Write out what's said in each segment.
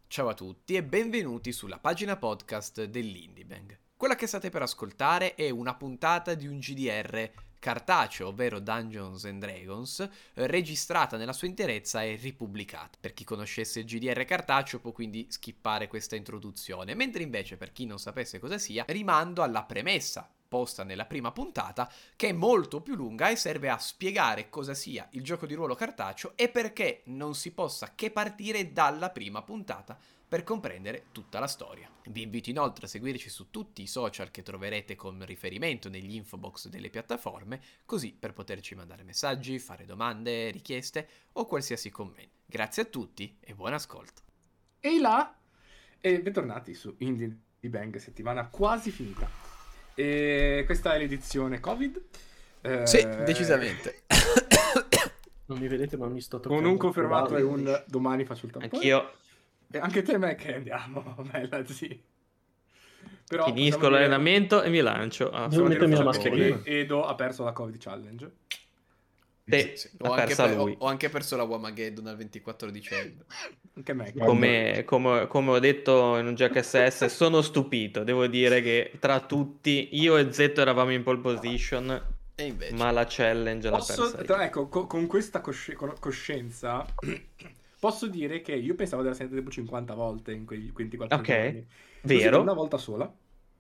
Ciao a tutti e benvenuti sulla pagina podcast dell'Indie Bang. Quella che state per ascoltare è una puntata di un GDR cartaceo, ovvero Dungeons and Dragons, registrata nella sua interezza e ripubblicata. Per chi conoscesse il GDR cartaceo può quindi skippare questa introduzione, mentre invece per chi non sapesse cosa sia, rimando alla premessa posta nella prima puntata, che è molto più lunga e serve a spiegare cosa sia il gioco di ruolo cartaceo e perché non si possa che partire dalla prima puntata per comprendere tutta la storia. Vi invito inoltre a seguirci su tutti i social che troverete con riferimento negli infobox delle piattaforme, così per poterci mandare messaggi, fare domande, richieste o qualsiasi commento. Grazie a tutti e buon ascolto. Ehi là! E bentornati su Indie Bang, settimana quasi finita. E questa è l'edizione Covid. Sì, decisamente. Non mi vedete, ma mi sto toccando. Con un confermato e un domani faccio il tampone. Anch'io. E anche te, Mac, andiamo. Bella, sì. Però Finisco l'allenamento e mi lancio. Devo mettermi la mascherina. Edo ha perso la Covid Challenge. Sì. Ho anche perso la Wamageddon al 24 dicembre. Anche me. Come ho detto in un gioco SS, sono stupito. Devo dire che tra tutti, io e Zetto eravamo in pole position, e invece ma la challenge l'ha persa. Ecco, con questa coscienza, posso dire che io pensavo di aver sentito tipo 50 volte in quei 24 giorni. Vero? Una volta sola.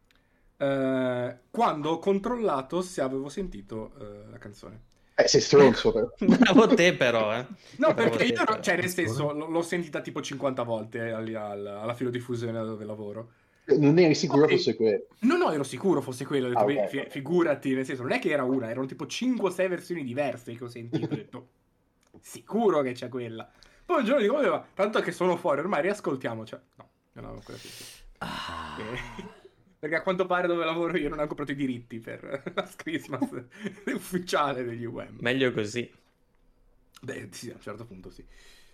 Quando ho controllato se avevo sentito la canzone. Sei stronzo però. Bravo te però, No, perché io nel senso l'ho sentita tipo 50 volte alla filodiffusione dove lavoro. Non eri sicuro fosse quello? No, ero sicuro fosse quello. Ho detto, okay. Figurati, nel senso, non è che era una, erano tipo 5 o 6 versioni diverse che ho sentito. Ho detto, sicuro che c'è quella. Poi un giorno dico, tanto che sono fuori, ormai riascoltiamo. Cioè, no, non avevo ancora sentito. Perché a quanto pare dove lavoro io non ho comprato i diritti per la Christmas ufficiale degli UM. Meglio così. Beh, sì, a un certo punto sì.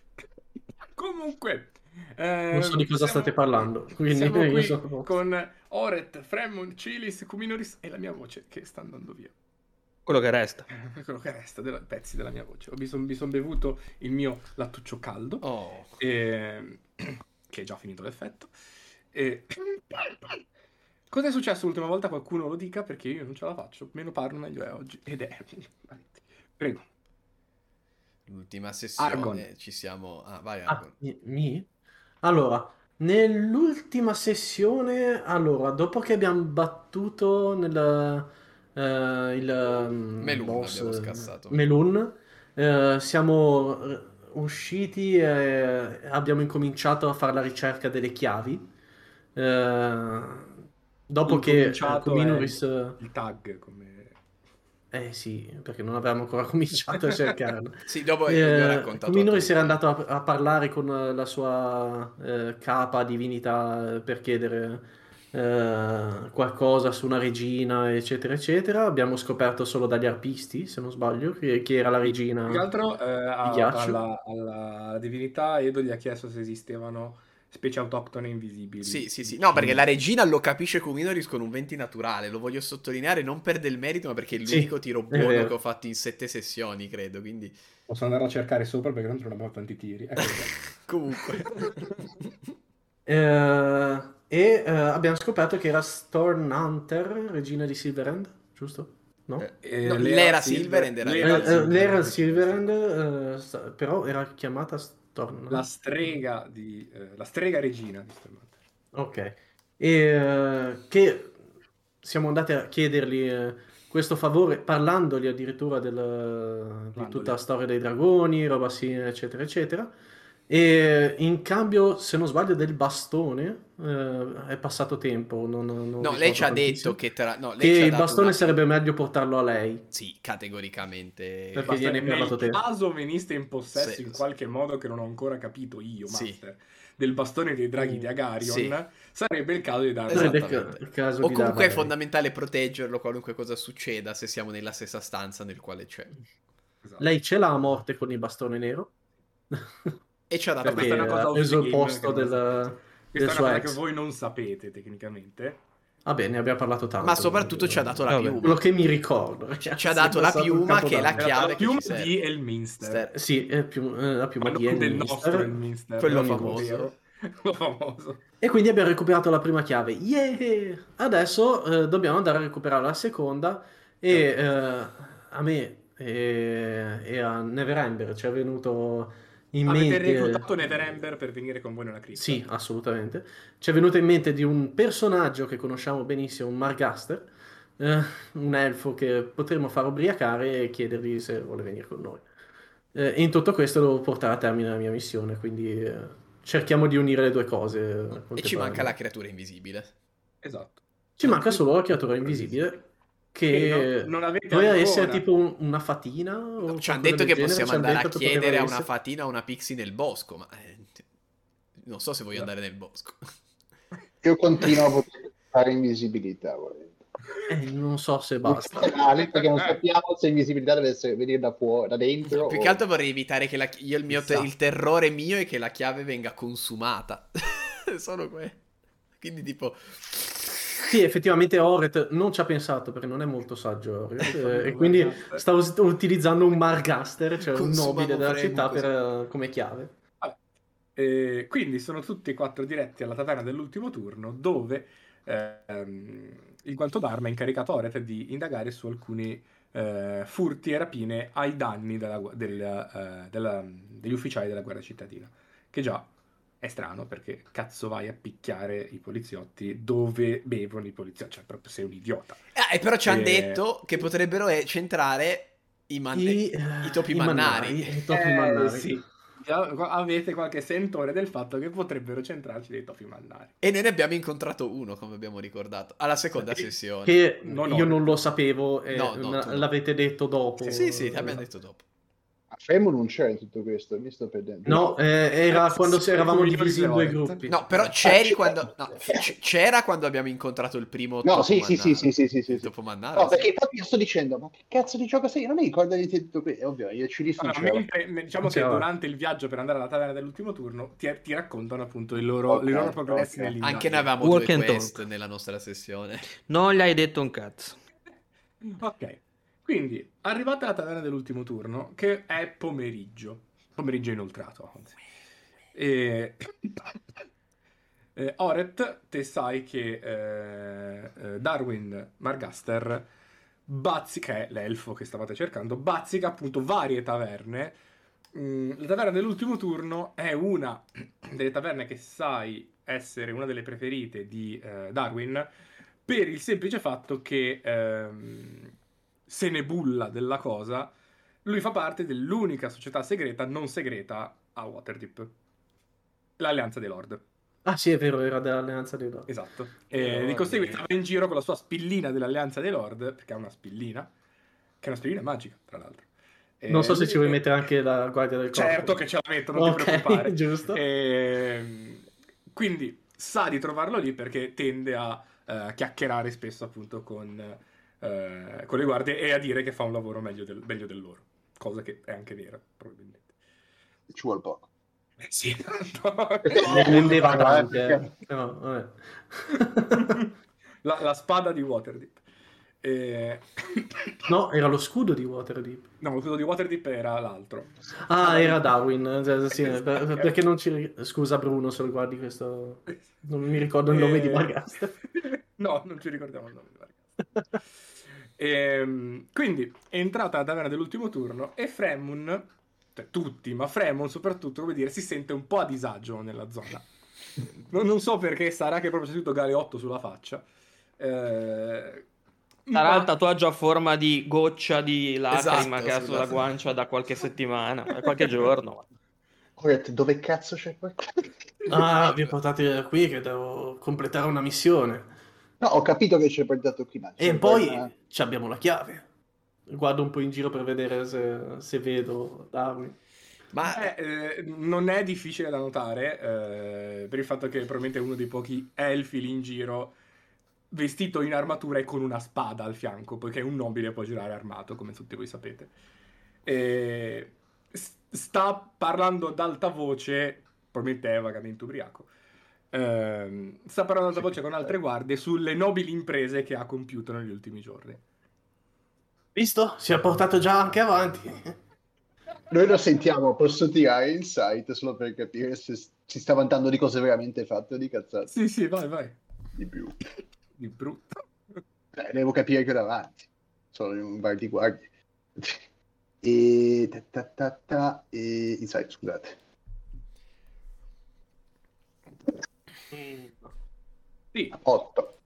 Comunque... non so di cosa state parlando. Quindi siamo qui con Oret, Fremont, Cilis, Cuminoris e la mia voce che sta andando via. Quello che resta. Quello che resta, pezzi della mia voce. Mi son bevuto il mio lattuccio caldo, che è già finito l'effetto. Cosa è successo l'ultima volta? Qualcuno lo dica, perché io non ce la faccio. Meno parlo meglio è oggi. Ed è... Prego. L'ultima sessione Argon. ci siamo... vai Argon. Allora, nell'ultima sessione, dopo che abbiamo battuto il Melun boss, abbiamo scassato. Melun, siamo usciti e abbiamo incominciato a fare la ricerca delle chiavi. Dopo che Cuminoris... il tag come... sì, perché non avevamo ancora cominciato a cercarlo. Sì, dopo vi ho raccontato. Cuminoris era andato a parlare con la sua capa divinità per chiedere qualcosa su una regina, eccetera, eccetera. Abbiamo scoperto solo dagli arpisti, se non sbaglio, che era la regina. Più che altro di ghiaccio. alla divinità Edo gli ha chiesto se esistevano specie autoctone invisibili. Sì. No, perché la regina lo capisce Cuminoris con un 20 naturale. Lo voglio sottolineare non per del merito, ma perché è l'unico tiro buono che ho fatto in 7 sessioni, credo. Quindi posso andare a cercare sopra perché non abbiamo tanti tiri. Comunque. Abbiamo scoperto che era Storm Hunter, regina di Silverhand, giusto? No? L'era Silverhand era l'era Silverhand, però era chiamata Storm. La strega regina di Storm Hunter. Ok. Che siamo andati a chiedergli questo favore, parlandogli addirittura di tutta la storia dei dragoni, roba simile, eccetera, eccetera. E in cambio, se non sbaglio, del bastone è passato tempo. No, lei ci ha detto che il bastone sarebbe meglio portarlo a lei. Sì, categoricamente. Perché gliene hai parlato te. Nel caso veniste in possesso in qualche modo che non ho ancora capito io, Master, del bastone dei draghi di Agarion, sarebbe il caso di darlo. O comunque è fondamentale proteggerlo qualunque cosa succeda se siamo nella stessa stanza nel quale c'è. Esatto. Lei ce l'ha a morte con il bastone nero. E ci ha dato perché ha preso il posto del questa suo è una ex. cosa che voi non sapete tecnicamente. Vabbè, ne abbiamo parlato tanto. Ma soprattutto ci ha dato la piuma. Quello che mi ricordo. Ci ha dato la piuma, che è la chiave che ci serve. Di Elminster. Sì, la piuma di del nostro Elminster. Quello famoso. Lo famoso. E quindi abbiamo recuperato la prima chiave. Yeah! Adesso dobbiamo andare a recuperare la seconda e a me e a Neverember ci è venuto in Avete mente... reclutato Neverember per venire con voi nella cripta? Sì, assolutamente. Ci è venuto in mente di un personaggio che conosciamo benissimo, un Margaster, un elfo che potremmo far ubriacare e chiedergli se vuole venire con noi. E in tutto questo devo portare a termine la mia missione, quindi cerchiamo di unire le due cose E ci manca la contemporaneamente. creatura invisibile. Esatto. Ci manca solo la creatura invisibile, Che che non avete doveva ancora. essere tipo una fatina o Ci hanno qualcosa detto del che genere, possiamo ci hanno andare a detto che poteva chiedere a una essere. fatina o una pixie nel bosco, ma non so se voglio andare nel bosco. Io continuo a poter fare invisibilità. volendo. Non so se Non basta. fa male, perché non sappiamo se invisibilità deve essere venire da fuori, da dentro. Più o- che altro vorrei evitare che io Chissà. il terrore mio è che la chiave venga consumata. Solo quindi tipo Sì, effettivamente Oret non ci ha pensato perché non è molto saggio Oret, e quindi Margaster. stavo utilizzando un Margaster, cioè un Consumavo nobile della Vremu città così. come chiave. Vabbè. Quindi sono tutti e 4 diretti alla taverna dell'ultimo turno, dove il Guanto d'Arma ha incaricato Oret di indagare su alcuni furti e rapine ai danni degli ufficiali della guardia cittadina. Che già è strano, perché cazzo vai a picchiare i poliziotti dove bevono i poliziotti? Cioè, proprio sei un idiota. E però ci hanno Eh, detto che potrebbero centrare i topi mannari. I topi mannari. Sì, già avete qualche sentore del fatto che potrebbero centrarci dei topi mannari. E noi ne abbiamo incontrato uno, come abbiamo ricordato, alla seconda Sì. sessione. Che Non io Oret. non lo sapevo e No, tu no. l'avete detto dopo. Sì, ti abbiamo detto dopo. Fremo non c'è in tutto questo, mi sto perdendo. No, era quando Sì, eravamo come divisi in Oret. due gruppi. No, però c'eri quando... No, c'era quando abbiamo incontrato il primo No, topo sì, mannaro. sì. Il topo mannaro, No, sì. perché infatti io sto dicendo, ma che cazzo di gioco sei? Io non mi ricordo di tutto questo. Ovvio, io ci Allora, rifiuto. diciamo che durante il viaggio per andare alla taverna dell'ultimo turno ti raccontano appunto i loro progressi ok. nell'indagine. Anche noi avevamo Walk due and quest talk. nella nostra sessione. Non gli hai detto un cazzo. Ok, quindi arrivate alla taverna dell'ultimo turno, che è pomeriggio inoltrato, anzi. Oret, te sai che Darwin Margaster che è l'elfo che stavate cercando, bazzica appunto varie taverne. La taverna dell'ultimo turno è una delle taverne che sai essere una delle preferite di Darwin, per il semplice fatto che se ne bulla della cosa. Lui fa parte dell'unica società segreta non segreta a Waterdeep, l'Alleanza dei Lord. Ah sì, è vero, era dell'Alleanza dei Lord. Esatto. E di conseguenza va in giro con la sua spillina dell'Alleanza dei Lord, perché ha una spillina, che è una spillina magica, tra l'altro. Non so se ci vuoi mettere anche la guardia del corpo. Certo che ce la metto, non ti preoccupare. Giusto. Quindi sa di trovarlo lì perché tende a chiacchierare spesso appunto con le guardie e a dire che fa un lavoro meglio del loro, cosa che è anche vera, probabilmente. Ci vuole poco. Sì, Ne vendeva tante, perché- però, vabbè. la spada di Waterdeep. No, era lo scudo di Waterdeep. No, quello di Waterdeep era l'altro. Ah, era Darwin. Sì, Esatto. perché non ci... Scusa Bruno, se lo guardi questo... Non mi ricordo il nome di Margaster. No, non ci ricordiamo il nome di Margaster. Quindi è entrata la taverna dell'ultimo turno e Fremun, cioè tutti, ma Fremun soprattutto, come dire, si sente un po' a disagio nella zona. Non so perché, sarà che proprio c'è tutto Galeotto sulla faccia. Sarà il tatuaggio a forma di goccia di lacrima Esatto, che ha sulla- sulla guancia da qualche settimana, da qualche giorno. Oret, dove cazzo c'è qualcosa? Ah, vi portate qui che devo completare una missione. No, ho capito che ci hai portato qui, ma E c'è poi una- ci abbiamo la chiave. Guardo un po' in giro per vedere se vedo Darwin. Ma non è difficile da notare, per il fatto che probabilmente è uno dei pochi elfi lì in giro vestito in armatura e con una spada al fianco, poiché un nobile può girare armato, come tutti voi sapete. Sta parlando ad alta voce, probabilmente è vagamente ubriaco. Sta parlando ad alta voce con altre guardie sulle nobili imprese che ha compiuto negli ultimi giorni. Visto? Si è portato già anche avanti. Noi lo sentiamo, posso tirare insight solo per capire se si sta vantando di cose veramente fatte o di cazzate. Sì, vai. Di brutto. Di brutto. Devo capire che ho davanti. Sono in un bar di guardie. E insight, scusate. Sì. 8.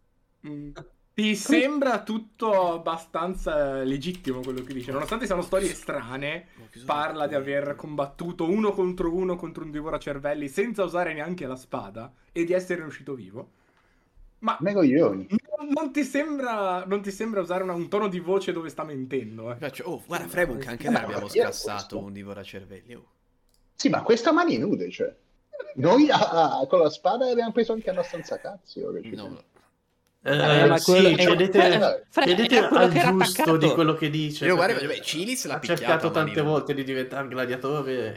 Ti sembra tutto abbastanza legittimo quello che dice, nonostante siano storie strane. Parla di aver combattuto 1 contro 1 contro un divoracervelli senza usare neanche la spada e di essere uscito vivo. Ma Megoglioni. non ti sembra usare un tono di voce dove sta mentendo? Oh, guarda, Fremont, anche noi abbiamo scassato un divoracervelli. Oh. Sì, ma questa mani nude, cioè. Noi con la spada abbiamo preso anche abbastanza cazzi. No. Ma sì, quello- chiedete era quello al che era giusto attaccato. di quello che dice. Io guarda, perché Cilis l'ha ha picchiato cercato a mani tante nude. volte di diventare gladiatore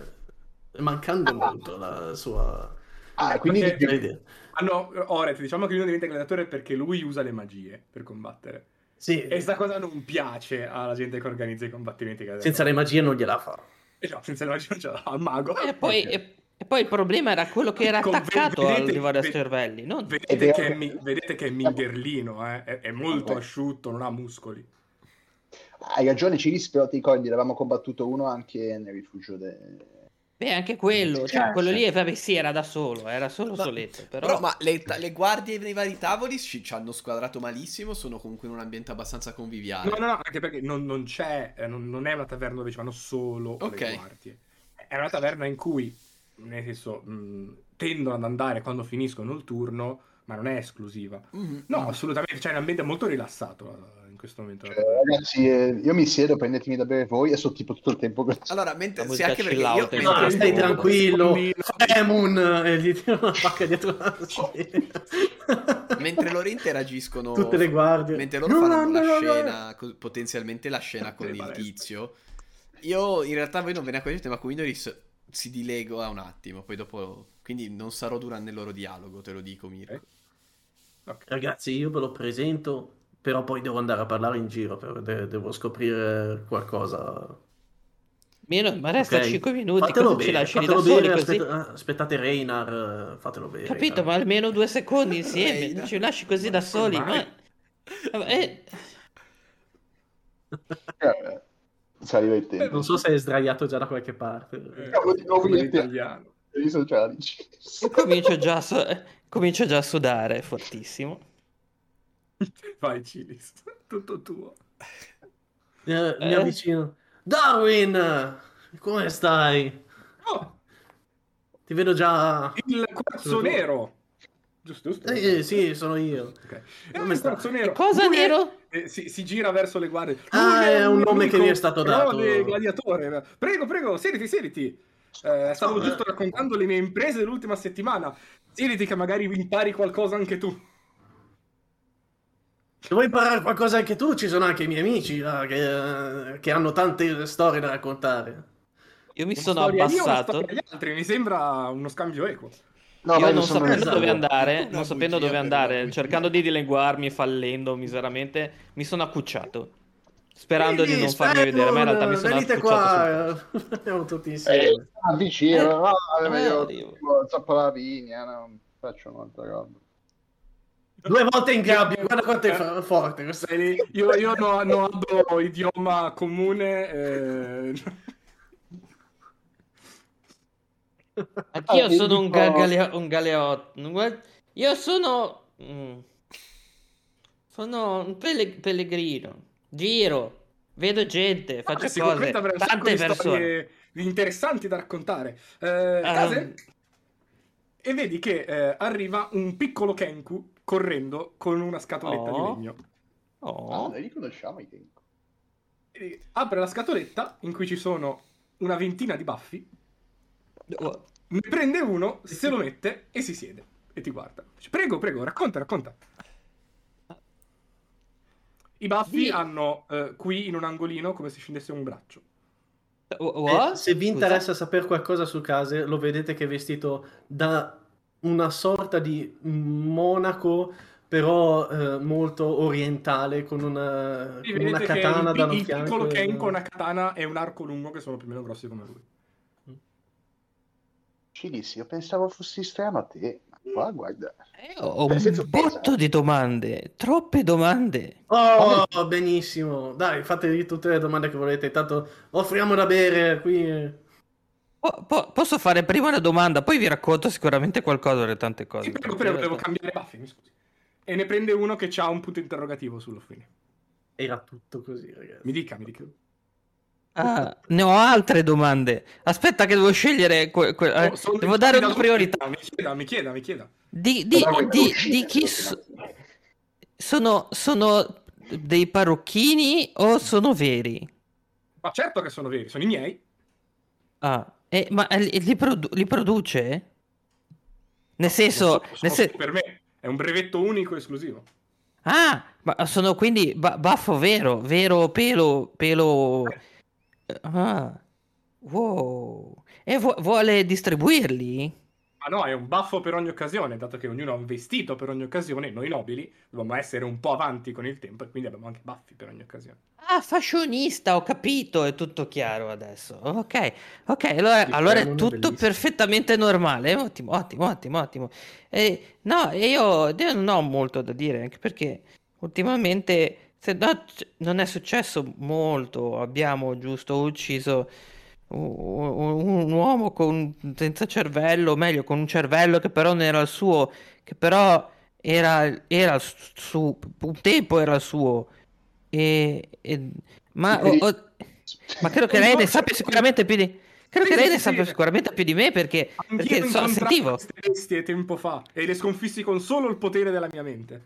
e mancando molto la sua Quindi Perché- idea. Oret, diciamo che lui non diventa gladiatore perché lui usa le magie per combattere. Sì, E sta cosa non piace alla gente che organizza i combattimenti gladiatori. senza le magie non gliela fa. No, senza le magie non ce l'ha, al mago. E poi il problema era quello che era Con- attaccato vedete- al divoracervelli, non... Vedete che è mingerlino, è molto Ok. asciutto, non ha muscoli. hai ragione, Cilis, però ti ricordi, l'avevamo combattuto uno anche nel rifugio Beh, anche quello, cioè quello lì, vabbè, sì, era da solo, era solo soletto, però... Ma le guardie nei vari tavoli ci hanno squadrato malissimo, sono comunque in un ambiente abbastanza conviviale. No, anche perché non c'è, non è una taverna dove ci vanno solo Ok. le guardie. È una taverna in cui, nel senso, tendono ad andare quando finiscono il turno, ma non è esclusiva. Mhm. No, assolutamente, c'è un ambiente molto rilassato in questo momento. ragazzi, io mi siedo, prendetemi da bere voi e sto tipo tutto il tempo con... Allora, mentre La sì, musica anche perché chill io out è mentre- No, stai Sì, tranquillo, sì. Emun, e gli tiro una pacca dietro la schiena. mentre loro interagiscono, Tutte le guardie. mentre loro fanno la No. scena, potenzialmente la scena con il tizio, io in realtà voi non ve ne accorgete, ma con Minoris si dilega un attimo, poi dopo, quindi non sarò durante il loro dialogo, te lo dico, Mirko. Ragazzi, io ve lo presento, però poi devo andare a parlare in giro, devo scoprire qualcosa. Ma resta Ok? 5 minuti, Fatelo cosa ci bene, lasci lì da fatelo soli bene, così? aspettate Reinar, fatelo bene. Capito, ma Reinar. almeno 2 secondi insieme, Reina. ci lasci così da soli, ma... Sarà divertente. Non so se è sdraiato già da qualche parte. Di nuovo come io l'italiano. i sociali. Io comincio già a sudare fortissimo. Vai, Cilis, tutto tuo. Mi avvicino. Darwin, come stai? Oh, Ti vedo già. il quarzo nero. Giusto? Sì, sono io. Ok. Come Il sta? quarzo nero. Cosa Lui è- nero? si gira verso le guardie. Ah, Lui è un nome che mi è amico stato dato. gladiatore. Prego, siediti. Stavo giusto raccontando le mie imprese dell'ultima settimana. Siediti che magari impari qualcosa anche tu. Se vuoi imparare qualcosa anche tu, ci sono anche i miei amici che hanno tante storie da raccontare. Io mi Una sono storia io, una abbassato. storia agli altri. Mi sembra uno scambio equo. No, Io vai, non sono sapendo esatto. dove andare, Una non sapendo bugia dove per una andare, bugia. cercando di dileguarmi, fallendo miseramente, mi sono accucciato. Sperando di non farmi vedere, ma in realtà mi sono venite accucciato sul qua, andiamo tutti insieme. Vicino, no, io arrivo. zappo la vigna, non faccio molta roba. 2 volte in gabbia, guarda quanto è forte questo. Io non ho idioma comune. Anch'io io sono dico- un galeotto. Io sono... sono un pellegrino. Giro, vedo gente, faccio cose. Sicuramente avrei un sacco Tante di persone. storie interessanti da raccontare. Case? E vedi che arriva un piccolo Kenku correndo con una scatoletta di legno. Oh. Noi li conosciamo i tempi. E apre la scatoletta in cui ci sono una ventina di baffi, ne prende uno, se lo mette e si siede e ti guarda. Dice, prego, racconta. I baffi Sì. hanno qui in un angolino come se scendesse un braccio. Se vi interessa sapere qualcosa su Case, lo vedete che è vestito da una sorta di monaco però molto orientale, con Sì, una vedete che katana da un il fianco. piccolo Ken con una katana e un arco lungo che sono più o meno grossi come lui. Ci dissi, io pensavo fossi strano a te, ma qua guarda. Ho Sei un sorpresa? botto di domande, troppe domande. Oh, benissimo. Dai, fatevi tutte le domande che volete. Tanto offriamo da bere qui. Posso fare prima la domanda, poi vi racconto sicuramente qualcosa delle tante cose. Sì, però perché in volevo realtà- cambiare baffi, mi scusi. E ne prende uno che ha un punto interrogativo sull'offrire. Era tutto così, ragazzi. Mi dica. Ah, ne ho altre domande. Aspetta che devo scegliere. Sono Devo dare una da priorità. Mi chieda. Di chi sono dei parrucchini o sono veri? Ma certo che sono veri, sono i miei. Ah, ma li produce? Nel Sono senso, solo per me. È un brevetto unico esclusivo. ah, ma sono quindi baffo vero pelo. Ah, wow. E vuole distribuirli? Ma no, è un baffo per ogni occasione, dato che ognuno ha un vestito per ogni occasione, noi nobili dobbiamo essere un po' avanti con il tempo e quindi abbiamo anche baffi per ogni occasione. Ah, fashionista, ho capito, è tutto chiaro adesso. Ok, allora è Pokémon, tutto bellissimo. perfettamente normale. Ottimo. Io non ho molto da dire, anche perché ultimamente non è successo molto. Abbiamo giusto ucciso un uomo senza cervello, meglio, con un cervello che però non era il suo, che però era un tempo era il suo. E- ma, ma credo che lei ne sappia sicuramente più di. Credo che lei ne sappia sicuramente più di me perché Anch'io incontrai sentivo. queste bestie tempo fa e le sconfissi con solo il potere della mia mente.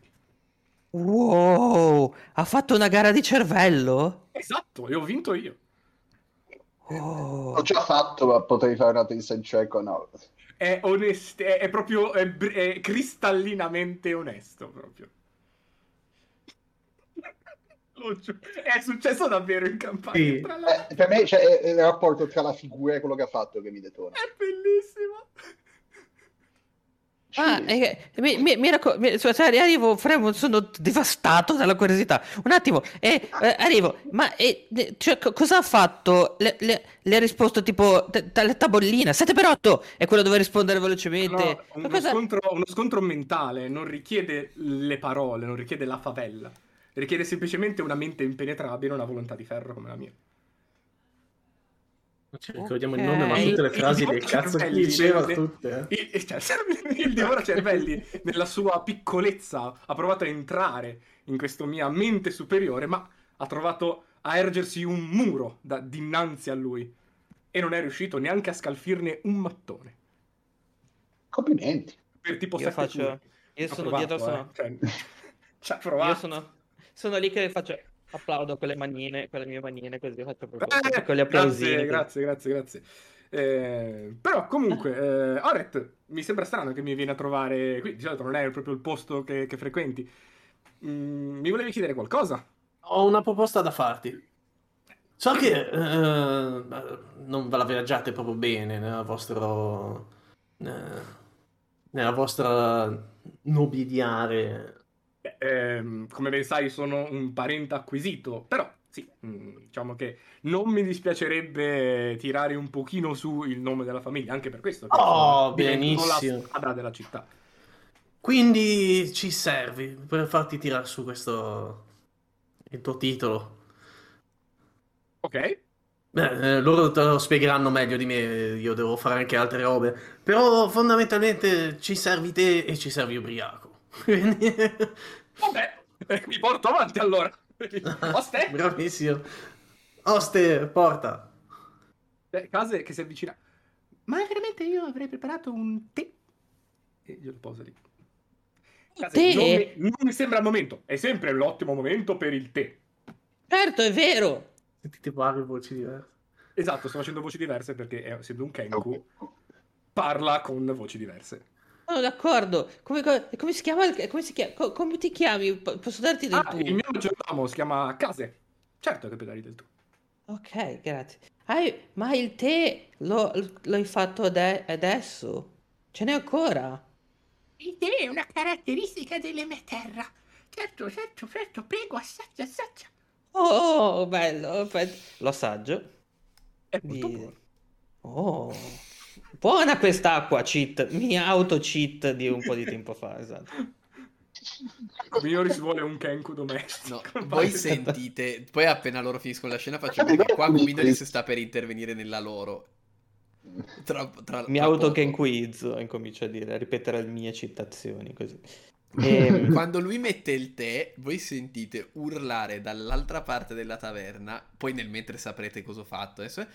Wow, ha fatto una gara di cervello? Esatto, e ho vinto io. L'ho Oh. già fatto, ma potrei fare una testa in cieco, no. È è proprio è cristallinamente onesto proprio. È successo davvero in campagna, Sì. tra l'altro. Per me è il rapporto tra la figura e quello che ha fatto che mi detona. È bellissimo. Ah, arrivo, sono devastato dalla curiosità. Un attimo, arrivo, ma cioè, cosa ha fatto? Le ha risposto tipo la tavolina, 7x8 è quello dove rispondere velocemente. No, uno scontro mentale non richiede le parole, non richiede la favella. Richiede semplicemente una mente impenetrabile e una volontà di ferro come la mia. Ci ricordiamo il Ok. nome, ma tutte le frasi del cazzo che diceva tutte. Il Devora Cervelli, nella sua piccolezza, ha provato a entrare in questa mia mente superiore, ma ha trovato a ergersi un muro dinanzi a lui. E non è riuscito neanche a scalfirne un mattone. Complimenti. Per tipo Io 7 turni. io Ci ha sono provato, dietro, Cioè, ci ha io provato. sono lì che faccio, applaudo con le mie manine, così faccio proprio piccoli applausini. Grazie. Però comunque, Oret, mi sembra strano che mi viene a trovare qui. Di solito non è proprio il posto che frequenti. Mi volevi chiedere qualcosa? Ho una proposta da farti. So che non ve la viaggiate proprio bene nella vostra nobiliare. Come ben sai, sono un parente acquisito, però sì, diciamo che non mi dispiacerebbe tirare un pochino su il nome della famiglia, anche per questo che Oh, diventato la benissimo. spada della città. Quindi ci servi per farti tirare su il tuo titolo. Ok? Loro te lo spiegheranno meglio di me, io devo fare anche altre robe, però fondamentalmente ci servi te e ci servi ubriaco. Quindi... Vabbè, mi porto avanti allora. Oste? Bravissimo. Oste, porta. Case che si avvicina. Ma veramente io avrei preparato un tè. E io lo poso lì. Case, Tè? non mi sembra il momento. È sempre l'ottimo momento per il tè. Certo, è vero. Sentite varie voci diverse. Esatto, sto facendo voci diverse perché essendo un Kenku parla con voci diverse. Sono d'accordo. Come si chiama? Come ti chiami? Posso darti del tu? Il mio maggiordomo si chiama Case. Certo che puoi dargli del tu. Ok, grazie. Ma il tè l'hai fatto adesso? Ce n'è ancora? È una caratteristica della mia terra. Certo, prego, assaggia. Oh, bello, aspetta. Lo assaggio. È molto buono. Oh, buona quest'acqua, cheat. Mi auto-cheat di un po' di tempo fa, esatto. Minoris vuole un Kenku domestico. No, voi sentite, poi appena loro finiscono la scena faccio vedere qua Minoris sta per intervenire nella loro. Mi auto-kenkuizzo, incomincio a dire, a ripetere le mie citazioni, così. Quando lui mette il tè, voi sentite urlare dall'altra parte della taverna, poi nel mentre saprete cosa ho fatto adesso.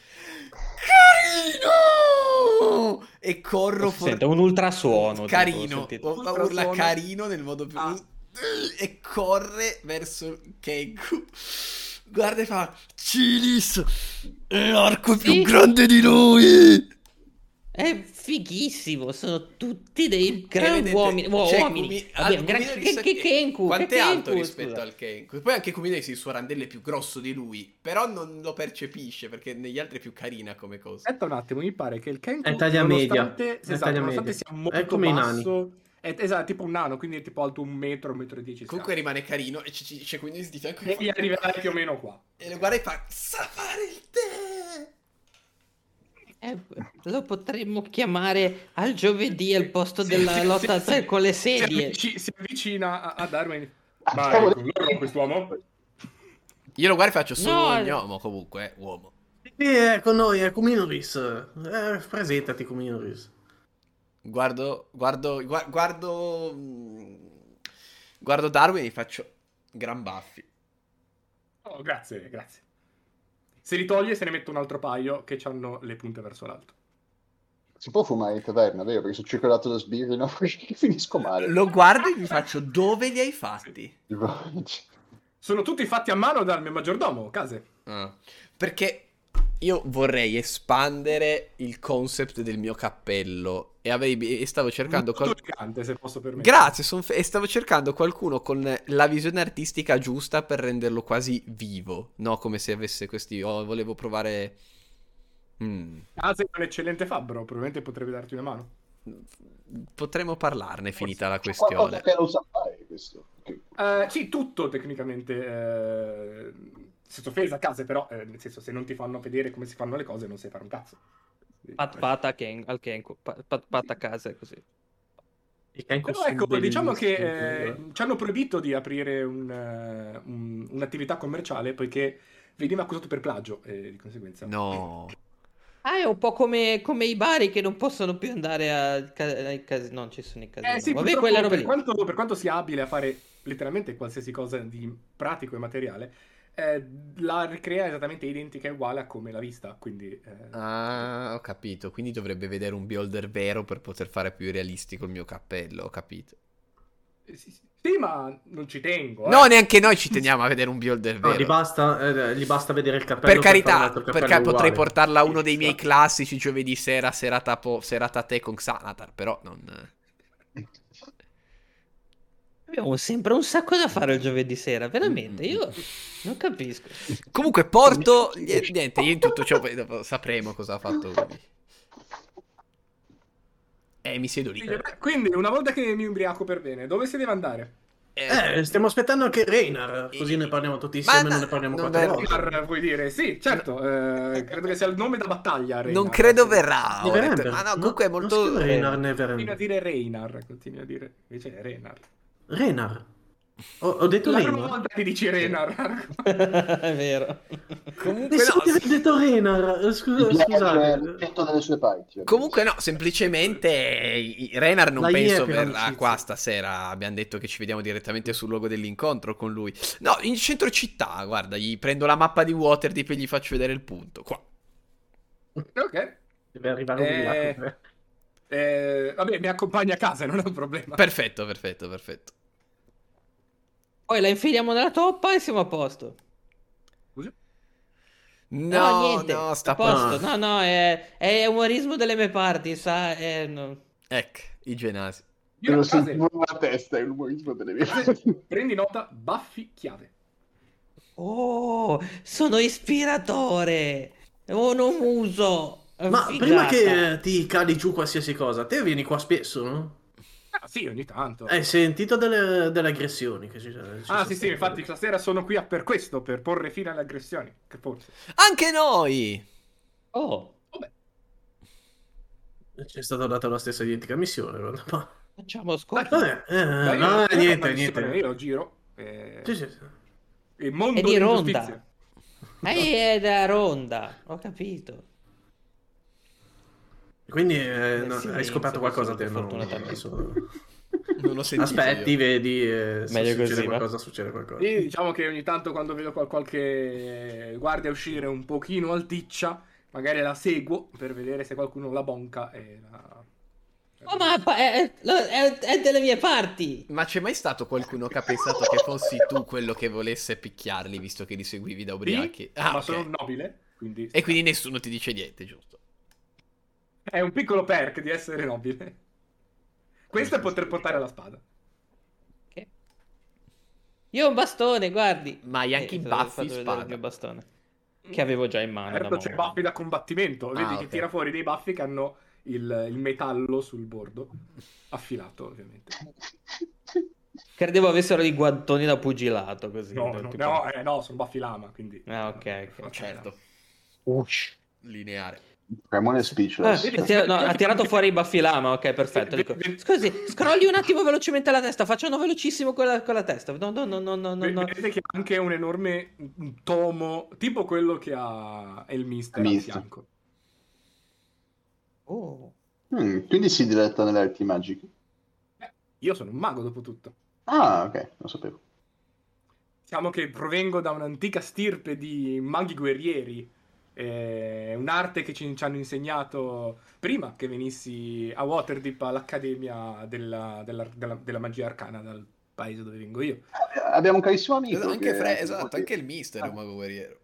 Carino! E corro sente un ultrasuono. Carino, tipo, urla Carino nel modo più... E corre verso Kenku. Guarda e fa: Cilis, l'arco è più grande di lui. È fighissimo, sono tutti dei gran uomini. Kenku. Quanto è alto rispetto al Kenku? Poi anche Kuminai il suo randello è più grosso di lui, però non lo percepisce perché negli altri è più carina come cosa. Aspetta un attimo, mi pare che il Kenku è taglia media. Nonostante sia molto è come basso, i nani. Esatto, tipo un nano, quindi è tipo alto 1 metro, 1,10 m. Comunque rimane carino e c'è quindi di fianco e gli arriverai più o meno qua. E lo guarda e fa: sa fare il tè. Lo potremmo chiamare al giovedì al posto della lotta con le sedie. Si avvicina a Darwin. Ma con loro quest'uomo? Io lo guardo e faccio: sono gnomo comunque, uomo. È con noi, è con Minoris. Presentati con Minoris. Guardo Darwin e gli faccio: gran baffi. Oh, grazie. Se li toglie se ne mette un altro paio che hanno le punte verso l'alto. Si può fumare in taverna, vero? Perché sono circolato da sbirri, no? Finisco male. Lo guardo e gli faccio: dove li hai fatti? Sono tutti fatti a mano dal mio maggiordomo, Case. Perché io vorrei espandere il concept del mio cappello e stavo cercando se posso permettere. Grazie, e stavo cercando qualcuno con la visione artistica giusta per renderlo quasi vivo, no? Come se avesse questi... volevo provare... Case è un eccellente fabbro, probabilmente potrebbe darti una mano. Potremmo parlarne finita la questione. Che lo sa fare questo. Sì, tutto tecnicamente... senza offesa a Case, però nel senso, se non ti fanno vedere come si fanno le cose non sai fare un cazzo. Pat al Kenku, pat a casa così. Però ecco, diciamo che ci hanno proibito di aprire un'attività commerciale poiché veniva accusato per plagio e di conseguenza. No. È un po' come i bari che non possono più andare ai casini. Non ci sono i casini. Sì, vabbè, quella roba per quanto sia abile a fare letteralmente qualsiasi cosa di pratico e materiale, la ricrea esattamente identica e uguale a come l'ha vista, quindi... ho capito, quindi dovrebbe vedere un beholder vero per poter fare più realistico il mio cappello, ho capito. Sì, ma non ci tengo. No, neanche noi ci teniamo a vedere un beholder vero. No, gli basta vedere il cappello. Per carità, perché potrei portarla a uno dei miei classici giovedì sera, serata tè con Xanatar, però non... Abbiamo sempre un sacco da fare il giovedì sera, veramente, io non capisco. Comunque porto... Niente, io in tutto ciò sapremo cosa ha fatto lui. Mi siedo lì. Quindi, una volta che mi ubriaco per bene, dove si deve andare? Stiamo aspettando anche Reinar, così ne parliamo tutti insieme, non ne parliamo 4 volte. Reinar, vuoi dire? Sì, certo, credo che sia il nome da battaglia, Reinar. Non credo verrà. Ma no, comunque è molto... Reinar, continua a dire Reinar, invece è Reinar. Reinar. Ho detto la Reinar. prima volta che dici Reinar. È vero. Comunque nessuno ti aveva detto Reinar. Scusate. Dalle sue parti. Comunque no, semplicemente Reinar non penso verrà qua stasera. Abbiamo detto che ci vediamo direttamente sul luogo dell'incontro con lui. No, in centro città, guarda, gli prendo la mappa di Waterdeep e gli faccio vedere il punto. Qua. Ok. Deve arrivare un vabbè, mi accompagna a casa, non è un problema. Perfetto. Poi la infiliamo nella toppa e siamo a posto. Scusa? No, niente, sta a posto. No, è umorismo delle mie parti, sa? No. Ecco, i genasi. Io lo sentivo nella testa, è l'umorismo delle mie parti. Prendi nota, baffi chiave. Oh, sono ispiratore. Non uso. Ma prima che ti cadi giù qualsiasi cosa, te vieni qua spesso, no? Sì, ogni tanto. Hai sentito delle aggressioni che ci Sì, sono sì, state? infatti stasera sono qui per questo, per porre fine alle aggressioni. Che forse. Anche noi! Oh, Vabbè. Ci è stata data la stessa identica missione, guarda, ma... facciamo scorso. Vabbè, Dai, no, io niente, missione, niente. Io giro. Sì, sì, sì. Il È mondo di dell'ingiustizia. ronda. È da ronda, ho capito. Quindi Sì, hai scoperto inizio qualcosa di te? No, fortunatamente. Non ho sentito Aspetti, io. vedi, se Meglio succede così, va? qualcosa, succede qualcosa. Io diciamo che ogni tanto quando vedo qualche guardia uscire un pochino alticcia, magari la seguo per vedere se qualcuno la bonca e la... Oh, ma è delle mie parti. Ma c'è mai stato qualcuno che ha pensato che fossi tu quello che volesse picchiarli, visto che li seguivi da ubriachi? Sì, Ah, ma ok. sono un nobile, quindi... E quindi nessuno ti dice niente, giusto? È un piccolo perk di essere nobile. Questo è poter portare la spada. Che? Io ho un bastone, guardi. Ma hai anche i Fatto baffi vedere spada. il mio bastone. Che avevo già in mano. Certo, c'è baffi da combattimento. Vedi che ok. tira fuori dei baffi che hanno il metallo sul bordo. Affilato, ovviamente. Credevo avessero i guantoni da pugilato, così. No, no, sono baffi lama, quindi... Ah, ok. No, Certo. Lineare. Cremone speechless. Ha tirato fuori i baffi lama, ok, perfetto. Dico, scusi, scrolli un attimo velocemente la testa, facciano velocissimo con la testa. No. Vedete che ha anche un enorme tomo, tipo quello che ha il mister al Mister. fianco. Oh. Quindi si diletta nelle arti magiche. Io sono un mago, dopo tutto. Ah, ok, lo sapevo. Diciamo che provengo da un'antica stirpe di maghi guerrieri. Un'arte che ci hanno insegnato prima che venissi a Waterdeep all'Accademia della Magia Arcana dal paese dove vengo io. Abbiamo un carissimo amico. Anche che- esatto, anche il mister è un mago guerriero.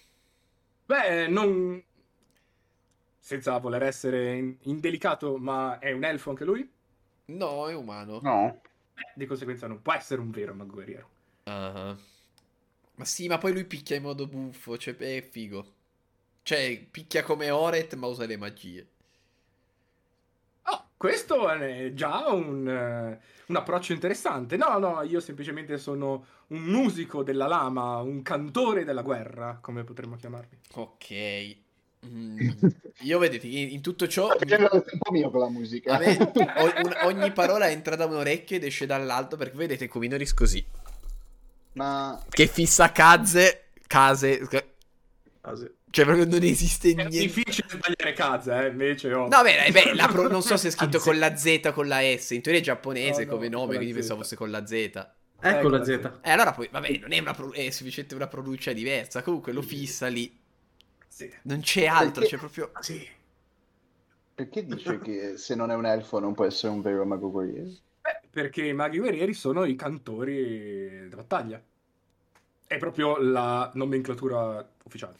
Beh, non... Senza voler essere indelicato, ma è un elfo anche lui? No, è umano. No, Di conseguenza non può essere un vero mago guerriero. Ah. Ma sì, ma poi lui picchia in modo buffo, cioè è figo. Cioè, picchia come Oret, ma usa le magie. Oh, questo è già un approccio interessante. No, io semplicemente sono un musico della lama, un cantore della guerra, come potremmo chiamarmi. Ok. Io vedete, in tutto ciò... perché era il tempo mio con la musica. A me ogni parola entra da un orecchio ed esce dall'altro, perché vedete Kuminoris così. Ma Che fissa case. Ah, sì. Cioè, proprio non esiste È niente. difficile sbagliare casa, invece ho... No, beh, non so se è scritto con la Z o con la S. In teoria è giapponese No, come con nome, la quindi Z. pensavo fosse con la Z. Ecco la la Z. Z. Allora poi, vabbè, non è è semplicemente una pronuncia diversa. Comunque lo fissa lì. Sì. Non c'è altro, Perché- c'è proprio... Ah, sì. perché dice che se non è un elfo non può essere un vero mago guerriero? Beh, perché i maghi guerrieri sono i cantori da battaglia. È proprio la nomenclatura ufficiale.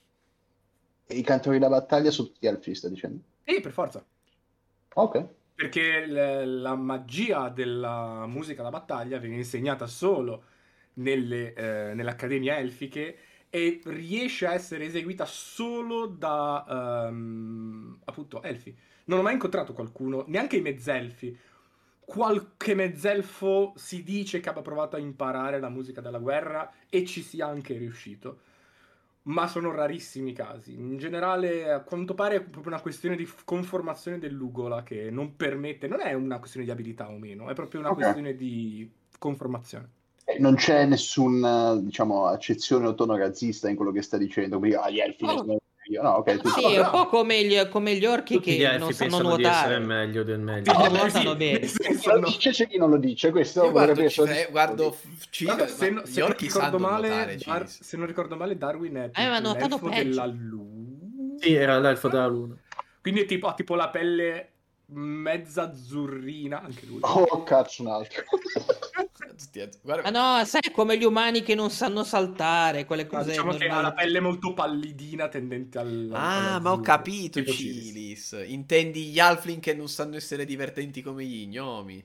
E i cantori da battaglia sono tutti elfi, sta dicendo? E per forza. Ok. Perché magia della musica da battaglia viene insegnata solo nelle accademie elfiche e riesce a essere eseguita solo da appunto elfi. Non ho mai incontrato qualcuno, neanche i mezzelfi. Qualche mezzelfo si dice che abbia provato a imparare la musica della guerra e ci sia anche riuscito. Ma sono rarissimi i casi. In generale, a quanto pare è proprio una questione di conformazione dell'ugola che non permette, non è una questione di abilità o meno, è proprio una Ok. questione di conformazione. Non c'è nessuna, diciamo, accezione o tono razzista in quello che sta dicendo. Quindi, gli elfi ne sono io. No, ok. Sì, è un po' come gli orchi Tutti gli che elfi non sanno pensano di essere nuotare. meglio del meglio. No, Sì, nuotano sì, bene. nel Chi senso lo no. dice c'è chi non lo dice. Questo Io guardo, guardo Ciro, Se ma non gli orchi ricordo sanno male, nuotare, Ciris. se non ricordo male, Darwin è ma un nuotano elfo peggio. della luna. Sì, era l'elfo della luna. Quindi ha tipo la pelle mezza azzurrina, anche lui. Oh, cazzo, un altro. Guarda, Ma no, sai, come gli umani che non sanno saltare, quelle cose Diciamo che ha normali. la pelle molto pallidina, tendente Ah, ma ho all'azzurro, capito, tipo Ciris. Cilis. Intendi gli halfling che non sanno essere divertenti come gli gnomi.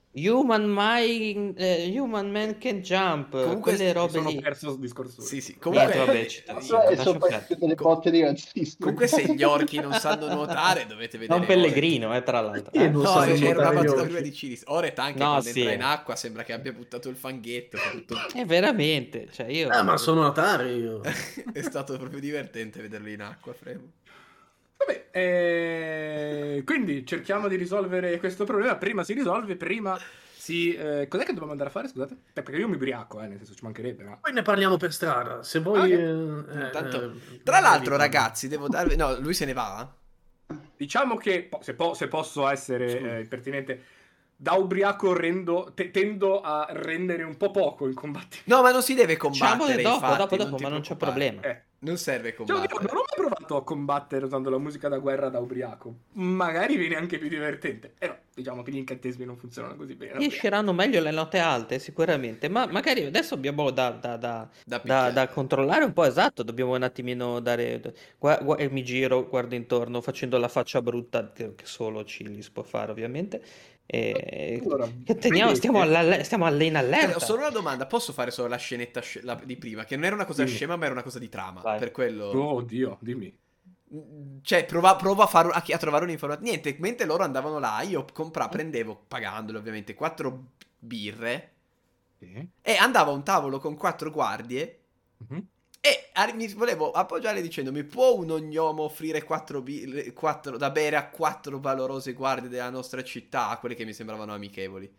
Human Man Can Jump, Comunque quelle Mi robe sono lì. perso il discorso. Sì, Niente, comunque... vabbè, cittadino, E lascia sono perdere. partite delle botte di razzismo. Comunque se gli orchi non sanno nuotare dovete vedere Non Pellegrino, tra l'altro. Perché non No, sanno era nuotare una gli battuta orchi? prima di Cilis. Oret anche No, quando sì. entra in acqua sembra che abbia buttato il fanghetto. fa tutto- Veramente, cioè io... Ma sono nuotare io. È stato proprio divertente vederlo in acqua, Fremo. Vabbè, quindi cerchiamo di risolvere questo problema. Prima si risolve, prima si... cos'è che dobbiamo andare a fare, scusate? Perché io mi ubriaco, nel senso ci mancherebbe, ma... Poi ne parliamo per strada. Se vuoi... Intanto, tra l'altro, ragazzi, devo darvi... No, lui se ne va? Diciamo che, se posso essere impertinente, da ubriaco tendo a rendere un po' poco il combattimento. No, ma non si deve Facciamo combattere, dopo, infatti, dopo, ti ma non c'è preoccupare. problema. Non serve Cioè, combattere. non ho mai provato a combattere usando la musica da guerra da ubriaco. Magari viene anche più divertente. No, diciamo che gli incantesimi non funzionano così bene. da ubriaco. Riusciranno meglio le note alte, sicuramente. Ma magari adesso abbiamo da picchiare. controllare un po', esatto. Dobbiamo un attimino dare. E mi giro, guardo intorno, facendo la faccia brutta che solo Cilis può fare, ovviamente. E Allora, che stiamo in allerta. Ho solo una domanda, posso fare solo la scenetta di prima? Che non era una cosa Dimmi. scema, ma era una cosa di trama. Vai. Per quello... Oh, Dio, dimmi. Cioè, prova a trovare un'informazione. Niente, mentre loro andavano là, io prendevo, pagandole ovviamente, 4 birre. Sì. E andavo a un tavolo con 4 guardie. Mhm. E mi volevo appoggiare dicendo: mi può un ognomo offrire 4 da bere a 4 valorose guardie della nostra città? Quelle che mi sembravano amichevoli.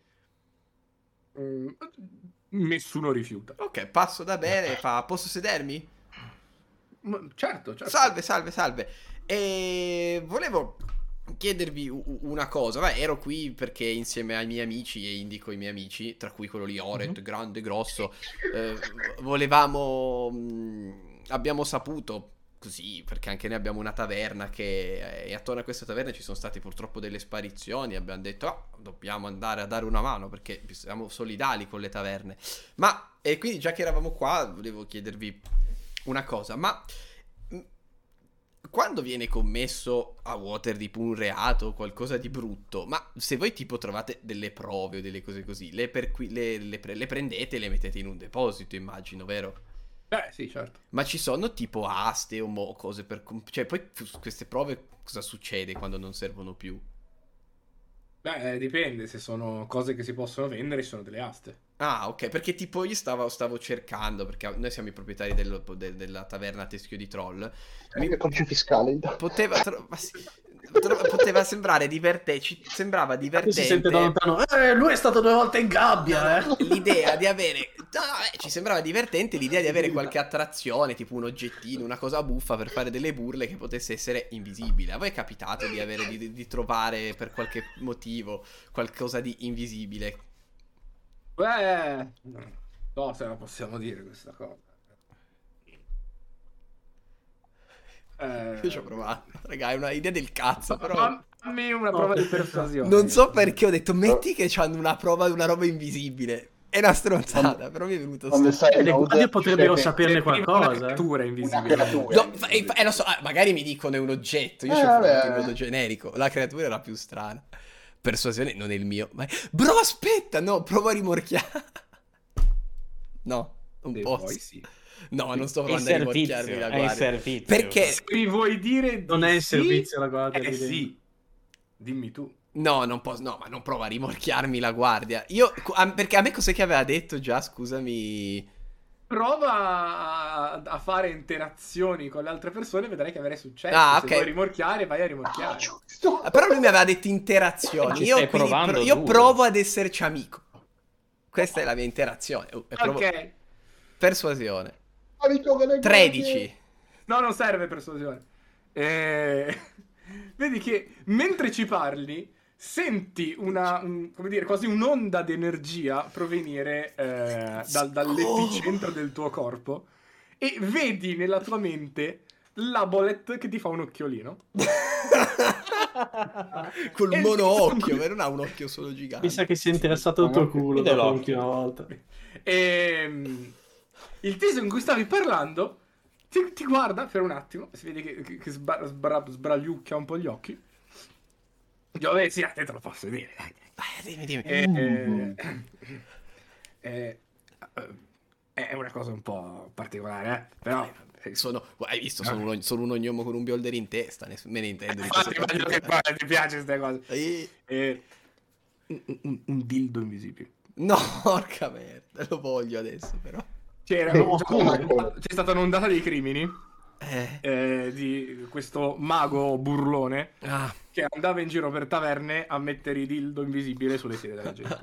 Nessuno rifiuta. Ok, passo da bere e fa: posso sedermi? Certo. Salve. E volevo chiedervi una cosa. Beh, ero qui perché insieme ai miei amici, e indico i miei amici, tra cui quello lì, Oret, grande, grosso, abbiamo saputo, così, perché anche noi abbiamo una taverna e attorno a questa taverna ci sono state purtroppo delle sparizioni. Abbiamo detto, dobbiamo andare a dare una mano perché siamo solidali con le taverne. E quindi, già che eravamo qua, volevo chiedervi una cosa, ma quando viene commesso a Waterdeep un reato o qualcosa di brutto, ma se voi tipo trovate delle prove o delle cose così, le prendete e le mettete in un deposito, immagino, vero? Sì, certo. Ma ci sono tipo aste o cose per... Cioè, poi queste prove cosa succede quando non servono più? Dipende, se sono cose che si possono vendere, ci sono delle aste. Ah, ok, perché tipo io stavo cercando, perché noi siamo i proprietari della taverna Teschio di Troll. Il codice fiscale. Poteva sembrare divertente, sembrava divertente. Si sente da lontano. Lui è stato 2 volte in gabbia, L'idea di avere... ci sembrava divertente l'idea di avere qualche attrazione, tipo un oggettino, una cosa buffa per fare delle burle che potesse essere invisibile. A voi è capitato di trovare per qualche motivo qualcosa di invisibile? Non so se la possiamo dire questa cosa. Io ci ho provato, raga, è una idea del cazzo, però... Fammi una prova di persuasione. Non so perché ho detto, metti che c'hanno una prova di una roba invisibile. È una stronzata, però mi è venuto Quando sai, Le guardie potrebbero sapere saperne Una qualcosa. creatura una invisibile. creatura. No, lo so, magari mi dicono è un oggetto. Io ci ho provato in vabbè. modo generico. La creatura era più strana. Persuasione non è il mio. Bro, aspetta, no, provo a rimorchiare. No, un Se po'. vuoi, sì. No, non sto È il provando a rimorchiarmi servizio, la è il guardia. servizio. Perché? Se mi vuoi dire Non di è in sì, servizio la guardia lì sì. Dimmi tu. No, non posso. No, ma non prova a rimorchiarmi la guardia. Perché a me cos'è che aveva detto già? Scusami. Prova a fare interazioni con le altre persone e vedrai che avrai successo. Ah, Se ok. vuoi rimorchiare, vai a rimorchiare. Giusto. Però lui mi aveva detto interazioni. Ci Io, stai quindi, provando io duro. provo ad esserci amico. Questa è la mia interazione. Ok. Persuasione. Amico delle 13. No, non serve persuasione. Vedi che mentre ci parli, senti come dire, quasi un'onda di energia provenire dall'epicentro del tuo corpo e vedi nella tua mente l'Abolet che ti fa un occhiolino. Col E- monoocchio, ma non ha un occhio solo gigante. Mi sa che si è interessato al tuo culo Vedo dopo l'occhio. l'ultima volta. Il teso in cui stavi parlando ti guarda per un attimo, si vede che sbragliucchia un po' gli occhi Sì, a te te lo posso dire. Dimmi. È una cosa un po' particolare, però... Hai visto, sono un ognomo con un beholder in testa, me ne intendo di Infatti, queste immagino cose. che poi ti piace queste cose. Eh, Un dildo invisibile. No, porca merda, lo voglio adesso però. C'è stata un'ondata di crimini di questo mago burlone Ah. che andava in giro per taverne a mettere i dildo invisibile sulle sedie della gente.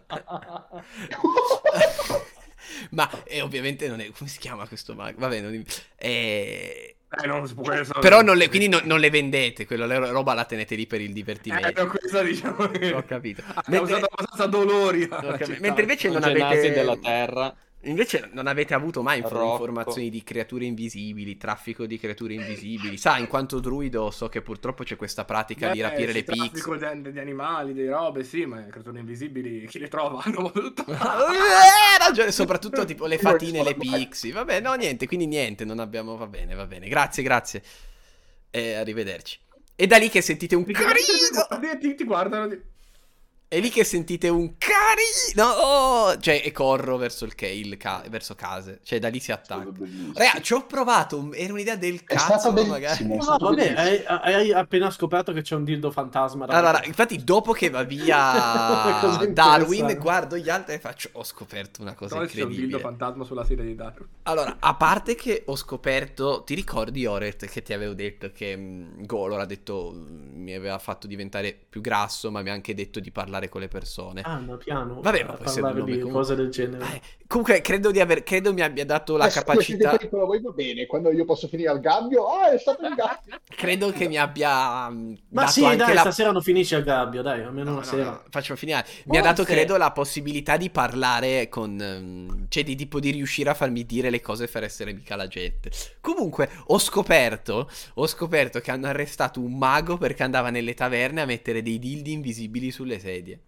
Ma ovviamente non è... Come si chiama questo mago? Vabbè, non Non si può, però quindi non le vendete, quella roba la tenete lì per il divertimento. no, questa diciamo che Ho capito. ha causato abbastanza dolori. Mentre invece non Genasi avete... della terra. Invece non avete avuto mai Rocco. informazioni di creature invisibili, traffico di creature invisibili. Sa, in quanto druido so che purtroppo c'è questa pratica di rapire le pixie. di animali, di robe, sì, ma le creature invisibili chi le trova? Hanno tutto. Ragione, soprattutto tipo le fatine e le pixie. Vabbè, no, niente, quindi niente, non abbiamo... Va bene. Grazie. Arrivederci. E da lì che sentite un carino. Ti guardano. È lì che sentite un carino. Oh! Cioè, e corro verso verso case. Cioè, da lì si attacca. Raga, ci ho provato. Era un'idea del È stato cazzo, magari. bellissimo. è No, stato vabbè, bellissimo. hai appena scoperto che c'è un dildo fantasma. Allora, infatti, dopo che va via Cosa Darwin, interessante. guardo gli altri e faccio: ho scoperto una cosa Come c'è un dildo incredibile. fantasma sulla sedia di Darwin. Allora, a parte che ho scoperto, ti ricordi Oret che ti avevo detto che Golor ha detto, mi aveva fatto diventare più grasso, ma mi ha anche detto di parlare con le persone. Ah, ma piano. Vabbè, ma a può essere un parlare nome di comunque. cose del genere. Comunque, credo mi abbia dato la Siete capacità. quelli con voi va bene, quando io posso finire al gabbio, è stato il gabbio. Credo che mi abbia Ma dato sì, anche dai, la... stasera non finisce al gabbio, dai, almeno una No, sera. faccio finire. Mi ha dato, Forse- credo, la possibilità di parlare con... cioè, di tipo di riuscire a farmi dire le cose e far essere mica la gente. Comunque, ho scoperto che hanno arrestato un mago perché andava nelle taverne a mettere dei dildi invisibili sulle sedie.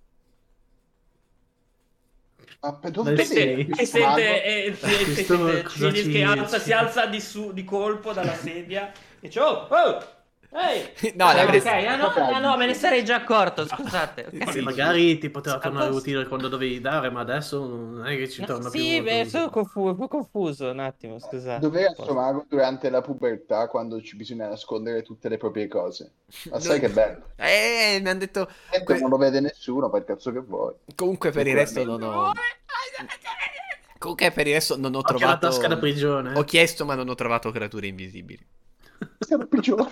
Ma Dai, sì. E sente Questo cosa Cinis che si alza di colpo dalla sedia e dice oh, ehi! No, l'avresti... Ok, no, me ne sarei già accorto, scusate. Ok. Sì, magari ti poteva A tornare posto. utile quando dovevi dare, ma adesso non è che ci torna più Sì, molto beh, utile. sono un po' confuso un attimo, scusate. Dov'era il suo mago durante la pubertà quando ci bisogna nascondere tutte le proprie cose? Ma sai che bello. mi hanno detto... Non lo vede nessuno, fai il cazzo che vuoi. Comunque per il resto non ho... Comunque per il resto non ho Occhio alla trovato... tasca da prigione. Ho chiesto ma non ho trovato creature invisibili. Siamo peggiori.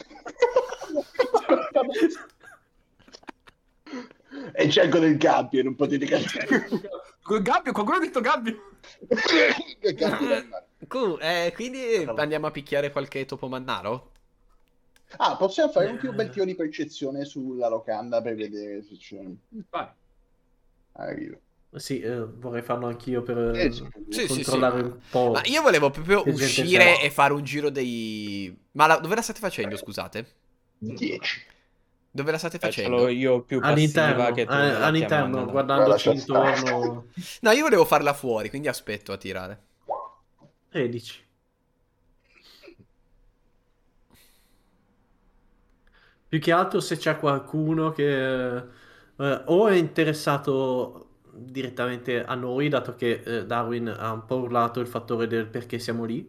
E c'è ancora il gabbio, non potete capire. Gabbio, qualcuno ha detto gabbio. Che gabbio da fare? Quindi andiamo a picchiare qualche topo-mannaro? Ah, possiamo fare un bel tiro di percezione sulla locanda per vedere se c'è... Vai. Arrivo. Sì, vorrei farlo anch'io per Sì, controllare sì. un po'. Ma io volevo proprio Che gente uscire c'è. e fare un giro dei... Dove la state facendo, scusate? 10. Dove la state facendo? Faccio io più All'interno, passiva che tu nella all'interno, chiamata. guardandoci Guarda, intorno. No, io volevo farla fuori, quindi aspetto a tirare. 13. Più che altro se c'è qualcuno che o è interessato direttamente a noi, dato che Darwin ha un po' urlato il fattore del perché siamo lì,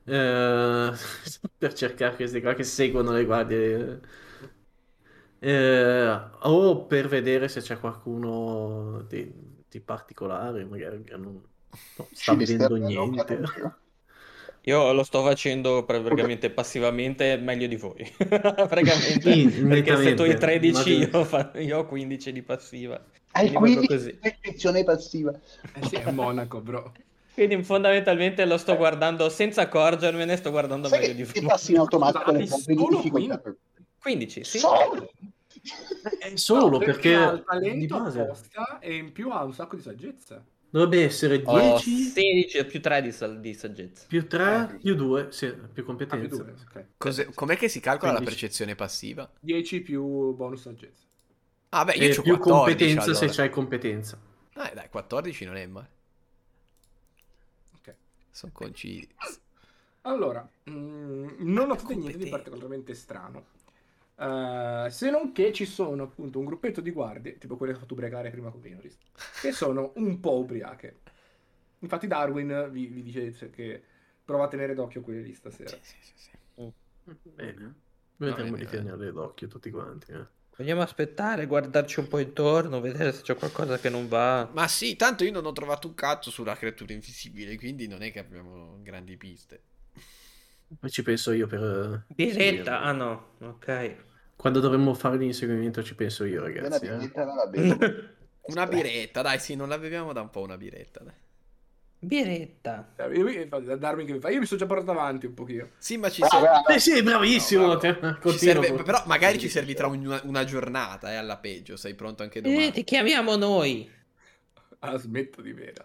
per cercare questi qua che seguono le guardie, o per vedere se c'è qualcuno di particolare, magari che non sta vedendo niente. Io lo sto facendo praticamente passivamente meglio di voi. Praticamente. Sì, Perché se tu hai nettamente, 13 immagino. io ho 15 di passiva. Hai Quindi proprio 15 così. di percezione passiva. Sì, è Monaco, bro. Quindi fondamentalmente lo sto guardando senza accorgermene, sto guardando Sai meglio che di ti voi. passi in automatico le Solo bombe di difficoltà. 15, sì. Solo! Solo No, perché ha il di talento base apposta e in più ha un sacco di saggezza. dovrebbe essere Ho 10 16 più 3 di saggezza. più 3 più 2, sì, più Ah, più competenze. due, ok. Com'è che si calcola la 15. percezione passiva? 10 più bonus saggezza. Ah, beh, io E c'ho più 14 competenza allora. se c'hai competenza. Dai, 14 non è male. Ok. Sono concidi. Allora, non notate niente di competente. particolarmente strano. Se non che ci sono appunto un gruppetto di guardie, tipo quelle che ho fatto ubriacare prima con Minoris, che sono un po' ubriache. Infatti Darwin vi dice che prova a tenere d'occhio quelle lì stasera. Sì. Bene. Vedremo bene, di tenerle d'occhio tutti quanti. Vogliamo aspettare, guardarci un po' intorno, vedere se c'è qualcosa che non va. Ma sì, tanto io non ho trovato un cazzo sulla creatura invisibile, quindi non è che abbiamo grandi piste. Poi ci penso io per... Biretta, seguirlo. ah no, ok. Quando dovremmo fare l'inseguimento ci penso io, Una ragazzi. biretta non la bevo. Una biretta, dai, sì, non la beviamo da un po' una biretta, dai. Biretta. Da Darwin che mi fa, io mi sono già portato avanti un pochino. Sì, ma ci Brava, serve... Sì, bravissimo. No, bravo. Continuo Ci serve, con- però magari ci servi tra una giornata, alla peggio, sei pronto anche domani. Ti chiamiamo noi. Smetto di bere.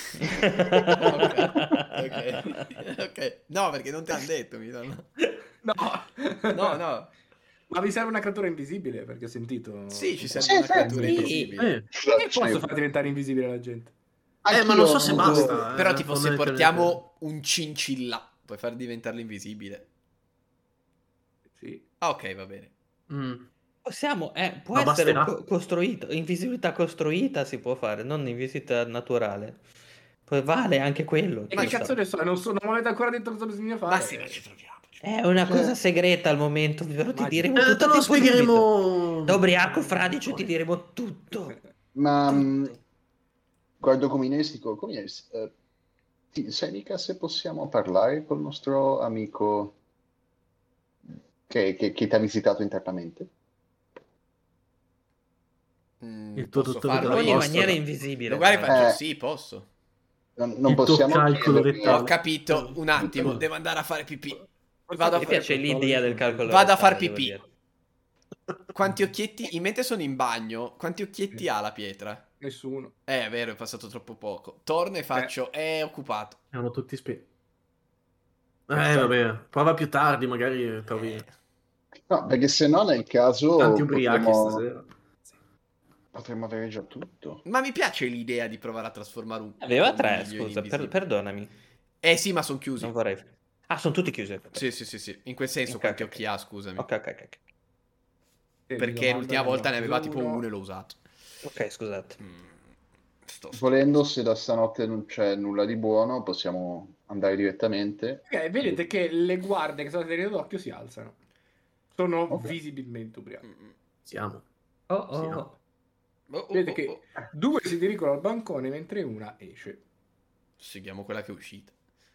Ok. No, perché non te l'hanno detto, mi danno... No. No. Ma vi serve una creatura invisibile? Perché ho sentito... Sì, ci serve Sì, una sì. creatura Sì. invisibile. E posso far diventare invisibile la gente? ma non so se Anch'io ho avuto- basta. Però tipo se fondamentalmente. portiamo un cincilla, puoi far diventarlo invisibile. Sì. Ah, ok, va bene. Possiamo, può Ma essere basterà? costruito, invisibilità costruita si può fare, non invisibilità naturale. Poi vale anche quello. E Ma che ci cazzo ne so? Non mi avete ancora detto cosa bisogna fare. Ma sì, ma ci troviamo. È una cosa segreta al momento, però ti Magico. diremo Te tutto. lo spiegheremo. Da ubriaco fradicio ti diremo tutto. Ma Tutto. guardo Cominis, dico, Cominis, ti sai mica se possiamo parlare col nostro amico che ti ha visitato internamente? Il tuo Posso dottore farlo della In io? posta. maniera invisibile. Lo guardi e tra l'altro. faccio, sì, posso. Non Il tuo possiamo calcolo chiedergli- rettale. Ho capito, un attimo, devo andare a fare pipì. Vado a Mi fare... piace l'idea del calcolo. Vado a far rettale, devo pipì. dire. Quanti occhietti, in mente sono in bagno, quanti occhietti ha la pietra? Nessuno. È vero, è passato troppo poco. Torno e faccio, è occupato. Erano tutti vabbè, prova più tardi, magari trovi No, perché se no nel caso tanti ubriachi potremmo stasera. avere già tutto. Ma mi piace l'idea di provare a trasformare un Aveva tre, coniglio in scusa, invisibile. perdonami. Sì, ma sono chiusi. Non vorrei. Ah, sono tutti chiusi. Sì. In quel senso, Ok, quanti ok. occhi ha, scusami. Ok. Perché l'ultima volta ne aveva tipo uno e l'ho usato. Ok, scusate. Volendo, se da stanotte non c'è nulla di buono, possiamo andare direttamente. Ok, vedete che le guardie che sono tenendo d'occhio si alzano. Sono Ok. visibilmente ubriache. Siamo. Oh. Vedete che due si dirigono al bancone mentre una esce. Seguiamo quella che è uscita.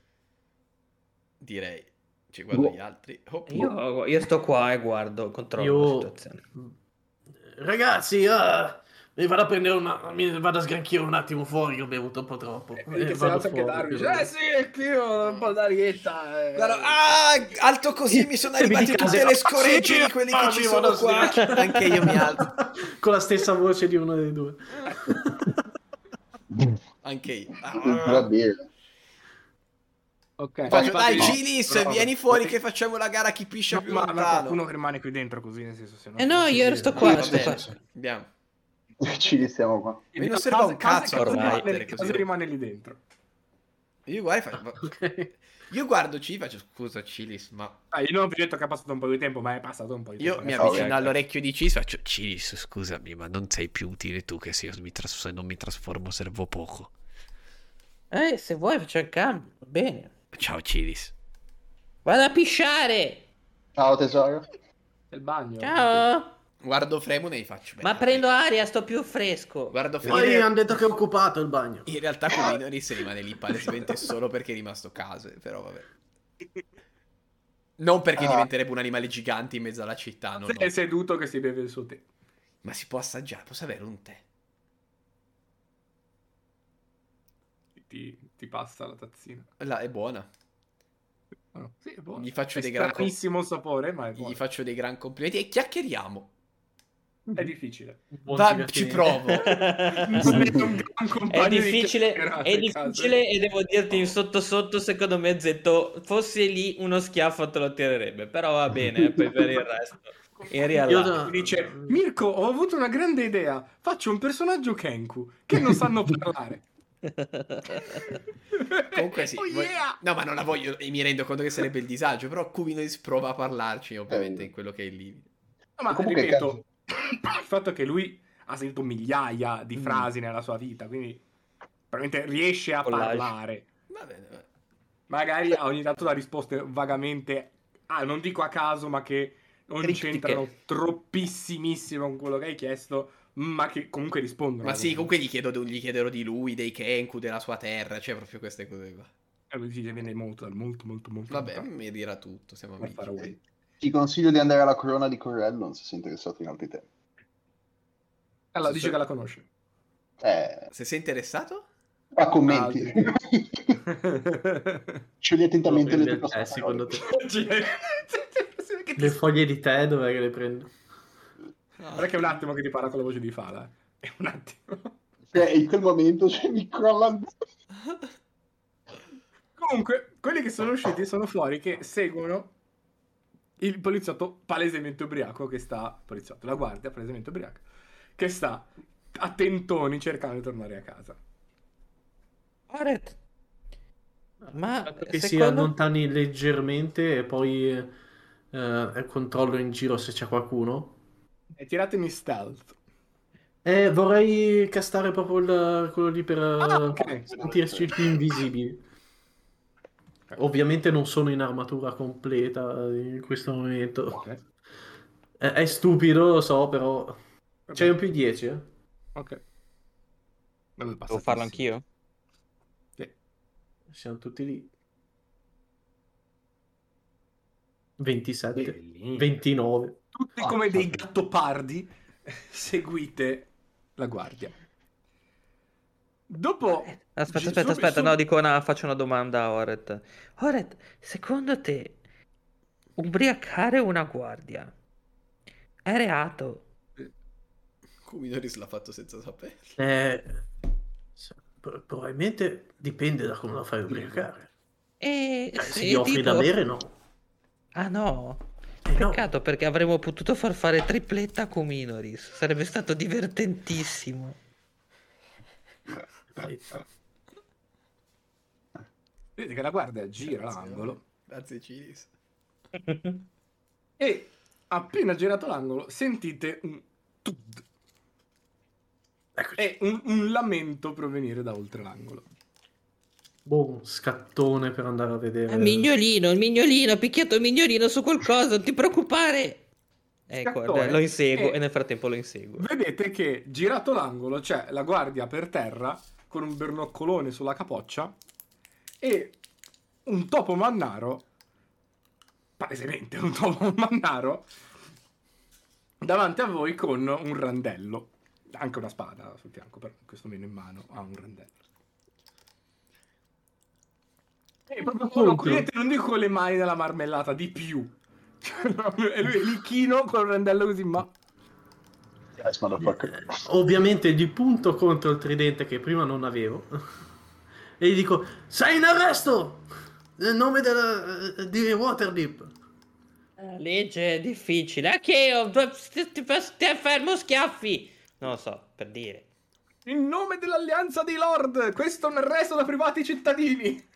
Direi. Ci guardo gli altri. Oh, Io sto qua e guardo, controllo la situazione. Ragazzi, mi vado a prendere mi vado a sgranchire un attimo fuori, che ho bevuto un po' troppo. Che se Vado alza anche fuori, Darwin. però. Sì, anch'io un po' d'arietta. Guarda, alto così mi sono Se vedi arrivate case- tutte le scoregge Sì, di quelli che ci mi sono vado qua. sì. Anche io mi alzo. Con la stessa voce di uno dei due. Anche io. Va bene. Ok. Faccio, infatti- dai, Cilis, Bravo. vieni fuori che facciamo la gara chi piscia più Ma lontano. qualcuno che rimane qui dentro così, nel senso, se no... No, io sto Va qua, sto bene, qua. andiamo. Ci stiamo qua. Mi non serve un cazzo ormai. Cosa rimane lì dentro? Io guardo Ci, faccio scusa Cilis, ma Io non vi ho detto che è passato un po' di tempo, ma è passato un po' di tempo. io mi ragazzi. avvicino all'orecchio di Cilis, faccio Cilis, scusami, ma non sei più utile tu che se io se non mi trasformo servo poco. Se vuoi facciamo il cambio, va bene. Ciao Cilis. Vado a pisciare. Ciao tesoro. Nel bagno. Ciao. Guardo Fremone e gli faccio Ma prendo aria, sto più fresco. Guardo Poi Fremone. hanno detto che è occupato il bagno. In realtà con Minoris rimane lì palesemente solo perché è rimasto case, però vabbè. Non perché diventerebbe un animale gigante in mezzo alla città, no. È seduto che si beve il suo tè. Ma si può assaggiare, posso avere un tè? Ti passa la tazzina. È buona. Sì, è buono. Gli faccio È dei gran stranissimo sapore, ma è buono. Gli faccio dei gran complimenti e chiacchieriamo. È difficile. Ci provo. Non è un gran compagno È di difficile chiacchierate, e devo dirti in sotto secondo me Zetto, fosse lì uno schiaffo te lo tirerebbe, però va bene, poi per il resto. In realtà. Dice, Mirko, ho avuto una grande idea. Faccio un personaggio Kenku che non sanno parlare. Comunque sì. Oh, yeah! No, ma non la voglio e mi rendo conto che sarebbe il disagio, però Cuminois prova a parlarci ovviamente in quello che è il limite. Ma Comunque, ripeto, il fatto è che lui ha sentito migliaia di frasi nella sua vita, quindi probabilmente riesce a Collage. parlare. Va bene. Magari ogni tanto dà risposte vagamente, non dico a caso, ma che non Criptiche. c'entrano troppissimissimo con quello che hai chiesto, ma che comunque rispondono. Ma sì, comunque gli chiederò di lui, dei Kenku, della sua terra, cioè proprio queste cose qua. E lui dice viene molto molto Vabbè, lontano. mi dirà tutto, siamo Per amici. fare away. Ti consiglio di andare alla Corona di Corellon se sei interessato in altri temi. Allora, dice che la conosce. Se sei interessato? A commenti. Scegli attentamente le tue prossime secondo parole. te. Le foglie di tè dov'è che le prendo? Guarda che è un attimo che ti parla con la voce di Fala. È un attimo. In quel momento mi crolla. Comunque, quelli che sono usciti sono fuori che seguono il poliziotto palesemente ubriaco che sta... Poliziotto, la guardia palesemente ubriaca che sta a tentoni cercando di tornare a casa. Oret, ma Che si secondo... allontani leggermente e poi controllo in giro se c'è qualcuno. E tiratemi stealth. Vorrei castare proprio quello lì per ok. sentirci più invisibili. Ovviamente non sono in armatura completa in questo momento. Ok. È stupido, lo so, però... C'è un più 10, eh? Ok. Devo farlo anch'io? Sì. Siamo tutti lì. 27, Bellino. 29. Tutti come dei gattopardi seguite la guardia. Dopo... Aspetta, no, faccio una domanda a Oret. Oret, secondo te ubriacare una guardia è reato? Kuminoris l'ha fatto senza sapere. Probabilmente dipende da come la fai ubriacare. E Se gli offri da bere, no. Ah no, no. peccato perché avremmo potuto far fare tripletta a Kuminoris. Sarebbe stato divertentissimo. Vedete che la guardia gira l'angolo Grazie Cilis. e appena girato l'angolo sentite un tud. E un lamento provenire da oltre l'angolo. Boh, scattone per andare a vedere. Il mignolino, ha picchiato il mignolino su qualcosa, non ti preoccupare. Ecco, Scattone. lo inseguo e nel frattempo lo inseguo. Vedete che girato l'angolo c'è la guardia per terra con un bernoccolone sulla capoccia e un topo mannaro, palesemente un topo mannaro, davanti a voi con un randello. Anche una spada sul fianco, però in questo momento in mano ha un randello. E proprio quello, non dico le mani nella marmellata, di più. E lui è lì chino con il randello così, ma... Yes, motherfucker. Ovviamente gli punto contro il tridente che prima non avevo. E gli dico, sei in arresto! Nel nome di Waterdeep. La legge è difficile. Che ti fermo schiaffi. Non lo so, per dire. In nome dell'alleanza dei lord, questo è un arresto da privati cittadini.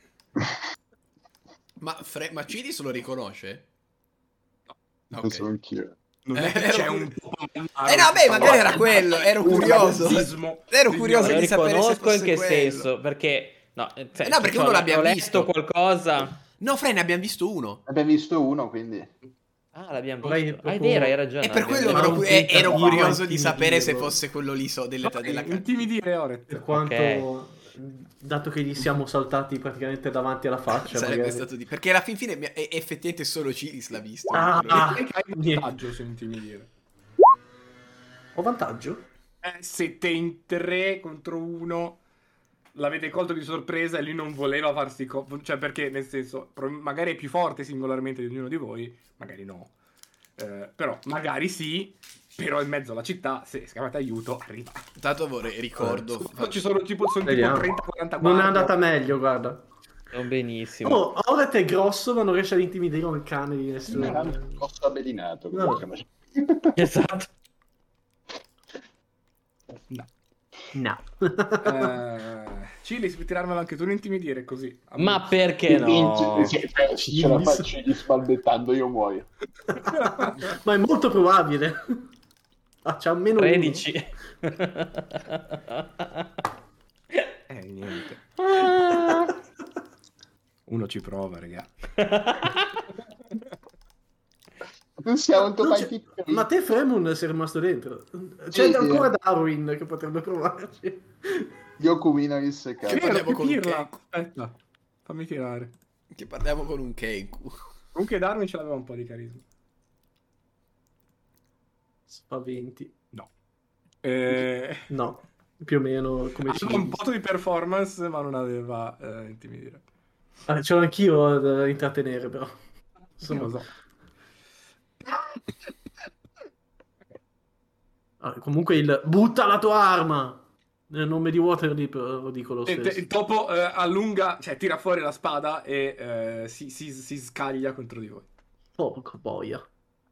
Ma Cilis lo riconosce? No. Non so anch'io. Non è che c'è un vabbè, magari era quello, ero curioso. Ero curioso Lo di sapere se riconosco fosse in che quello. senso, perché... No, no, perché uno l'abbiamo visto. Qualcosa... No, Fre, ne abbiamo visto uno. Abbiamo visto uno, quindi... Ah, l'abbiamo Vorrei visto. proprio- È vero, hai ragione. E per quello abbiamo ero un curioso di tentativo sapere se intimidirlo. fosse quello lì dell'età della intimidire Oret. Per quanto, dato che gli siamo saltati praticamente davanti alla faccia, sarebbe magari. stato di... Perché alla fin fine effettivamente solo Cilis l'ha visto. Ah, Hai niente. vantaggio se intimidire. Ho vantaggio? Siete in 3 contro 1. L'avete colto di sorpresa e lui non voleva farsi cioè perché nel senso magari è più forte singolarmente di ognuno di voi, magari no, però magari sì, però in mezzo alla città se scamate aiuto arriva. Tanto ricordo Ci sono tipo Vediamo. 30-40 Non è andata meglio, guarda. Non benissimo. Oh, Oret è grosso ma non riesce ad intimidire un cane di nessuno. Grosso abbellinato. No. Esatto. No. No. Cilis, puoi tirarmelo anche tu un intimidire così. Ma perché no? Se ce la faccio gli spalmettando io muoio. Ma è molto probabile. Ah, c'è almeno 13. Niente. Uno ci prova, raga. Non siamo Non topati. ma te Fremun sei rimasto dentro. C'è Sì, ancora Darwin che potrebbe provarci. Io cumino il seccato. Che parliamo con un pirla. Kenku. Aspetta, fammi tirare. Che parliamo con un Kenku. Comunque Darwin ce l'aveva un po' di carisma. Spaventi. No. No, più o meno come ci Aveva un po' di performance, ma non aveva intimidire. ce l'ho anch'io da intrattenere, però. Sì, lo so. Comunque il butta la tua arma nel nome di Waterdeep, lo dico lo stesso. Il topo allunga, cioè tira fuori la spada e si scaglia contro di voi. Porca boia.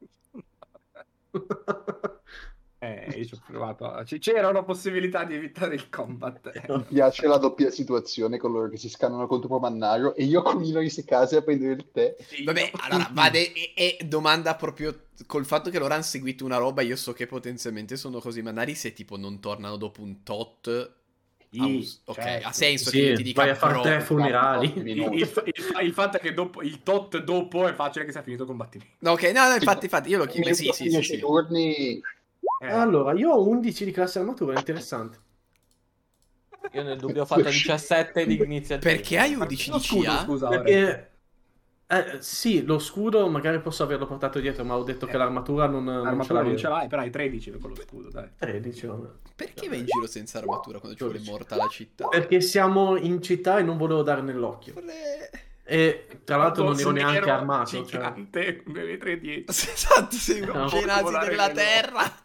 Io ci ho provato. C'era una possibilità di evitare il combat. Mi piace la doppia situazione con loro che si scannano contro Mannaro e io combino i secase a prendere il tè. Vabbè, allora, vade e domanda proprio col fatto che loro hanno seguito una roba, io so che potenzialmente sono così mannari se tipo non tornano dopo un tot. Ok, certo. ha senso Sì, che io ti dica vai a fare bro. 3 funerali. Il fatto è che dopo il tot dopo è facile che sia finito il combattimento. No, ok, no, infatti, io lo chiedo. Sì. Turni. Allora, io ho 11 di classe armatura, interessante. Io nel dubbio ho fatto 17 di iniziativa. Perché hai 11 di CA? Scusa, Perché sì, lo scudo magari posso averlo portato dietro, ma ho detto che l'armatura non ce l'armatura l'avevo. non ce l'hai, però hai 13 con lo scudo, dai. 13, vabbè. Perché vai in giro senza armatura quando ci vuole morta la città? Perché siamo in città e non volevo dare nell'occhio. E tra l'altro non ero neanche armato. Gigante, cioè... 3-10. Esatto, sei un No, genasi della volare terra.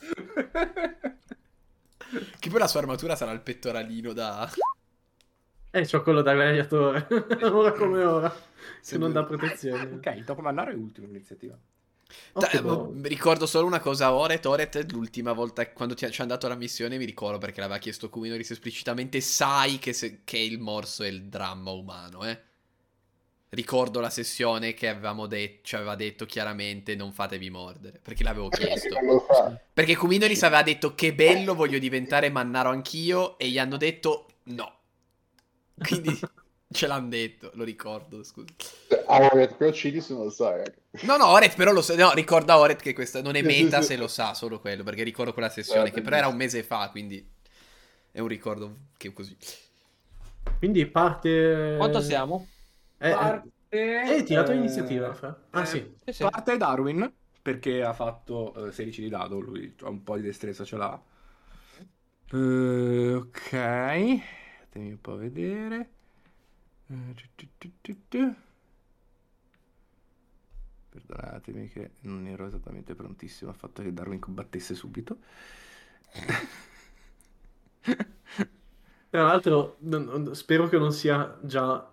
Che poi la sua armatura sarà il pettoralino da... C'ho quello da gladiatore. Ora come ora. Se non dà Sempre- protezione. Ok, il topo mannaro è ultimo iniziativa. Ricordo solo una cosa a Oret, l'ultima volta quando ci hanno dato la missione mi ricordo perché l'aveva chiesto Kuminoris esplicitamente, sai che il morso è il dramma umano, Ricordo la sessione che ci aveva detto chiaramente non fatevi mordere, perché l'avevo chiesto. Non lo fa. Perché Kuminoris aveva detto che bello, voglio diventare mannaro anch'io e gli hanno detto no. Quindi ce l'hanno detto, lo ricordo, scusa. Però Cilis non lo sa, raga. No, Oret però lo sa, no, ricorda Oret che questa non è meta se lo sa, solo quello, perché ricordo quella sessione che però era un mese fa, quindi è un ricordo che così. Quindi parte... Quanto siamo? Hai tirato l'iniziativa, Fra? Ah sì. Sì. Parte Darwin, perché ha fatto 16 di dado, lui ha un po' di destrezza, ce l'ha. Ok, fatemi un po' vedere. Perdonatemi che non ero esattamente prontissimo al fatto che Darwin combattesse subito. Tra l'altro, spero che non sia già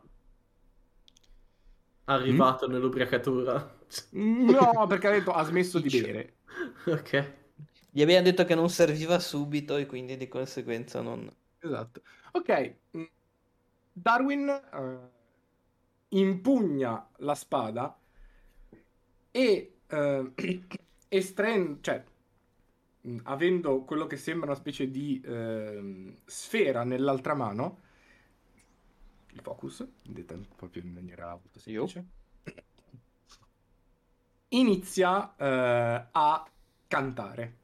arrivato nell'ubriacatura. No, perché ha smesso di bere. Ok. Gli abbiamo detto che non serviva subito e quindi di conseguenza non... Esatto. Ok, Darwin impugna la spada e cioè avendo quello che sembra una specie di sfera nell'altra mano, il focus, detta proprio in maniera molto semplice, inizia a cantare.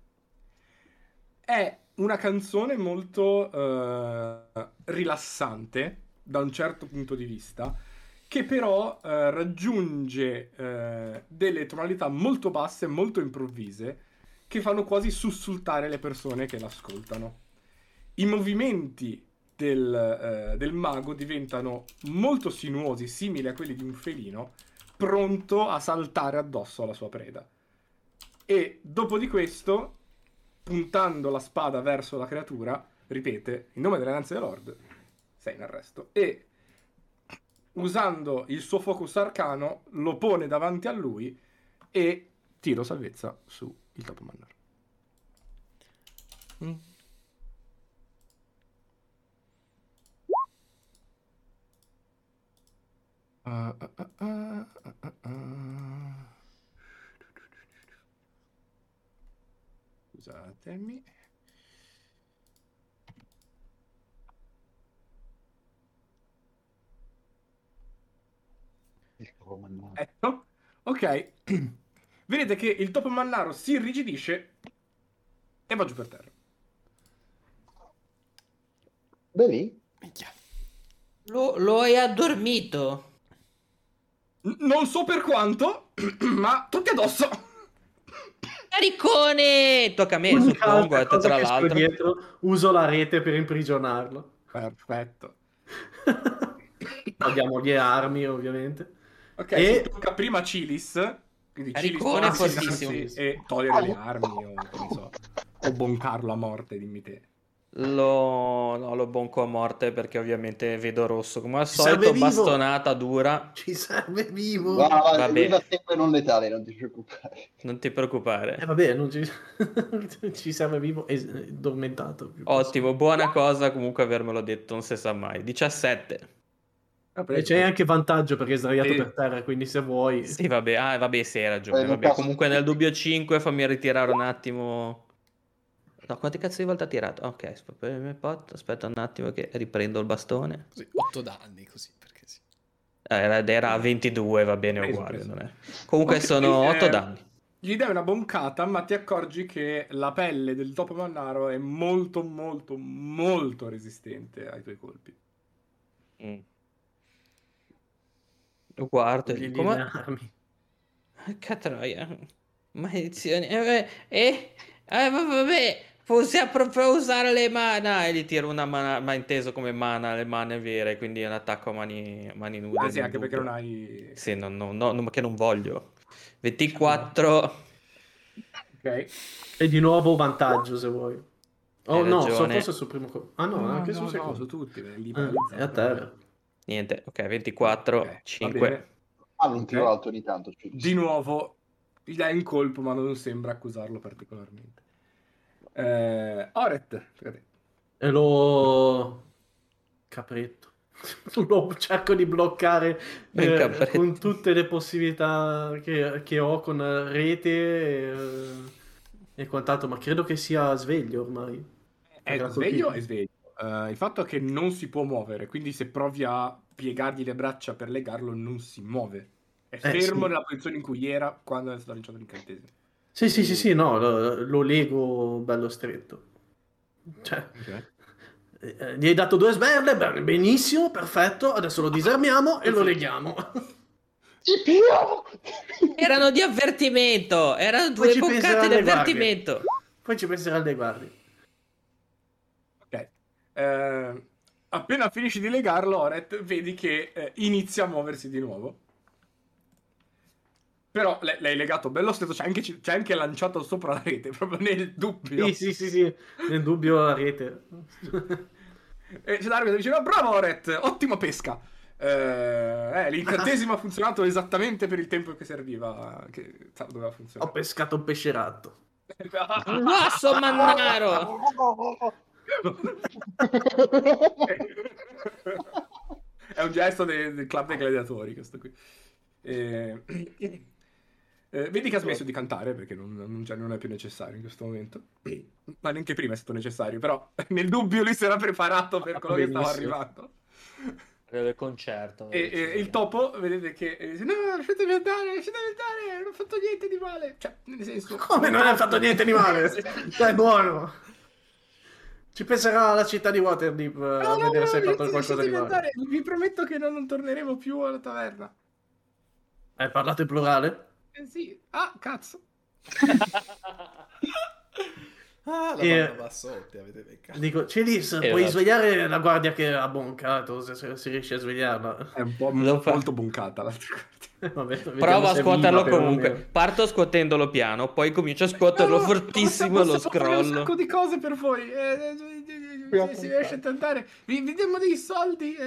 È una canzone molto rilassante da un certo punto di vista, che però raggiunge delle tonalità molto basse, molto improvvise, che fanno quasi sussultare le persone che l'ascoltano. I movimenti del mago diventano molto sinuosi, simili a quelli di un felino, pronto a saltare addosso alla sua preda. E dopo di questo, puntando la spada verso la creatura, ripete: in nome dell'Alleanza del Lord, sei in arresto. E usando il suo focus arcano, lo pone davanti a lui e tiro salvezza su il topo mannaro. Scusatemi. Ecco. Ok. Vedete che il topo mannaro si irrigidisce e va giù per terra. Bene. Minchia. Lo hai addormito? Non so per quanto, ma tutti addosso. Caricone! Tocca a me, L'unica suppongo, altra cosa tra che sto l'altro. dietro, uso la rete per imprigionarlo. Perfetto. Togliamo le armi, ovviamente. Ok, E- si tocca prima Cilis. Quindi Cilis Caricone può fortissimo. avvicinarsi e togliere le armi o che ne so. O boncarlo a morte, dimmi te. Lo bonco a morte perché ovviamente vedo rosso. Come al Ci serve solito, vivo. bastonata dura. Ci serve vivo. Guarda, Vabbè. lui va sempre non letale, non ti preoccupare. Non ti preoccupare. Vabbè, non ci... ci serve vivo e addormentato. più Ottimo, buona cosa comunque avermelo detto, non si sa mai. 17. E c'è anche vantaggio perché è sdraiato Sì. per terra, quindi se vuoi... Sì, vabbè, vabbè, sì, hai ragione. nel Vabbè, caso- comunque nel dubbio 5 fammi ritirare un attimo. No, quante cazzo di volte ha tirato? Ok, aspetta un attimo che riprendo il bastone. Così, 8 danni, così, perché sì. Era a 22, va bene Preso, uguale. preso. Non è. Comunque Ok, sono 8 danni. Gli dai una boncata, ma ti accorgi che la pelle del topo mannaro è molto, molto, molto resistente ai tuoi colpi. Mm. Lo guardo e Gli dico, le ma armi. che troia, maledizione, vabbè, possiamo proprio usare le mana, e gli tiro una mana, ma inteso come mana, le mani vere, quindi è un attacco a mani nude. Sì, nel anche perché dubbio. non hai... Sì, che non voglio. 24, Ok. E di nuovo vantaggio se vuoi. Oh Hai no, ragione. forse sul primo colpo. Ah no, anche sul no, secondo. su tutti, lì È a terra. niente, ok, 24, Ok, va 5. bene. Ah, non Ok. tiro alto ogni tanto. Di nuovo gli dai un colpo, ma non sembra accusarlo particolarmente. Oret, tocca a te. E lo... Capretto. Lo cerco di bloccare Il capretto. con tutte le possibilità che ho con rete e quant'altro, ma credo che sia sveglio ormai. È Perché sveglio? colpito. È sveglio. Il fatto è che non si può muovere, quindi se provi a piegargli le braccia per legarlo, non si muove. È fermo Sì. nella posizione in cui era quando è stato lanciato l'incantesimo. Sì, no, lo lego bello stretto. Cioè, Ok. gli hai dato 2 sberle, benissimo, perfetto, adesso lo disarmiamo e lo leghiamo. Erano di avvertimento, erano Poi 2 ci boccate penseranno di le guardie. avvertimento. Poi ci penseranno dei guardi. Ok. Appena finisci di legarlo, Oret, vedi che inizia a muoversi di nuovo. Però l'hai legato bello stretto, c'è anche lanciato sopra la rete, proprio nel dubbio. Sì, nel dubbio la rete. E c'è Darwin che diceva, bravo Oret, ottima pesca. L'incantesimo ha funzionato esattamente per il tempo che serviva, che doveva Ho funzionare. pescato un pesce ratto. Guasso mannaro! È un gesto del club dei gladiatori questo qui. Vedi che ha smesso di cantare perché non è più necessario in questo momento. Ma neanche prima è stato necessario, però nel dubbio lui si era preparato per quello che stava Benissimo. arrivando. Del concerto. E il topo, vedete che dice, no, lasciatemi andare, non ho fatto niente di male. Cioè, nel senso... Come non hai fatto niente di male? Dai, buono. Ci penserà la città di Waterdeep a vedere se hai fatto qualcosa di male. andare. Vi prometto che non torneremo più alla taverna. Hai parlato in plurale? Sì. Ah, cazzo. Ah, la E- banda bassotti, avete beccato. Dico, Celis, Esatto. puoi svegliare la guardia che ha boncato, se riesci a svegliarla. È un po' Lo fa. molto buncata l'altra parte. Vabbè, vediamo Prova a se è scuoterlo viva, comunque. perlomeno. Parto scuotendolo piano, poi comincio a scuoterlo fortissimo e lo Posso fare un sacco scrollo. di cose per voi. Se si riesce a tentare. Vi diamo dei soldi.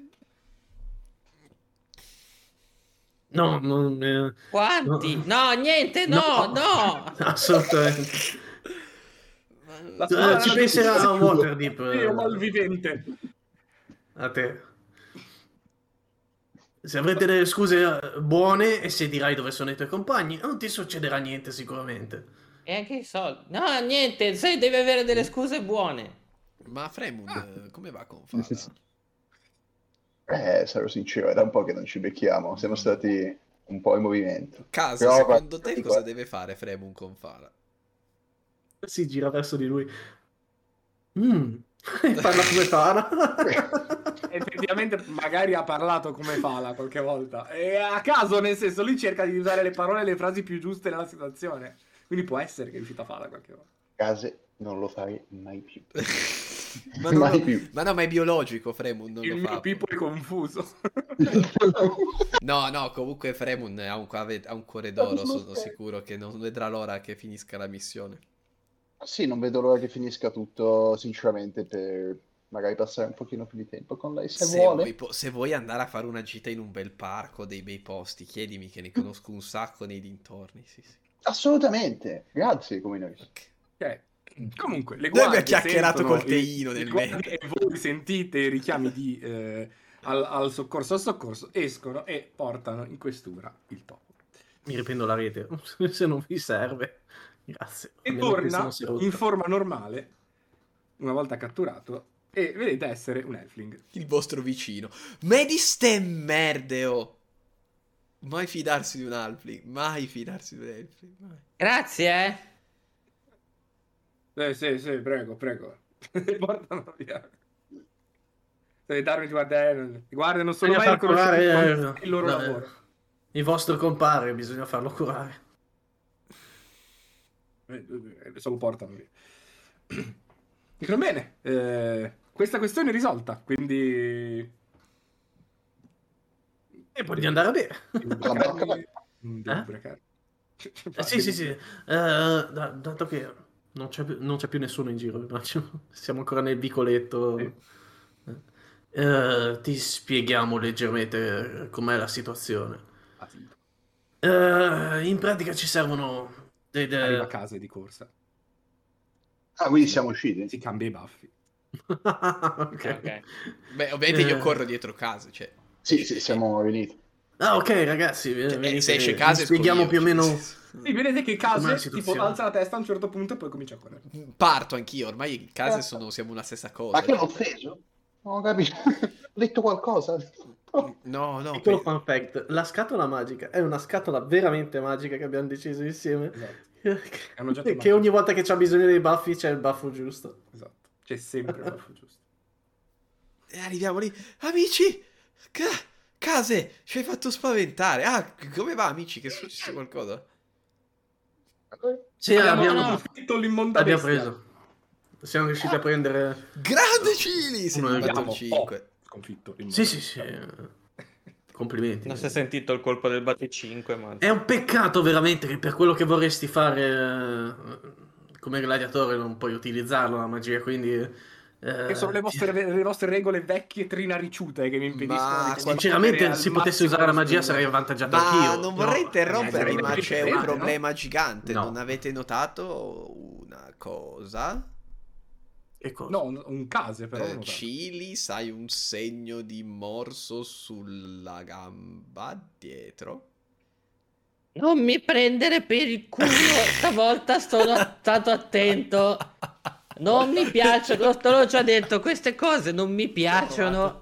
No, non... Quanti? No, niente, no. Assolutamente. La squadra Ci della penserà giustizia. a Waterdeep. Io malvivente. A te. Se avrete delle scuse buone e se dirai dove sono i tuoi compagni, non ti succederà niente sicuramente. E anche i soldi. No, niente, sai, devi avere delle scuse buone. Ma Fremund, come va con Fala? Sarò sincero, è da un po' che non ci becchiamo, siamo stati un po' in movimento. Caso, Però, secondo te guarda, cosa deve fare Fremund con Fala? Si gira verso di lui. E parla come Fala. Effettivamente magari ha parlato come Fala qualche volta. E a caso, nel senso, lui cerca di usare le parole e le frasi più giuste nella situazione. Quindi può essere che è riuscito a farla qualche volta. Case non lo fai mai più. Ma, Mai più. ma no, ma è biologico Fremund, non Il lo mio fa. Pippo è confuso. No, comunque Fremund ha un cuore d'oro, sono sicuro che non vedrà l'ora che finisca la missione. Sì, non vedo l'ora che finisca tutto, sinceramente, per magari passare un pochino più di tempo con lei, se vuole. Se vuoi andare a fare una gita in un bel parco, dei bei posti, chiedimi che ne conosco un sacco nei dintorni, sì. Assolutamente, grazie, come noi. Ok. Comunque, le Noi abbiamo guardie chiacchierato sentono col teino nel guardie e voi sentite i richiami di, al soccorso, escono e portano in questura il topo. Mi riprendo la rete, se non vi serve. Grazie. E Almeno questo torna non si è rotto. in forma normale, una volta catturato, e vedete essere un Elfling. Il vostro vicino. Ma di ste merde, oh! Mai fidarsi di un Halfling, mai fidarsi di un Elfling, mai. Grazie, Sì, prego. Portano via. Se darmi guarda, non sono Bisogna mai far curare, riconosciuto il loro lavoro. il vostro compare, bisogna farlo curare. Se lo portano via. Dicono bene, questa questione è risolta, quindi... E poi di andare a bere. Devo ubriacare. Sì. Dato che non c'è più nessuno in giro, immagino. Siamo ancora nel vicoletto. Sì. Ti spieghiamo leggermente com'è la situazione. Ah, sì. In pratica ci servono Arriva a casa di corsa. Ah, quindi siamo usciti? Si cambia i baffi. Ok. Beh, ovviamente io corro dietro casa, cioè... Sì, siamo veniti. Ah, ok, ragazzi, venite, se esce vi casa spieghiamo esco io, più o meno. Sì, vedete che Com'è la Case tipo situazione? alza la testa a un certo punto e poi comincia a correre. Parto anch'io, ormai case siamo una stessa cosa. Ma che l'ho offeso? Non ho capito. Ho detto qualcosa? No, Piccolo fun fact, la scatola magica è una scatola veramente magica che abbiamo deciso insieme. Esatto. È un oggetto Che magico. ogni volta che c'ha bisogno dei baffi c'è il baffo giusto. Esatto. C'è sempre il baffo giusto. E arriviamo lì. Amici! Case! Ci hai fatto spaventare. Ah, come va, amici? Che è successo qualcosa? Sì, abbiamo sconfitto l'immonda abbiamo bestia. preso. Siamo riusciti a prendere. Grande Cili! Sei Uno arrivato abbiamo- al 5. Sconfitto l'immonda Sì. Complimenti. Non si è sentito il colpo del batte 5, ma... È un peccato veramente che per quello che vorresti fare come gladiatore non puoi utilizzarlo la magia, quindi Che sono le vostre regole vecchie trinariciute che mi impediscono Ma di sinceramente combattere se al potessi massimo usare la lo magia scudo. sarei avvantaggiato Ma anch'io. non vorrei interrompervi, sarebbe ma c'è un differente, problema gigante. No. Non avete notato una cosa? Che cosa? No, un case però. non lo so. Cili, sai un segno di morso sulla gamba dietro? Non mi prendere per il culo, stavolta sono stato attento. Non mi piace, te l'ho già detto, queste cose non mi piacciono.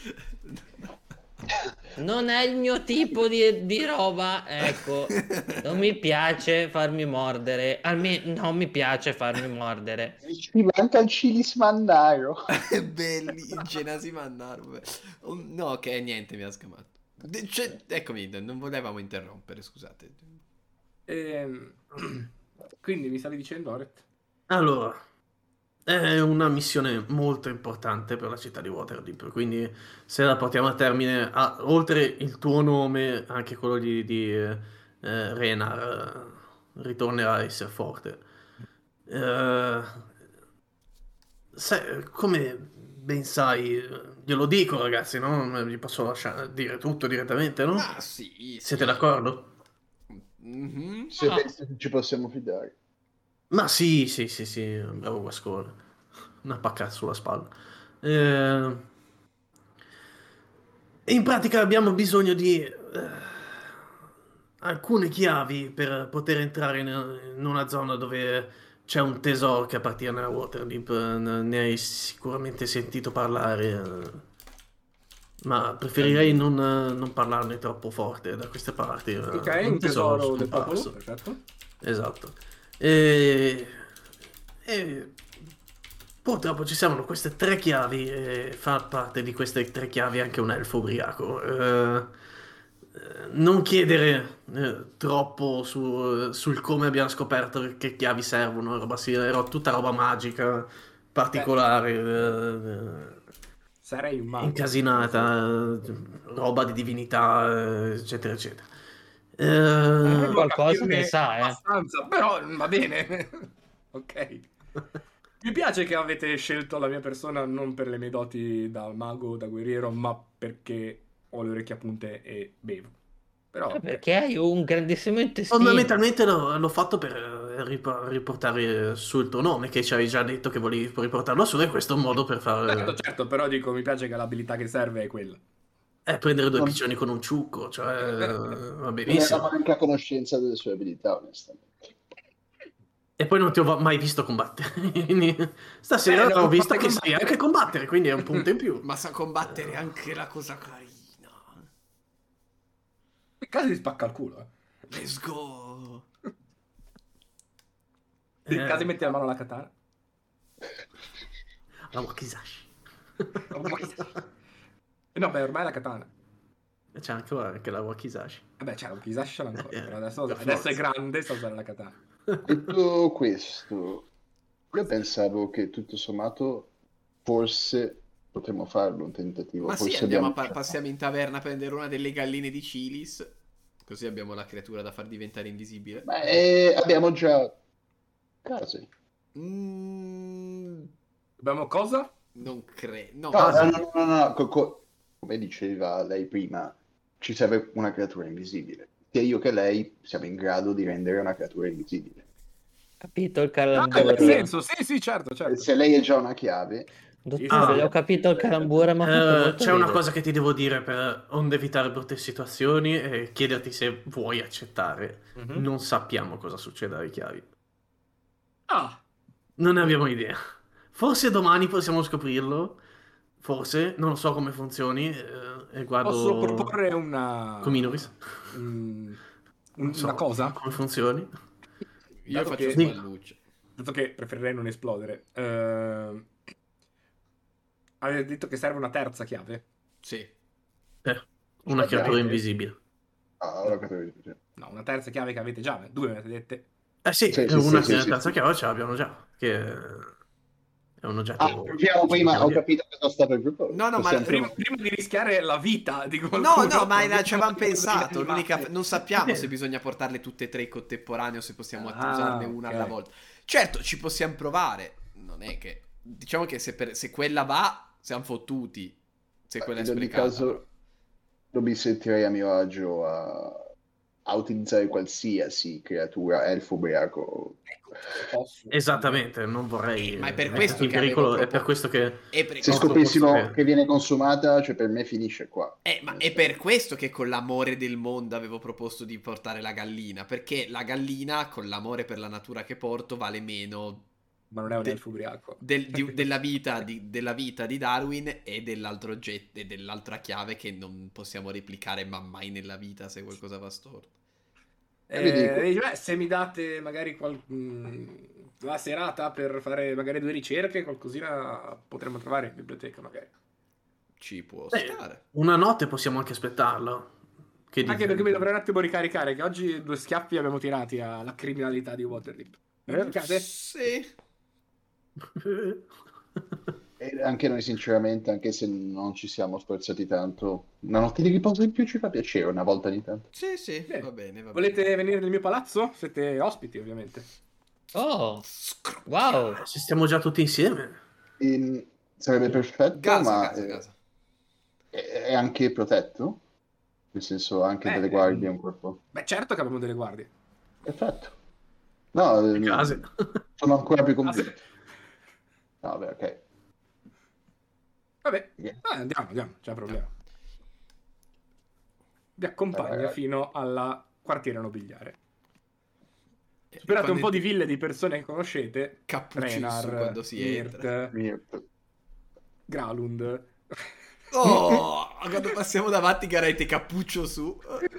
Non è il mio tipo di roba, ecco. Non mi piace farmi mordere. Almeno non mi piace farmi mordere. Mi manca il Cilis Mannaro. Belli, il Genasi Mannaro. No, ok, niente, mi ha scamato. Eccomi, non volevamo interrompere, scusate. Quindi mi stavi dicendo, Oret? Allora, è una missione molto importante per la città di Waterdeep, quindi se la portiamo a termine, oltre il tuo nome, anche quello di Renar ritornerà a essere forte. Come ben sai, glielo dico ragazzi, no? Vi posso lasciare dire tutto direttamente, no? Ah, sì. Siete d'accordo? Mhm. Se pensi che ci possiamo fidare. Ma sì, bravo Guascone. Una pacca sulla spalla. In pratica abbiamo bisogno di alcune chiavi per poter entrare in una zona dove c'è un tesoro che appartiene a Waterdeep. Ne hai sicuramente sentito parlare, ma preferirei non parlarne troppo forte da queste parti. Ok, un tesoro del popolo, scomparso. perfetto. Esatto. E purtroppo ci servono queste 3 chiavi e fa parte di queste 3 chiavi anche un elfo ubriaco. Non chiedere troppo sul come abbiamo scoperto che chiavi servono, roba sì, era tutta roba magica, particolare, Sarei un mago. incasinata, roba di divinità, eccetera, eccetera. Qualcosa ne sa, abbastanza, però va bene. Ok. Mi piace che avete scelto la mia persona non per le mie doti da mago, da guerriero, ma perché ho le orecchie a punte e bevo. Però Perché hai un grandissimo intestino. Fondamentalmente l'ho fatto per riportare su il tuo nome, che ci avevi già detto che volevi riportarlo su, e questo è un modo per certo, però dico, mi piace che l'abilità che serve è quella. prendere 2 piccioni con un ciucco, cioè va Non benissimo. eravamo neanche a conoscenza delle sue abilità, onestamente. E poi non ti ho mai visto combattere. Quindi stasera ho visto che sai anche combattere, quindi è un punto in più. Ma sa combattere anche la cosa carina. In caso di spacca il culo, Let's go. In caso metti la mano alla katana. La wakizashi. No, beh, ormai è la katana. C'è anche la wakizashi. Vabbè, c'era un Kizashi ancora, però per adesso forza. è grande, sta usando la katana. Detto questo, io pensavo che tutto sommato forse potremmo farlo un tentativo. Ma sì, Forse andiamo abbiamo... passiamo in taverna a prendere una delle galline di Cilis. Così abbiamo la creatura da far diventare invisibile. Beh, abbiamo già case. Abbiamo cosa? Non credo. No. Come diceva lei prima, ci serve una creatura invisibile. Sia io che lei siamo in grado di rendere una creatura invisibile. Capito il Ah, calambura. nel senso, sì, certo. Se lei è già una chiave, Dottore, ho capito il calambura, ma C'è una cosa che ti devo dire per onde evitare brutte situazioni e chiederti se vuoi accettare. Non sappiamo cosa succede alle chiavi. Ah, Non ne abbiamo idea. Forse domani possiamo scoprirlo. Forse, non so come funzioni. E guardo posso proporre una... Cominoris. una So cosa? come funzioni. Io Dato faccio che- spallucce. Dato che preferirei non esplodere. Avete detto che serve una terza chiave? Sì. Una creatura Ovviamente. invisibile. ora capito. No, una terza chiave che avete già, 2 avete dette. Sì, Sì, una sì, sì, terza sì. chiave ce l'abbiamo già. Che è un oggetto. Proviamo prima, ho capito cosa sta per gruppo. No, ma Prima di rischiare la vita di No, qualcuno... ma ci avevamo pensato. L'unica... Non sappiamo se bisogna portarle tutte e 3 in contemporanea o se possiamo usarne una ok. alla volta. Certo, ci possiamo provare. Non è che... Diciamo che se quella va, siamo fottuti. Se quella è In ogni sprecata. caso, non mi sentirei a mio agio a utilizzare qualsiasi creatura elfo ubriaco. Posso. Esattamente, non vorrei Ma è per metterti questo in che pericolo. avevo È per questo che E per, Se Posso scoprissimo sapere. che viene consumata, cioè per me finisce qua. ma è per questo che con l'amore del mondo avevo proposto di portare la gallina. Perché la gallina, con l'amore per la natura che porto, vale meno Ma non è un elfo ubriaco. della vita di Darwin e dell'altro oggetto e dell'altra chiave che non possiamo replicare mai nella vita se qualcosa va storto. Se mi date magari la serata per fare magari 2 ricerche, qualcosina potremmo trovare in biblioteca magari. Ci può Beh, stare. una notte possiamo anche aspettarlo. Che Anche dici? perché mi dovrei un attimo ricaricare, che oggi 2 schiaffi abbiamo tirati alla criminalità di Waterdeep. Case? Sì. E anche noi, sinceramente, anche se non ci siamo sforzati tanto, una notte di riposo in più ci fa piacere una volta ogni tanto. Sì, Bene. va bene. Volete venire nel mio palazzo? Siete ospiti, ovviamente. Oh, wow. Se stiamo già tutti insieme. Sarebbe perfetto, ma Gasa. è anche protetto? Nel senso, anche delle guardie un corpo. Beh, certo che abbiamo delle guardie. Perfetto. No, Case. sono ancora più convinto. No, beh, ok. Vabbè, Yeah. andiamo, c'è problema. vi accompagna fino alla quartiera nobiliare. E Superate un quando po' di ville di persone che conoscete, cappucci su Renar, quando si entra. Mirt, Gralund. Oh, quando passiamo davanti Garete cappuccio su.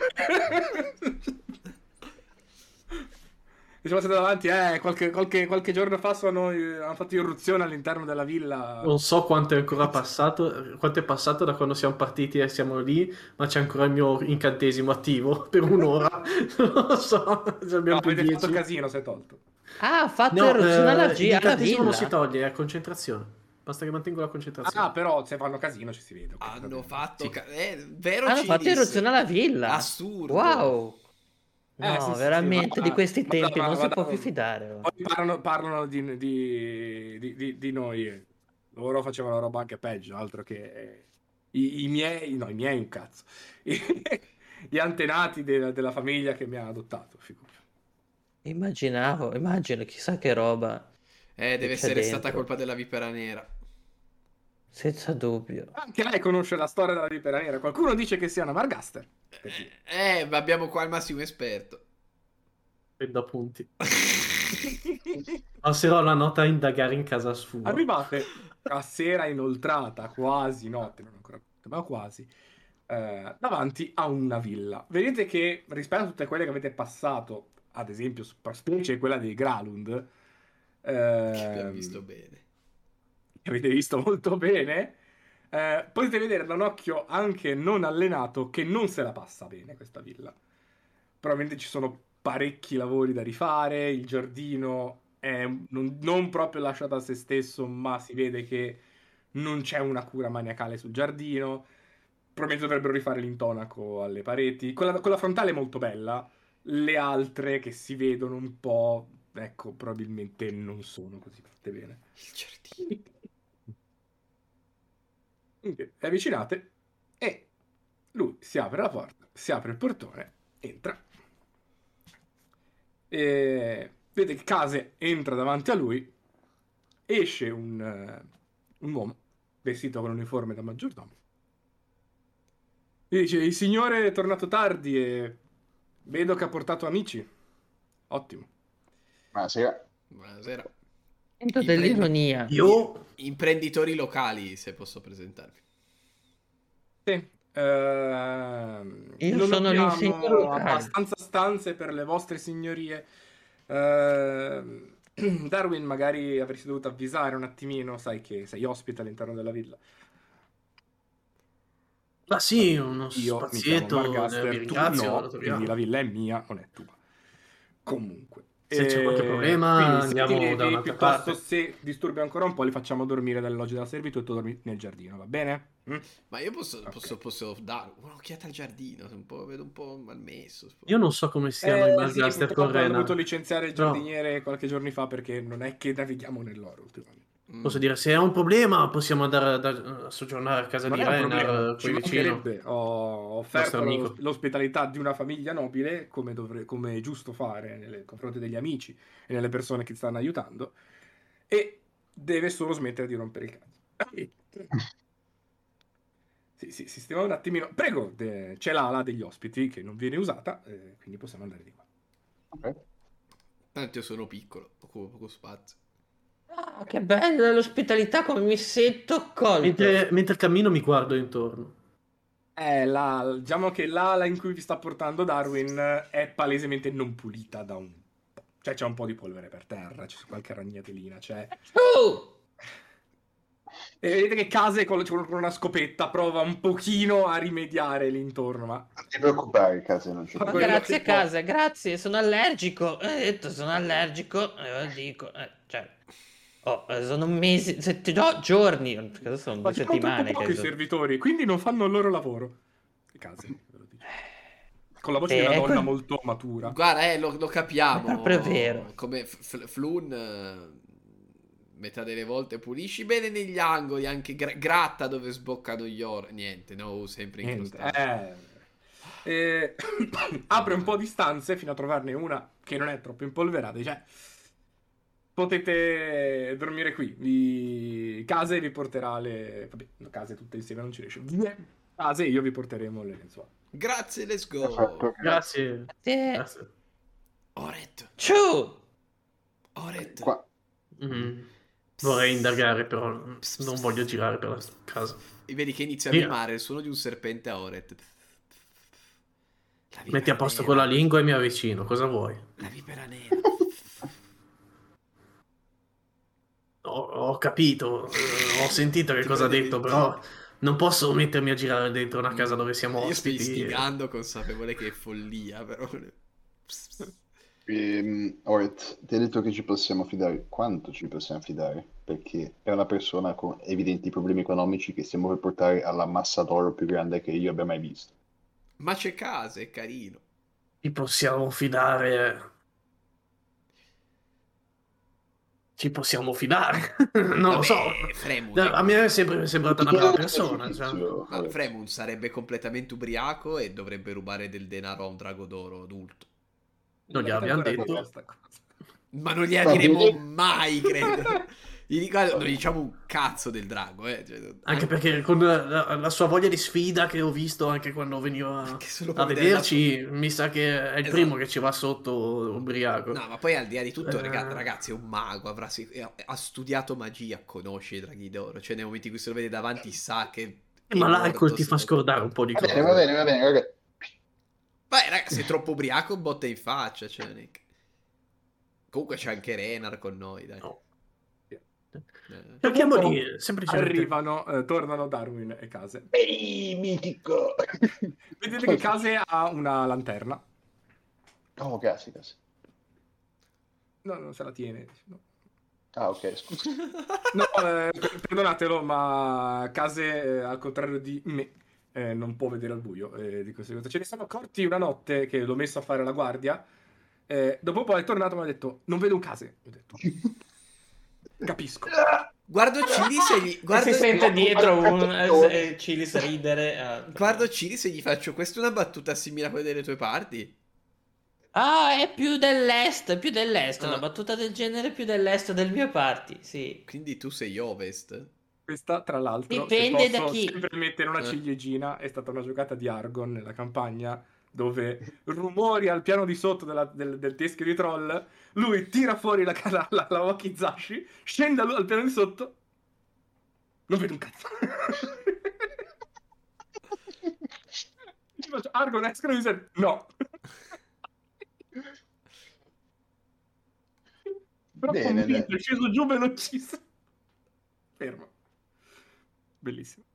Diciamo siete davanti, qualche giorno fa hanno fatto irruzione all'interno della villa. Non so quanto è ancora passato, quanto è passato da quando siamo partiti e siamo lì, ma c'è ancora il mio incantesimo attivo per un'ora. Non lo so, ce abbiamo No, più avete 10. fatto casino, si è tolto. Ah, ha fatto No, irruzione alla l'incantesimo non si villa. toglie, è concentrazione. Basta che mantengo la concentrazione. Ah, però se fanno casino ci si vede. ok, va Hanno bene. fatto... Sì. vero Hanno fatto Ciris? irruzione alla villa. Assurdo. Wow. No, Sì, veramente di questi Vada, tempi non si vada, può più fidare. Oh. Poi parlano di noi. Loro facevano roba anche peggio, altro che i miei, no, i miei un cazzo. Gli antenati della famiglia che mi ha adottato, figurati. Immagino, chissà che roba. Deve c'è essere stata dentro. colpa della vipera nera. Senza dubbio. Anche lei conosce la storia della vipera nera. Qualcuno dice che sia una Margaster. Ma abbiamo qua al massimo esperto. Prendo appunti. Passerò la nota a indagare in casa sua. Arrivate a sera inoltrata, quasi notte, non ancora notte, ma quasi, davanti a una villa. Vedete che rispetto a tutte quelle che avete passato, ad esempio, specie quella dei Gralund, Che abbiamo visto bene. che avete visto molto bene, potete vedere da un occhio anche non allenato che non se la passa bene questa villa. Probabilmente ci sono parecchi lavori da rifare, il giardino è non proprio lasciato a se stesso, ma si vede che non c'è una cura maniacale sul giardino. Probabilmente dovrebbero rifare l'intonaco alle pareti. Quella frontale è molto bella, le altre che si vedono un po', ecco, probabilmente non sono così fatte bene. Il giardino. Quindi vi avvicinate e lui si apre la porta, si apre il portone, entra. E vede che Case entra davanti a lui, esce un uomo vestito con uniforme da maggiordomo. Gli dice: il signore è tornato tardi e vedo che ha portato amici. Ottimo. Buonasera. Buonasera. Sento dell'ironia. Io Imprenditori locali, se posso presentarvi. Sì. Io non sono abbiamo l'insignore locale. abbastanza stanze per le vostre signorie. Darwin, magari avresti dovuto avvisare un attimino, sai che sei ospite all'interno della villa. Ah sì, uno Io mi chiamo spazietto, Margaster, vi tu ringrazio, no, lo quindi troviamo. la villa è mia, non è tua. Comunque. Se c'è qualche problema, quindi, se andiamo ti levi, da un'altra piuttosto parte. se disturbi ancora un po', li facciamo dormire dalle logge della servitù e tu dormi nel giardino, va bene? Mm? Ma io posso dare un'occhiata al giardino, vedo un po' malmesso. Io non so come siano i Sì, Margaster con purtroppo hanno dovuto Renar. licenziare il Però giardiniere qualche giorni fa perché non è che navighiamo nell'oro ultimamente. posso dire, se è un problema possiamo andare a soggiornare a casa Non di è un problema, Renar, ci qui vicino. mancherebbe. Ho Nostro offerto amico. l'ospitalità di una famiglia nobile, come è giusto fare nei confronti degli amici e nelle persone che ti stanno aiutando, e deve solo smettere di rompere il cazzo. Sì, sistema un attimino. Prego, c'è l'ala degli ospiti che non viene usata, quindi possiamo andare di qua. Ok. Tanto io sono piccolo, occupo poco spazio. Ah, che bella l'ospitalità, come mi sento accolto. Mentre cammino mi guardo intorno. Diciamo che l'ala in cui vi sta portando Darwin è palesemente non pulita da un po'. Cioè c'è un po' di polvere per terra, c'è qualche ragnatellina, c'è... E vedete che Case con una scopetta prova un pochino a rimediare l'intorno, ma... Non ti preoccupare, Case, non c'è Ma Ma quello grazie che può. casa, grazie, sono allergico. Ho detto sono allergico, lo dico. Sono mesi, giorni, perché sono 2 Ma sono troppo settimane pochi che i servitori, quindi non fanno il loro lavoro. Case, ve lo dico. Con la voce di una donna molto matura. Guarda, lo capiamo. È proprio vero. Come Flun, metà delle volte pulisci bene negli angoli, anche gratta dove sboccano gli ori. Niente, no, sempre incrostato. Apre un po' di stanze fino a trovarne una che non è troppo impolverata. Cioè, potete dormire qui. Case vi porterà le... Vabbè, case tutte insieme non ci riesce. Ah sì, io vi porteremo le lenzuola. Grazie, let's Perfetto. go. Grazie. Sì. Grazie. Oret, Ciu! Oret. Qua. Vorrei indagare, però Pss, non pss, voglio pss. girare per la casa. E vedi che inizia a Via. mimare il suono di un serpente a Oret. La Metti a vipera posto nera. con la lingua e mi avvicino. Cosa vuoi? La vipera nera. Ho capito, ho sentito che Ti cosa ha prende detto, il però non posso mettermi a girare dentro una casa dove siamo Io sto ospiti. istigando, consapevole che è follia, però. Oret, ti ha detto che ci possiamo fidare. Quanto ci possiamo fidare? Perché è una persona con evidenti problemi economici che stiamo per portare alla massa d'oro più grande che io abbia mai visto. Ma c'è casa, è carino. Ci possiamo fidare. Ci possiamo fidare. Non lo so. Vabbè, Fremun, A me è sempre sembrata una brava persona. Cioè. ma Fremun sarebbe completamente ubriaco e dovrebbe rubare del denaro a un drago d'oro adulto. Non gli abbiamo Ancora detto. questa cosa. Ma non gliela Va diremo bene. mai, credo. Gli dico, non diciamo un cazzo del drago, Cioè, Anche perché con la sua voglia di sfida che ho visto anche quando veniva Anche solo a per vedere la vederci, mi sa che è il Esatto. primo che ci va sotto ubriaco. No, ma poi al di là di tutto, Eh. ragazzi, è un mago, ha studiato magia, conosce i draghi d'oro. Cioè, nei momenti in cui se lo vede davanti, sa che. è Ma l'alcol morto, ti fa se- scordare un po' di Va cose. bene, ragazzi. Vai, ragazzi, sei troppo ubriaco, botte in faccia. Cioè, comunque c'è anche Renar con noi, dai. No. Eh. Cerchiamoli semplicemente. Arrivano, tornano Darwin e Case. Ehi, mitico! Vedete che Case ha una lanterna. Oh, cazzo. No, non se la tiene. No, Ah, ok, scusa. no, perdonatelo, ma Case, al contrario di me, non può vedere al buio. Di conseguenza. Ce ne siamo accorti una notte che l'ho messo a fare la guardia. Dopo un po' è tornato e mi ha detto: non vedo un Case. Ho detto: capisco. Guardo Cilis e gli. E si sente dietro un Cilis ridere. Guardo Cilis e gli faccio: questa è una battuta simile a quella delle tue parti? Ah, è più dell'est, più dell'est. Ah. Una battuta del genere più dell'est del mio party, sì. Quindi tu sei ovest? Questa, tra l'altro, Dipende se da posso chi. sempre mettere una ciliegina, è stata una giocata di Argon nella campagna, dove rumori al piano di sotto del teschio di troll, lui tira fuori la Wakizashi, scende al piano di sotto, non vedo un cazzo. Gli faccio, Argon, escono e dice, no. Però Bene, convinto, dai. è sceso giù velocissimo. Fermo. Bellissimo.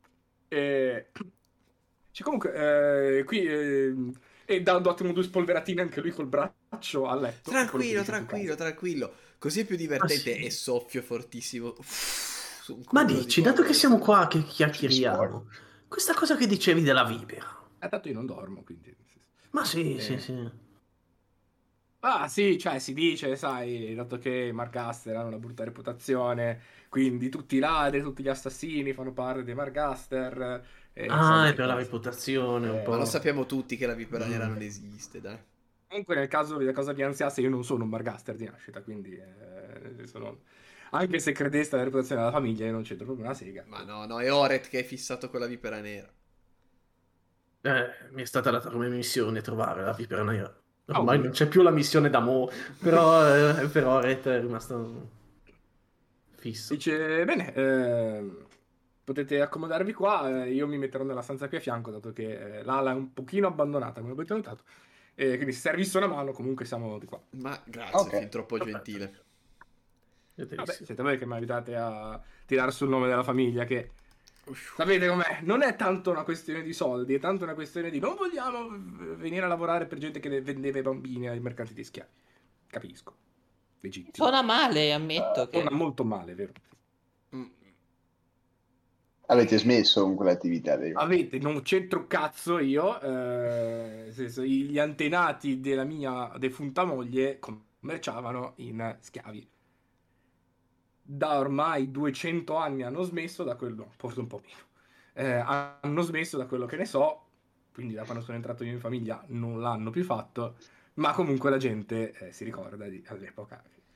C'è comunque qui e dà un attimo due spolveratine anche lui col braccio a letto. Tranquillo. Così è più divertente Ah, sì. e soffio fortissimo. Su un Ma culo di dici, dato che povero. siamo qua che chiacchieriamo, questa cosa che dicevi della vipera. Tanto io non dormo, quindi. Ma sì, sì. Ah sì, cioè si dice, sai, dato che Margaster ha una brutta reputazione, quindi tutti i ladri, tutti gli assassini fanno parte dei Margaster. Ah, è per la reputazione un po'. Ma lo sappiamo tutti che la vipera nera non esiste, dai. Comunque nel caso della cosa di Ansiasse io non sono un Margaster di nascita, quindi anche se credeste alla reputazione della famiglia io non c'entro proprio una sega. Ma no, è Oret che è fissato con la vipera nera. Mi è stata data come missione trovare la vipera nera. Oh, Ormai non c'è più la missione da Mo, però Ret è rimasto fisso. Dice, bene, potete accomodarvi qua, io mi metterò nella stanza qui a fianco, dato che l'ala è un pochino abbandonata, come avete notato. Quindi se servisse una mano, comunque siamo di qua. Ma grazie, Ok. fin troppo gentile. Vabbè, siete voi che mi aiutate a tirare sul nome della famiglia, che sapete com'è? Non è tanto una questione di soldi, è tanto una questione di non vogliamo venire a lavorare per gente che vendeva i bambini ai mercanti di schiavi. Capisco. Legittimo. Suona male, ammetto che. Suona molto male, vero? Mm. Avete smesso con quell'attività, vero? Avete, non c'entro cazzo io, nel senso, gli antenati della mia defunta moglie commerciavano in schiavi. Da ormai 200 anni hanno smesso, da quello, forse un po' meno, hanno smesso da quello che ne so, quindi da quando sono entrato io in famiglia non l'hanno più fatto, ma comunque la gente si ricorda all'epoca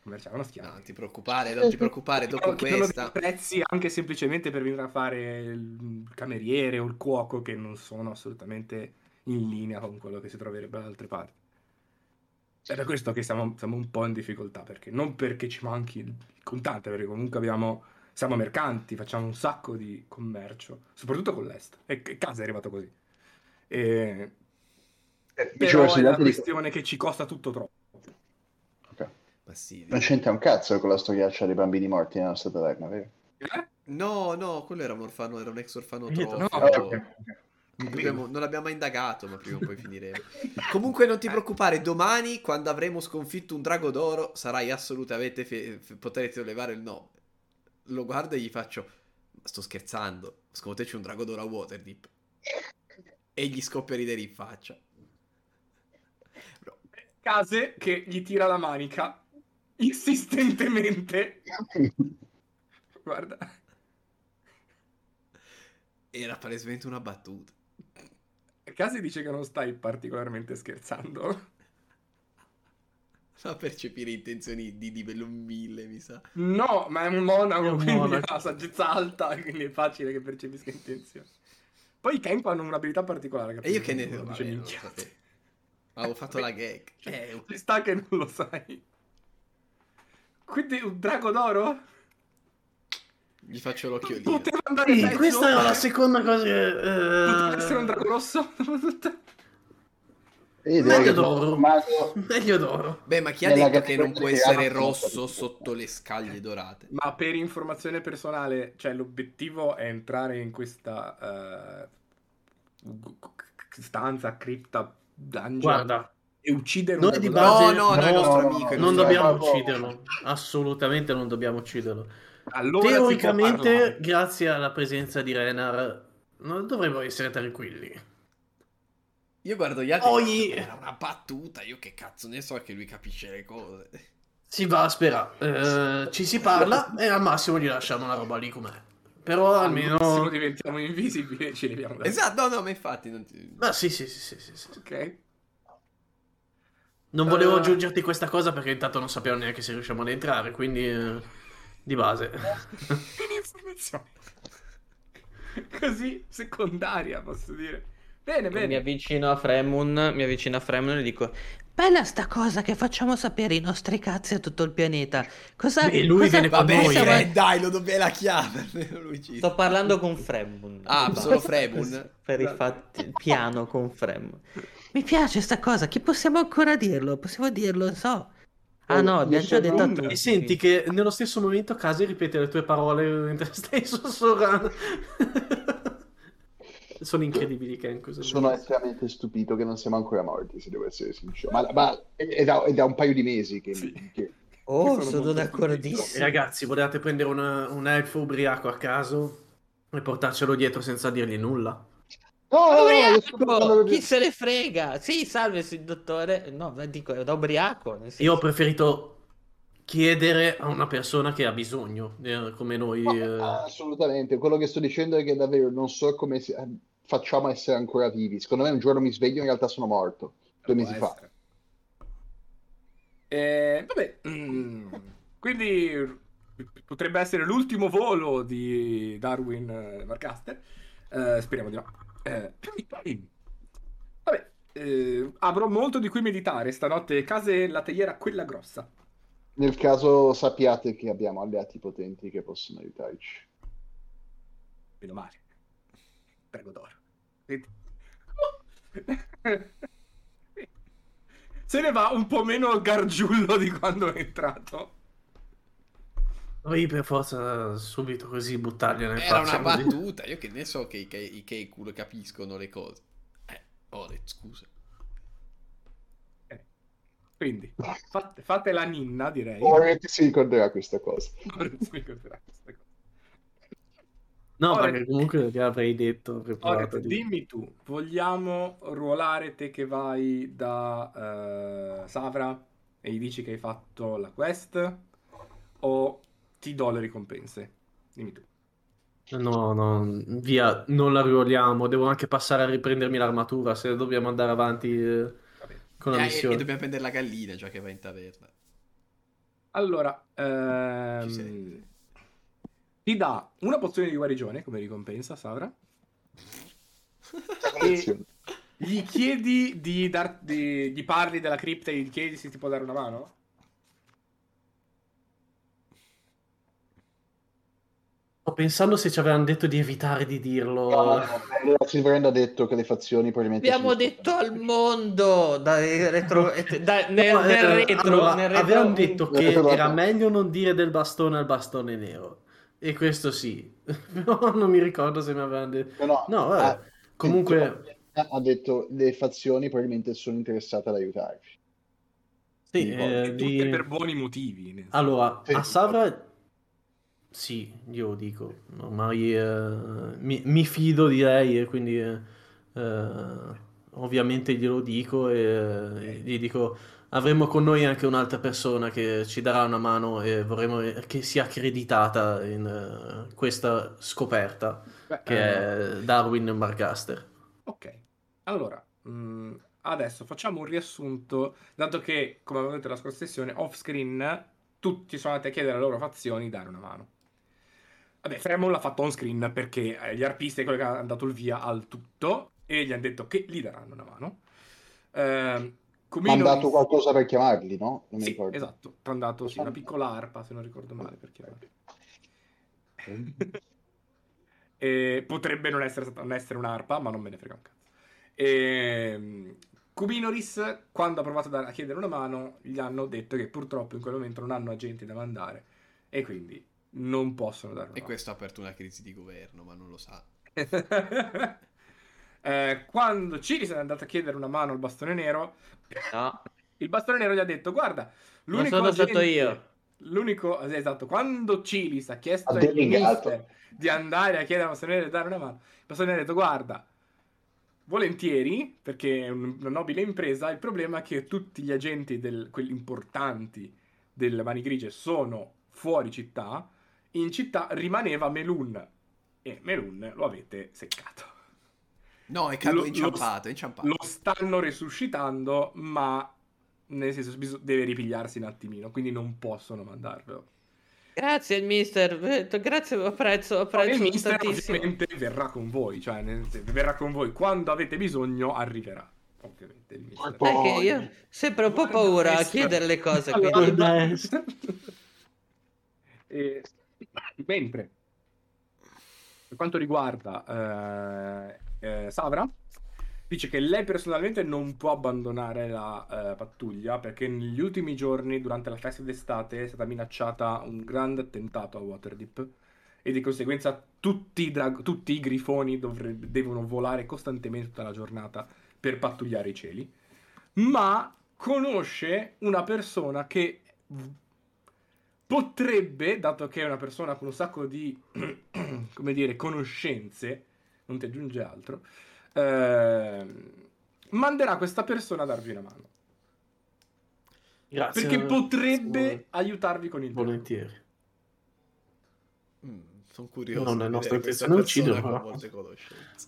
commerciali, non schiavi. No, non ti preoccupare, dopo Che hanno dei questa... prezzi anche semplicemente per venire a fare il cameriere o il cuoco che non sono assolutamente in linea con quello che si troverebbe da altre parti. È per questo che siamo un po' in difficoltà, perché non perché ci manchi il contante, perché comunque siamo mercanti, facciamo un sacco di commercio, soprattutto con l'est. E casa è arrivato così. Però è la questione che ci costa tutto troppo. Ok. Ma sì, Non c'entra un cazzo con la storiaccia dei bambini morti nella nostra taverna, vero? No, quello era un ex orfanotrofio. No, Non l'abbiamo mai indagato, ma prima o poi finiremo. Comunque non ti preoccupare, domani quando avremo sconfitto un drago d'oro sarai assolutamente potrete levare il no. Lo guardo e gli faccio: sto scherzando, secondo te c'è un drago d'oro a Waterdeep? E gli scoppia a ridere in faccia. Case che gli tira la manica insistentemente. Guarda. Era palesemente una battuta. Case dice che non stai particolarmente scherzando. Fa percepire intenzioni di livello 1000, mi sa. No, ma è un monaco, È un quindi monaco. ha la saggezza alta, quindi è facile che percepisca intenzioni. Poi i Kemp hanno un'abilità particolare. E io che ne so? so, Dice non lo minchiate. sapevo. Avevo fatto la gag. Ci sta che non lo sai. Quindi un drago d'oro? Gli faccio l'occhiolino. Poteva andare Sì, peggio. questa è la seconda cosa Poteva essere un che... drago rosso. Meglio d'oro. Mago... Meglio d'oro. Beh, ma chi ha Nella detto che non può categoria essere che rosso hanno- sotto le scaglie dorate? Ma per informazione personale, cioè l'obiettivo è entrare in questa stanza, cripta, dungeon Guarda, e uccidere un noi drago di d'oro. base No, è il nostro amico. è il non nostro dobbiamo amico. ucciderlo. Assolutamente non dobbiamo ucciderlo. Allora si può Teoricamente, parlare. grazie alla presenza di Renar, non dovremmo essere tranquilli. Io guardo gli altri. Poi- Era una battuta. Io che cazzo ne so che lui capisce le cose. Si va a sperare. Ci si parla e al massimo gli lasciamo la roba lì com'è. Però Al massimo almeno... diventiamo invisibili e ci leviamo da Esatto, no, ma infatti. Ma sì. Ok. Non volevo aggiungerti questa cosa perché intanto non sappiamo neanche se riusciamo ad entrare, quindi di base. Un'informazione. Così secondaria, posso dire. Bene, Mi bene. avvicino a Fremun e dico: Bella sta cosa che facciamo sapere i nostri cazzi a tutto il pianeta. Cosa... Beh, lui viene con Vabbè, noi. Fred, dai, lo dobbiamo la chiave. almeno lui ci sta. sto parlando con Fremun. Ah, Basta. solo Fremun. Per i fatti, piano con Fremun. Mi piace sta cosa, chi possiamo ancora dirlo? Possiamo dirlo, so. Ah no, Io abbiamo già sono detto a un- tutti. E senti che nello stesso momento Casi ripete le tue parole mentre stai sussurrando. Sono incredibili, Ken. cosa Sono dire. estremamente stupito che non siamo ancora morti, se devo essere sincero. Ma è da un paio di mesi che... che- Oh, Sono sono molto d'accordissimo. Ragazzi, volevate prendere un elfo ubriaco a caso e portarcelo dietro senza dirgli nulla? No, io sto parlando Chi se ne frega? Sì, salve, dottore. No, dico, è da ubriaco. nel senso- Io ho preferito chiedere a una persona che ha bisogno, come noi. assolutamente, quello che sto dicendo è che davvero non so come facciamo a essere ancora vivi. Secondo me un giorno mi sveglio e in realtà sono morto, 2 mesi Può fa. essere. Vabbè, quindi potrebbe essere l'ultimo volo di Darwin Marcaster. Speriamo di no. Vabbè, avrò molto di cui meditare stanotte. Case la teiera quella grossa. Nel caso sappiate che abbiamo alleati potenti che possono aiutarci. Meno male. Prego d'oro. Vedi? Se ne va un po' meno gargiullo di quando è entrato. Noi per forza subito così buttargliela in Era faccia. una così. battuta. Io che ne so che i Keiku capiscono le cose. Scusa. Quindi, fate la ninna, direi. Oret si ricorderà questa cosa. Ora si ricorderà questa cosa. No, Ora- perché comunque ti avrei detto. preparato Oret, di- dimmi tu, vogliamo ruolare te che vai da Savra e gli dici che hai fatto la quest o ti do le ricompense? Dimmi tu. No, via, non la rioliamo. Devo anche passare a riprendermi l'armatura se dobbiamo andare avanti Va bene. con la E missione. dobbiamo prendere la gallina già che va in taverna. Allora, Ci sei. ti dà una pozione di guarigione come ricompensa, Savra. Collezione. Gli chiedi gli parli della cripta e gli chiedi se ti può dare una mano? Sto pensando se ci avevano detto di evitare di dirlo. Allora Silverhand ha detto che le fazioni probabilmente Abbiamo sono detto al mondo nel No, retro, allora, nel retro avevano detto che Retro- era meglio non dire del bastone al bastone nero. E questo sì. Però non mi ricordo se mi avevano detto. No, No, vabbè. Comunque, ha detto le fazioni probabilmente sono interessate ad aiutarci. sì, Mi ricordo. Tutte per buoni motivi. nel senso. allora, Sì, a Savra sì, io dico, ormai mi fido di lei e quindi ovviamente glielo dico e gli dico avremo con noi anche un'altra persona che ci darà una mano e vorremmo che sia accreditata in questa scoperta Beh, che è Darwin Margaster. ok, allora, adesso facciamo un riassunto, dato che, come avevo detto la scorsa sessione, off screen, tutti sono andati a chiedere alle loro fazioni di dare una mano. Vabbè, Fremon l'ha fatto on screen perché gli arpisti è quello che hanno dato il via al tutto e gli hanno detto che gli daranno una mano. Ma hanno dato Kuminoris... qualcosa per chiamarli, no? Non mi Sì, ricordo. esatto, ti hanno dato sì, una piccola arpa, se non ricordo male, per chiamarli. E potrebbe non essere un'arpa, ma non me ne frega un cazzo. Kuminoris, quando ha provato a chiedere una mano, gli hanno detto che purtroppo in quel momento non hanno agenti da mandare e quindi non possono dare una E mano. questo ha aperto una crisi di governo, ma non lo sa. Quando Ciri se n'è andato a chiedere una mano al bastone nero, No, il bastone nero gli ha detto: Guarda, non l'unico sono stato agente, io. esatto, quando Cilis ha chiesto Ha al delegato. mister di andare a chiedere al bastone nero di dare una mano, il bastone nero ha detto: Guarda, volentieri, perché è una nobile impresa. Il problema è che tutti gli agenti, quelli importanti delle Mani Grigie, sono fuori città. In città rimaneva Melun e Melun lo avete seccato. No, è Lo, inciampato, è lo inciampato. stanno resuscitando, ma nel senso deve ripigliarsi un attimino, quindi non possono mandarvelo. Grazie, mister. Grazie, E il apprezzo mister tantissimo. ovviamente verrà con voi, cioè verrà con voi quando avete bisogno, arriverà. Ovviamente il mister. È che io ho sempre un po' Guarda paura a est. chiedere le cose, quindi... Guarda All'alba. est. E- Mentre per quanto riguarda Savra, dice che lei personalmente non può abbandonare la pattuglia perché negli ultimi giorni, durante la festa d'estate, è stata minacciata un grande attentato a Waterdeep e di conseguenza tutti i grifoni devono volare costantemente tutta la giornata per pattugliare i cieli. Ma conosce una persona che potrebbe, dato che è una persona con un sacco di, come dire, conoscenze, non ti aggiunge altro, manderà questa persona a darvi una mano. Grazie. Perché potrebbe aiutarvi con il drago. Volentieri. Sono curioso Non è di nostra vedere questa intenzione persona ucciderlo, con però. molte conoscenze.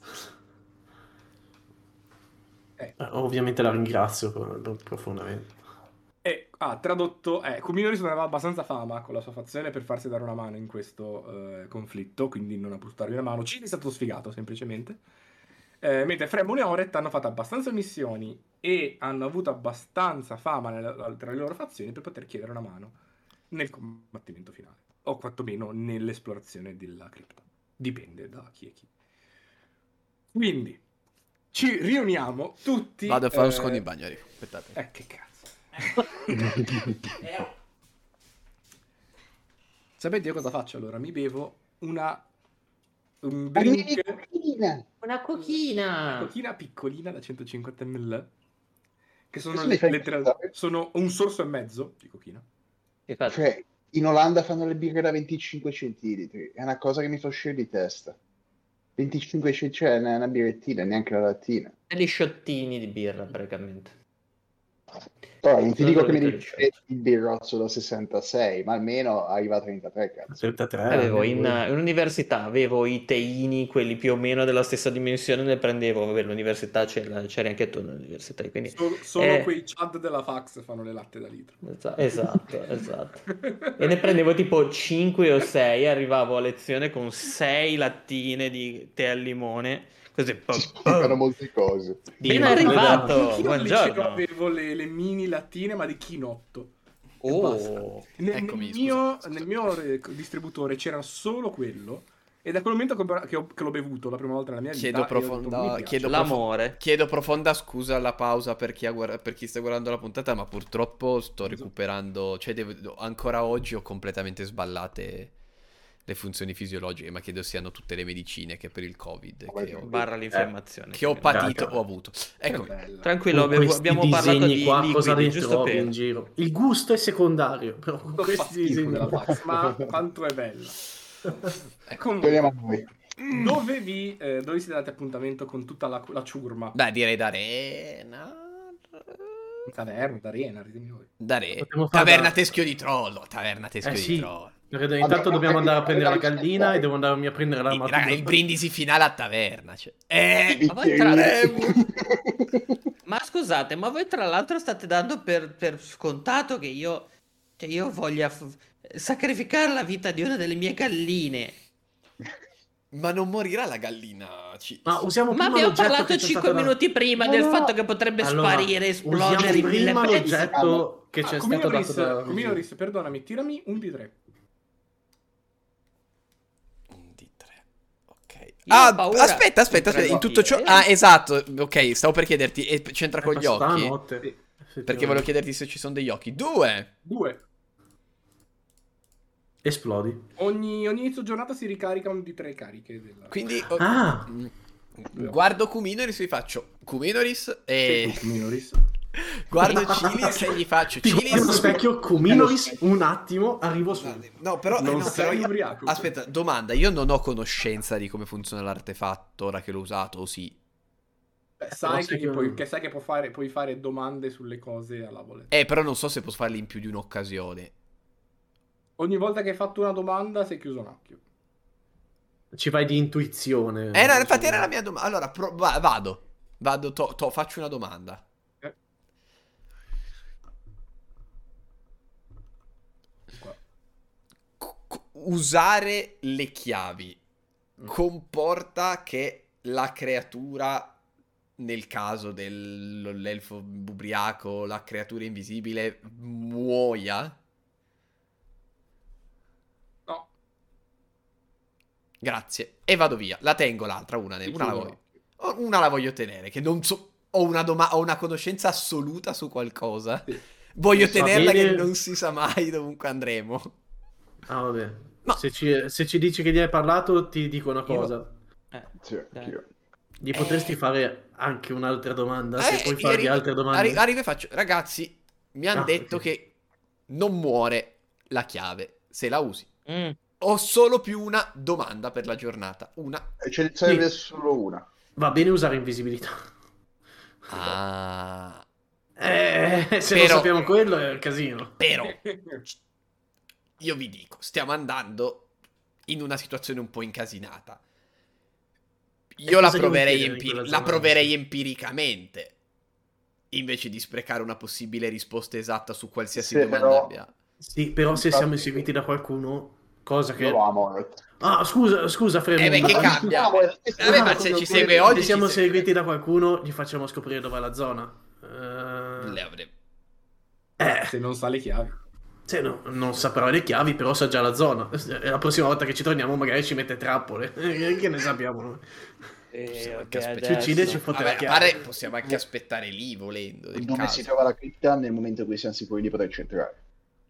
Ovviamente la ringrazio profondamente. Tradotto, Kuminoris non aveva abbastanza fama con la sua fazione per farsi dare una mano in questo conflitto, quindi non ha potuto darvi una mano. Ciri è stato sfigato, semplicemente. Mentre Fremon e Oret hanno fatto abbastanza missioni e hanno avuto abbastanza fama tra le loro fazioni per poter chiedere una mano nel combattimento finale, o quantomeno nell'esplorazione della cripta. Dipende da chi è chi. Quindi, ci riuniamo tutti... Vado a fare un secondo in bagno, Enrico. Aspettate. Che cazzo. Sapete io cosa faccio allora? Mi bevo un drink, Una cochina! una cochina piccolina da 150 ml, che sono Questo mi fa letteralmente sono un sorso e mezzo di cochina. Che fate? Cioè, in Olanda fanno le birre da 25 centilitri. È una cosa che mi fa uscire di testa. 25 centilitri, cioè è una birrettina, neanche la lattina. Degli sciottini di birra, praticamente. Però non ti Sono dico che mi delle devi tre fare il birrozzo da 66, ma almeno arriva a 33, cazzo. 33 Avevo anni, in università avevo i teini, quelli più o meno della stessa dimensione, ne prendevo. Vabbè, l'università c'eri anche tu nell'università, quindi Solo quei Chad della fax fanno le latte da litro. esatto. E ne prendevo tipo 5 o 6, arrivavo a lezione con 6 lattine di tè al limone, così. Si spiegano molte cose. Ben ma arrivato, Anch'io al liceo buongiorno. avevo le mini lattine, ma di Chinotto. E Oh, basta. Eccomi, Nel mio distributore c'era solo quello. E da quel momento che l'ho bevuto la prima volta nella mia Chiedo vita, io ho detto, mi piace. l'amore. Chiedo profonda scusa alla pausa per chi sta guardando la puntata, ma purtroppo sto recuperando, cioè ancora oggi ho completamente sballate le funzioni fisiologiche, ma credo siano tutte le medicine che per il Covid Barra l'infiammazione. che ho patito, Cacca. ho avuto. Che Ecco, bella. Tranquillo, Con questi abbiamo parlato disegni di qua, cosa liquidi, ne giusto trovi in per... giro? Il gusto è secondario, però con Fa questi schifo disegni della qua. fax, ma quanto è bella. Torniamo Comunque, a noi. dove siete dati appuntamento con tutta la ciurma? beh, direi d'arena. Taverna, d'arena, ditemi voi. Potremmo fare Taverna da- Teschio di Trollo. Taverna Teschio di sì, Trollo. perché intanto dobbiamo andare a prendere la gallina e devo andarmi a prendere l'armatura. Raga, il brindisi finale a taverna. Cioè. Ma voi tra Ma scusate, ma voi tra l'altro state dando per scontato che io voglia sacrificare la vita di una delle mie galline. Ma non morirà la gallina. Ma usiamo Ma prima abbiamo l'oggetto parlato che c'è 5 stato da- minuti prima No, del no, fatto che potrebbe allora, sparire, esplodere usiamo in mille prima pezzi. l'oggetto che c'è stato dato da Cominoris, perdonami, tirami un D3. Un D3. Ok. Io ho paura. Aspetta. In tutto ciò. Ah, esatto. Ok, stavo per chiederti. E c'entra con gli passata la occhi? notte. Sì. Perché volevo chiederti se ci sono degli occhi. 2. 2. Esplodi. Ogni inizio giornata si ricarica un D3 cariche. Quindi. Ah! Guardo Kuminoris e gli faccio Kuminoris e. Cominoris. Guardo Cilis e gli faccio Ti guardo allo Cilis. specchio, Kuminoris, un attimo, arrivo su. No, però. Non no, sei però io- ubriaco. Aspetta, domanda. Io non ho conoscenza di come funziona l'artefatto ora che l'ho usato, o sì? Sai sai che, che- sai che puoi fare domande sulle cose alla volta. Però non so se posso farli in più di un'occasione. Ogni volta che hai fatto una domanda sei chiuso un occhio. Ci vai di intuizione. No, infatti era la mia domanda. Allora, vado. Faccio una domanda. Qua. Usare le chiavi comporta che la creatura, nel caso dell'elfo ubriaco, la creatura invisibile, muoia? No. Grazie. E vado via. La tengo l'altra, una sei la chiuso un voglio. occhio. Una la voglio tenere, che non so. Ho una conoscenza assoluta su qualcosa. Sì. Voglio Va tenerla bene. che non si sa mai dovunque andremo. Ah, vabbè. No. Se ci dici che gli hai parlato, ti dico una cosa. Sì, Dai. anch'io. Gli potresti fare anche un'altra domanda, se puoi fargli altre domande. Arrivo e faccio, ragazzi, mi hanno Ah, detto ok. che non muore la chiave se la usi. Mm. Ho solo più una domanda per la giornata. Una. E ce ne serve solo una. Va bene usare invisibilità. Ah. Se Però- non sappiamo quello è un casino. Però, io vi dico, stiamo andando in una situazione un po' incasinata. Io la cosa che vuoi proverei, chiedere in quella la zona? proverei empiricamente. Invece di sprecare una possibile risposta esatta su qualsiasi Sì, domanda però- abbia. Sì, però se Infatti- siamo inseguiti da qualcuno, cosa che... Io lo amo. Ah, scusa, Fremont. Beh, che ma- cambia? Vabbè, ma se ci segue Se oggi siamo ci segue. seguiti da qualcuno, gli facciamo scoprire dov'è la zona. Le avrei. Se non sa le chiavi. Se no, non saprà le chiavi, però sa già la zona. La prossima volta che ci torniamo, magari ci mette trappole. Che ne sappiamo noi? Possiamo Ok, anche aspettare. adesso. Ci uccide, ci fotte Vabbè, la a chiave. parte possiamo anche aspettare lì volendo. Del Dove caso. si trova la cripta nel momento in cui siamo sicuri di poter centrare.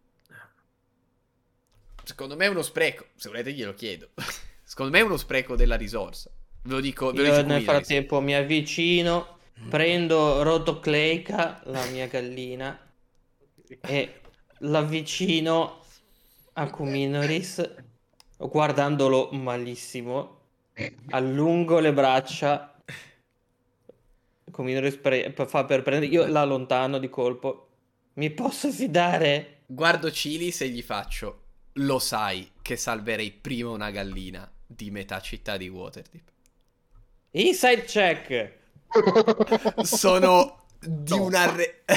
Secondo me è uno spreco. Se volete glielo chiedo. Secondo me è uno spreco della risorsa. Ve lo dico. Ve lo Io dico nel Kuminoris. frattempo mi avvicino, prendo Rotocleica, la mia gallina, e l'avvicino a Kuminoris, guardandolo malissimo, allungo le braccia Comino fa per prendere, io la allontano di colpo. Mi posso fidare? Guardo Cilis e gli faccio: lo sai che salverei prima una gallina di metà città di Waterdeep. Inside check. Sono di una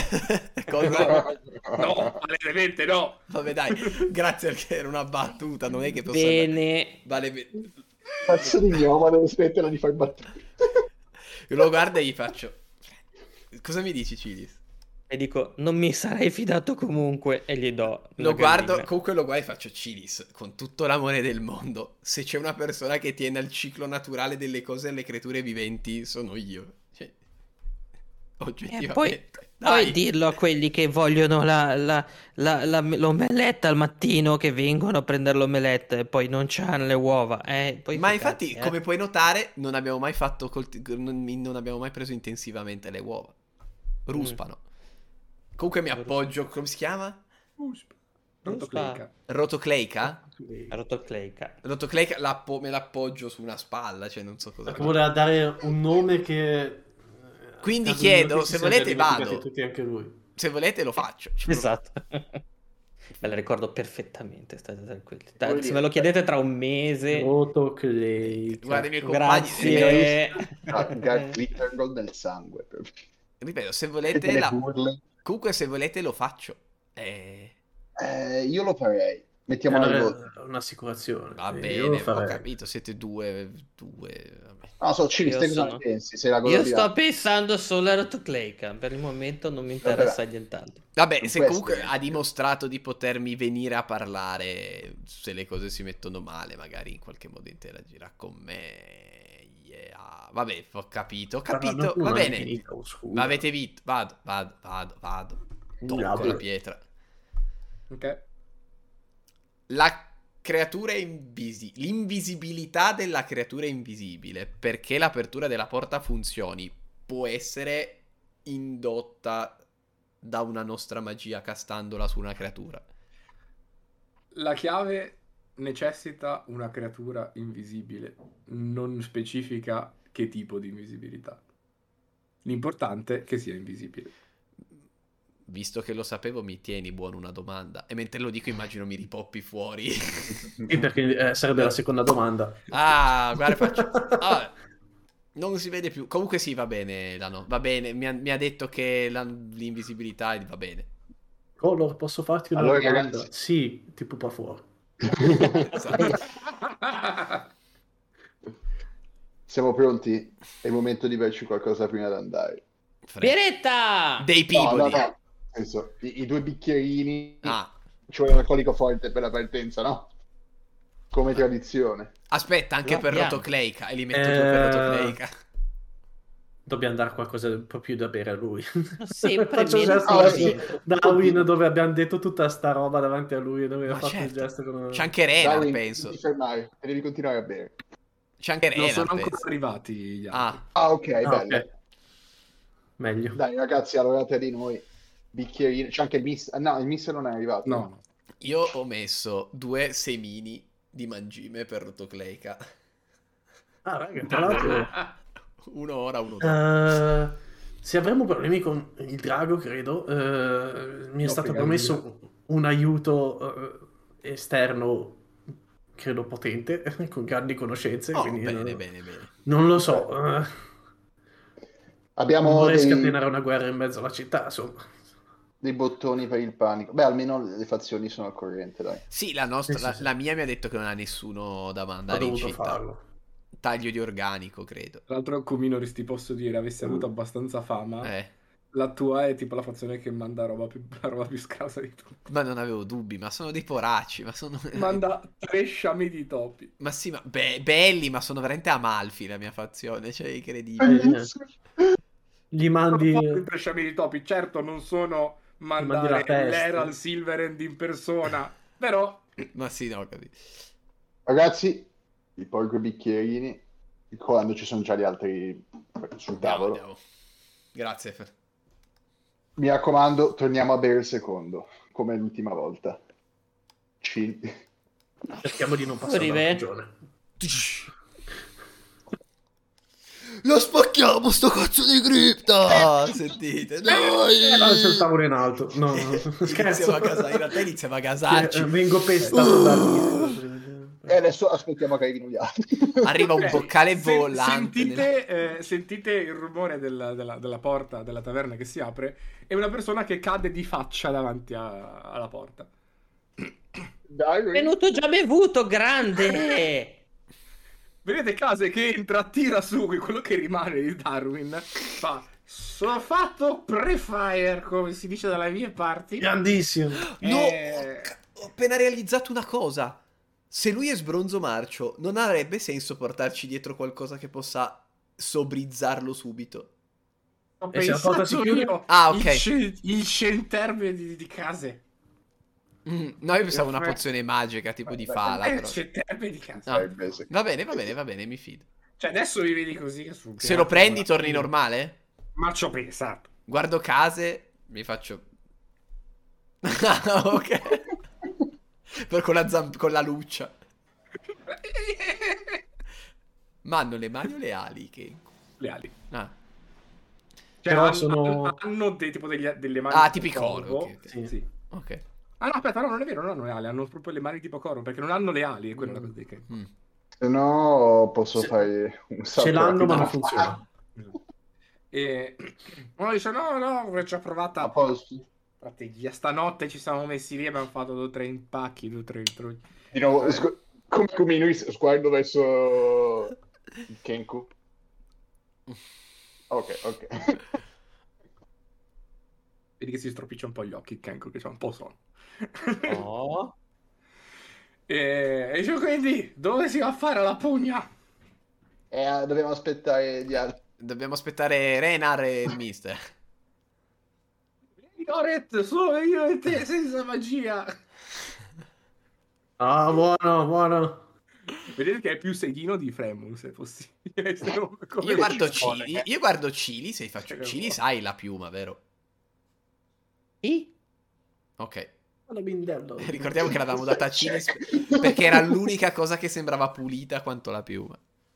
cosa? No, palesemente no. Vabbè dai, grazie perché era una battuta, non è che posso... Bene. Vale bene. Cazzo di gnoma, smettila di far battute. Io lo guardo e gli faccio: cosa mi dici, Cilis? E dico, non mi sarei fidato comunque, e gli do Lo una guardo, gallina. comunque lo guardo e faccio: Cilis, con tutto l'amore del mondo, se c'è una persona che tiene al ciclo naturale delle cose e alle creature viventi, sono io. Cioè, oggettivamente. Puoi dirlo a quelli che vogliono l'omeletta al mattino, che vengono a prendere l'omeletta e poi non c'hanno le uova. Poi Ma che infatti, cazzi, come puoi notare, non abbiamo mai fatto non abbiamo mai preso intensivamente le uova. Ruspano. Comunque mi appoggio, come si chiama? Rotocleica. Rotocleica? Rotocleica. Rotocleica me l'appoggio su una spalla, cioè non so cosa. Perché voleva dare un nome che... Quindi caso chiedo, non se si volete siano dimenticati vado. tutti, anche lui. Se volete lo faccio. Esatto. Me la ricordo perfettamente, state tranquilli. Vuol Se dire- me lo chiedete tra un mese, Rotocleica. Guarda i miei compagni. grazie. Glitter Gold nel sangue. Ripeto, se E volete delle burle. comunque se volete lo faccio. Io lo farei. Mettiamo al voto. Un'assicurazione. Va quindi io lo bene, ho farei. capito, siete due, vabbè. No, so, Cili, Io stai cosa sono- ne pensi? Sei la cosa Io di sto là. pensando solo a Rotocleica. Per il momento non mi interessa nient'altro. Vabbè, Su se questo comunque è- ha dimostrato di potermi venire a parlare, se le cose si mettono male, magari in qualche modo interagirà con me. Yeah. Vabbè, ho capito, Parlando con va una bene. divinità oscura. Ma avete vinto. Vado. Tocco la Vabbè. pietra. Ok. La creatura l'invisibilità della creatura invisibile, perché l'apertura della porta funzioni, può essere indotta da una nostra magia castandola su una creatura. La chiave necessita una creatura invisibile, non specifica che tipo di invisibilità. L'importante è che sia invisibile. Visto che lo sapevo, mi tieni buono una domanda. E mentre lo dico, immagino mi ripoppi fuori. Sì, perché sarebbe la seconda domanda. Ah, guarda, faccio. Ah, non si vede più. Comunque sì, va bene, va bene. Mi ha detto che l'invisibilità va bene. Color, posso farti una Allora, domanda? ragazzi. Sì, ti pupa fuori. Esatto. Siamo pronti? È il momento di berci qualcosa prima di andare. Pieretta! Dei No, Peabody. Nel senso, i due bicchierini. Ah, Ci vuole un alcolico forte per la partenza, no? Come tradizione. aspetta, anche Lo per abbiamo. Rotocleica. E li metto due per Rotocleica. Dobbiamo dare qualcosa un po' più da bere a lui. Sempre Faccio il meno gesto così. verso Darwin dove abbiamo detto tutta sta roba davanti a lui e dove Ma ha fatto il certo. gesto con... C'è anche Renar, Darwin, penso. non ti fermare, e devi continuare a bere. C'è anche Non Renar, sono ancora penso. arrivati gli altri. Ah, Ah, ok, Ah, bello. ok. Meglio. Dai, ragazzi, allora tra di noi, bicchierino. C'è anche il mister. No, il mister non è arrivato. No. io ho messo 2 semini di mangime per Rotocleica. Ah, raga, tra l'altro... Uno ora, uno dopo. se avremo problemi con il drago, credo, mi è No, stato per promesso un aiuto esterno, credo potente, con grandi conoscenze, Oh, quindi bene, non, bene. non lo so. Non Abbiamo vorrei dei scatenare una guerra in mezzo alla città, insomma. bottoni per il panico. Beh, almeno le fazioni sono al corrente, dai. Sì, la nostra, Sì, sì, sì. la mia mi ha detto che non ha nessuno da Ho mandare in dovuto città. farlo. Taglio di organico, credo. Tra l'altro, Cominori, ti posso dire, avessi avuto abbastanza fama, Eh, la tua è tipo la fazione che manda la roba più scarsa di tutti. ma non avevo dubbi, ma sono dei poracci, ma sono... Manda 3 sciami di topi. Ma sì, ma belli, ma sono veramente amalfi la mia fazione, cioè incredibile. Gli mandi... 3 sciami di topi, certo non sono mandi la mandare peste. l'Herald Silverhand in persona, però Ma sì, no, ho capito. Ragazzi, vi porgo i bicchierini quando ci sono già gli altri sul tavolo. Andiamo. Grazie. Mi raccomando, torniamo a bere il secondo, come l'ultima volta. Cerchiamo di non passare la Arrive. ragione. lo spacchiamo sto cazzo di cripta, sentite, dai. No, c'è il tavolo in alto. No, Iniziamo scherzo. a casare, in realtà iniziamo a gasarci. Vengo pestato da E adesso aspettiamo che arrivino gli altri. Arriva un boccale volante. Sentite il rumore della porta della taverna che si apre e una persona che cade di faccia davanti alla porta. Dai, Venuto già bevuto, grande! Vedete Case che entra, tira su quello che rimane di Darwin, fa sono fatto pre-fire, come si dice dalle mie parti. Grandissimo. No, ho appena realizzato una cosa. Se lui è sbronzo marcio, non avrebbe senso portarci dietro qualcosa che possa sobrizzarlo subito. Ho E se la porta pensato si chiude? io, Ah, ok. il centerme di Case. No, io pensavo una pozione magica, tipo di fala. Il Però. centerme di Case. Ah, va bene, mi fido. Cioè adesso mi vedi così che sul Se lo prendi, torni normale? Ma ci ho pensato. Guardo case, mi faccio... ok. Per con la luccia. Ma hanno le mani o le ali? Che... Le ali. Ah. Cioè, Però hanno tipo delle mani Ah, tipo tipi corvo. corvo. Ok. Sì. Ok. Ah no, aspetta, no, non è vero, non hanno le ali, hanno proprio le mani tipo corvo, perché non hanno le ali, è quella la cosa che... Mm. Se no posso fare un salto. Ce l'hanno ma non rapido. funziona. E uno dice, no, avrei già provata. A posto. Strategia, stanotte ci siamo messi lì e abbiamo fatto 2 o 3 impacchi, 2 o 3 intrusi. Di nuovo, come Kuminui, sguardo verso Kenku. Ok. Vedi che si stropiccia un po' gli occhi, il Kenko, che c'ha un po' sonno. Oh. E dice, quindi, dove si va a fare la pugna? Dobbiamo aspettare gli altri. Dobbiamo aspettare Renar e il mister. Oret, solo io e te, senza magia. Ah, buono. Vedete che è più seghino di Fremul, se possibile. Io guardo Cili, se faccio Cili sai la piuma, vero? Sì? Ok. Guarda Bindello. Ricordiamo che l'avevamo data a Cili perché era l'unica cosa che sembrava pulita quanto la piuma.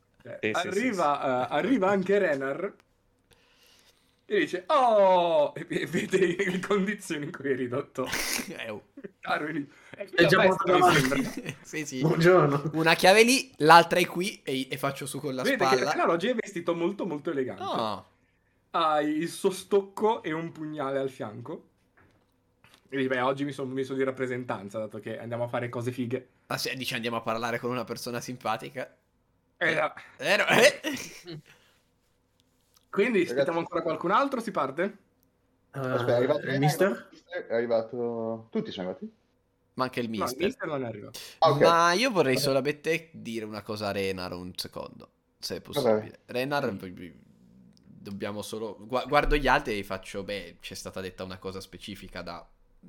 Arriva anche Renar e dice, oh, e vede le condizioni in cui è ridotto. È già portato avanti. Sì. Buongiorno. Una chiave lì, l'altra è qui e faccio su con la Vedete spalla. che Renar oggi è vestito molto molto elegante. No. Ha il suo stocco e un pugnale al fianco. E dice, beh, oggi mi sono messo di rappresentanza, dato che andiamo a fare cose fighe. Ah, sì, dice andiamo a parlare con una persona simpatica. No. Quindi aspettiamo ancora qualcun altro, si parte? Aspetta, è arrivato il mister? È arrivato... Tutti sono arrivati? Ma anche il No, mister. il mister non è arrivato. Ok. Ma io vorrei solamente dire una cosa a Renar un secondo, se è possibile. Renar, dobbiamo solo... Guardo gli altri e gli faccio, beh, c'è stata detta una cosa specifica da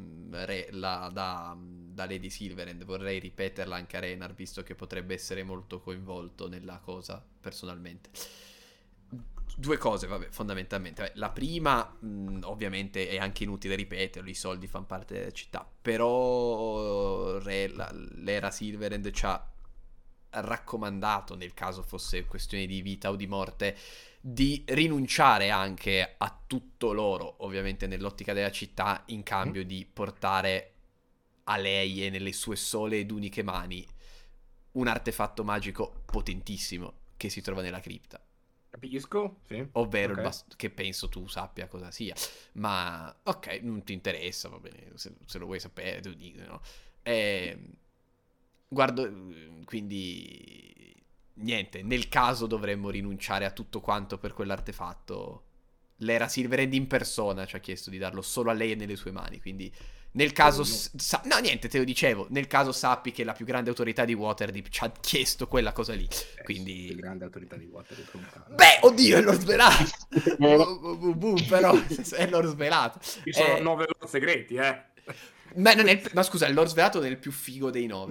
Lady Silverhand. Vorrei ripeterla anche a Renar, visto che potrebbe essere molto coinvolto nella cosa, personalmente. 2 cose, vabbè, fondamentalmente. La prima, ovviamente, è anche inutile ripeterlo, i soldi fanno parte della città, però l'era Silverhand ci ha raccomandato, nel caso fosse questione di vita o di morte, di rinunciare anche a tutto loro, ovviamente nell'ottica della città, in cambio di portare a lei e nelle sue sole ed uniche mani un artefatto magico potentissimo che si trova nella cripta. Capisco, sì. Ovvero Ok. che penso tu sappia cosa sia. Ma ok, non ti interessa, va bene, se lo vuoi sapere, tu dici, no? Guardo, quindi niente, nel caso dovremmo rinunciare a tutto quanto per quell'artefatto. L'era Silverhand in persona ci ha chiesto di darlo solo a lei e nelle sue mani, quindi nel caso... no, niente, te lo dicevo, nel caso sappi che la più grande autorità di Waterdeep ci ha chiesto quella cosa lì, quindi... La grande autorità di Waterdeep. Beh, oddio, è l'ho svelato! Però, è l'ho svelato. Ci sono 9 loro segreti, Ma scusa, è l'ho svelato nel più figo dei 9. No.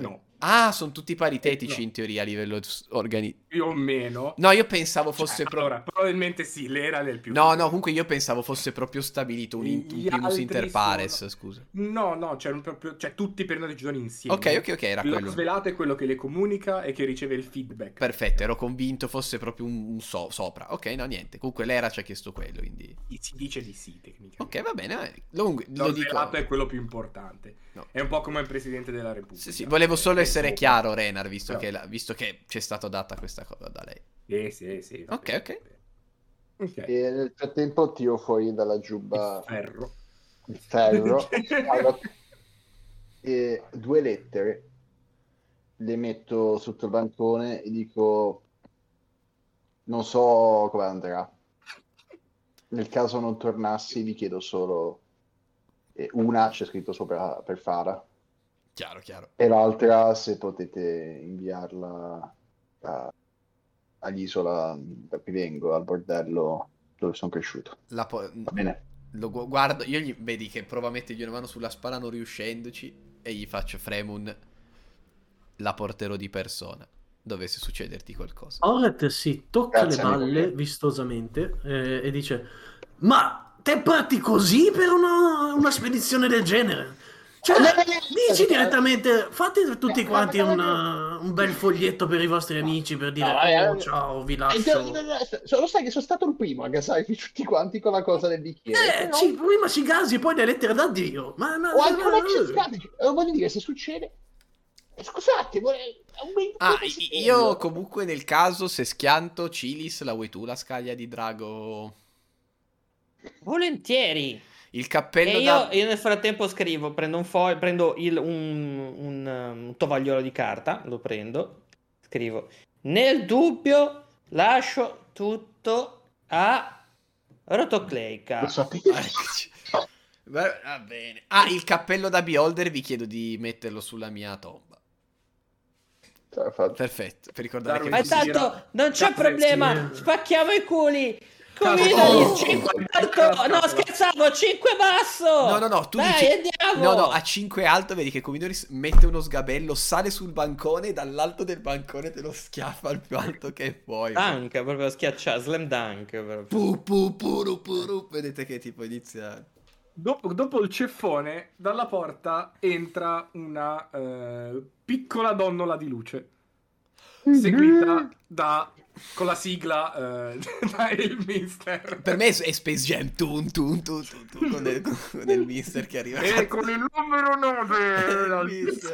Ah, sono tutti paritetici No. in teoria a livello organizzativo. Più o meno. No, io pensavo fosse proprio... Allora, probabilmente sì, l'era del più. No, comunque io pensavo fosse proprio stabilito un Gli primus altri inter pares, sono- scusa. No, cioè tutti prendono decisioni insieme. Ok, era Il quello. svelato è quello che le comunica e che riceve il feedback. Perfetto, ero convinto fosse proprio un sopra. Ok, no, niente. Comunque l'era ci ha chiesto quello, quindi... Si dice di sì, tecnicamente. Ok, va bene. Lo Lo dico... svelato è quello più importante. No. È un po' come il Presidente della Repubblica. Sì, volevo solo È essere sopra. chiaro, Renar, visto No. che c'è stata data questa cosa da lei. Sì. Ok. Ok. E nel frattempo tiro fuori dalla giubba Il ferro. il ferro, allora, e 2 lettere, le metto sotto il bancone e dico: non so come andrà. Nel caso non tornassi, vi chiedo solo una, c'è scritto sopra per Fara, Chiaro. e l'altra se potete inviarla all'isola da cui vengo, al bordello dove sono cresciuto. Va bene? Lo guardo, io vedi che prova a mettergli una mano sulla spalla non riuscendoci e gli faccio: Fremun, la porterò di persona, dovesse succederti qualcosa. Oret si tocca Grazie, le balle amico. vistosamente e dice: ma te parti così per una spedizione del genere? Cioè, dici direttamente, fate tutti quanti un bel foglietto per i vostri amici per dire: oh, ciao, vi lascio. Lo sai che sono stato il primo a gasarvi tutti quanti con la cosa del bicchiere. Prima ci gasi e poi le lettere d'addio. O anche una voglio dire, se succede... Scusate, Io comunque nel caso, se schianto Cilis, la vuoi tu la scaglia di drago? Volentieri. Il cappello E da... io nel frattempo scrivo, prendo un foglio, prendo un tovagliolo di carta, lo prendo, scrivo: nel dubbio lascio tutto a Rotocleica. Lo sapevo. Va bene. Ah, il cappello da Beholder vi chiedo di metterlo sulla mia tomba. Perfetto, per ricordare che... Ma tanto non c'è Cazzo, problema, sì. spacchiamo i culi. Cazzo, Combinali 5 alto. No, cazzo. scherzavo, 5 basso. No, tu Dai, dici... andiamo. No, a 5 alto vedi che Cominori mette uno sgabello, sale sul bancone e dall'alto del bancone te lo schiaffa al più alto che puoi. Dunk, proprio schiacciato, slam dunk proprio. Puru. Vedete che tipo inizia... Dopo il ceffone, dalla porta entra una piccola donnola di luce, seguita con la sigla da Elminster. Per me è Space Jam, con il mister che arriva. E con il numero 9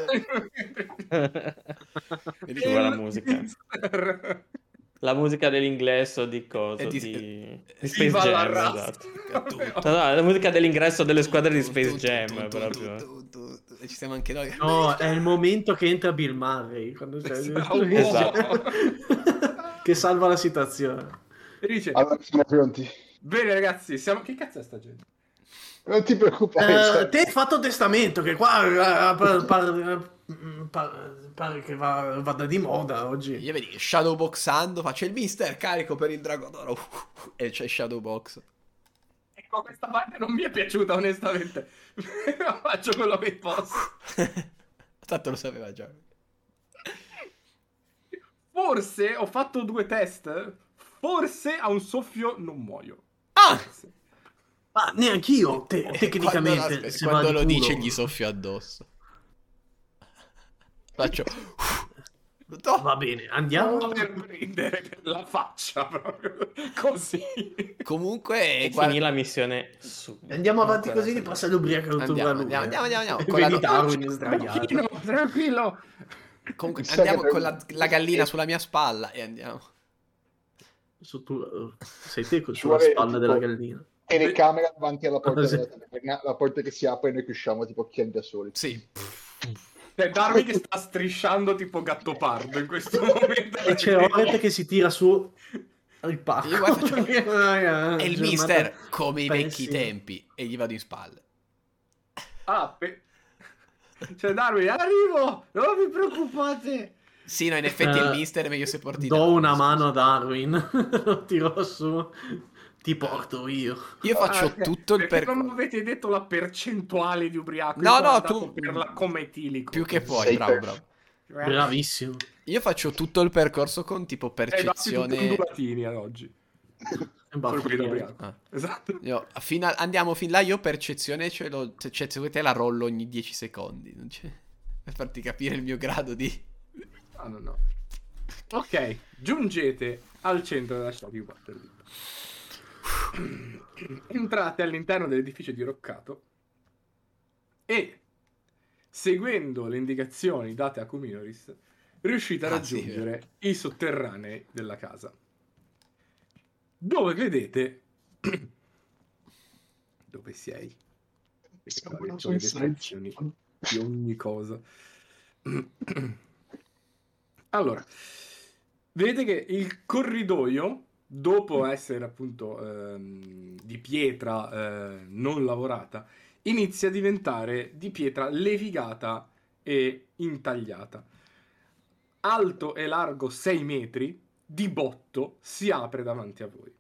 Vedi Ci che- vuole la musica. La musica dell'ingresso di cosa? E Di Space Viva la Jam, razza. esatto. No, la musica dell'ingresso delle squadre di Space Jam proprio. E ci siamo anche noi. No, è il momento che entra Bill Murray quando c'è Esatto. che salva la situazione. E dice: Allora siamo pronti. bene ragazzi, siamo... Che cazzo è sta gente? Non ti preoccupare. Te hai fatto testamento che qua pare che vada di moda oggi. Io vedi shadowboxando, faccio il mister carico per il drago d'oro e c'è shadowbox. Ecco, questa parte non mi è piaciuta onestamente. Faccio quello che posso. Tanto lo sapeva già. Forse ho fatto 2 test. Forse a un soffio non muoio. Ah! Ma neanch'io, tecnicamente. se va Quando di lo culo. dice gli soffio addosso. Faccio... No. Va bene, andiamo. Per prendere per la faccia proprio così. Comunque E finì la missione subito. Andiamo avanti così che passa l'ubriaco Andiamo. E Con la- vedi Darwin sdraiato. Tranquillo. Comunque Chissà andiamo che- con la gallina sulla mia spalla e andiamo. Sei te Ci sulla vuole, spalla tipo, della gallina. telecamera davanti alla porta Sì. della taverna, la porta che si apre e noi che usciamo tipo occhiali da soli. Sì. Cioè, Darwin che sta strisciando tipo Gattopardo in questo momento. E c'è Oret che si tira su il pacco. Io guarda, faccio- E E il mister, come i vecchi tempi, e gli vado in spalle. Cioè, Darwin, arrivo! Non vi preoccupate! Sì, no, in effetti il mister è meglio se porti Do Darwin, una scusa. mano a Darwin. Lo tiro su. Ti porto io. Io faccio ok. tutto il Perché percorso. non avete detto la percentuale di ubriaco. No, Io no, ho dato tu- per la come etilico. Più che puoi, Sei bravo, per- bravo. Bravissimo. Io faccio tutto il percorso con tipo tutti percezione. ondulatini ad oggi. Solo quelli da ubriaco. Ah. Esatto. Andiamo fin là, io percezione cioè se vuoi te la rollo ogni 10 secondi, non c'è... per farti capire il mio grado di... No. Ok, giungete al centro della città di Waterdeep. Entrate all'interno dell'edificio diroccato e, seguendo le indicazioni date a Kuminoris, riuscite a raggiungere i sotterranei della casa, dove vedete dove sei. Le descrizioni di ogni cosa. Allora, vedete che il corridoio, dopo essere appunto di pietra non lavorata, inizia a diventare di pietra levigata e intagliata. Alto e largo 6 metri, di botto, si apre davanti a voi.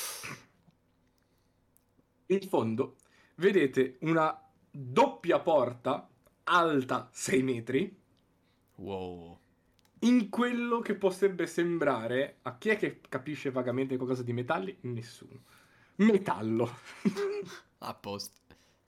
In fondo vedete una doppia porta alta 6 metri. Wow. In quello che potrebbe sembrare, a chi è che capisce vagamente qualcosa di metalli? Nessuno. Metallo. A posto.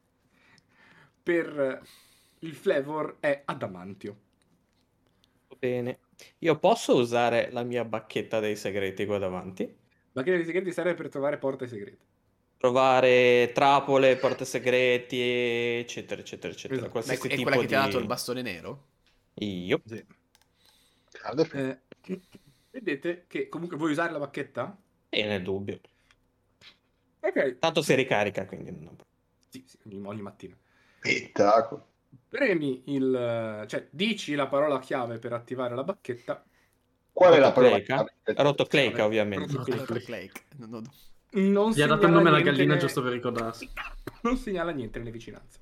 Per il flavor è adamantio. Bene. Io posso usare la mia bacchetta dei segreti qua davanti? La chiave dei segreti serve per trovare porte segrete. Trovare trappole, porte segreti, eccetera, eccetera, eccetera. Esatto. Qualsiasi È tipo quella che ti ha di... dato il bastone nero? Io. Sì. Grande. Vedete che comunque vuoi usare la bacchetta? E nel dubbio. Ok. Tanto si ricarica, quindi non... Sì, ogni mattina. Spettacolo. Premi cioè dici la parola chiave per attivare la bacchetta. Qual è la parola Rotocleica? chiave? Rotocleica, ovviamente. Rotoclake. Non Gli ha dato il nome alla niente gallina giusto per ricordarsi. Non segnala niente nelle vicinanze.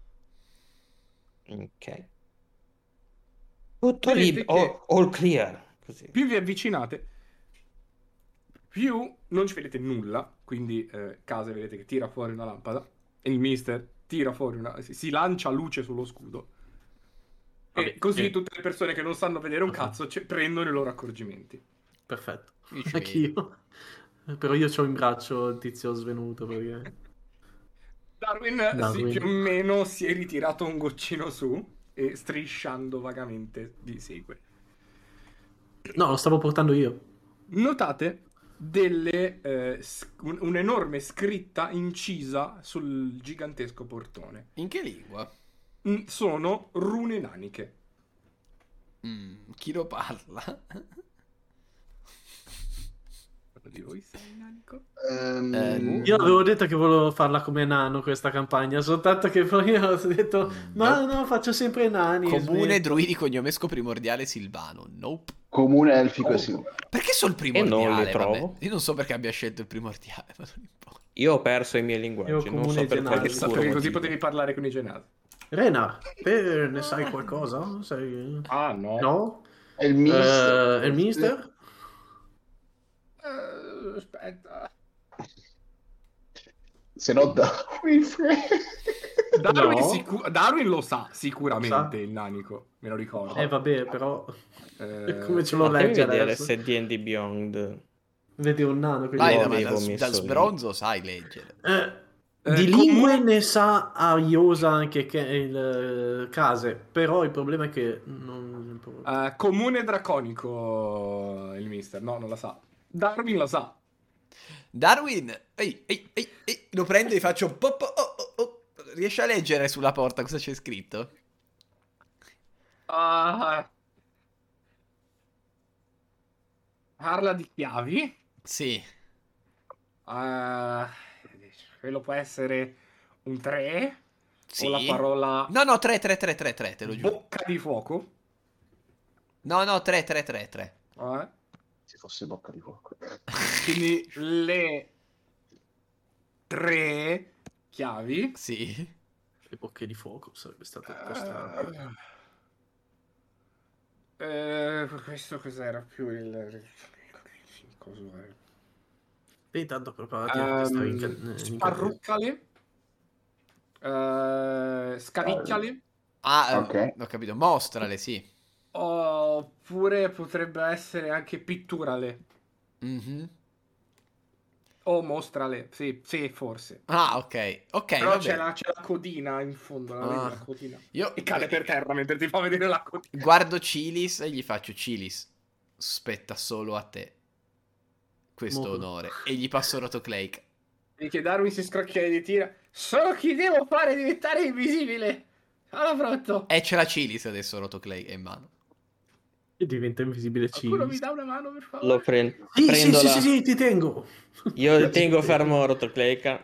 Ok. Tutto Vedete libero. che- All clear. Così. Più vi avvicinate, più non ci vedete nulla. Quindi Case vedete che tira fuori una lampada e il mister tira fuori si lancia luce sullo scudo. E Vabbè, così sì. tutte le persone che non sanno vedere un cazzo prendono i loro accorgimenti. Perfetto. Io ci Anch'io. Però io c'ho in braccio il tizio svenuto perché... Darwin, sì, più o meno si è ritirato un goccino su e strisciando vagamente vi segue. No, lo stavo portando io. Notate un'enorme scritta incisa sul gigantesco portone. In che lingua? Sono rune naniche. Chi lo parla? Di voi sei nanico? Io avevo detto che volevo farla come nano questa campagna, soltanto che poi ho detto ma no, faccio sempre nani. Comune druidi cognome primordiale Silvano. Nope. Comune elfico e silvano. Perché sono il E primordiale? non li Vabbè. trovo. Io non so perché abbia scelto il primordiale, ma non importa. Io ho perso i miei linguaggi. Io Non comune so per genale. quale Perché oscuro così motivo. potevi parlare con i genasi. Rena, te ne sai qualcosa? Sai... Ah, no. No? E il mister? Il mister? Aspetta. Se no Darwin. Darwin lo sa sicuramente, Lo sa? il nanico, me lo ricordo. Vabbè, però... Eh, Come ce lo Fatemi legge vedere adesso? se D&D Beyond... Vedi un nano. quindi- Vai, Lo ma avevo dal messo lì. sbronzo sai leggere. Di lingue comunque- ne sa a iosa anche che il Case, però il problema è che non... comune draconico il mister, no, non la sa. Darwin la sa. Darwin, ehi, lo prendo e gli faccio un po'. Riesci a leggere sulla porta cosa c'è scritto? Parla di chiavi. Sì. Quello può essere un 3 Sì. o la parola No, 3, te lo giuro. bocca di fuoco. No, 3. Se fosse bocca di fuoco. Quindi le 3 chiavi. Sì. Le bocche di fuoco sarebbe stato costante. Questo cos'era più il coso è? E tanto preparati a stare Sparruccale, scavicchiale, Ah, Ok. ho capito. Mostrale, sì. Oppure potrebbe essere anche pitturale. Mhm. O mostrale. Sì, forse. Ah, ok. Ok, Però va c'è bene. la codina in fondo, la vedi la codina? Io E cade per terra mentre ti fa vedere la codina. guardo Chilis e gli faccio: Chilis, spetta solo a te questo Molto. onore. E gli passo Rotoclake. Vedi che Darwin si scrocchia e di tira. So chi devo fare diventare invisibile. Sono pronto. E c'è la Chilis adesso, Rotoclake è in mano. E diventa invisibile Qualcuno mi Chilis. dà una mano per favore? Lo prendo. Sì, Prendo sì, la... sì, sì, ti tengo. Io tengo fermo Rotoclake.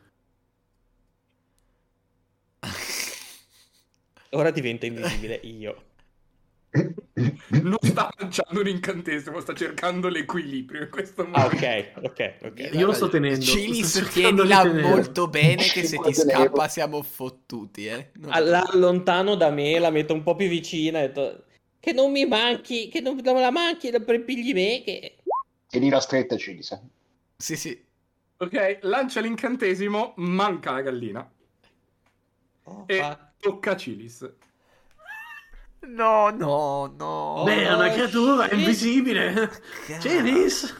Ora diventa invisibile io. Non sta lanciando un incantesimo, sta cercando l'equilibrio in questo momento. Ok. Io lo sto tenendo. Chilis, Sto cercando di tienila tenerlo. molto bene che se ti Lo tenevo. scappa siamo fottuti, La allontano da me, la metto un po' più vicina e ho detto, che non mi manchi, che non me la manchi, la prepigli me, che... Tienila stretta, Cilisa. Sì. Ok, lancia l'incantesimo, manca la gallina. Oh, E tocca a Cilis. No. Beh, è una creatura, è shit. invisibile. Chilis.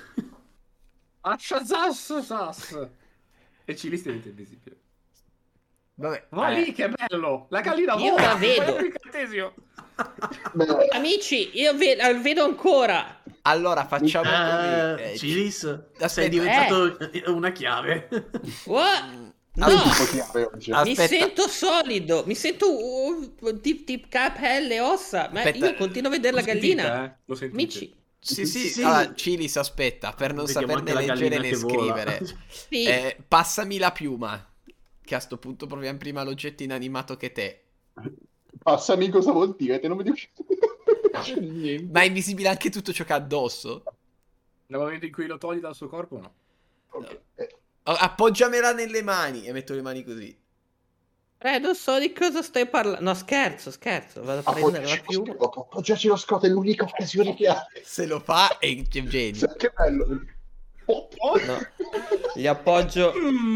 Sass. E Cilis diventa invisibile. Vabbè. Va lì, che bello! La gallina Io vola! la vedo. Guarda l'incantesimo. Beh, Amici, io la vedo ancora. Allora facciamo così. Cilis, aspetta. sei diventato una chiave. What? No, io tipo chiave oggi. Ah, mi aspetta. sento solido, mi sento tip capelle e ossa, ma Aspetta. io continuo a vedere la Lo sentite, gallina. Lo sentite? Amici, Sì. Sì. Allora, Cilis, aspetta, per non Vediamo saperne anche la leggere gallina né che vola. scrivere. sì. Passami la piuma. Che a sto punto proviamo prima l'oggetto inanimato che te. Passami cosa vuol dire? Te non mi dici niente. Ma è invisibile anche tutto ciò che ha addosso? Nel momento in cui lo togli dal suo corpo, no. Ok. Appoggiamela nelle mani. E metto le mani così. Non so di cosa stai parlando. No, scherzo, vado a prendere la piuma. Appoggiarci lo scotto è l'unica occasione che ha. Se lo fa è genio. Che bello. No. Gli appoggio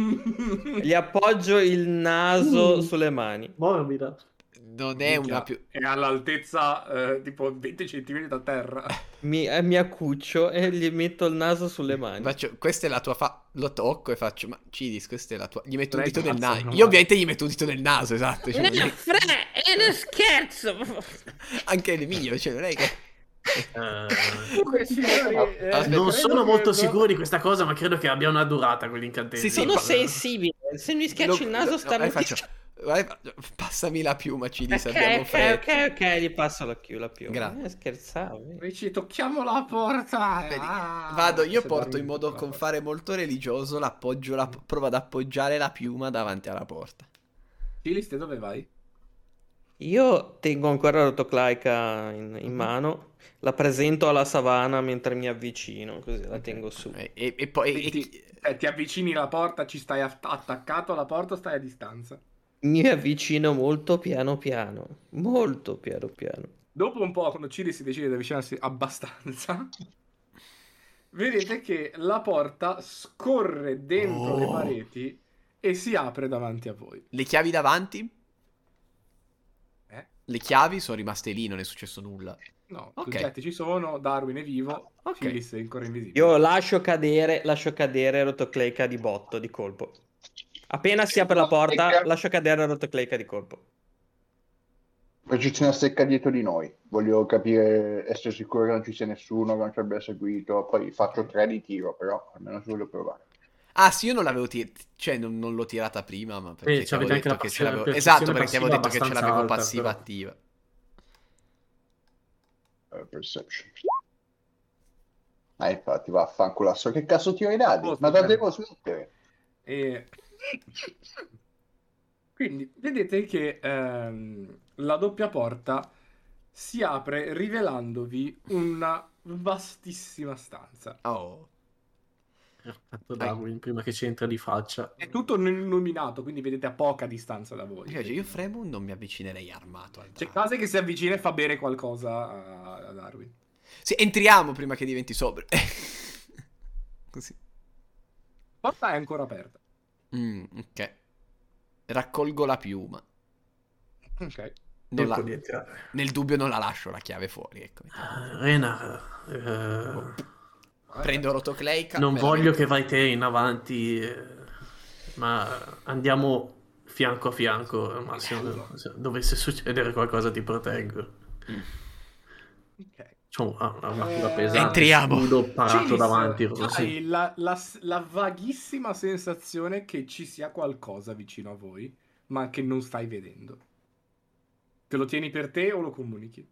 il naso sulle mani. Morbida. Non è una più... È all'altezza tipo 20 cm da terra. Mi accuccio e gli metto il naso sulle mani. Questa è la tua lo tocco e faccio, ma Cidis, questa è la tua... Gli metto un Non è dito nel cazzo, naso. no. Io ovviamente gli metto un dito nel naso, esatto. Cioè, No, non è- è uno scherzo. Anche l'Emilio, cioè non è che... Comunque, signori, Aspetta. Non credo sono che molto do- sicuro di questa cosa, ma credo che abbia una durata quell'incantesimo. Sì, Sono ma- sensibile. Se mi schiacci il naso vai, faccio... Passami la piuma, Cidis, abbiamo fretta. Ok, gli passo la piuma. Grazie. Scherzavo. Dici, tocchiamo la porta. Vedi, Ah, vado, io se porto dormi in modo tocca la con porta. fare molto religioso, provo ad appoggiare la piuma davanti alla porta. Cilis, te dove vai? Io tengo ancora Rotoclaica in mano, la presento alla savana mentre mi avvicino, così la tengo su. E poi... Ti avvicini alla porta, ci stai attaccato alla porta o stai a distanza? Mi avvicino molto piano piano, molto piano piano. Dopo un po', quando Cilis si decide di avvicinarsi abbastanza, vedete che la porta scorre dentro le pareti e si apre davanti a voi. Le chiavi davanti? Eh? Le chiavi sono rimaste lì, non è successo nulla. No, Ok. gli oggetti ci sono, Darwin è vivo, Ok. Cilis è ancora invisibile. Io lascio cadere Rotoclaica di botto, di colpo. Appena si apre la porta, lascio cadere Rotoclaica di colpo. C'è una secca dietro di noi. Voglio capire, essere sicuro che non ci sia nessuno, che non ci abbia seguito. Poi faccio 3 di tiro, però almeno ci voglio provare. Ah, sì, io non l'avevo cioè non l'ho tirata prima, ma perché ti avevo c'avete anche detto la che ce l'avevo... percezione Esatto, perché ti avevo detto che ce passiva l'avevo abbastanza passiva alta, attiva. Perception. Infatti, vaffanculo. Che cazzo tiro i dadi? Oh, Ma sto devo smettere. E... Quindi vedete che la doppia porta si apre rivelandovi una vastissima stanza. Oh. Fatto Darwin prima che ci entra di faccia. È tutto illuminato, quindi vedete a poca distanza da voi. Cioè, io Fremon non mi avvicinerei armato al C'è drago. Case che si avvicina e fa bere qualcosa a Darwin. Sì, entriamo prima che diventi sobrio. Così. La porta è ancora aperta. Ok. Raccolgo la piuma. Ok. nel dubbio non la lascio la chiave fuori, ecco. Renar, Prendo rotocleica. non me la voglio metto. che vai te in avanti, ma andiamo fianco a fianco. Al massimo, se dovesse succedere qualcosa ti proteggo. Ok. C'ho una macchina pesante, Entriamo. scudo parato Cilis, davanti. tu Così. hai la vaghissima sensazione che ci sia qualcosa vicino a voi, ma che non stai vedendo. Te lo tieni per te o lo comunichi?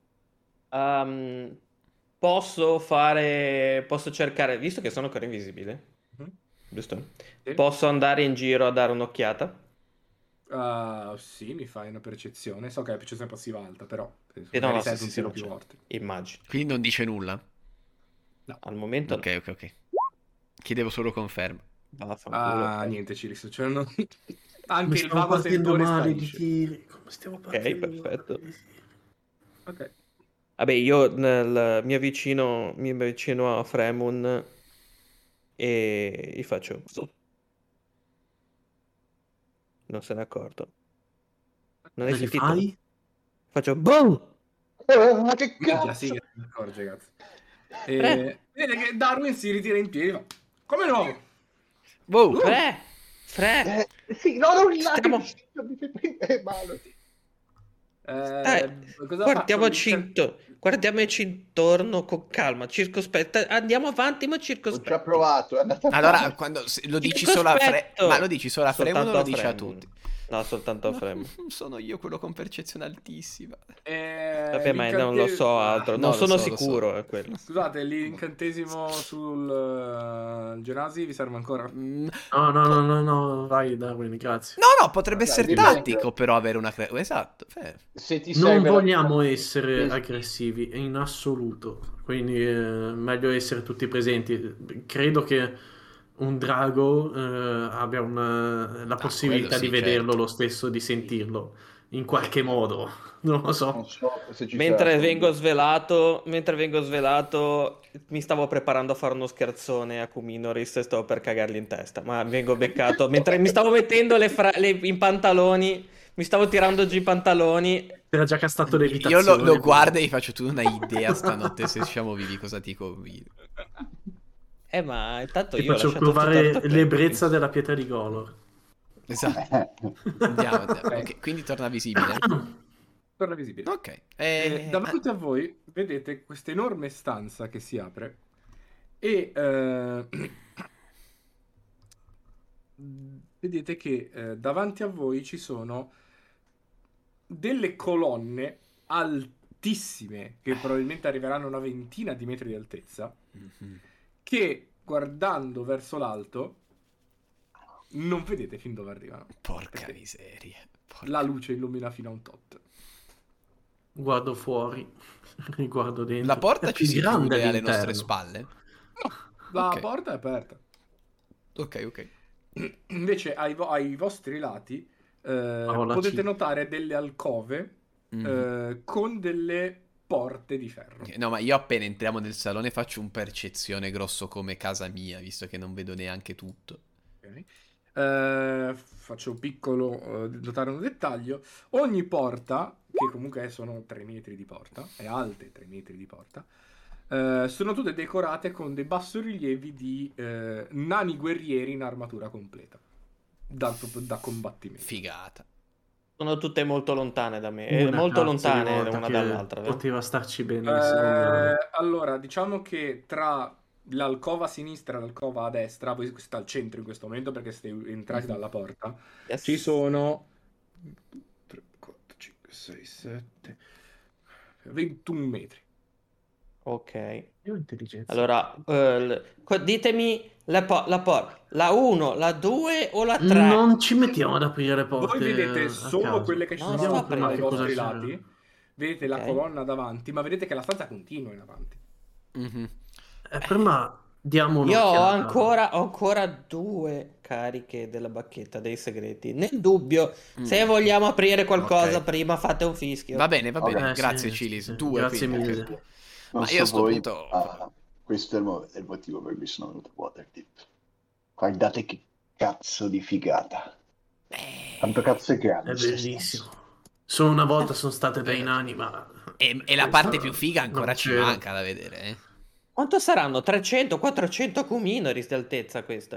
Posso cercare, visto che sono ancora invisibile, Mhm. giusto? Sì. Posso andare in giro a dare un'occhiata? Sì, mi fai una percezione. So che è la percezione passiva alta, però No, magari no, serve un sì, tiro non più c'è. forte. Immagino. Quindi non dice nulla. Al momento Ok. Chiedevo solo conferma. no. Vaffanculo. Niente, Ciris. Cioè, Come anche il stiamo vago partendo sentore male di sparisce. tiri. Come stiamo partendo perfetto. male di tiri. Ok. Vabbè, io mi avvicino a Fremun e gli faccio. Non se n'è accorto. Non hai Cosa gli sentito? fai? Faccio boom! Ma che Minchia, cazzo? sì, che si accorge, cazzo. Vede che Darwin si ritira in piedi. Fa, come nuovo? Wow. Fre! Sì, no, non là, Stiamo- mi fai prendere male. Cosa faccio? Guardiamoci intorno con calma, circospetta. Andiamo avanti, ma Ho già circospetto. provato, è andata Allora, male. quando lo dici solo a Circospetto! ma lo dici solo a Fremon o Soltanto lo a dici a Fremon. tutti? No, soltanto a Fremon. Sono io quello con percezione altissima. Vabbè, ma non lo so altro. No, Non lo sono so, lo sicuro, so. è quello. Scusate, l'incantesimo sul Genasi vi serve ancora? No, vai Darwin, grazie. No, potrebbe Dai, essere dipende. tattico però avere una esatto. Se ti Non serve la- vogliamo essere Sì. aggressivi in assoluto, quindi meglio essere tutti presenti. Credo che un drago abbia la possibilità quello di sì, vederlo certo. lo stesso, di sentirlo in qualche modo. Non lo so. Non so se ci Mentre sarà vengo solo- svelato, mi stavo preparando a fare uno scherzone a Kuminoris e stavo per cagargli in testa, ma vengo beccato. Mentre mi stavo mettendo i pantaloni, mi stavo tirando giù i pantaloni. Era già castato le Io evitazioni. lo guardo e gli faccio tu una idea stanotte se siamo vivi cosa ti conviene. Ma intanto Ti io ho faccio lasciato tutto provare aperto. l'ebbrezza della pietra di Golor. Esatto. Andiamo. Ok, quindi torna visibile. Torna visibile. Ok. Davanti a voi vedete questa enorme stanza che si apre e vedete che davanti a voi ci sono delle colonne altissime che probabilmente arriveranno a una ventina di metri di altezza che guardando verso l'alto non vedete fin dove arrivano. Porca Perché miseria. la luce illumina fino a un tot. Guardo fuori, guardo dentro. La porta È ci più si grande chiude alle all'interno. nostre spalle? La Ok. porta è aperta. Ok. Invece ai vostri lati la potete C. notare delle alcove con delle porte di ferro. No, ma io appena entriamo nel salone faccio un percezione grosso come casa mia, visto che non vedo neanche tutto. Ok. Faccio un piccolo notare un dettaglio. Ogni porta, che comunque sono 3 metri di porta, è alte 3 metri di porta, sono tutte decorate con dei bassorilievi di nani guerrieri in armatura completa da combattimento. Figata. Sono tutte molto lontane da me, Una molto cazzo di lontane volta una che dall'altra. vero? Poteva starci bene. Allora, diciamo che tra l'alcova a sinistra e l'alcova a destra, voi siete al centro in questo momento perché siete entrati dalla porta, Yes. ci sono 3, 4, 5, 6, 7, 21 metri. Ok. Io intelligenza. Allora, ditemi la porta. La 1, la 2 o la 3? Non ci mettiamo ad aprire le porte. Voi vedete a solo caso. quelle che ci No, sono sto aprendo. ai Che cosa vostri c'è? lati. Vedete la Ok. colonna davanti, ma vedete che la stanza continua in avanti. Mhm. Prima diamo Io ho un'occhiata. ancora 2 cariche della bacchetta dei segreti. Nel dubbio, se Mm. vogliamo aprire qualcosa Ok. prima, fate un fischio. Va bene, grazie sì, Cilis. sì. 2 Grazie quindi. mille. Ok. Non Ma io so a sto voi, punto- questo è il motivo per cui sono venuto a Waterdeep. Guardate che cazzo di figata. Tanto cazzo è grande. È sta bellissimo. stanza. Solo una volta sono state dai nani, ma... E la parte più figa ancora non ci c'era. manca da vedere, eh. Quanto saranno? 300-400 Akuminoris di altezza questa?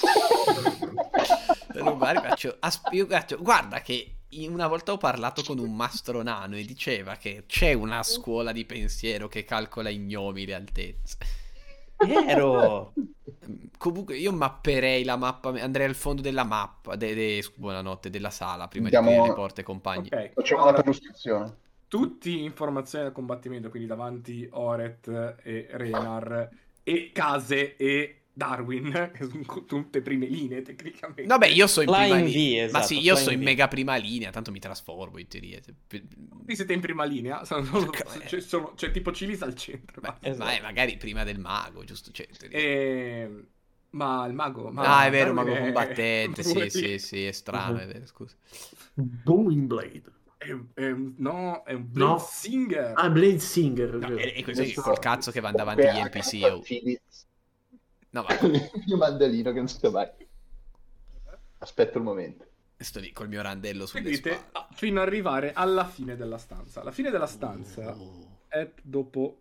Guarda che una volta ho parlato con un mastro nano e diceva che c'è una scuola di pensiero che calcola ignomi le altezze. Vero! Comunque io mapperei la mappa, andrei al fondo della mappa, buonanotte, della sala, prima di Andiamo- aprire le porte ai compagni. Ok, Facciamo allora, una demonstrazione. tutti informazioni del combattimento, quindi davanti Oret e Renar e Case e Darwin, che sono tutte prime linee tecnicamente. Vabbè, io so in prima Flying linea. V, esatto, Ma sì, io so Flying in V. mega prima linea, tanto mi trasformo in teoria. Tutti siete in prima linea, c'è tipo Cilis al centro. basta. Esatto. Magari prima del mago, giusto? Cioè, in teoria. Ma il mago... Ah, è vero, Darwin mago combattente, pure sì, è strano, è vero, scusa. Booming Blade. No, è un No. Blade Singer. Ah, Blade Singer. No, vero. e così Adesso- col cazzo che vanno davanti Beh, gli accanto NPC. a Cilis, No, ma il mandalino che non sta mai. Aspetta un momento. sto lì col mio randello sulle Vedete, spalle. fino ad arrivare alla fine della stanza. La fine della stanza è dopo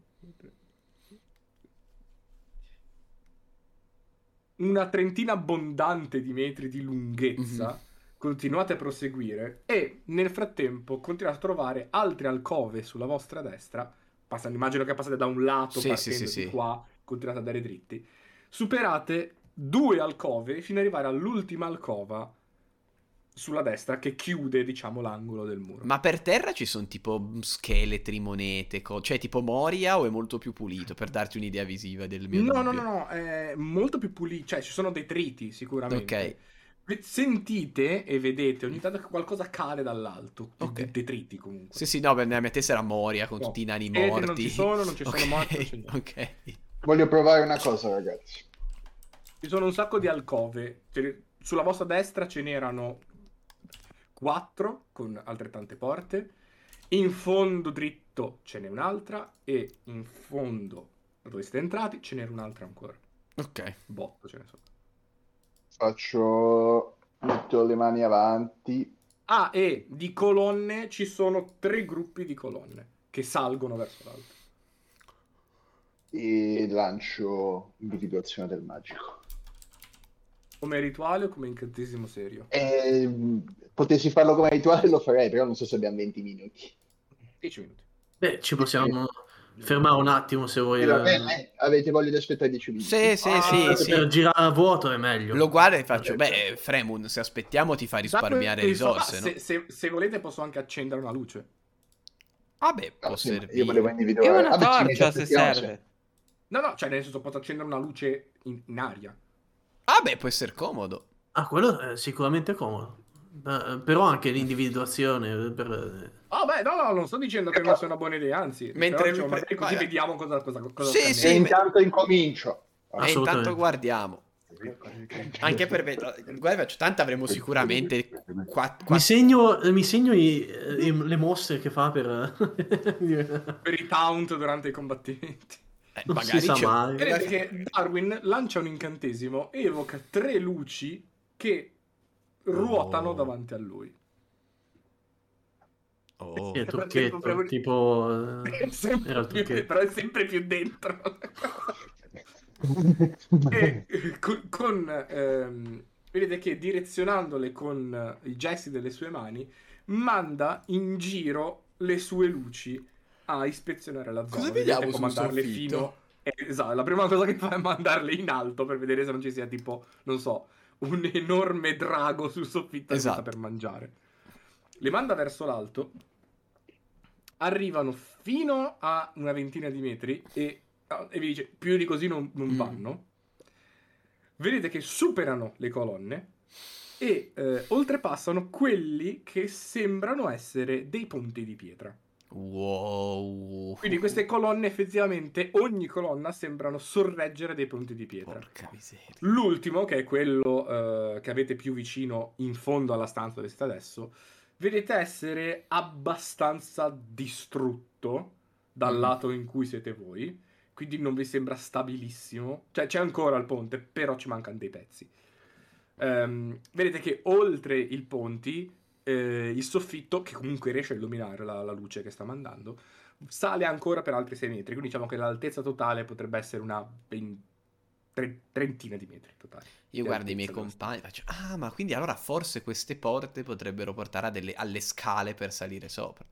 una trentina abbondante di metri di lunghezza. Continuate a proseguire e nel frattempo continuate a trovare altre alcove sulla vostra destra. Immagino che passate da un lato Sì, partendo sì. di qua, continuate ad andare dritti. Superate 2 alcove fino ad arrivare all'ultima alcova sulla destra che chiude, diciamo, l'angolo del muro. Ma per terra ci sono tipo scheletri, monete, cioè tipo Moria o è molto più pulito per darti un'idea visiva del mio dubbio? No, è molto più pulito, cioè ci sono detriti sicuramente. Ok. Sentite e vedete ogni tanto che qualcosa cade dall'alto, Ok. detriti comunque. Sì, no, nella mia testa era Moria con No, tutti i nani scheletri morti. non ci sono morti, non c'è niente. Ok. Voglio provare una cosa, ragazzi. Ci sono un sacco di alcove. Sulla vostra destra ce n'erano 4 con altrettante porte. In fondo dritto ce n'è un'altra. E in fondo dove siete entrati ce n'era un'altra ancora. Ok. Botto ce ne sono. Metto le mani avanti. Ah, e di colonne ci sono 3 gruppi di colonne che salgono verso l'alto. E lancio individuazione del magico. Come rituale o come incantesimo serio? Potessi farlo come rituale lo farei, però non so se abbiamo 20 minuti. 10 minuti. Beh, ci possiamo fermare un attimo se vuoi. Va bene, avete voglia di aspettare 10 minuti? Sì. Per girare a vuoto è meglio. Lo guardo e faccio, beh, Fremun, se aspettiamo ti fa risparmiare risorse, no? Se volete posso anche accendere una luce. Vabbè, può Sì, ma servire. io volevo E individuare. una Vabbè, ci torcia se aspettiamo, serve. No, cioè nel senso posso accendere una luce in aria. Vabbè, può essere comodo. Ah, quello è sicuramente comodo. Però anche l'individuazione Oh, beh, no, non sto dicendo che non sia una buona idea, anzi. Mentre però, mi diciamo, magari così vai. vediamo cosa Sì, cambia. sì. E intanto incomincio. E Assolutamente. intanto guardiamo. Anche per me, guarda, faccio tanto avremo sicuramente mi segno le mosse che fa per Per i taunt durante i combattimenti. non magari si sa c'è- mai. Vedete che Darwin lancia un incantesimo e evoca 3 luci che ruotano davanti a lui. Oh. Sì, è trucchetto, tipo È sempre era il più- trucchetto. però è sempre più dentro. E vedete che direzionandole con i gesti delle sue mani manda in giro le sue luci a ispezionare la zona. Cosa Vedete vediamo come sul mandarle soffitto? esatto, la prima cosa che fa è mandarle in alto per vedere se non ci sia tipo, non so, un enorme drago sul soffitto che Esatto. sta per mangiare. Le manda verso l'alto, arrivano fino a una ventina di metri e vi dice più di così non vanno. Vedete che superano le colonne e oltrepassano quelli che sembrano essere dei ponti di pietra. Wow. Quindi queste colonne effettivamente, ogni colonna sembrano sorreggere dei ponti di pietra. Porca miseria. L'ultimo, che è quello che avete più vicino in fondo alla stanza dove siete adesso, vedete essere abbastanza distrutto dal lato in cui siete voi, quindi non vi sembra stabilissimo. Cioè c'è ancora il ponte, però ci mancano dei pezzi. Vedete che oltre il ponti il soffitto, che comunque riesce a illuminare la luce che sta mandando, sale ancora per altri 6 metri. Quindi diciamo che l'altezza totale potrebbe essere una trentina di metri totali. Io guardo i miei compagni e faccio, ma quindi allora forse queste porte potrebbero portare alle scale per salire sopra.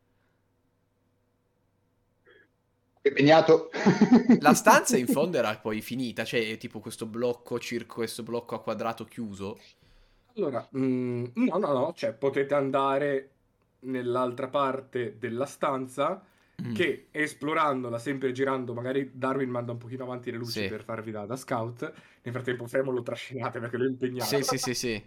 Impegnato. La stanza in fondo era poi finita, cioè tipo questo blocco a quadrato chiuso. Allora, no, cioè potete andare nell'altra parte della stanza che esplorandola, sempre girando, magari Darwin manda un pochino avanti le luci Sì. per farvi da scout, nel frattempo Fremo lo trascinate perché lo impegnate. Sì.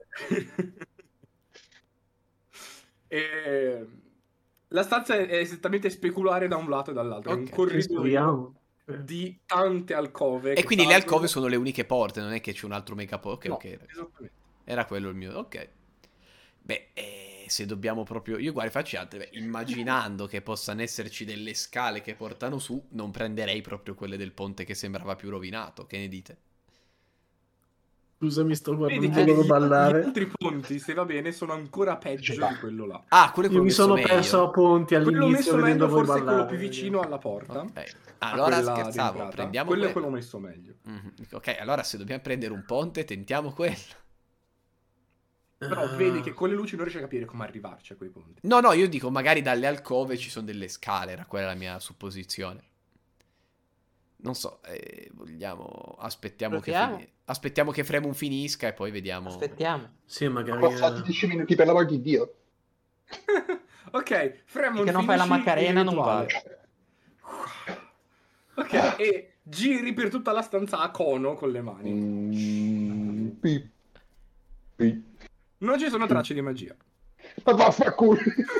E la stanza è esattamente speculare da un lato e dall'altro, è un Ok. corridoio di tante alcove. E che quindi le salgono- alcove sono le uniche porte, non è che c'è un altro megaporte. No, Ok. esattamente. Era quello il mio. Ok. Beh, se dobbiamo proprio. Io guarda, faccio altri. Beh, immaginando che possano esserci delle scale che portano su, non prenderei proprio quelle del ponte che sembrava più rovinato. Che ne dite? Scusami, sto Vedi guardando che loro gli ballare. altri ponti, se va bene, sono ancora peggio di quello là. Ah, quello è Io quello mi messo sono meglio. perso a ponti Quello all'inizio messo vedendo meglio voi forse è quello ballare. più vicino alla porta. Ok. a Allora quella scherzavo, d'entrata. prendiamo Quello è quello. quello messo meglio. Ok, allora se dobbiamo prendere un ponte, tentiamo quello. Però vedi che con le luci non riesci a capire come arrivarci a quei ponti. No, io dico magari dalle alcove ci sono delle scale, era quella la mia supposizione. Non so, aspettiamo Proviamo. aspettiamo che Fremon finisca e poi vediamo. Aspettiamo. Sì, magari... Passati 10 minuti per l'amor di Dio. Ok, Fremon Finché non fai la finisci il Macarena non rituale. vale. Ok, e giri per tutta la stanza a cono con le mani. Pip. Pip. Non ci sono tracce di magia. Ma vaffanculo.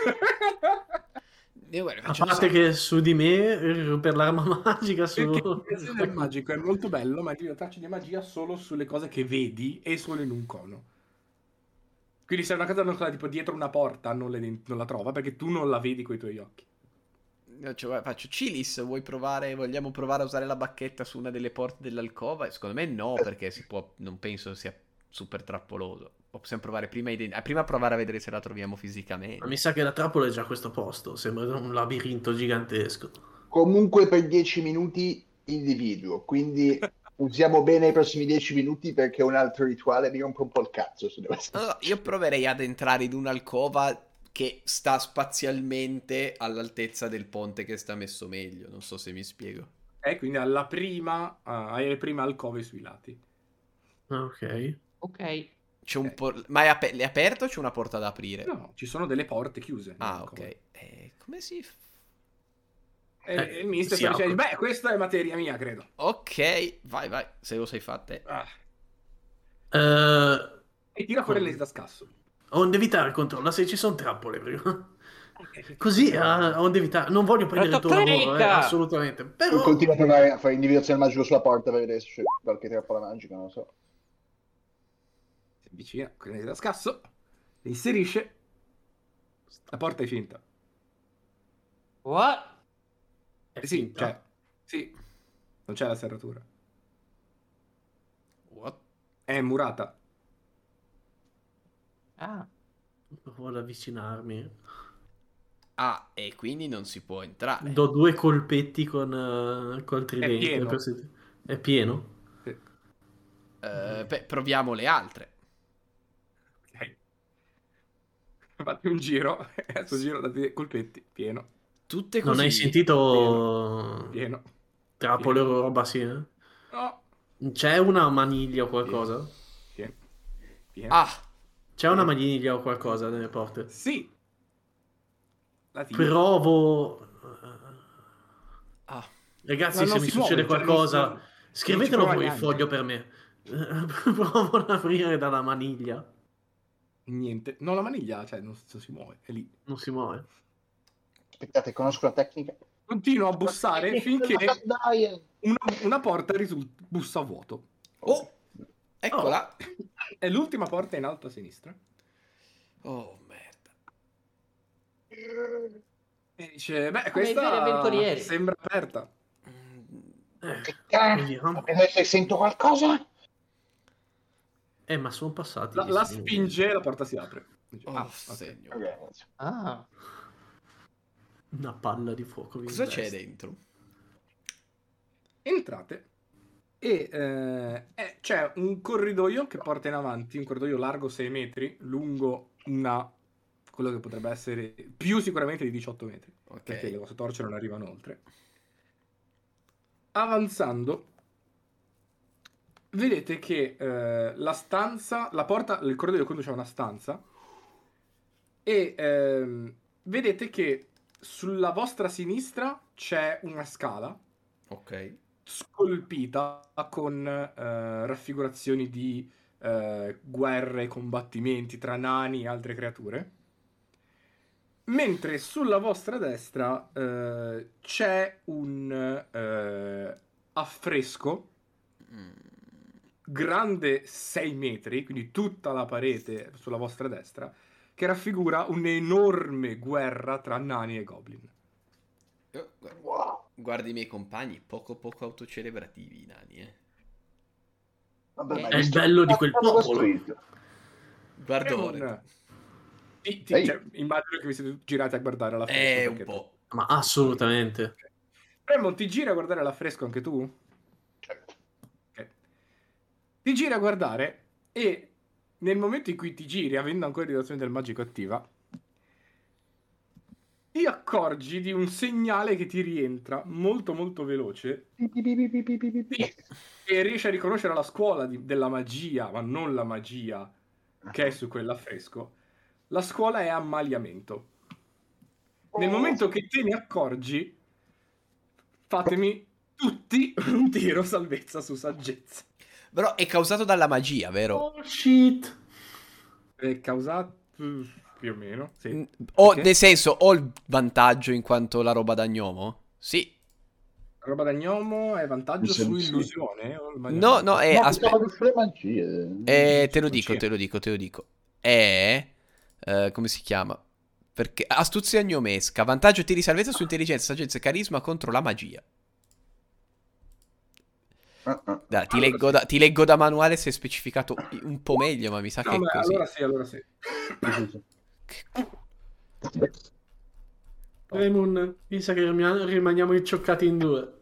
Io, guarda, A faccio parte che su di me, per l'arma magica, Perché su... il pensiero del magico è molto bello, ma ti dà tracce di magia solo sulle cose che vedi e solo in un cono. Quindi se una cosa non tipo dietro una porta non la trova perché tu non la vedi coi tuoi occhi. faccio Cilis, vogliamo provare a usare la bacchetta su una delle porte dell'alcova? Secondo me no, perché non penso sia super trappoloso. Possiamo provare prima provare a vedere se la troviamo fisicamente. Ma mi sa che la trappola è già questo posto, sembra un labirinto gigantesco. Comunque per 10 minuti individuo, quindi usiamo bene i prossimi 10 minuti perché un altro rituale mi rompe un po' il cazzo. Se deve essere. Allora, io proverei ad entrare in un'alcova che sta spazialmente all'altezza del ponte che sta messo meglio. Non so se mi spiego. Quindi alla prima hai le prime alcove sui lati. Ok. Ok. C'è ma è aperto o c'è una porta da aprire? No, ci sono delle porte chiuse. Ah, nell'alcova. ok. Come si fa? E il mister si dice, apre. beh, questa è materia mia, credo. Ok, vai, se lo sai fatte. E tira fuori l'esita a scasso. Onde evitare, controlla se ci sono trappole prima. Così, onde evitare. Non voglio prendere il tuo lavoro, Rotoclicca! assolutamente. Però... Continua a provare a fare individuazione magico sulla porta per vedere se c'è qualche trappola magica, non lo so. Si avvicina con l'esita a scasso, le inserisce. La porta è finta. What? È Sì, finta. cioè, sì, non c'è la serratura. What? È murata. Ah. Vuole avvicinarmi. Ah, e quindi non si può entrare. Do 2 colpetti col tridente. pieno. Così. È pieno? Sì. Proviamo le altre. Ok. Fatti un giro. Sto giro dati colpetti. Pieno. Tutte così. Non hai sentito Pieno. trappole o Pieno. roba sì? No. C'è una maniglia o qualcosa? Pieno. Pieno. Ah, C'è una maniglia o qualcosa nelle porte? Sì. La tiro. Provo... ah. Ragazzi, Ma se non mi si succede muove, cioè, qualcosa, non scrivetelo ci prova voi il neanche. foglio per me. Provo ad aprire dalla maniglia. Niente. No, la maniglia, cioè, non si muove. È lì. Non si muove. Aspettate, conosco la tecnica. Continuo a bussare finché Dai. una porta bussa a vuoto. Oh, eccola. È l'ultima porta in alto a sinistra. Oh, merda. E dice, beh, i veri questa avventurieri. sembra aperta. Vediamo. Se sento qualcosa? Ma sono passati. La spinge e la porta si apre. Dice, Oh, ok. signore. Ok. Ah. Una palla di fuoco. vi Cosa c'è investe. dentro? Entrate e c'è un corridoio che porta in avanti, un corridoio largo 6 metri, lungo quello che potrebbe essere più sicuramente di 18 metri, perché le vostre torce non arrivano oltre. Avanzando, vedete che la stanza, la porta, il corridoio conduce a una stanza e vedete che sulla vostra sinistra c'è una scala Ok. scolpita con raffigurazioni di guerre e combattimenti tra nani e altre creature. Mentre sulla vostra destra c'è un affresco grande 6 metri, quindi tutta la parete sulla vostra destra, che raffigura un'enorme guerra tra nani e goblin. Guardi i miei compagni, poco autocelebrativi i nani, Vabbè, ma È il bello di quel popolo. Guardo Fremon, Oret. Ehi. cioè, immagino che vi siete girati a guardare l'affresco. Un perché po'. Ma assolutamente. Fremon, ti gira a guardare l'affresco anche tu? Certo. Ok. Ti gira a guardare e nel momento in cui ti giri, avendo ancora l'illustrazione del magico attiva, ti accorgi di un segnale che ti rientra molto molto veloce e riesci a riconoscere la scuola della magia, ma non la magia che è su quell'affresco. La scuola è ammaliamento. Nel momento che te ne accorgi, fatemi tutti un tiro salvezza su saggezza. Però è causato dalla magia, vero? Oh shit. È causato più o meno, sì. O Perché? nel senso, ho il vantaggio in quanto la roba da gnomo? Sì. La roba da gnomo è vantaggio Mi su sembra sì. illusione? O il No, magnamento? no, No, aspetta. pensavo di sulle magie. Te lo dico, Magia. te lo dico. È... come si chiama? Perché astuzia gnomesca, vantaggio tiri salvezza su intelligenza, saggezza e carisma contro la magia. Dai, ti leggo da manuale se è specificato un po' meglio, ma mi sa che No, è beh, così. allora sì. Raymond, mi sa che rimaniamo incioccati in due.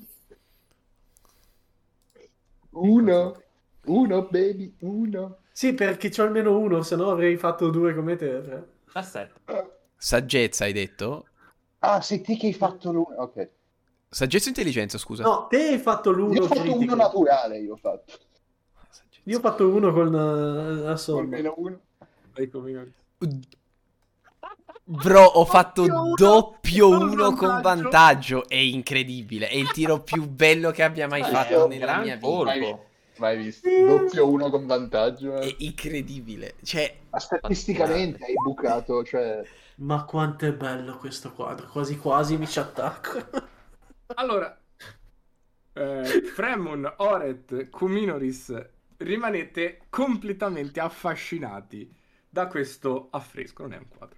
Uno, baby, uno. Sì, perché c'ho almeno uno, se no avrei fatto due come te. Aspetta. Saggezza, hai detto? Ah, sei te che hai fatto l'uno. Ok. Saggezza o intelligenza, scusa? No, te hai fatto Io l'uno ho fatto critico. uno naturale, io ho fatto. Saggezza. Io ho fatto uno con la Con somma. meno uno. Bro, ho fatto doppio con uno con vantaggio. È incredibile. È il tiro più bello che abbia mai fatto nella gran mia vita. colpo. Mai visto? Doppio uno con vantaggio. È incredibile. Cioè, Ma statisticamente hai bucato, cioè... Ma quanto è bello questo quadro, quasi quasi mi ci attacco. Allora, Fremon, Oret, Kuminoris, rimanete completamente affascinati da questo affresco, non è un quadro.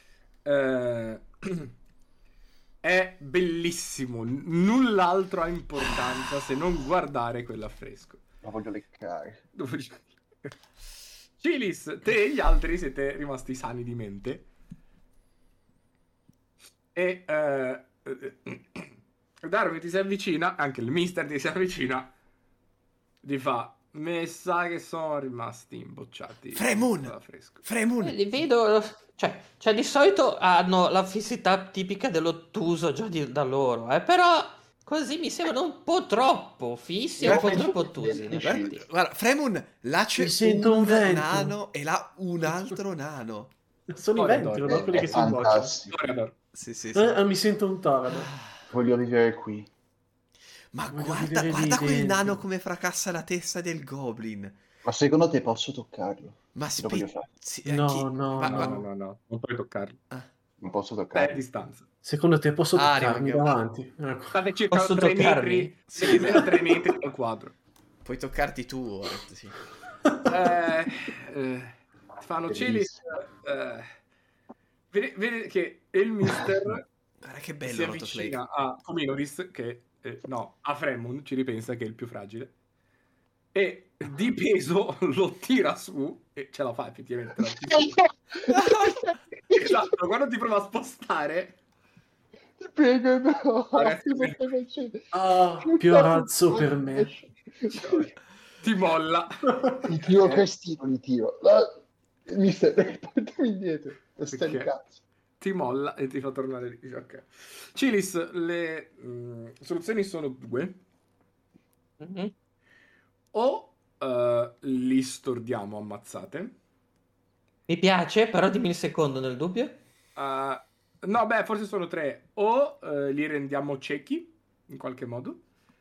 È bellissimo, null'altro ha importanza se non guardare quell'affresco. La voglio leccare. Cilis, te e gli altri siete rimasti sani di mente. E Darwin ti si avvicina, anche il mister ti si avvicina, gli fa: me sa che sono rimasti imbocciati Fremun! dall'affresco. Fremun! Li vedo, cioè di solito hanno la fissità tipica dell'ottuso già da loro, però così mi sembrano un po' troppo fissi e un po' troppo ottusi. in effetti. Guarda, Fremun, là c'è Mi sento un vento. nano e là un altro nano. Sono i venti, no? Quelli È che si imbocciano. fantastico. Toreador. Sì, sì, sì. Mi sento un tardo. Voglio vivere qui. Ma Voglio guarda, vivere guarda lì quel dentro. nano come fracassa la testa del goblin. Ma secondo te posso toccarlo? Ma Lo voglio fare. No, no, ma- no. No, non puoi toccarlo. Non posso Stai a toccarlo. distanza. Secondo te posso Ah, toccarmi rimaniamo- davanti? Ecco. State circa Posso 3 toccarmi? metri, siete meno 3 metri dal quadro. Puoi toccarti tu, Oret, sì. Fanno Che Cilis. Vede che il mister Guarda che si bello Rotoflake. avvicina a Kuminoris, che no, a Fremon, ci ripensa che è il più fragile, e di peso lo tira su e ce la fa effettivamente. Esatto, quando ti prova a spostare, Ti prego, no. Ragazzi, Cosa stai facendo? più razzo per me. ti molla. Li tiro Crestino, li tiro. Mister, portami indietro. Stai Perché? cazzo. Ti molla e ti fa tornare lì. Ok. Cilis, le soluzioni sono due. Mhm. O li stordiamo ammazzate. Mi piace, però dimmi il secondo nel dubbio. No, beh, forse sono tre. O li rendiamo ciechi, in qualche modo.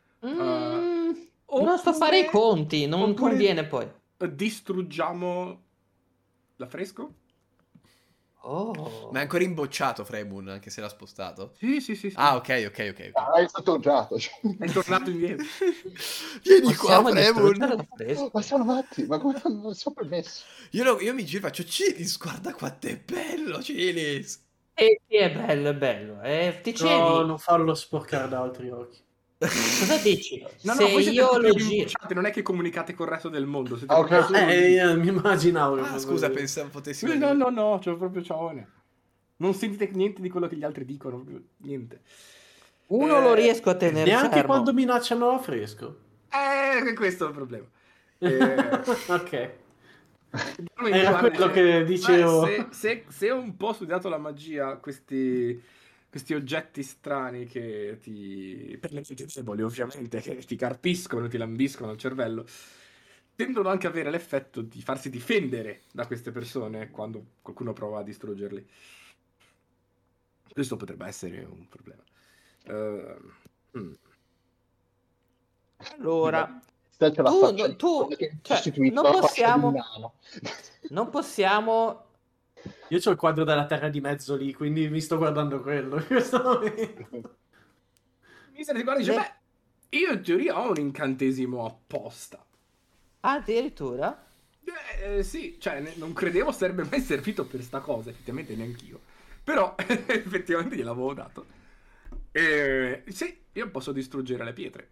Non sto a fare i conti, non oppure conviene poi. distruggiamo l'affresco? Oh. Ma è ancora imbocciato Fremun, anche se l'ha spostato? Sì. Ah, ok. È stato tornato. È tornato indietro. Vieni qua, Possiamo distruggere Fremun. l'affresco? Ma siamo matti, ma come non si è permesso? Io mi giro e faccio, Cilis, guarda quanto è bello, Cilis. Sì, è bello. Ti No, cevi? non farlo sporcare da altri occhi. Cosa dici? No, Se voi siete io tutti lo più giro... imbocciati, non è che comunicate col resto del mondo. Siete Ah, ok. proprio solo lì. Mi immaginavo. che Ah, fosse scusa, così. pensavo potessimo... No, c'è proprio ciaone. Non sentite niente di quello che gli altri dicono, proprio niente. Uno lo riesco a tenere Neanche fermo. quando minacciano l'affresco. Questo è il problema. Ok. Guarda, Era quello che dicevo. Se ho un po' studiato la magia, questi oggetti strani che ti... per le deboli ovviamente, che ti carpiscono, ti lambiscono il cervello, tendono anche ad avere l'effetto di farsi difendere da queste persone quando qualcuno prova a distruggerli. Questo potrebbe essere un problema. Allora, Sta ce la Tu- faccia. tu- Che cioè, sostituito non la faccia possiamo- di un nano. non possiamo... Io c'ho il quadro della terra di mezzo lì, quindi mi sto guardando quello in questo momento. Mister ti guarda e dice, beh, io in teoria ho un incantesimo apposta. Addirittura? Sì, cioè non credevo sarebbe mai servito per sta cosa, effettivamente neanch'io. Però effettivamente gliel'avevo dato. Sì, io posso distruggere le pietre.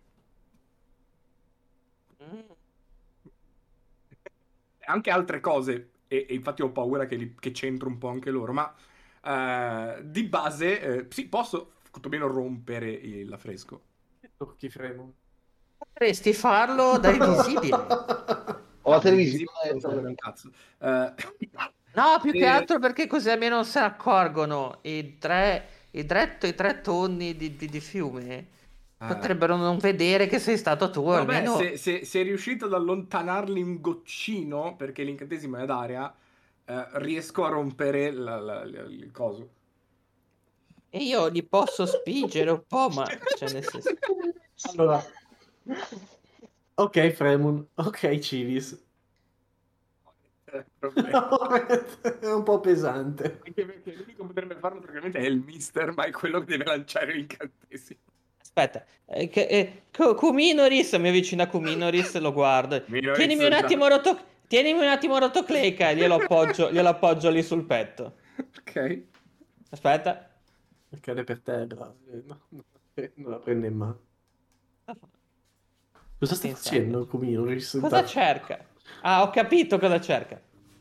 Anche altre cose, e infatti ho paura che c'entro un po' anche loro, ma di base sì, posso quantomeno rompere l'affresco. Tocchi Fremon. Potresti farlo da invisibile. Ho la televisione. Non sarebbe un cazzo. No, più che altro perché così almeno non se ne accorgono. I tre tonni di fiume potrebbero non vedere che sei stato tu. Vabbè, Almeno... se sei riuscito ad allontanarli un goccino, perché l'incantesimo è ad aria, riesco a rompere il coso. E io li posso spingere un po', ma... Cioè, nel senso... Allora. Ok, Fremon. Ok, Cilis. È un po' pesante. Anche perché l'unico che potrebbe farlo praticamente è il mister, ma è quello che deve lanciare l'incantesimo. Aspetta, Kuminoris, mi avvicino a Kuminoris, lo guardo. Minoris, Tienimi un attimo rotocleca e glielo appoggio lì sul petto. Ok. Aspetta. Cade per terra. No, non la prende in mano. Cosa sta Pensate. facendo Kuminoris? Cosa cerca? Ah, ho capito cosa cerca.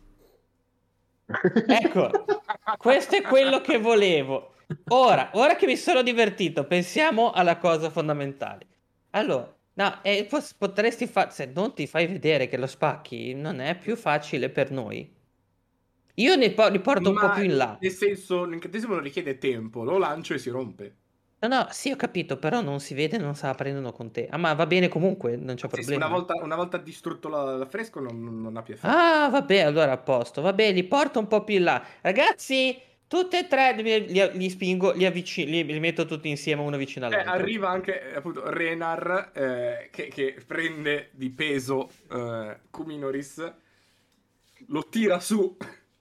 Ecco, questo è quello che volevo. Ora che mi sono divertito, pensiamo alla cosa fondamentale. Allora, no, potresti fare... Se non ti fai vedere che lo spacchi, non è più facile per noi. Io li porto un po' più in là. Nel senso, l'incantesimo non richiede tempo, lo lancio e si rompe. No, sì, ho capito, però non si vede, non se la prendono con te. Ah, ma va bene comunque, non c'è Sì, problema. una volta distrutto l'affresco non ha più effetto. Ah, vabbè, allora a posto. Vabbè, li porto un po' più in là. Ragazzi, tutti e tre li spingo, li avvicino, li metto tutti insieme uno vicino all'altro. Arriva anche appunto Renar che prende di peso Kuminoris, lo tira su.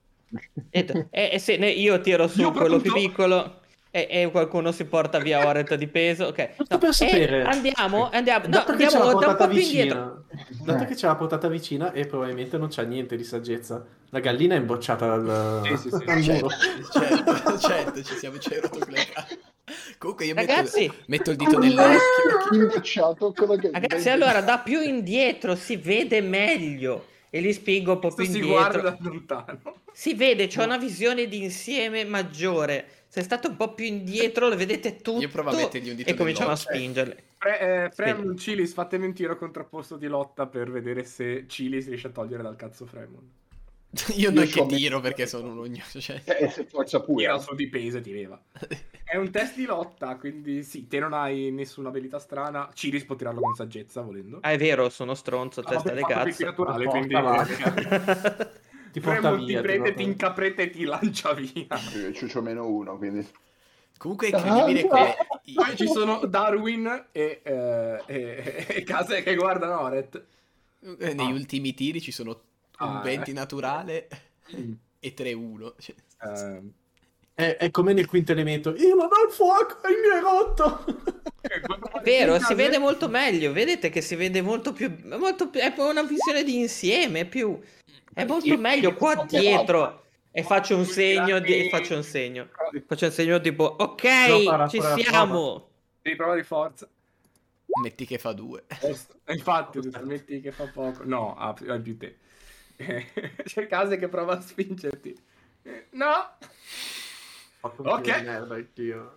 Se io tiro su Io quello più pronto? piccolo e qualcuno si porta via Oret di peso. Ok. Giusto per sapere. Andiamo. Dato che c'è la da un portata po' più indietro. vicina. Dato che c'è la portata vicina e probabilmente non c'ha niente di saggezza. La gallina è imbocciata al Sì. muro. Certo, c'è rotocleca. Comunque io Ragazzi, metto il dito nell'occhio. Invecchiato, quello che ragazzi, allora da più indietro si vede meglio e li spingo un po' più si indietro. guarda da lontano. Si vede, c'è una visione d'insieme maggiore. Se state un po' più indietro, lo vedete tutto. Io provo a mettergli un dito e cominciamo a nell'occhio. spingerle. Fremon, Cilis, fatemi un tiro contrapposto di lotta per vedere se Cilis riesce a togliere dal cazzo Fremon. Io non c'ho che tiro messo- perché sono un ognoso. Cioè. se forza pure. Tira su di peso e ti leva. È un test di lotta, quindi sì, te non hai nessuna abilità strana. Cilis può tirarlo con saggezza, volendo. Ah, è vero, sono stronzo, testa di cazzo. Naturale, Porca quindi vacca. Ti porta Fremon ti via. prende, ti incapretta e ti lancia via. Io c'ho -1, quindi... Comunque è incredibile come... Poi ci sono Darwin e Case che guardano Oret. Negli ultimi tiri ci sono un 20 naturale Mm. e 3-1. Cioè, È come nel quinto elemento. Io non ho il fuoco, il mio è rotto. È vero, si vede molto meglio. Vedete che si vede molto più. È una visione di insieme. È molto meglio qua dietro. E faccio un segno. Faccio un segno tipo: ok, No, ci prova. Devi provare di forza. metti che fa 2. Infatti, ho detto, metti che fa poco. No, hai più te. C'è Case che prova a spingerti. No! Ok. Merda, anch'io.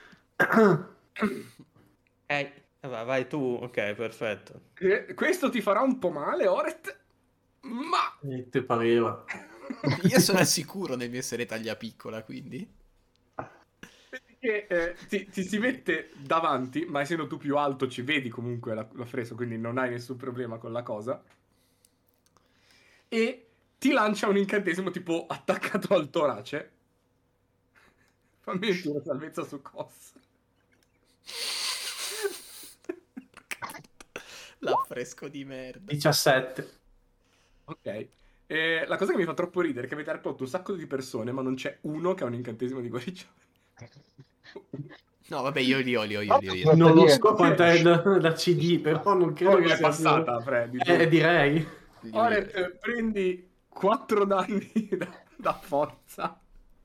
Vai tu. Ok, perfetto. Questo ti farà un po' male, Oret. Ma... Te pareva. Io sono al sicuro nel mio essere tagliapiccola, quindi... Perché ti si mette davanti, ma essendo tu più alto ci vedi comunque l'affresco, quindi non hai nessun problema con la cosa. E ti lancia un incantesimo tipo attaccato al torace. Fammi un tiro salvezza su Cos. L'affresco di merda. 17. Ok. La cosa che mi fa troppo ridere è che avete raccolto un sacco di persone, ma non c'è uno che ha un incantesimo di guarigione. No, vabbè, io li ho. Non lo so quanta è la CD, però non credo che È sia passata, Freddy. direi. Oret, prendi 4 danni da forza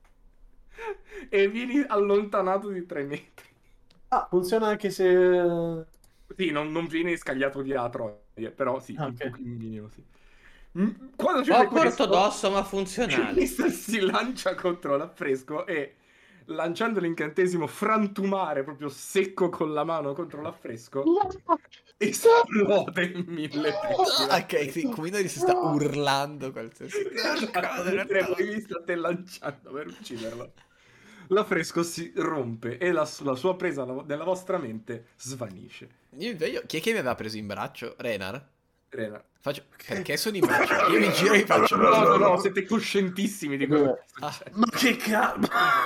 e vieni allontanato di 3 metri. Ah, funziona anche se... Sì, non vieni scagliato via a troie, però sì, Ah, un ok. pochino sì. Quando c'è Un po' ortodosso, ma funzionale. Mister si lancia contro l'affresco e lanciando l'incantesimo frantumare proprio secco con la mano contro l'affresco esplode in 1000 pezzi. Ok, sì, Kuminori si sta urlando qualsiasi Mentre poi vi state lanciando per ucciderlo. L'affresco si rompe e la sua presa nella vostra mente svanisce. Chi è che mi aveva preso in braccio? Renar? Rena. Perché sono in braccio? Io mi giro e mi faccio... No, siete coscientissimi di quello che sta succedendo. Ma che cazzo!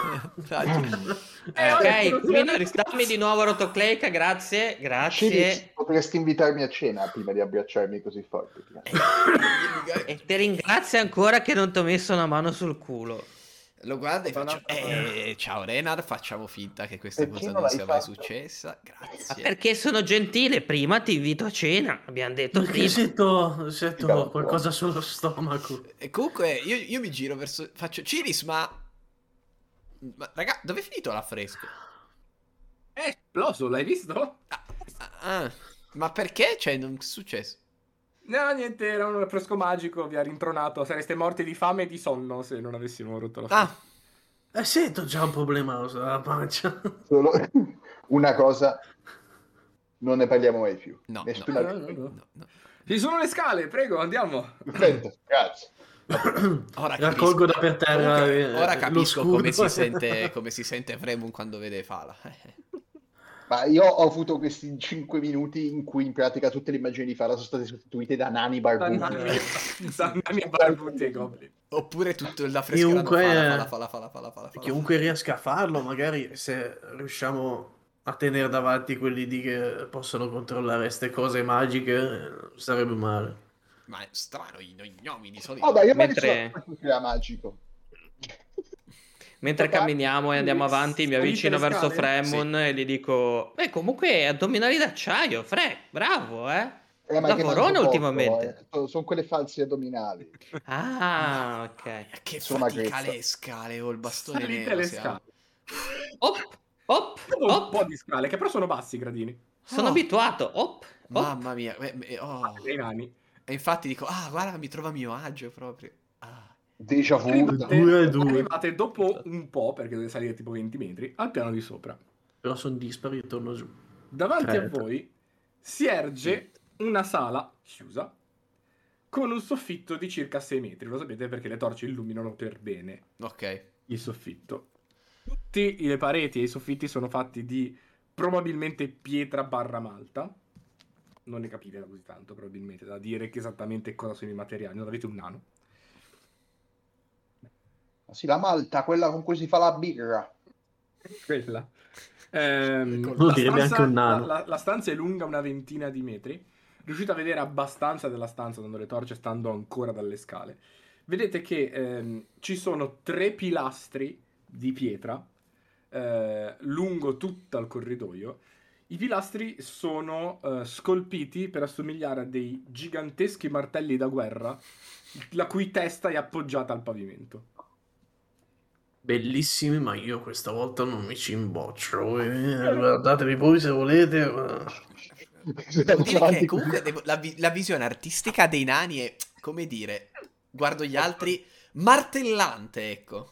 Ok, quindi ristammi di nuovo Rotoclaica, grazie. Cilis, potresti invitarmi a cena prima di abbracciarmi così forte. E ti ringrazio ancora che non ti ho messo una mano sul culo. Lo guarda e faccio... ciao Renar, facciamo finta che questa Perché cosa non non l'hai sia mai fatto? successa. Ma Grazie. perché sono gentile? Prima ti invito a cena. Abbiamo detto Perché sento Figa, qualcosa sullo stomaco. E comunque io mi giro verso... Faccio... Cilis, ma raga, dove è finito l'affresco? È esploso, l'hai visto? Ma perché? Cioè, non è successo? No, niente, era un affresco magico, vi ha rintronato. Sareste morti di fame e di sonno se non avessimo rotto la fame. Sento già un problema sulla pancia. Solo una cosa, non ne parliamo mai più. No. No. Ci sono le scale, prego, andiamo. Perfetto, grazie. Ora Raccolgo da per terra Comunque, ora lo capisco scudo. come si sente Fremon quando vede Fala. Ma io ho avuto questi 5 minuti in cui in pratica tutte le immagini di Fala sono state sostituite da nani barbuti. Nani barbuti e goblin. Oppure tutto l'affresco Chiunque- Fala. Chiunque riesca a farlo, magari se riusciamo a tenere davanti quelli lì che possono controllare queste cose magiche, sarebbe male. Ma è strano, i gnomi di solito. Vabbè, io Mentre- mi era magico. Mentre camminiamo e andiamo avanti, mi avvicino Salite le verso scale? Fremon e gli dico: beh, comunque addominali d'acciaio, bravo, Ma che Lavorone manco poco, ultimamente. Sono quelle falsi addominali. Ah, ok. Che Sono fatica magrezza. le scale o il bastone Salite nero le siamo. scale. Op, Dopo un op. po' di scale, che però sono bassi i gradini. Sono Oh. abituato. Op, op. Mamma mia. Oh. Dei nani. E infatti dico, guarda, mi trova a mio agio proprio. Déjà vu. Arrivate dopo un po', perché dovete salire tipo 20 metri, al piano di sopra. Però sono dispari e torno giù. Davanti a 30. voi si erge una sala chiusa con un soffitto di circa 6 metri. Lo sapete perché le torce illuminano per bene Ok. il soffitto. Tutte le pareti e i soffitti sono fatti di probabilmente pietra barra malta. Non ne capite così tanto, probabilmente, da dire che esattamente cosa sono i materiali. Non avete un nano. Sì, la malta, quella con cui si fa la birra. Quella. Lo direbbe anche un nano. La stanza è lunga una ventina di metri. Riuscite a vedere abbastanza della stanza dando le torce, stando ancora dalle scale. Vedete che ci sono 3 pilastri di pietra lungo tutto il corridoio. I pilastri sono scolpiti per assomigliare a dei giganteschi martelli da guerra, la cui testa è appoggiata al pavimento. Bellissimi, ma io questa volta non mi ci imboccio. Guardatevi voi se volete. Ma... Devo dire che comunque la visione artistica dei nani è, come dire, guardo gli altri, martellante, ecco.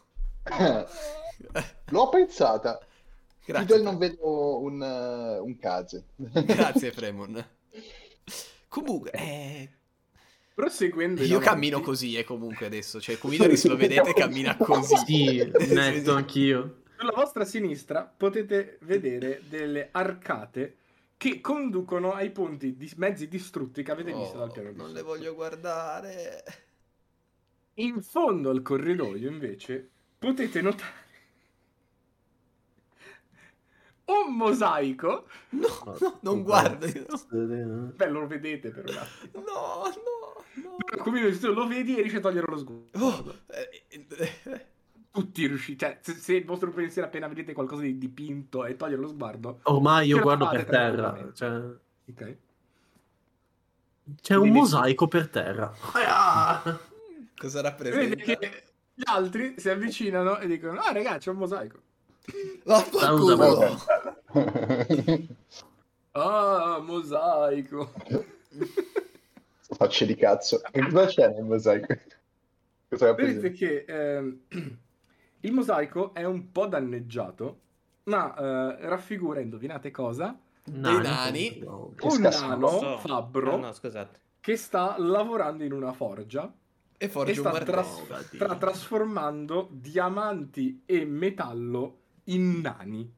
L'ho pensata. Grazie. Fidel non vedo un case. Grazie, Fremon. Comunque, Proseguendo in io avanti, cammino così, comunque adesso. Cioè, Kumidori, se lo vedete, cammina così. Sì, netto anch'io. sulla vostra sinistra potete vedere delle arcate che conducono ai ponti mezzi distrutti che avete visto dal piano di Non sopra. le voglio guardare. In fondo al corridoio, invece, potete notare un mosaico. No, non guardo. Beh, lo vedete per un attimo. No. Come lo vedi e riesci a togliere lo sguardo. Oh, Tutti riuscite. Cioè, se il vostro pensiero appena vedete qualcosa di dipinto e togliere lo sguardo. Ormai io ce la guardo fate per terra. tranquillamente. Cioè... Ok. C'è un Quindi mosaico per terra. Cosa Vedi rappresenta? che gli altri si avvicinano e dicono: ah, ragazzi, c'è un mosaico. Vaffanculo. Ah, mosaico. Facce di cazzo. Che cosa c'è nel mosaico? Cosa Vedete rappresenta? che il mosaico è un po' danneggiato, ma raffigura, indovinate cosa? Dei nani. Che Un scassato. nano fabbro No, scusate. che sta lavorando in una forgia E e forge un sta martello. trasformando diamanti e metallo in nani.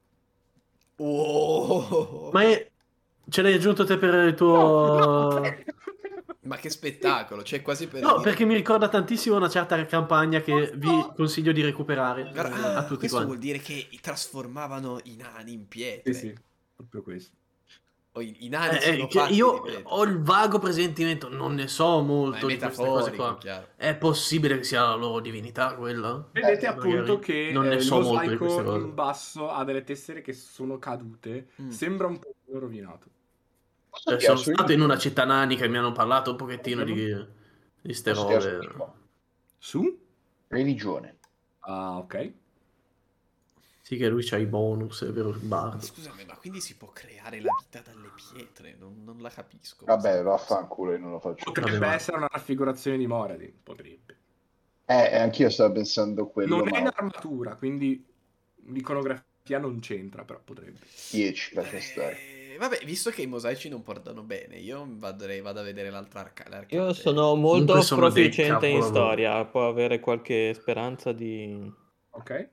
Oh. Ma ce l'hai aggiunto te per il tuo... No. Ma che spettacolo, cioè quasi per No, dire- perché mi ricorda tantissimo una certa campagna che vi consiglio di recuperare Guarda, a tutti questo quanti. vuol dire che trasformavano i nani in pietre. Sì, proprio questo. O i nani sono Che fatti io di pietre. ho il vago presentimento, non ne so Ma è molto di queste cose metaforico, qua. chiaro. È possibile che sia la loro divinità quella? Vedete magari appunto che non ne il so molto di queste mosaico cose. in basso ha delle tessere che sono cadute. Sembra un po' rovinato. Sono stato in una città nanica e mi hanno parlato un pochettino di ste Posso tirare robe. su? Su? Religione. Ah, ok. Sì, che lui c'ha i bonus, è vero, il bardo. Scusami, ma quindi si può creare la vita dalle pietre? Non la capisco. Vabbè, vaffanculo, io non lo faccio. Potrebbe Vabbè, ma- essere una raffigurazione di Moradin. Potrebbe. Anch'io stavo pensando quello, Non è in ma armatura, quindi l'iconografia non c'entra, però potrebbe. 10 lascia stare. Vabbè, visto che i mosaici non portano bene, io vado a vedere l'altra l'arcade. Io sono molto Comunque sono dei proficiente in capolavori. storia, può avere qualche speranza di... Ok?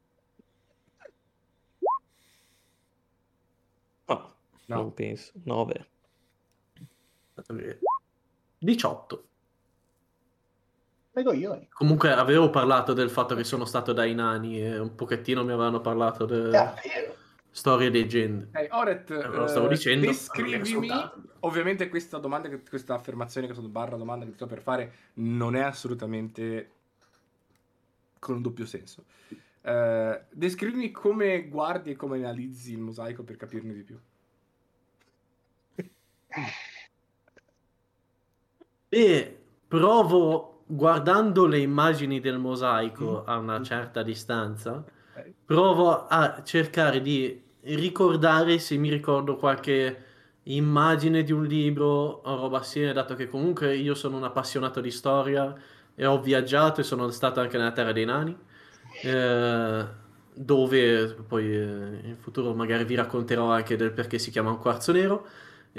No, No. non penso. 9. 18. Dai coglioni. Comunque avevo parlato del fatto che sono stato dai nani e un pochettino mi avevano parlato È di vero. storie e leggende. Ok, Oret, lo stavo dicendo, descrivimi. non mi ascoltate. Ovviamente questa domanda, questa affermazione che sono barra domanda che sto per fare non è assolutamente con un doppio senso. Descrivimi come guardi e come analizzi il mosaico per capirne di più. E provo, guardando le immagini del mosaico a una certa distanza, provo a cercare di ricordare se mi ricordo qualche immagine di un libro o roba simile, dato che comunque io sono un appassionato di storia e ho viaggiato e sono stato anche nella Terra dei Nani, dove poi in futuro magari vi racconterò anche del perché si chiama un quarzo nero.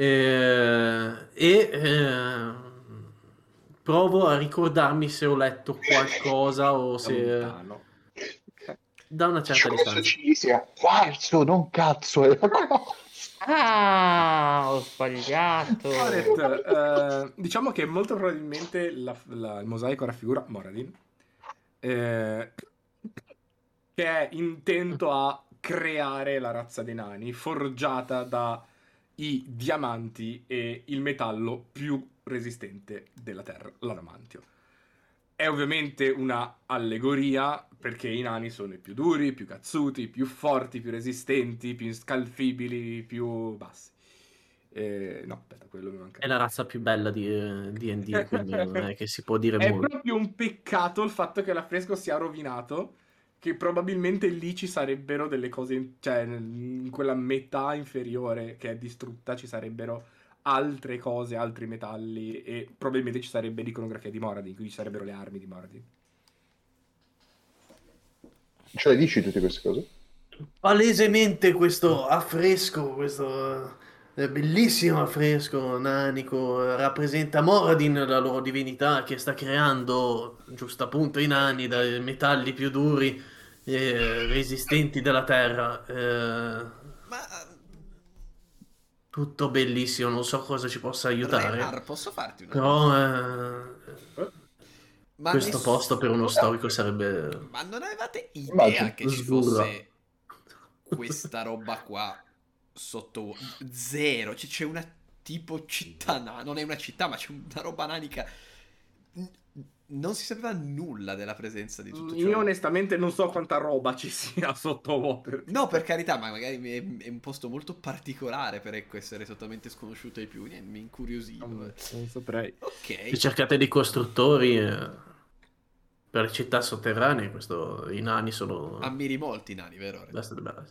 Provo a ricordarmi se ho letto qualcosa o Da se lontano. da una certa distanza. Ci sia quarzo, non cazzo, è la quarzo. Ah, ho sbagliato. Diciamo che molto probabilmente il mosaico raffigura Moradin, che è intento a creare la razza dei nani, forgiata dai diamanti e il metallo più resistente della Terra, l'adamantio. È ovviamente una allegoria, perché i nani sono i più duri, più cazzuti, più forti, più resistenti, più scalfibili, più bassi. No, aspetta, quello mi manca. È la razza più bella di D&D, quindi non è che si può dire È molto. proprio un peccato il fatto che l'affresco sia rovinato, che probabilmente lì ci sarebbero delle cose, cioè in quella metà inferiore che è distrutta ci sarebbero altre cose, altri metalli, e probabilmente ci sarebbe l'iconografia di Moradin, quindi ci sarebbero le armi di Moradin. Ce le dici tutte queste cose? Palesemente questo affresco, questo bellissimo affresco nanico rappresenta Moradin, la loro divinità che sta creando giusto appunto i nani dai metalli più duri e resistenti della terra. Ma Tutto bellissimo, non so cosa ci possa aiutare, Renar, posso farti una però Ma questo posto per uno storico sarebbe Ma non avevate idea Immagino, che ci sburra. fosse questa roba qua sotto zero? C'è una tipo città, non è una città, ma c'è una roba nanica. Non si sapeva nulla della presenza di tutto ciò. Io onestamente non so quanta roba ci sia sotto Water. No, per carità, ma magari è un posto molto particolare per essere totalmente sconosciuto ai più. Mi incuriosiva. Non saprei. Ok. Se cercate dei costruttori per le città sotterranee, i nani sono Ammiri molti nani, vero? best of the best.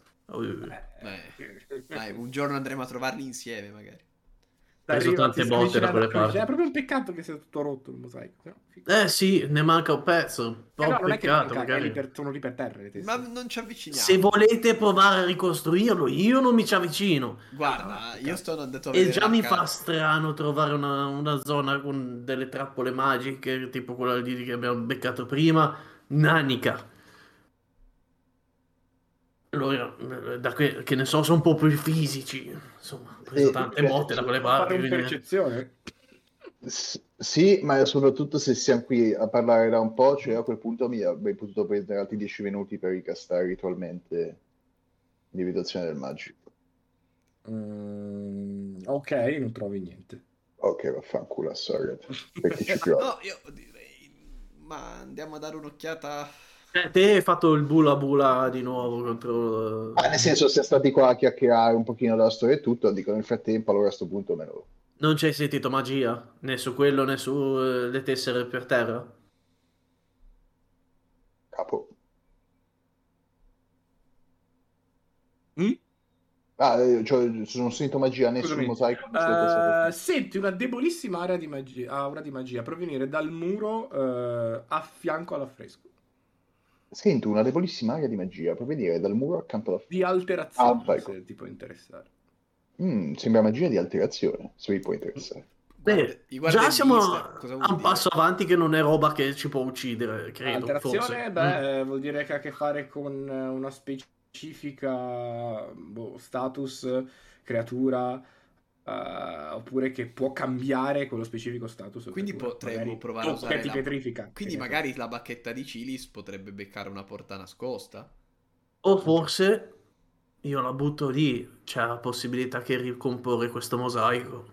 Dai, un giorno andremo a trovarli insieme, magari. Preso tante botte da quelle parti. È proprio un peccato che sia tutto rotto il mosaico. No? Sì, ne manca un pezzo. Un po' No, non è che peccato, manca, magari. sono lì per terra le teste. Ma non ci avviciniamo. Se volete provare a ricostruirlo, io non mi ci avvicino. Guarda, io sto andato a E vedere già la mi carta. fa strano trovare una zona con delle trappole magiche, tipo quella lì che abbiamo beccato prima, nanica. Allora, che ne so, sono un po' più fisici. Insomma, ho preso tante botte da quelle Fate parti. un quindi- percezione? Sì, ma soprattutto se siamo qui a parlare da un po', cioè a quel punto mi avrei potuto prendere altri 10 minuti per ricastare ritualmente l'individuazione del magico. Ok, non trovi niente. Ok, vaffanculo a Sorget, perché ci provo. No, io direi. Ma andiamo a dare un'occhiata. Te hai fatto il bula bula di nuovo contro... Ma nel senso, siamo stati qua a chiacchierare un pochino della storia e tutto, dico nel frattempo, allora a sto punto me lo... Non ci hai sentito magia? Né su quello né su le tessere per terra? Capo. Mm? Cioè, non sento magia né sul Scusami. mosaico né sulle tessere. Senti una debolissima aura di magia provenire dal muro a fianco all'affresco. Sento una debolissima aria di magia provenire dal muro accanto alla... Di alterazione, ecco. se ti può interessare. Sembra magia di alterazione, se vi può interessare. Beh, Guarda già il siamo mister, cosa vuol a un dire? passo avanti che non è roba che ci può uccidere, credo, Alterazione, forse. beh, vuol dire che ha a che fare con una specifica status, creatura, oppure che può cambiare quello specifico status. o Quindi creatura. potremmo Magari provare a tocca usare e ti la... pietrifica. Quindi magari la bacchetta di Cilis potrebbe beccare una porta nascosta? O forse io la butto lì, c'è la possibilità che ricomporre questo mosaico.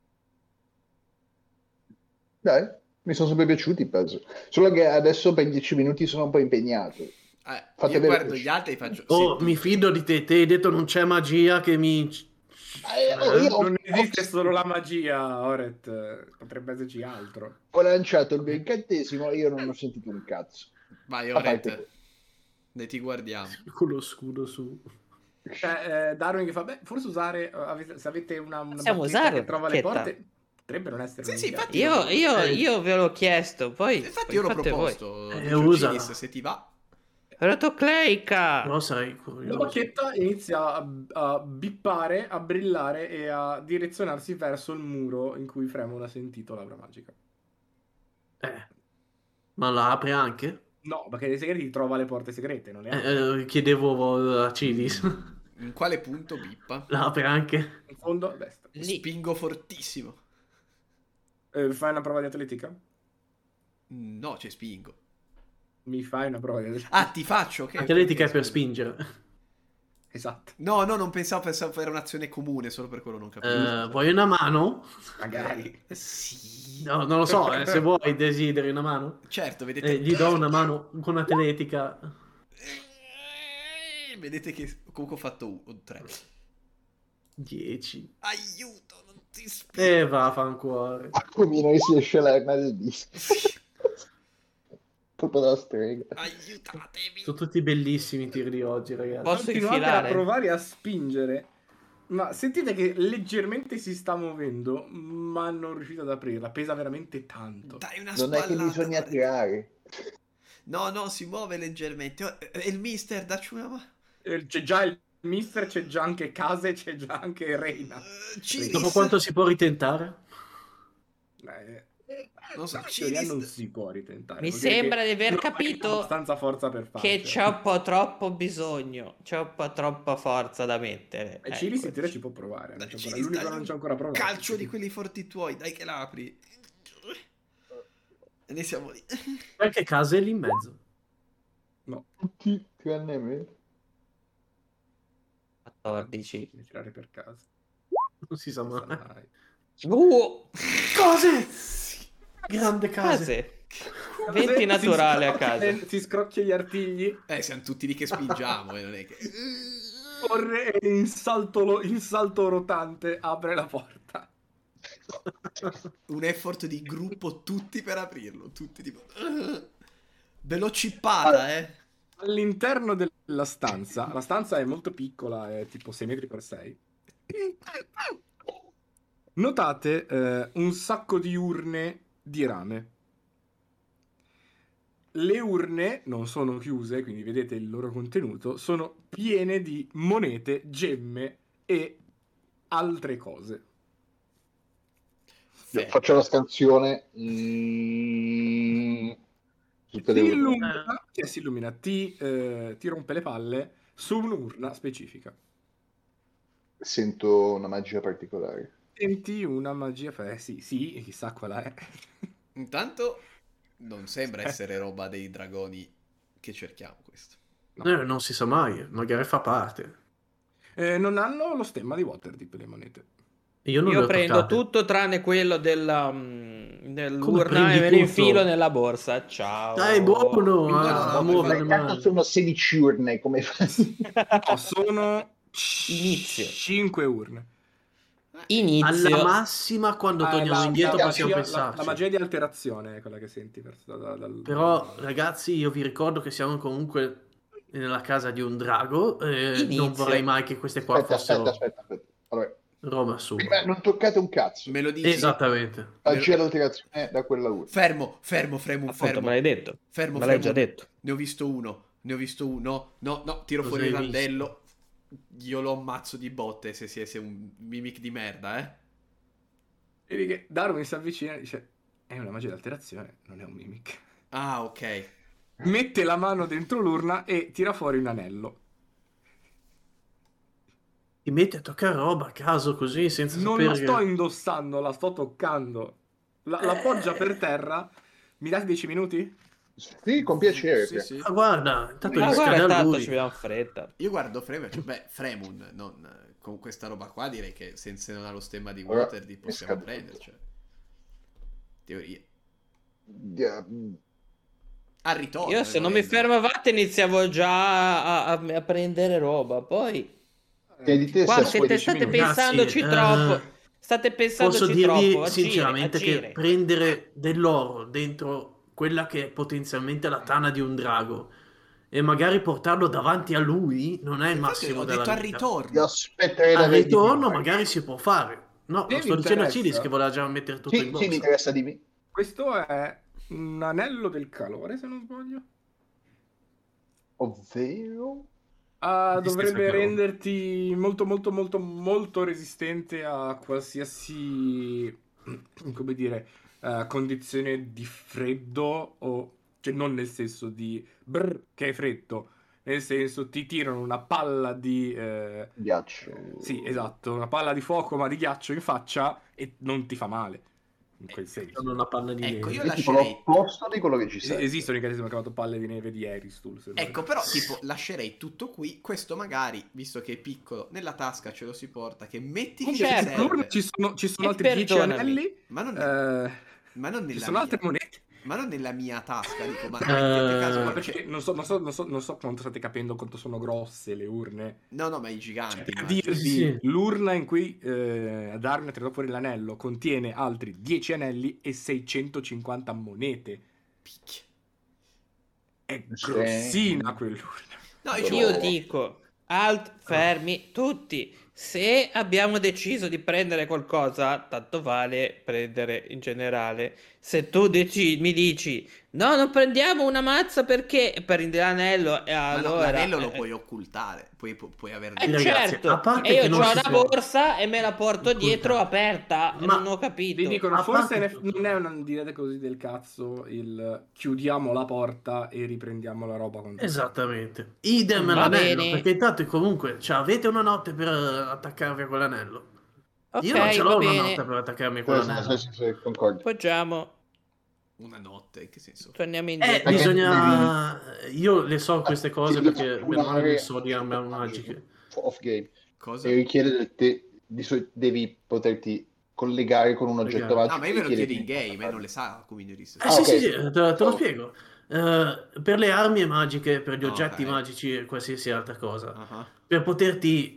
Dai, mi sono sempre piaciuti, penso. Solo che adesso per 10 minuti sono un po' impegnato. Fate Io veloci. guardo gli altri e faccio... Oh, Senti, mi fido di te, te hai detto non c'è magia che mi... Non esiste solo la magia, Oret, potrebbe esserci altro. Ho lanciato il mio incantesimo e io non ho sentito un cazzo. vai A parte Oret. Ne ti guardiamo. Con lo scudo su. Darwin che fa, beh, forse usare, se avete una Possiamo bacchetta usare che trova le bacchetta? porte, potrebbe non essere Sì, un'idea. infatti Io ve l'ho chiesto, poi Infatti io l'ho fate voi. proposto. Usala. Cilis, se ti va. Rotocleica! Però sarei La curioso. bacchetta inizia a bippare, a brillare e a direzionarsi verso il muro in cui Fremon ha sentito l'aura magica. Ma la apre anche? No, perché nei segreti trova le porte segrete, non le apre. Chiedevo a Cilis. In quale punto bippa? La apre anche? In fondo a destra. Lì. Spingo fortissimo. Fai una prova di atletica? No, c'è spingo. Mi fai una prova di atletica? Ah, ti faccio, ok. Atletica ok, è per scusa. spingere. Esatto. No, non pensavo era un'azione comune, solo per quello non capivo. Vuoi una mano? Magari. Sì. No, non lo so, se vuoi desideri una mano. Certo, vedete. Gli do una mano con atletica. Vedete che comunque ho fatto 3. 10. Aiuto, non ti spiego. Vaffanculo. Accumino si esce l'arma del disco. Proprio da strega. Aiutatemi. Sono tutti bellissimi i tiri di oggi, ragazzi. Posso Continuate infilare? a provare a spingere, ma sentite che leggermente si sta muovendo, ma non riuscite ad aprirla. Pesa veramente tanto. Dai una Non è che spallata, bisogna guarda. tirare. No, si muove leggermente. E il mister, dacci una mano. C'è già il mister, c'è già anche Case, c'è già anche Reina. Cilis. Dopo quanto si può ritentare? Non so, In teoria Cilis. non si può ritentare. Mi vuol dire sembra che di aver non hai capito abbastanza forza per farlo. che c'è un po' troppo bisogno, c'è un po' troppa forza da mettere. E Cilis in Ecco. teoria ci può provare. Dai, Non c'è Cilis, ancora- L'unico dai, che non un c'è ancora provato. calcio di quelli forti tuoi, dai che l'apri. E ne siamo lì. Qualche casa è lì in mezzo. No, Tutti tranne me. 14. devi tirare per caso. Non si sa mai. Sai. Cose! Grande case. Case. 20 naturale a casa. Si scrocchia gli artigli, Siamo tutti lì che spingiamo, non è che. corre e in salto rotante apre la porta. Un effort di gruppo, tutti per aprirlo. Tutti tipo. Ve l'ho cippata, All'interno della stanza, la stanza è molto piccola, è tipo 6 metri per 6. Notate un sacco di urne di rame. Le urne non sono chiuse, quindi vedete il loro contenuto, sono piene di monete, gemme e altre cose. Io faccio la scansione. Tutte le urne. Si illumina, ti rompe le palle su un'urna specifica. Sento una magia particolare. Senti una magia, sì, chissà qual è. Intanto non sembra essere roba dei dragoni che cerchiamo questo. Non si sa mai, magari fa parte. Non hanno lo stemma di Waterdeep le monete. Io non le Io ho prendo toccate. tutto tranne quello dell'urna prendi e me lo tutto? infilo nella borsa. Ciao. Dai, buono! No, a no, muovere le Tanto mani. sono 16 urne, come fai? No, sono Inizio. 5 urne. Inizio. Alla massima, quando torniamo indietro, possiamo pensarci. La magia di alterazione è quella che senti. Però, ragazzi, io vi ricordo che siamo comunque nella casa di un drago. Inizio. Non vorrei mai che queste qua fossero Aspetta. Allora, roba sua. prima non toccate un cazzo. Me lo dici? Esattamente. Magia d'alterazione da quella urna. Fermo, Appunto, me l'hai detto. Fermo, Me l'hai già detto. Ne ho visto uno. No, tiro Cosa fuori il hai visto? randello. Io lo ammazzo di botte se è un mimic di merda, Vedi che Darwin si avvicina e dice: è una magia di alterazione, non è un mimic. Ah, ok. Mette la mano dentro l'urna e tira fuori un anello. Ti metti a toccare roba a caso così, senza Non sapere la sto che... indossando, la sto toccando. La poggia per terra. Mi date 10 minuti? Sì, con piacere. Sì. Ah, guarda, intanto Ma gli guarda, scade a tanto lui. ci vediamo fretta. Io guardo Fremun, con questa roba qua direi che se non ha lo stemma di Allora, Waterdeep possiamo scaduto. prendercela. Teoria. Yeah. Al ritorno. Io se non mi fermavate iniziavo già a prendere roba. Poi Chiedi te qua se puoi state 10 minuti. pensandoci Ragazzi, troppo. State pensandoci Posso dirvi troppo. Agire, sinceramente agire. che prendere dell'oro dentro quella che è potenzialmente la tana di un drago e magari portarlo davanti a lui non è il Infatti, massimo ho della detto al vita. ritorno. Io aspetterei Al di ritorno magari si può fare. No, Se lo vi sto dicendo a interessa- Cilis che voleva già mettere tutto in Sì, mi borsa. interessa di me. Questo è un anello del calore, se non sbaglio. Ovvero... Dovrebbe Stessa cosa. renderti molto molto molto molto resistente a qualsiasi, come dire, condizione di freddo o, cioè non nel senso di che è freddo, nel senso ti tirano una palla di Ghiaccio. sì, esatto, una palla di fuoco ma di ghiaccio in faccia e non ti fa male in quel senso. Sono una panna di Ecco, neve. io È tipo lascerei... l'opposto di quello che ci serve. Esistono i che si sono chiamato palle di neve di Aristotle. se non Ecco, ricordo. però, tipo, lascerei tutto qui. Questo magari, visto che è piccolo, nella tasca ce lo si porta, che metti che Certo. ci serve. Allora ci sono E altri 10 perdonami. anelli. Ma non, ma non Ci nella sono mia. altre monete. Ma non nella mia tasca, dico, ma mettete caso Ma che perché c'è... non so quanto state capendo quanto sono grosse le urne. No, no, ma i giganti. Per immagino. dirvi, Sì. l'urna in cui Darwin ha tirato fuori l'anello contiene altri 10 anelli e 650 monete. Picchia. È Sì. grossina quell'urna. No, Io dico, fermi tutti. Se abbiamo deciso di prendere qualcosa, tanto vale prendere in generale. Se tu mi dici, no, non prendiamo una mazza perché prendi l'anello, e Ma no, allora... l'anello lo puoi occultare, puoi averne... Ragazzi, certo, a parte e io che non ho si una può borsa e me la porto occultare. dietro aperta. Ma Non ho capito. Vi dicono, A forse parte tutto. non è una diretta così del cazzo il chiudiamo la porta e riprendiamo la roba con Esattamente. Idem Va l'anello, bene. perché intanto comunque cioè, avete una notte per attaccarvi a quell'anello. Ok, Io non ce va l'ho una bene. notte per attaccarmi a Sì, quell'anello. sì, concordo. Poggiamo. Una notte, in che senso? Torniamo indietro. Perché Bisogna... Io le so queste cose Devi perché bene o male le so di armi magiche. off game. Cosa? E richiede da te, di solito devi poterti collegare con un oggetto Collegare. magico. No, ma io me lo richiede chiedi in di- game, non le sa come Iris. Ah, Sì, ok. sì, sì, te lo spiego. Per le armi magiche, per gli Ah, oggetti ok. magici e qualsiasi altra cosa, Ah, per poterti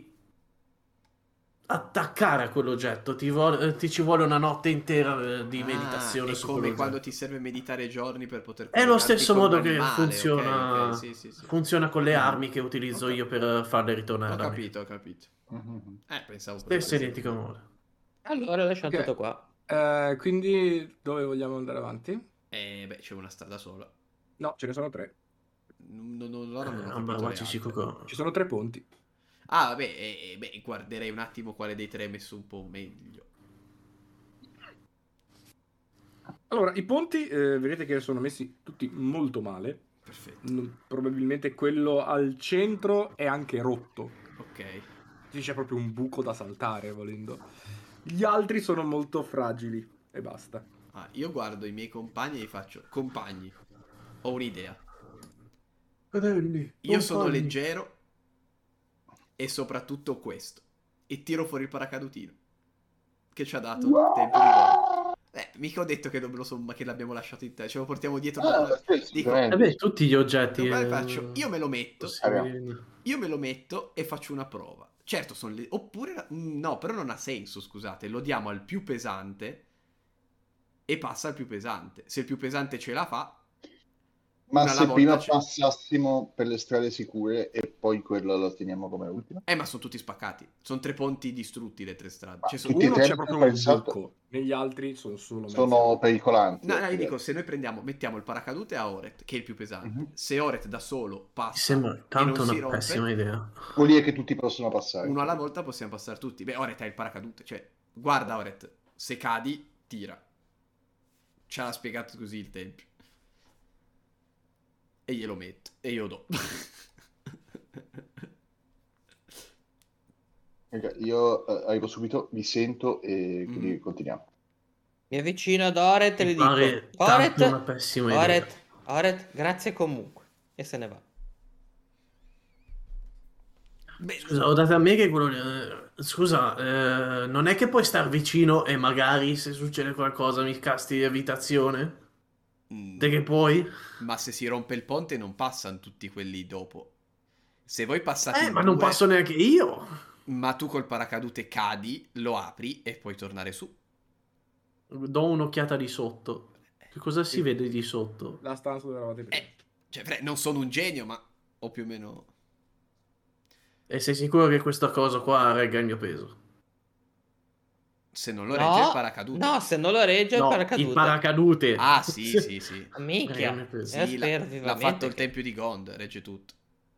attaccare a quell'oggetto ti ci vuole una notte intera di meditazione è su come quell'oggetto. quando ti serve meditare giorni per poter È lo collegarti stesso con modo un che animale, funziona, ok, sì, sì, sì. funziona con le armi che utilizzo Ok. io per farle ritornare Ho da me. capito, ho capito. Mhm. Pensavo Stesso fosse- identico modo. Allora lasciamo Ok. tutto qua. Quindi dove vogliamo andare avanti? Beh, c'è una strada sola. No, ce ne sono 3. Loro non ho capito le Ambarbaci altre. Shikuko. Ci sono 3 ponti. Ah, vabbè, beh, guarderei un attimo quale dei tre è messo un po' meglio. Allora, i ponti vedete che sono messi tutti molto male. Perfetto, Probabilmente quello al centro è anche rotto. ok. C'è proprio un buco da saltare, volendo. Gli altri sono molto fragili e basta. Io guardo i miei compagni e gli faccio: compagni, ho un'idea. Io sono leggero e soprattutto questo. E tiro fuori il paracadutino che ci ha dato tempo di volo. Mica ho detto che, non me lo so, ma che l'abbiamo lasciato in te. Ce lo portiamo dietro. Dico, Beh, tutti gli oggetti. faccio, io me lo metto. possibili. Io me lo metto e faccio una prova. Certo, sono le... Oppure... No, però non ha senso, scusate. Lo diamo al più pesante e passa al più pesante. Se il più pesante ce la fa... Ma una alla se volta prima c'è. passassimo per le strade sicure e poi quello lo teniamo come ultimo? Ma sono tutti spaccati. Sono 3 ponti distrutti le 3 strade. Ma Cioè, sono... tutti e Uno tre c'è proprio un pensato- buco, negli altri sono solo mezzi. Sono pericolanti. No, io dico, se noi mettiamo il paracadute a Oret, che è il più pesante. Mhm. Se Oret da solo Mi passa sembra e tanto non si una rompe, pessima idea. Vuol dire che tutti possono passare. uno alla volta possiamo passare tutti. Beh, Oret ha il paracadute. Cioè, guarda Oret, se cadi, tira. Ci ha spiegato così il tempio. E glielo metto. E io do. Ok, io arrivo subito, vi sento e quindi Mhm. continuiamo. Mi avvicino ad Oret e Mi gli pare dico: tanto una pessima idea. Oret, grazie comunque. E se ne va. Beh, Scusa, ho dato a me che quello... scusa, non è che puoi star vicino e magari se succede qualcosa mi casti evitazione? Te che puoi? ma se si rompe il ponte non passano tutti quelli dopo. Se voi passate in Ma non due, passo neanche io. ma tu col paracadute cadi, lo apri e puoi tornare su. Do un'occhiata di sotto. Che cosa si vede di sotto? La stanza dove eravate prima. Cioè, non sono un genio, ma O più o meno... E sei sicuro che questa cosa qua regga il mio peso? Se non lo regge il paracadute. No, se non lo regge il No, paracadute. il paracadute. Ah, sì, sì, sì. Minchia. Regga il mio peso. Io Sì, spero l'ha vivamente fatto il che- tempio di Gond, regge tutto.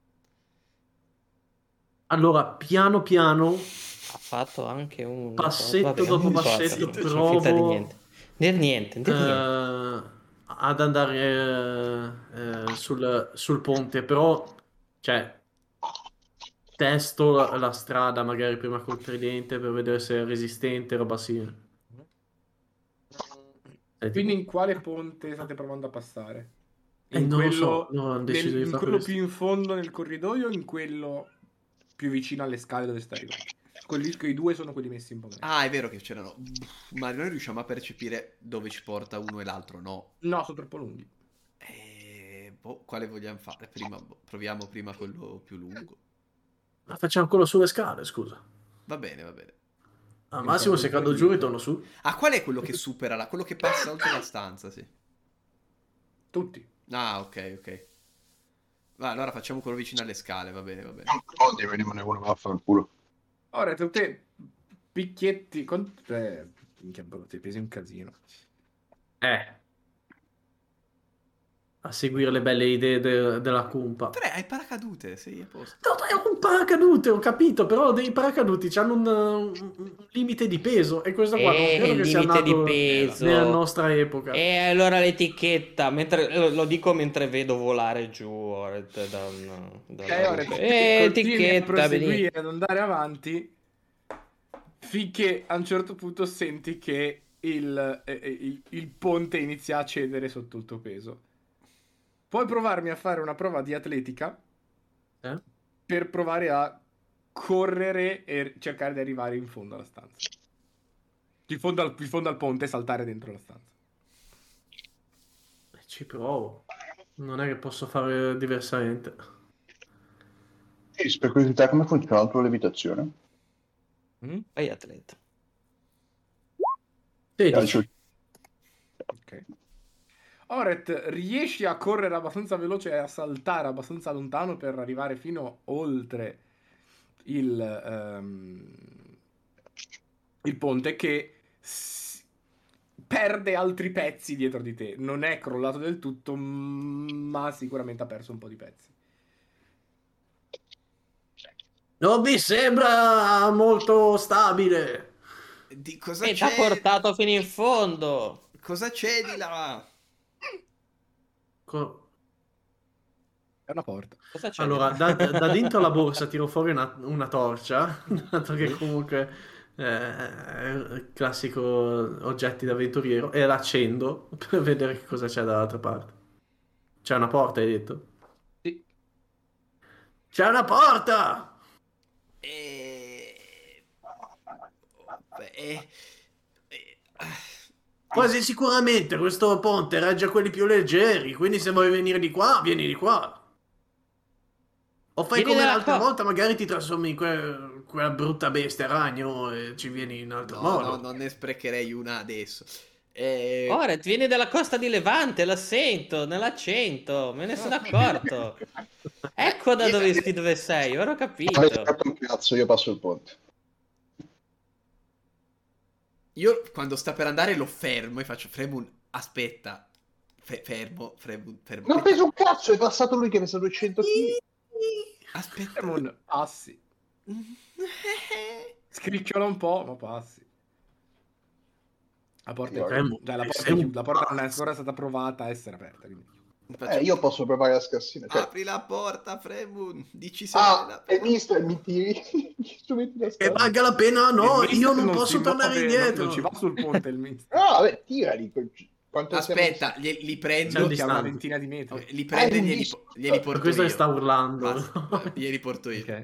Allora, piano piano, Ha fatto anche un... passetto vabbè, dopo non importa, passetto, facciamo finta di provo niente. Dir niente, dir niente. ad andare sul ponte, però, cioè, testo la strada magari prima col tridente per vedere se è resistente, roba simile. Quindi in quale ponte state provando a passare? In non lo so, quello, no, ho deciso di in fare quello questo. più in fondo nel corridoio o in quello più vicino alle scale dove stai arrivando? Quei due sono quelli messi in pomeriggio. Ah, è vero che c'erano... Ma noi riusciamo a percepire dove ci porta uno e l'altro, no? No, sono troppo lunghi. Quale vogliamo fare? Proviamo prima quello più lungo. Ma facciamo quello sulle scale, scusa. Va bene, va bene. Al massimo se cado giù ritorno su. Ah, qual è quello che supera quello che passa oltre la stanza, sì. Tutti. Ah, ok, ok. Va, allora facciamo quello vicino alle scale, va bene, va bene. Oggi venivano uno vaffanculo. Ora, tutte picchietti... minchia, bro, ti pesi un casino. A seguire le belle idee della cumpa. 3, hai paracadute, sei a posto. No, è un paracadute, ho capito, però dei paracaduti hanno un limite di peso e questo qua non credo Il che sia limite di nato peso. nella nostra epoca. E allora l'etichetta, lo dico mentre vedo volare giù Oret Ora, continui a etichetta, proseguire ad andare avanti finché a un certo punto senti che il ponte inizia a cedere sotto il tuo peso. Puoi provarmi a fare una prova di atletica per provare a correre e cercare di arrivare in fondo alla stanza. In fondo al ponte e saltare dentro la stanza. Ci provo. Non è che posso fare diversamente. Per curiosità, come funziona la tua levitazione? Vai atleta. 16. Ok. Oret, riesci a correre abbastanza veloce e a saltare abbastanza lontano per arrivare fino oltre il ponte che perde altri pezzi dietro di te. Non è crollato del tutto, ma sicuramente ha perso un po' di pezzi. Non mi sembra molto stabile. Di cosa E ti ha c'è? portato fino in fondo. Cosa c'è di là? È una porta. Cosa c'è Allora, di là? da dentro la borsa tiro fuori una torcia, dato che comunque classico oggetti d'avventuriero, e l'accendo per vedere che cosa c'è dall'altra parte. C'è una porta, hai detto? Sì. C'è una porta! Quasi sicuramente questo ponte regge a quelli più leggeri, quindi se vuoi venire di qua, vieni di qua. O fai Vieni come dalla l'altra qua. volta, magari ti trasformi in quella brutta bestia ragno e ci vieni in altro modo. No, non ne sprecherei una adesso. Oret, vieni dalla costa di Levante, la sento nell'accento, me ne sono accorto. Ecco da dove sei, ora ho capito. Avete fatto un cazzo, io passo il ponte. Io quando sta per andare lo fermo e faccio Fremun, aspetta. Fermo. Non ho preso un cazzo, è passato lui che pesa 200 kg. Aspetta. Passi. Scricchiola un po', ma passi. La porta è chiusa. La porta non è ancora stata provata a essere aperta. Quindi. Io posso provare la scassina. Cioè... Apri la porta, Fremun. Dici se e mister, mi tiri gli strumenti da E scala. valga la pena, no, Il io mister non posso si tornare muove, indietro. Non ci va sul ponte il mister. No, vabbè, tirali. Quanto Aspetta, siamo... li prendo. Siamo Che ha una distanti. ventina di metri. Li prendo e glieli porto Questo io. che sta urlando. Basta, glieli porto io.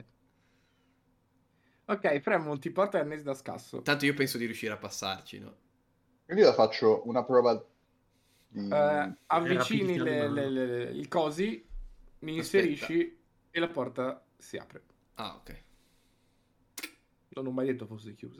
Ok, Fremont ti porta Ernest da scasso. Tanto io penso di riuscire a passarci, no? Quindi io faccio una prova di... Avvicini rapidità i cosi, mi inserisci e la porta si apre. Ah, ok. Non ho mai detto fosse chiusa.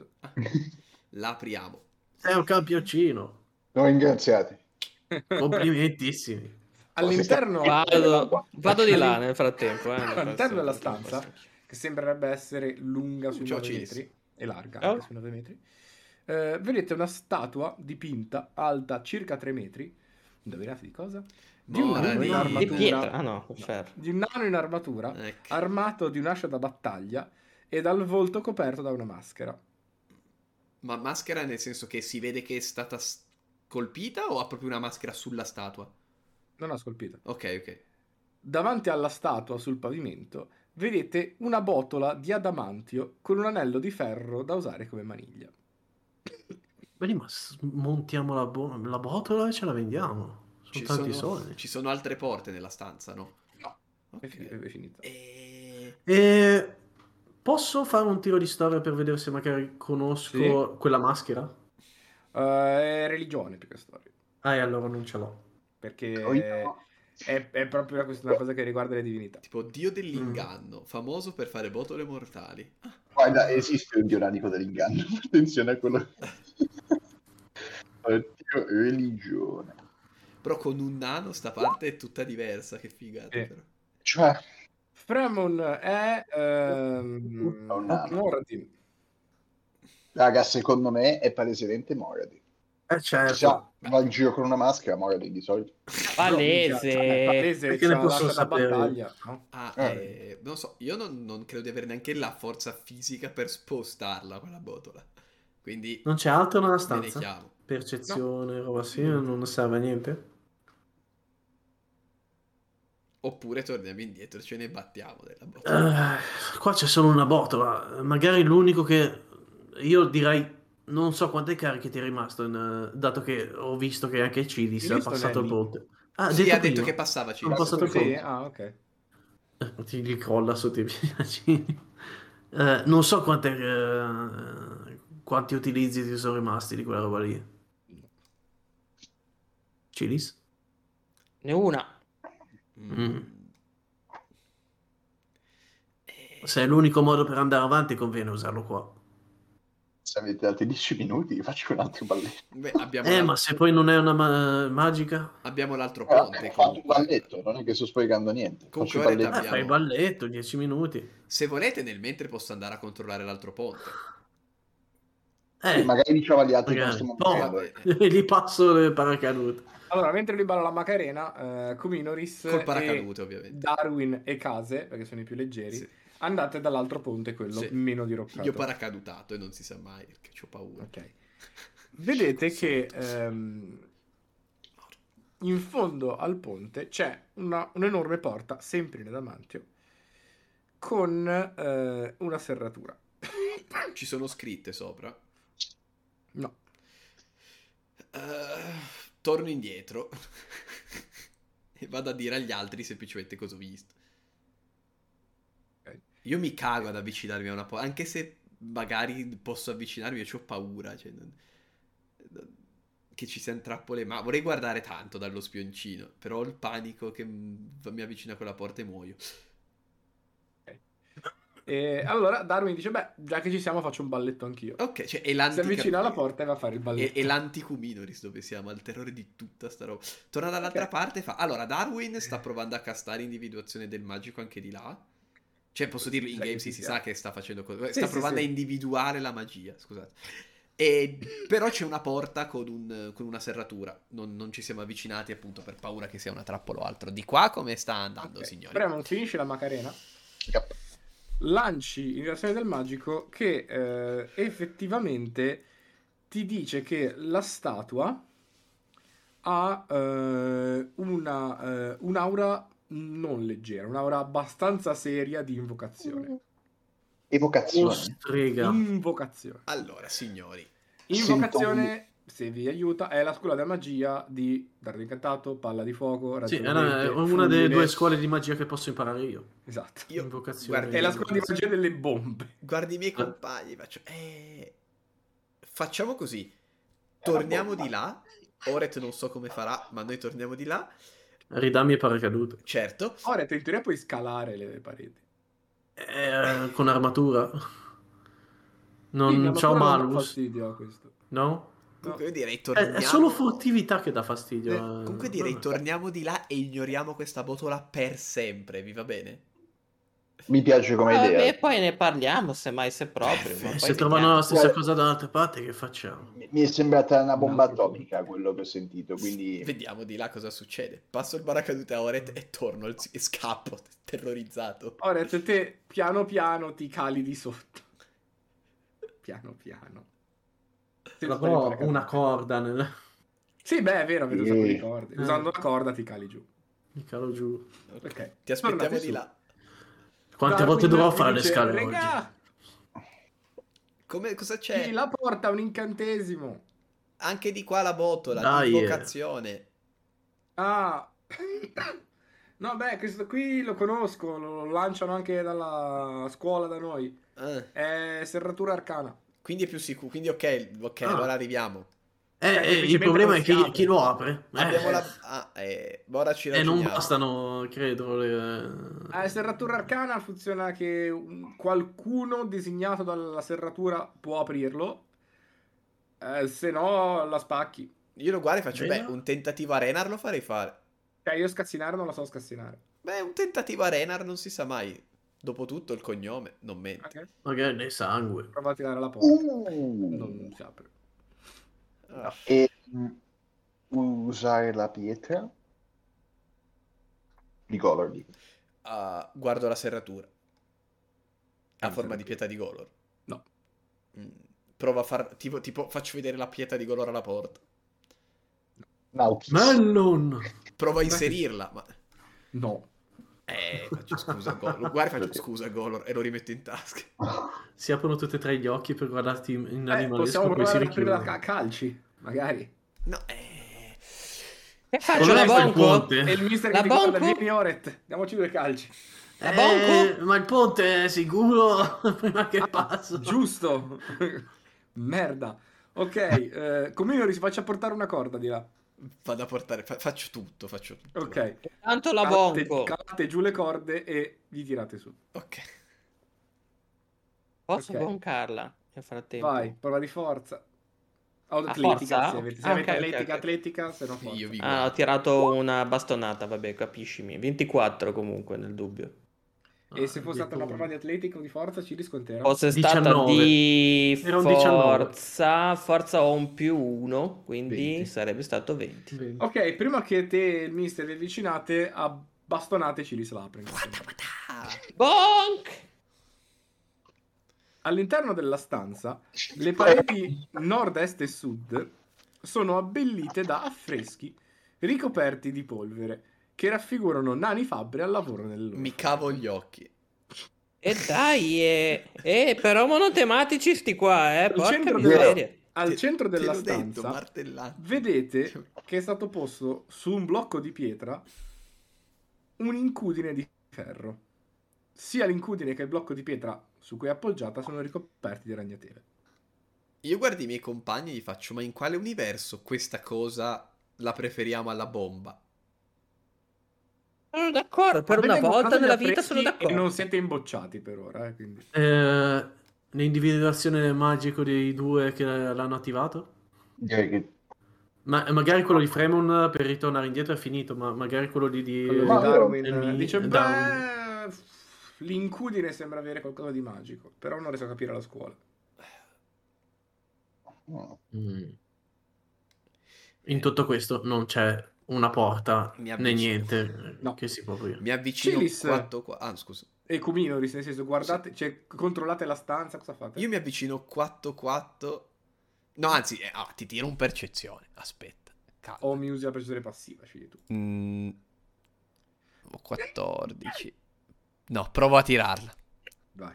L'apriamo. Sei un campioncino. Non ringraziati. Complimentissimi. all'interno Vado di là nel frattempo. all'interno della stanza, che sembrerebbe essere lunga sui Ciao, 9 Cis. metri e larga anche sui 9 metri, vedete una statua dipinta alta circa 3 metri. Indovinate di cosa? Di un nano in Di armatura. pietra. Ah no, ferro. Di un nano in armatura, Ecco. armato di un'ascia da battaglia e dal volto coperto da una maschera. Ma maschera nel senso che si vede che è stata colpita o ha proprio una maschera sulla statua? Non ha scolpito. Ok. Davanti alla statua sul pavimento vedete una botola di adamantio con un anello di ferro da usare come maniglia. Vedi, ma montiamo la botola e ce la vendiamo. Sono tanti soldi. Ci sono altre porte nella stanza, no? No, Ok. è finito. E posso fare un tiro di storia per vedere se magari conosco quella maschera? È religione più che storia. E allora non ce l'ho. Perché è proprio una cosa che riguarda le divinità. Tipo dio dell'inganno, famoso per fare botole mortali. Guarda, esiste un dio nanico dell'inganno. Attenzione a quello. Oddio, religione. Però con un nano sta parte è tutta diversa, che figata però. Cioè, Fremon è un nano. Moradin. Raga, secondo me è palesemente Moradin. Certo. Va in giro con una maschera, Moradin di solito. Palese. Perché ne posso sapere? Battaglia, no? Non so, io non credo di avere neanche la forza fisica per spostarla quella botola. Quindi Non c'è altro nella me ne stanza? chiamo. Percezione, roba sì, non serve a niente? Oppure torniamo indietro, ce ne battiamo della botola. Qua c'è solo una botola. Magari l'unico che io direi, non so quante cariche ti è rimasto, dato che ho visto che anche Cilis Io ha visto passato il Nanny. ponte. Sì, ha detto prima. che passava Sono passato il Sì? ponte. Ah, ok. Ti gli crolla sotto i piedi. Non so quanti utilizzi ti sono rimasti di quella roba lì. Cilis? Ne una. Se è l'unico modo per andare avanti, conviene usarlo qua. Se avete altri 10 minuti, faccio un altro balletto. Beh, abbiamo Ma se poi non è una magica? abbiamo l'altro Ho ponte fatto un comunque. balletto, non è che sto spiegando niente. Comunque Faccio ora balletto. abbiamo- Fai il balletto, 10 minuti. Se volete nel mentre posso andare a controllare l'altro ponte. Sì, magari diciamo agli altri che non magari. stiamo muovendo. Gli passo le paracadute. Allora, mentre lui balla la Macarena, Kuminoris Col paracadute, ovviamente. Darwin e Case, perché sono i più leggeri, Sì. andate dall'altro ponte, quello Sì. meno diroccato. Io paracadutato e non si sa mai perché ho paura. Ok. Vedete che in fondo al ponte c'è un'enorme porta, sempre in adamantio, con una serratura. Ci sono scritte sopra. No. Torno indietro e vado a dire agli altri semplicemente cosa ho visto. Ok. Io mi cago ad avvicinarmi a una porta, anche se magari posso avvicinarmi, io ho paura, cioè, che ci siano trappole, ma vorrei guardare tanto dallo spioncino, però ho il panico che mi avvicina a quella porta e muoio. E allora Darwin dice, beh, già che ci siamo faccio un balletto anch'io. Ok, cioè è Si avvicina alla porta e va a fare il balletto. e l'anticuminoris dove siamo, al terrore di tutta sta roba. Torna dall'altra parte e fa... Allora, Darwin sta provando a castare individuazione del magico anche di là. Cioè, posso dirlo, in game si sa che sta facendo cose. Sta provando a individuare la magia, scusate. Però c'è una porta con una serratura. Non ci siamo avvicinati appunto per paura che sia una trappola o altro. Di qua come sta andando, signori? Fremon finisce la Macarena. Yep. Lanci in direzione del magico che effettivamente ti dice che la statua ha un'aura non leggera, un'aura abbastanza seria di invocazione. Evocazione. Strega. Invocazione. Allora, signori, Invocazione, se vi aiuta, è la scuola della magia di Dardo Incantato, Palla di Fuoco, Sì, Ragionamento, è una delle due scuole di magia che posso imparare io. Esatto. io Invocazione. guardi, È la scuola di magia delle bombe. guardi i miei compagni, faccio... facciamo così. Torniamo di là. Oret non so come farà, ma noi torniamo di là. Ridammi i paracadute. Certo. Ora, in teoria puoi scalare le pareti. Con armatura. Non Sì, c'ho ma non dà malus. fastidio a questo. No? Comunque io direi È torniamo... solo furtività che dà fastidio. Comunque direi torniamo di là e ignoriamo questa botola per sempre, vi va bene? Mi piace come idea. Vabbè, poi ne parliamo, semmai, se proprio. Ma poi Se trovano vediamo. la stessa cosa dall'altra parte, che facciamo? Mi è sembrata una bomba No, proprio. atomica quello che ho sentito, quindi Vediamo di là cosa succede. Passo il paracadute a Oret e torno e scappo, terrorizzato. Ora te piano piano ti cali di sotto. Piano piano. Senza fare il Però paracadute. una corda nel... Sì, beh, è vero, avete un sacco di corde. Eh. Usando la corda ti cali giù. Mi calo giù. Ok. Ti aspettiamo Tornate di su. là. Quante Darwin volte dovrò vi fare le dice, scale "Regà, Cosa chi c'è? la porta un incantesimo. Anche di qua la botola, Dai, di invocazione. Ah. No, beh, questo qui lo conosco, lo lanciano anche dalla scuola da noi. È serratura arcana. Quindi è più sicuro. Quindi ok, Ah. allora arriviamo. Il semplicemente problema non è si apre. chi lo apre. Abbiamo ora ci E non ragioniamo. bastano, credo, le... Serratura arcana funziona che qualcuno designato dalla serratura può aprirlo. Se no la spacchi. Io lo guardo e faccio, Bene. un tentativo a Renar lo farei fare. Cioè, io scassinare non la so scassinare. Beh, un tentativo a Renar non si sa mai. Dopotutto il cognome non mente. Ok? Magari ne sangue. Prova a tirare la porta. Non si apre. Ah. E usare la pietra di Golor. Guardo la serratura. Ha Ah, forma di serratura. pietra di Golor. No. Prova a far... Tipo, faccio vedere la pietra di Golor alla porta. Nautis. Mellon! Provo a inserirla, ma... No. Faccio scusa Golor. Guarda, faccio scusa Golor e lo rimetto in tasca. Si aprono tutti e tre gli occhi per guardarti in animalesco, Possiamo poi si provare ad aprire richiudono. a calci, magari. No, Che faccio Come la sta il bonco? ponte? E il mister La che ti guarda, bonco? vieni Oret, diamoci 2 calci. La bonco? Ma il ponte è sicuro prima che passo. Giusto. Merda. Ok, Comino si faccia portare una corda di là. vado a portare... faccio tutto. Ok. Tanto la Calate, bonco. calate giù le corde e vi tirate su. Ok. Posso Ok. boncarla nel frattempo? Vai, prova di forza. O A atletica, forza? se avete, Ah, ok, atletica, ok. atletica, se no forza. Io vi Ho guardo. tirato una bastonata, vabbè, capiscimi. 24 comunque, nel dubbio. E se fosse stata una prova di atletica o di forza ci risconterà. Fosse stata 19. di Era un 19. forza ho un +1, quindi 20. sarebbe stato 20. Ok, prima che te e il mister vi avvicinate, a bastonate ci rislapre. Bonk! All'interno della stanza, le pareti nord, est e sud sono abbellite da affreschi ricoperti di polvere che raffigurano nani fabbri al lavoro nell'oro. Mi cavo gli occhi. E dai, però monotematici sti qua, Al porca centro miseria. Al centro Te della l'ho detto, stanza martellante. vedete che è stato posto su un blocco di pietra un incudine di ferro. Sia l'incudine che il blocco di pietra su cui è appoggiata sono ricoperti di ragnatele. Io guardo i miei compagni e gli faccio, ma in quale universo questa cosa la preferiamo alla bomba? Sono d'accordo, per Avete una volta incontrato gli nella vita affreschi sono d'accordo. E non siete imbocciati per ora, quindi. L'individuazione magico dei due che l'hanno attivato? Direi che Ma magari quello di Fremon per ritornare indietro è finito, ma magari quello di Quello di Ma io- Darwin dice: Darwin. l'incudine sembra avere qualcosa di magico, però non riesco a capire la scuola. In tutto questo non c'è una porta Mi né avvicino. niente No. che si può aprire. Mi avvicino Cilis. 4 qua. Ah, scusa. E Cuminori, nel senso, guardate, cioè, controllate la stanza, cosa fate? Io mi avvicino 4-4. No, anzi, ti tiro un percezione. Aspetta. Calma. O mi usi la percezione passiva, scegli tu. Ho 14. No, provo a tirarla. Vai.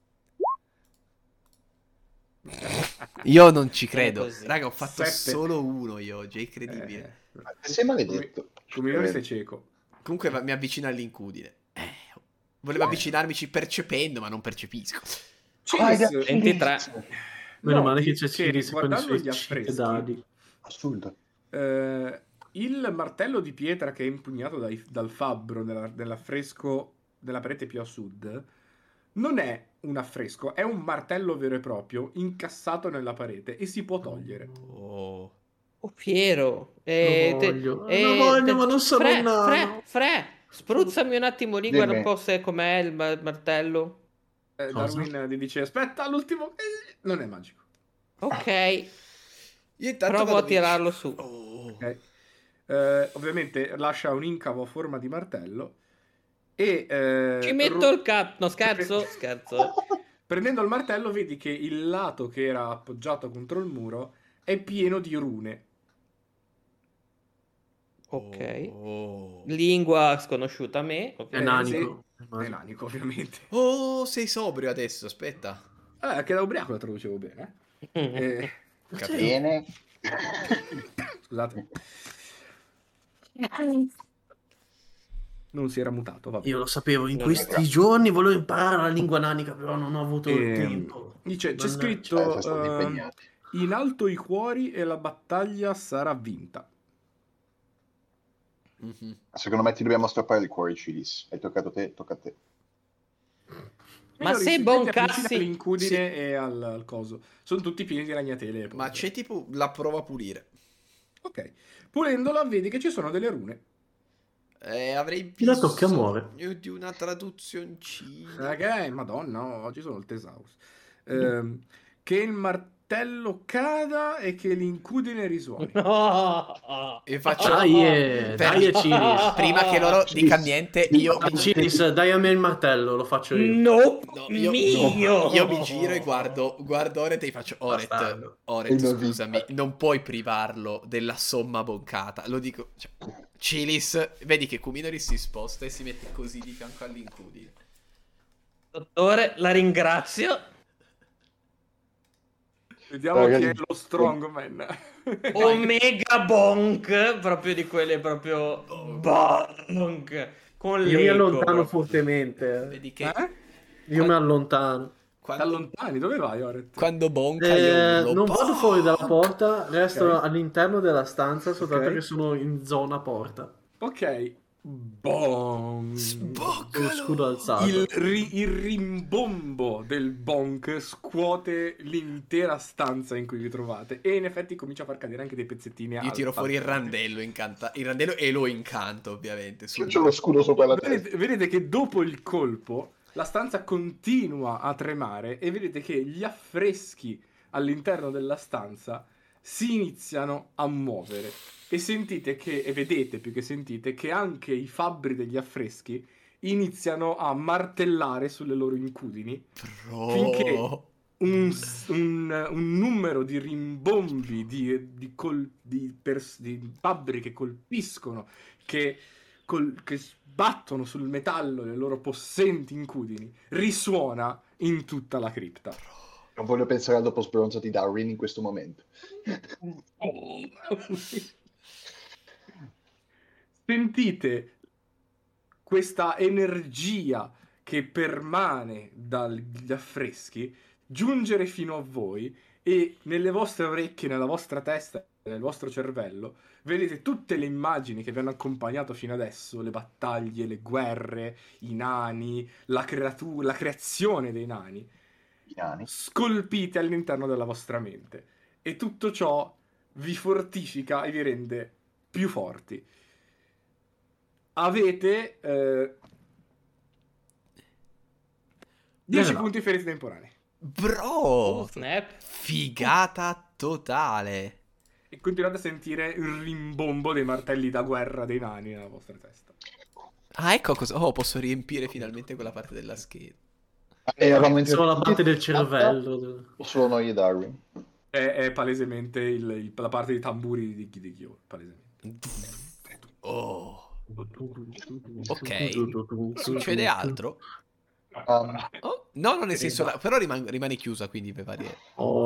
Io non ci credo. così. Raga, ho fatto 7. solo uno io oggi. È incredibile. sei maledetto. Cuminori sei cieco. Comunque mi avvicino all'incudine. Volevo avvicinarmici percependo, ma non percepisco. Cilis, 23. Meno noti male che c'è Cilis con i guardando suoi gli cheat affreschi, dadi. Assurdo. il martello di pietra che è impugnato dal fabbro nell'affresco della parete più a sud Non è un affresco, è un martello vero e proprio incassato nella parete e si può togliere. Oh. Oh, Piero. Lo voglio, ma non sono un nano. Spruzzami un attimo lì, Dimmi. guarda un po' se com'è il martello. Darwin ti dice, aspetta, l'ultimo... non è magico. Ok, Io intanto provo vado a tirarlo vicino. su. Oh. Ok. Ovviamente lascia un incavo a forma di martello e... Ci metto il cap... No, scherzo. Prendendo il martello vedi che il lato che era appoggiato contro il muro è pieno di rune. Ok. Oh. Lingua sconosciuta a me. È ok. nanico. È nanico, ovviamente. Oh, sei sobrio adesso, aspetta. Che da ubriaco la traducevo bene. Capito. Bene. Scusate. Non si era mutato, vabbè. Io lo sapevo, in No, questi giorni volevo imparare la lingua nanica, però non ho avuto il tempo. Dice, c'è Mannaggia. scritto Siamo stati impegnati. in alto i cuori e la battaglia sarà vinta. Mhm. Secondo me ti dobbiamo strappare il cuore, Cilis. Hai toccato te, tocca a te. Ma Allora, se si bon mette vicino cazzi- all'incudine e al coso. Sono tutti pieni di ragnatele. Ma c'è tipo la prova a pulire. Ok. Pulendola vedi che ci sono delle rune. Avrei Chi la tocca muore. bisogno di una traduzioncina. Madonna, oggi sono il Tesaurus. Che il martello cada e che l'incudine risuoni. No. E faccio Dai, Cilis. prima che loro dicano niente, io Cilis, dai a me il martello, lo faccio io. No, No, mio. io mi giro e guardo Oret e gli faccio Bastardo. Oret, E non scusami, vi- non puoi privarlo della somma boncata. Lo dico, cioè, Cilis, vedi che Kuminori si sposta e si mette così di fianco all'incudine. Dottore, la ringrazio. Vediamo Ragazzi, chi è lo strongman. Omega bonk, proprio di quelle proprio bonk. Con Io mi l'eco, allontano proprio. fortemente. Vedi che Io mi allontano. Ti allontani, dove vai, Oret? quando bonca io urlo, Non vado fuori dalla "Bonk!" porta, resto Ok. all'interno della stanza, soltanto Ok. che sono in zona porta. Ok. Bonk. Sboccalo! Con lo scudo alzato. Il rimbombo del bonk scuote l'intera stanza in cui vi trovate e in effetti comincia a far cadere anche dei pezzettini. Io tiro fuori il randello, il randello e lo incanto ovviamente. Io c'ho lo scudo sopra la testa. Vedete che dopo il colpo la stanza continua a tremare e vedete che gli affreschi all'interno della stanza si iniziano a muovere e sentite che, e vedete più che sentite, che anche i fabbri degli affreschi iniziano a martellare sulle loro incudini finché un numero di rimbombi di fabbri che colpiscono, che sbattono sul metallo le loro possenti incudini risuona in tutta la cripta. Non voglio pensare al dopo sbronzo di Darwin in questo momento. Sentite questa energia che permane dagli affreschi giungere fino a voi e nelle vostre orecchie, nella vostra testa, nel vostro cervello vedete tutte le immagini che vi hanno accompagnato fino adesso, le battaglie, le guerre, i nani, la creazione dei nani, I nani. scolpite all'interno della vostra mente e tutto ciò vi fortifica e vi rende più forti. Avete 10 là. punti feriti temporanei Bro, Snap. figata totale. e continuate a sentire il rimbombo dei martelli da guerra dei nani nella vostra testa. Ah, ecco cosa. Oh, posso riempire finalmente quella parte della scheda. Eravamo in Solo la parte del cervello. O solo noi e Darwin? È palesemente la parte dei tamburi di Ghio, palesemente. Oh, ok. Succede altro? Oh, no, nel senso, però rimane chiusa, quindi per varie.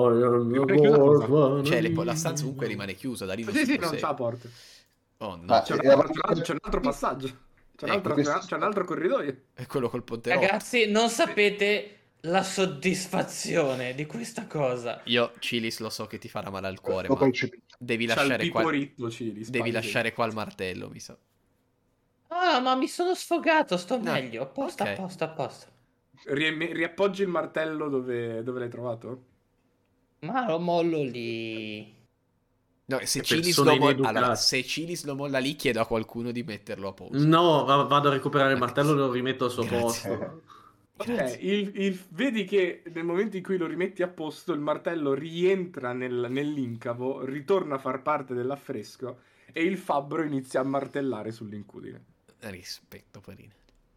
Cioè, la stanza comunque rimane chiusa, da lì non Sì, si sì, non prosegue. c'ha porte. Oh no, Ma- C'è un altro passaggio. C'è un altro corridoio. è quello col ponte rotto. Ragazzi, non sapete la soddisfazione di questa cosa. Io, Cilis, lo so che ti farà male al cuore, Dopo ma il CP. devi C'ha il lasciare qua. piporitto, Cilis, Devi palesemente. lasciare qua il martello, mi sa. Ah, ma mi sono sfogato, sto No, meglio. A posto, ok. a posto, a posto. riappoggi il martello dove l'hai trovato? Ma lo mollo lì. No, se Che Cilis persone lo, ineducate. allora, se Cilis lo molla lì, chiedo a qualcuno di metterlo a posto. No, vado a recuperare il martello e Grazie. lo rimetto al suo Grazie. posto. Ok, Grazie. vedi che nel momento in cui lo rimetti a posto, il martello rientra nell'incavo, ritorna a far parte dell'affresco e il fabbro inizia a martellare sull'incudine. Rispetto, Parina.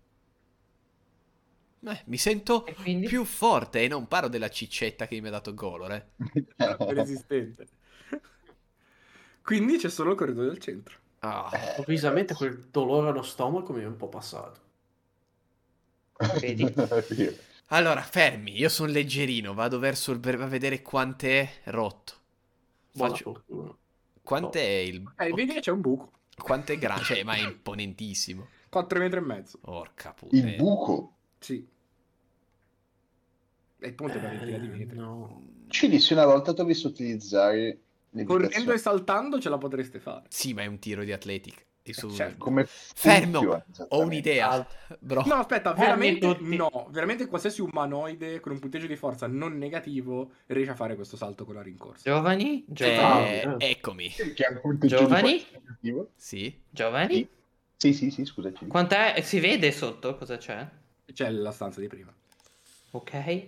Mi sento E quindi? più forte e non parlo della ciccetta che mi ha dato Golor, Resistente. Quindi c'è solo il corridoio del centro. Ah. Improvvisamente quel dolore allo stomaco mi è un po' passato. Vedi? Allora, fermi, io sono leggerino, vado verso a vedere quant'è rotto. Buona Faccio... fortuna. Quant'è il... Vedi che c'è un buco. Quant'è grande? Cioè, ma è imponentissimo. 4 metri e mezzo. Porca puttana. Il buco. Sì. E il ponte è da ventina di metri. No. Ci dissi una volta ti ho visto utilizzare Correndo l'evitazione. e saltando ce la potreste fare. Sì, ma è un tiro di atletica. Certo. Come Fermo! funziona Ho esattamente? un'idea, bro. No, aspetta, Fermi veramente tutti. no. Veramente qualsiasi umanoide con un punteggio di forza non negativo riesce a fare questo salto con la rincorsa. Giovani? Giovani? Eccomi. Che ha un punteggio di Giovani? forza negativo. Sì. Giovani? Sì, scusaci. Quant'è? Si vede sotto cosa c'è? C'è la stanza di prima. Ok.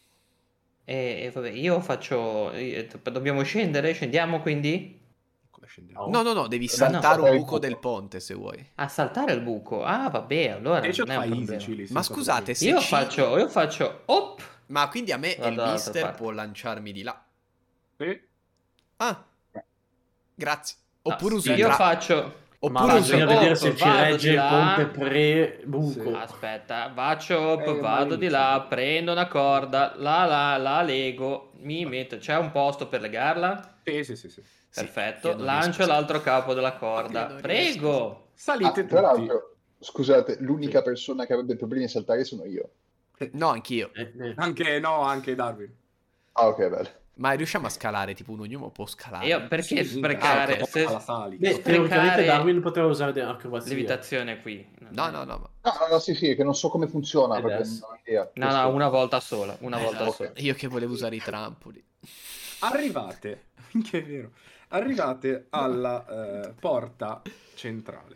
E vabbè, io faccio... Dobbiamo scendere? Scendiamo quindi? Come scendiamo? No, devi saltare un buco del ponte se vuoi. A saltare il buco? Ah, vabbè, allora E ce non è un fai easy, problema. Cilis, Ma senza scusate, se Io ci... faccio... Op! Ma quindi a me Vado il dall'altra mister parte. può lanciarmi di là. problemi. Ah, grazie. No, Oppure uso io il faccio... Ma Oppure faccio bisogna vedere op, se ci vado regge di il là. ponte pre-buco. Sì. Aspetta, faccio op, vado all'inizio. di là, prendo una corda, la lego, mi metto... C'è un posto per legarla? Sì. Perfetto, io non lancio riesco a- l'altro capo della Io corda. non Prego! Salite Tra tutti. l'altro, scusate, l'unica persona che avrebbe problemi a saltare sono io. No, anch'io. Anche Darwin. Ah, ok, bello. Ma riusciamo a scalare? Tipo un ognuno può scalare? Io perché Sì, sprecare minchia, se- la sali. Beh, teoricamente sprecare Darwin poteva usare acrobazia. levitazione qui? No. ma- No, sì, che non so come funziona, perché Adesso. non ho idea. No, una volta sola, una volta no, sola. Io che volevo usare i trampoli. Arrivate, minchia è vero, arrivate alla porta centrale.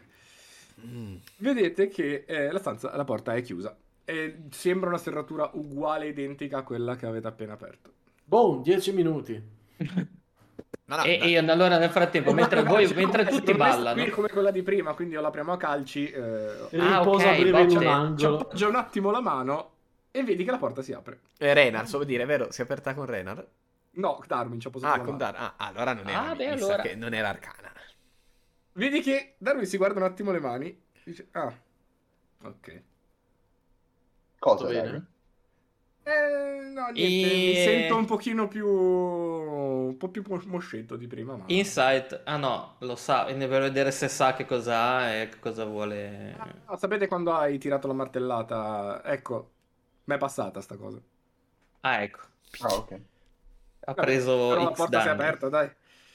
Vedete che la porta è chiusa e sembra una serratura uguale, identica a quella che avete appena aperto. Boom, 10 minuti. No, E dai. io allora nel frattempo, mentre tutti Non è ballano, qui come quella di prima, quindi io la apriamo a calci, Riposa ok, breve in botte. un ci angolo. appoggia un attimo la mano e vedi che la porta si apre. Renar, so dire, vero? Si è aperta con Renar? No, Darwin ci ha posato la Con mano. Dar. Allora non era. Ah, beh, mi sa allora. che non era arcana. Vedi che Darwin si guarda un attimo le mani, dice, ok. Cosa, Tutto bene? dai? No, niente, mi E- sento un pochino più... un po' più moscetto di prima, ma... Insight, ah no, lo sa, ne per vedere se sa che cosa e che cosa vuole. Sapete quando hai tirato la martellata? Ecco, mi è passata sta cosa. Ah, ecco, Ah, ok. ha preso Però la X porta si è danni. aperta, dai.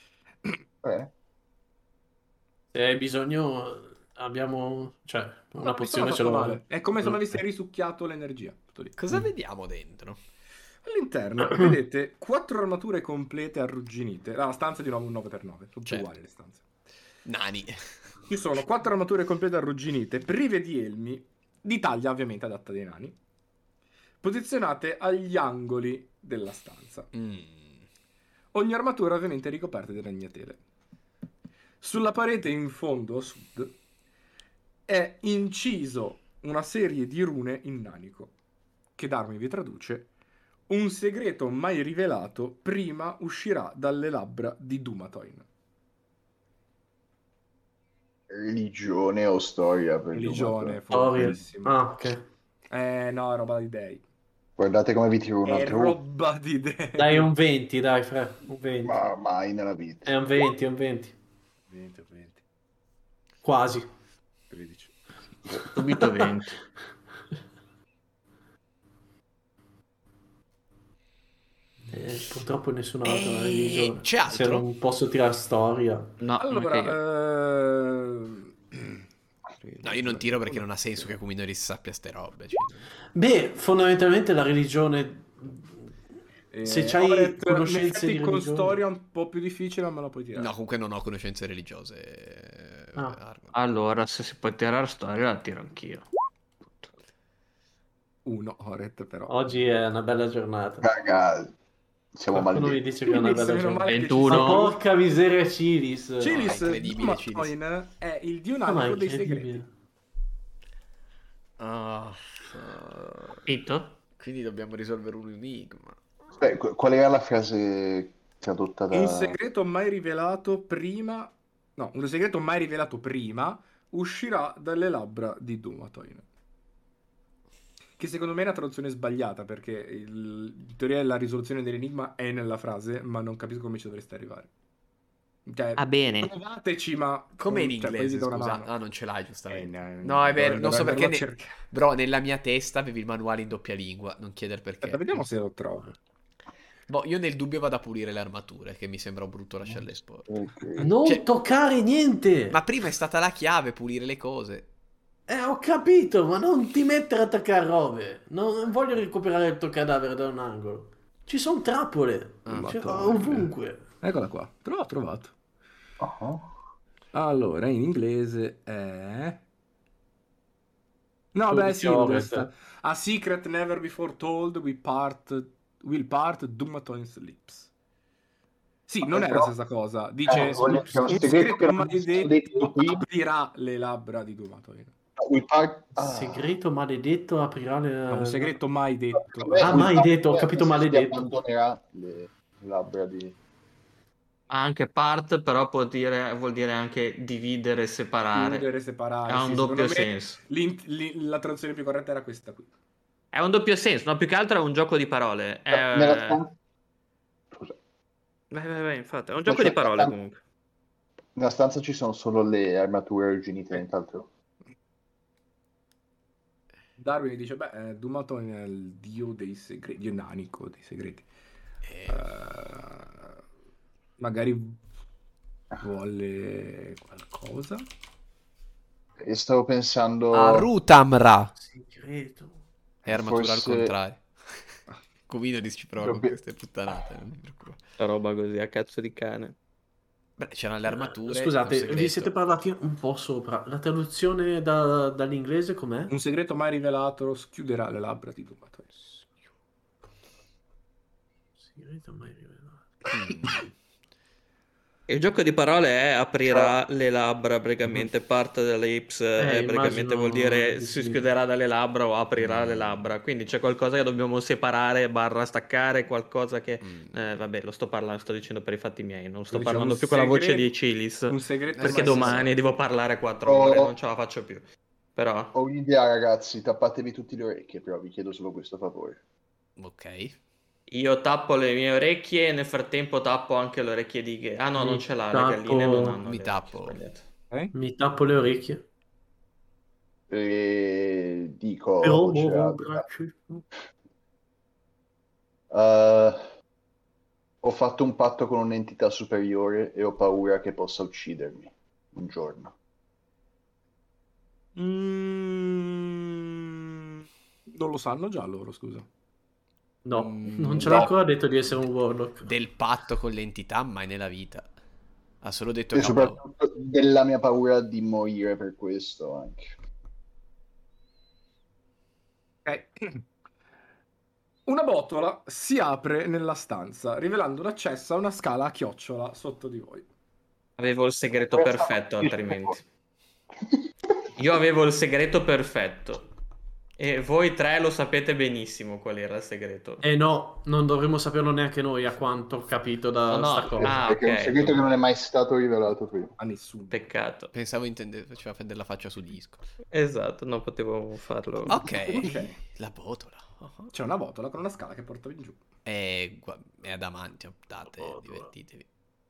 Se hai bisogno, abbiamo... Cioè, una No, mi pozione sono ce fatto l'ho. male. È come se non avessi risucchiato l'energia. Tutto lì. Cosa vediamo dentro? All'interno vedete 4 armature complete arrugginite. La stanza di nuovo un 9x9, sono tutte Certo. uguali le stanze. Nani. Ci sono 4 armature complete arrugginite, prive di elmi, di taglia ovviamente adatta dei nani, posizionate agli angoli della stanza. Ogni armatura ovviamente ricoperta di ragnatele. Sulla parete in fondo a sud è inciso una serie di rune in nanico, che Darwin vi traduce: un segreto mai rivelato prima uscirà dalle labbra di Dumatoin. Religione o storia? Per Religione, Storia. fortissimo. Ah, ok. No, è roba di dei. Guardate come vi tiro un È altro. roba di dei. Dai, un 20, dai, Fre. Un 20. Ma mai nella vita. È un 20, è un 20. 20, Quasi. 13. Subito 20. Purtroppo nessun altro ha religione. c'è altro? Se non posso tirare storia. No, Allora, anche io. No, io non tiro perché non ha senso che Kuminoris sappia ste robe. Cioè. Beh, fondamentalmente la religione... Se c'hai Oret, conoscenze in effetti di con religione... storia un po' più difficile, ma me la puoi tirare. No, comunque non ho conoscenze religiose. Ah. Arma. Allora, se si può tirare storia, la tiro anch'io. 1 Oret, però. Oggi è una bella giornata. Raga, siamo Qualcuno mi maledetti. dice che è una Cilis, bella meno giornata. male che ci 21. Ma sei. porca miseria Cilis. Cilis, No, è incredibile, Dumatoin è il dio Ma nanico è dei incredibile. segreti. Pito? Quindi dobbiamo risolvere un enigma. Beh, qual era la frase tradotta da... Un segreto mai rivelato prima... No, un segreto mai rivelato prima uscirà dalle labbra di Dumatoin. Che secondo me è una traduzione sbagliata, perché in teoria la risoluzione dell'enigma è nella frase, ma non capisco come ci dovreste arrivare. Cioè, Ah, bene. provateci, ma... Come in cioè, poi inglese, vi do una scusa? mano. Ah, non ce l'hai giustamente. No, No, è vero, non so dovrei perché... andarlo a cercare. Bro, nella mia testa avevi il manuale in doppia lingua, non chieder perché. Aspetta, vediamo se lo trovo. Boh, io nel dubbio vado a pulire le armature, che mi sembra brutto lasciarle esporre. Ok. Non Cioè- toccare niente. Ma prima è stata la chiave, pulire le cose. Ho capito, ma non ti mettere a attaccare robe. Non voglio recuperare il tuo cadavere da un angolo. Ci sono trappole. Ah, Cioè, Madonna. ovunque. Eccola qua. L'ho trovato. Ah. Allora, in inglese è... No, Tu beh, dici sì, Oret. questa. A secret never before told, will part Dumatoin's lips. Sì, non è la stessa cosa. Dice, voglio dire, un un segreto segreto che non mi sono detto maledetto prima. aprirà le labbra di Dumatoin. Segreto maledetto aprirà le... No, un segreto mai detto. Ah, mai detto, ho capito maledetto. Abbandonerà le labbra di... Anche part, però vuol dire anche dividere, separare. Chiudere, separare. Ha un Sì, doppio secondo me senso. la traduzione più corretta era questa qui. È un doppio senso, no? Più che altro è un gioco di parole. Nella stanza... Scusa. Vai, infatti, è un gioco di parole comunque. Nella stanza ci sono solo le armature arginite, nient'altro. Darwin dice, Dumatoin è il dio dei segreti, dio nanico dei segreti. Magari vuole qualcosa? E stavo pensando... Arutamra. Segreto. È armatura Forse- al contrario. Kuminoris ci prova con Dobbia- queste puttanate. Non mi preoccupare. La roba così, a cazzo di cane. Beh, c'erano le armature. Scusate, un segreto. vi siete parlati un po' sopra. La traduzione dall'inglese com'è? Un segreto mai rivelato schiuderà le labbra di Dumatoin. Segreto mai rivelato. Il gioco di parole è aprirà le labbra, praticamente parte delle lips, praticamente immagino vuol dire di si sì. schiuderà dalle labbra o aprirà le labbra, quindi c'è qualcosa che dobbiamo separare, barra staccare, qualcosa che... vabbè, lo sto dicendo per i fatti miei, non sto Diciamo, parlando un più con la voce segreto- di Cilis, Un segreto perché mai domani devo parlare 4 ore, non ce la faccio più. Però... Ho un'idea, ragazzi, tappatevi tutte le orecchie, però vi chiedo solo questo favore. Ok. Io tappo le mie orecchie e nel frattempo tappo anche le orecchie di... Ah no, Mi non ce l'ha, tappo- le galline non hanno Mi le tappo. orecchie, sbagliato. Mi tappo le orecchie. E dico... Però voce muovo un alta. braccio. Ho fatto un patto con un'entità superiore e ho paura che possa uccidermi un giorno. Non lo sanno già loro, scusa. No, Mm, non ce l'ha no. ancora detto di essere un warlock. Del patto con l'entità, mai nella vita. Ha solo detto E che ha paura. soprattutto della mia paura di morire per questo anche. Ok. Una botola si apre nella stanza, rivelando l'accesso a una scala a chiocciola sotto di voi. Avevo il segreto perfetto, altrimenti. Io avevo il segreto perfetto. E voi tre lo sapete benissimo qual era il segreto. No, non dovremmo saperlo neanche noi, a quanto ho capito da No, sta cosa. Ah, Perché è un ok. segreto che non è mai stato rivelato prima. A nessuno. Peccato. Pensavo faceva della faccia su disco. Esatto, non potevo farlo. Ok. La botola. Oh. C'è una botola con una scala che porta in giù. È adamantio. Date, Botola. divertitevi.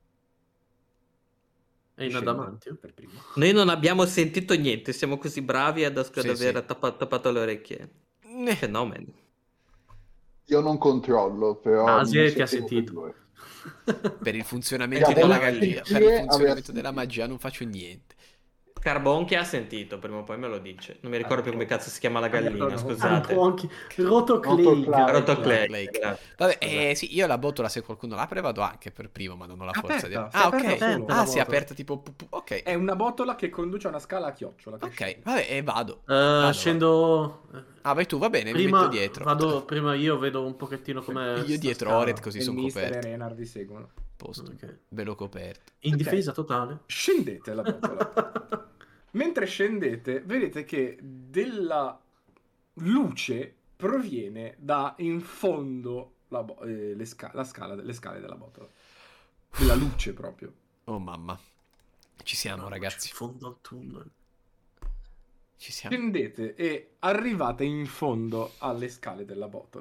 È in adamantio. Per primo. Noi non abbiamo sentito niente, siamo così bravi ad Sì, aver sì. tappato le orecchie. Fenomeno. Io non controllo, però... Asia mi ti ha sento sentito. superiore. Per il funzionamento Raga, della voglio magia. Per sentire- il funzionamento aveva della sentito. magia non faccio niente. Carbonchi ha sentito, prima o poi me lo dice. Non mi ricordo più come cazzo si chiama la gallina, no. scusate. Rotoclay. Rotoclay. Rotoclay. Vabbè, sì, io la botola, se qualcuno l'apre, vado anche per primo, ma non ho la forza di... Aperta, si è aperta ok. solo. la Ah, si è botola. aperta tipo... Ok. È una botola che conduce a una scala a chiocciola. che Ok, scende. vabbè, e vado. Vado. Scendo. Ah, vai tu, va bene, mi Prima metto dietro. vado, prima io vedo un pochettino come. Io dietro Oret, così E sono Mister e coperto. Renar vi seguono. Posto. Ok. Ve l'ho coperto. In Ok. difesa totale. Scendete la botola. Mentre scendete, vedete che della luce proviene da in fondo le scale della botola. Della luce proprio. Oh mamma. Ci siamo, ragazzi. In fondo al tunnel. Ci siamo. Scendete e arrivate in fondo alle scale della botola.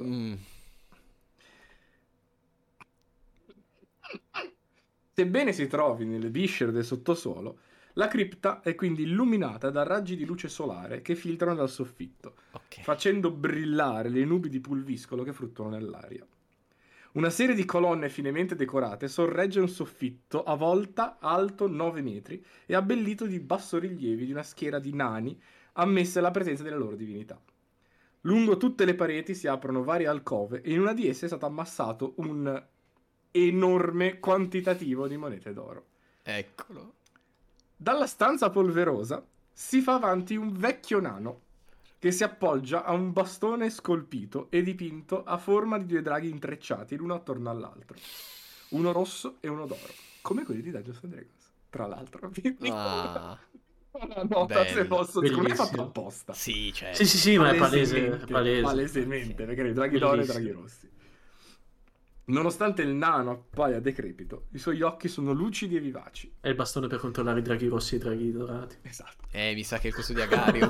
Sebbene si trovi nelle viscere del sottosuolo, la cripta è quindi illuminata da raggi di luce solare che filtrano dal soffitto, Ok. facendo brillare le nubi di pulviscolo che fluttuano nell'aria. Una serie di colonne finemente decorate sorregge un soffitto a volta alto 9 metri e abbellito di bassorilievi di una schiera di nani ammesse alla presenza delle loro divinità. Lungo tutte le pareti si aprono varie alcove e in una di esse è stato ammassato un enorme quantitativo di monete d'oro. Eccolo. Dalla stanza polverosa si fa avanti un vecchio nano che si appoggia a un bastone scolpito e dipinto a forma di due draghi intrecciati l'uno attorno all'altro, uno rosso e uno d'oro, come quelli di Dungeons and Dragons. Tra l'altro, Ah. una nota se bello. posso, secondo me è fatto Bellissimo. apposta. Sì, certo. Sì, ma è palese. È palese. Palesemente, perché i draghi d'oro e i draghi Bellissimo. rossi. Nonostante il nano appaia decrepito, i suoi occhi sono lucidi e vivaci. È il bastone per controllare i draghi rossi e i draghi dorati. Esatto. Mi sa che il coso di Agarion.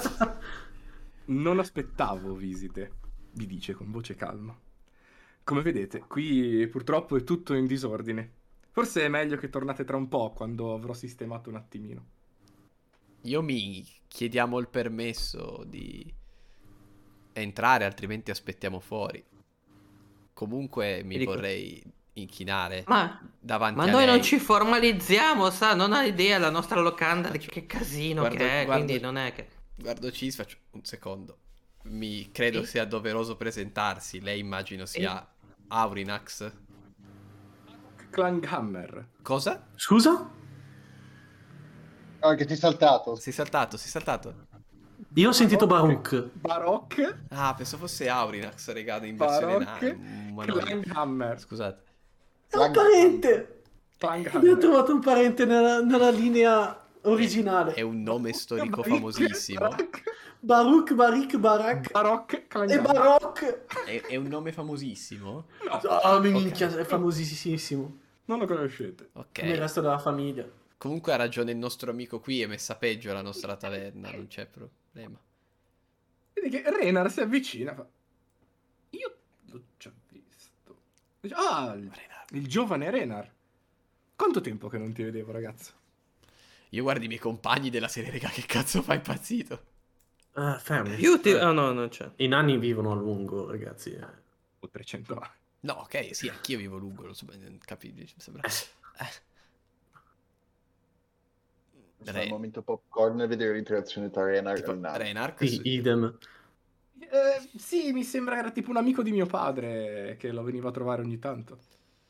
Non aspettavo visite, vi dice con voce calma. Come vedete, qui purtroppo è tutto in disordine. Forse è meglio che tornate tra un po', quando avrò sistemato un attimino. Io mi chiediamo il permesso di entrare, altrimenti aspettiamo fuori. Comunque mi Dico- vorrei inchinare Ma davanti a noi lei. non ci formalizziamo, sa, non ha idea la nostra locanda di che casino Guardo- che è, guardo- quindi non è che... Guardo Cis, faccio un secondo. Credo Sì? sia doveroso presentarsi. Lei immagino sia Aurinax. Clanghammer. Cosa? Scusa? Ah, che ti è saltato. Si è saltato. Io ho sentito Baruch. Baroque. Ah, penso fosse Aurinax, regalo in versione Baroque. umanoide. Clanghammer. Scusate. È un parente! Clanghammer. Abbiamo trovato un parente nella linea originale. È un nome storico famosissimo. Baruch, Barik, Barak Baroque. e Clanghammer. Baroc. È un nome famosissimo? Oh, minchia, è famosissimo. Non lo conoscete. Come il Ok. resto della famiglia. Comunque ha ragione il nostro amico qui, è messa peggio la nostra taverna, non c'è problema. Vedi che Renar si avvicina. Io l'ho già visto. Ah, il giovane Renar. Quanto tempo che non ti vedevo, ragazzo? Io guardo i miei compagni della serie, raga, che cazzo fai impazzito? Family. Ah no, non c'è. I nani vivono a lungo, ragazzi. Ho 300 anni. No, ok, sì, anch'io vivo lungo, lo so, capisci, mi sembra. È il momento popcorn e vedere l'interazione tra Renar Tipo, e il nano. Renar, Sì, idem. Sì, mi sembra che era tipo un amico di mio padre che lo veniva a trovare ogni tanto.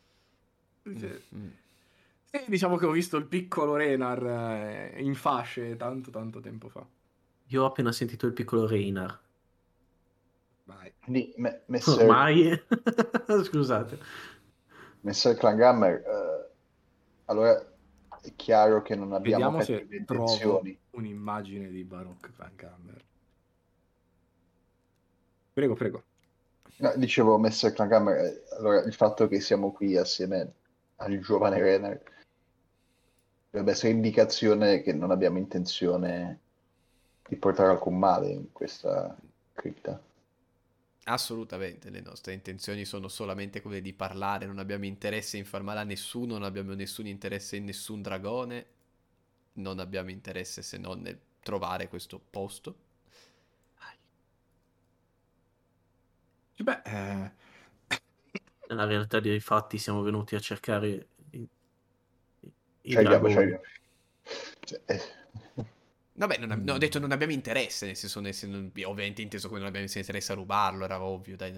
Sì, diciamo che ho visto il piccolo Renar in fasce tanto tempo fa. Io ho appena sentito il piccolo Reinar. Vai. Quindi, Messer Ormai... Scusate. Clanghammer, allora è chiaro che non abbiamo Vediamo se cattive trovo intenzioni. un'immagine di Baroque Clanghammer. Prego. No, dicevo, Messer Clanghammer, allora il fatto che siamo qui assieme al giovane Renar dovrebbe essere indicazione che non abbiamo intenzione di portare alcun male in questa cripta. Assolutamente, le nostre intenzioni sono solamente quelle di parlare, non abbiamo interesse in far male a nessuno, non abbiamo nessun interesse in nessun dragone, non abbiamo interesse se non nel trovare questo posto. Beh, Nella realtà dei fatti siamo venuti a cercare i Ci arriviamo. dragoni. Cioè, Vabbè, no, ho detto non abbiamo interesse, nel senso, ovviamente inteso come non abbiamo interesse a rubarlo, era ovvio, dai.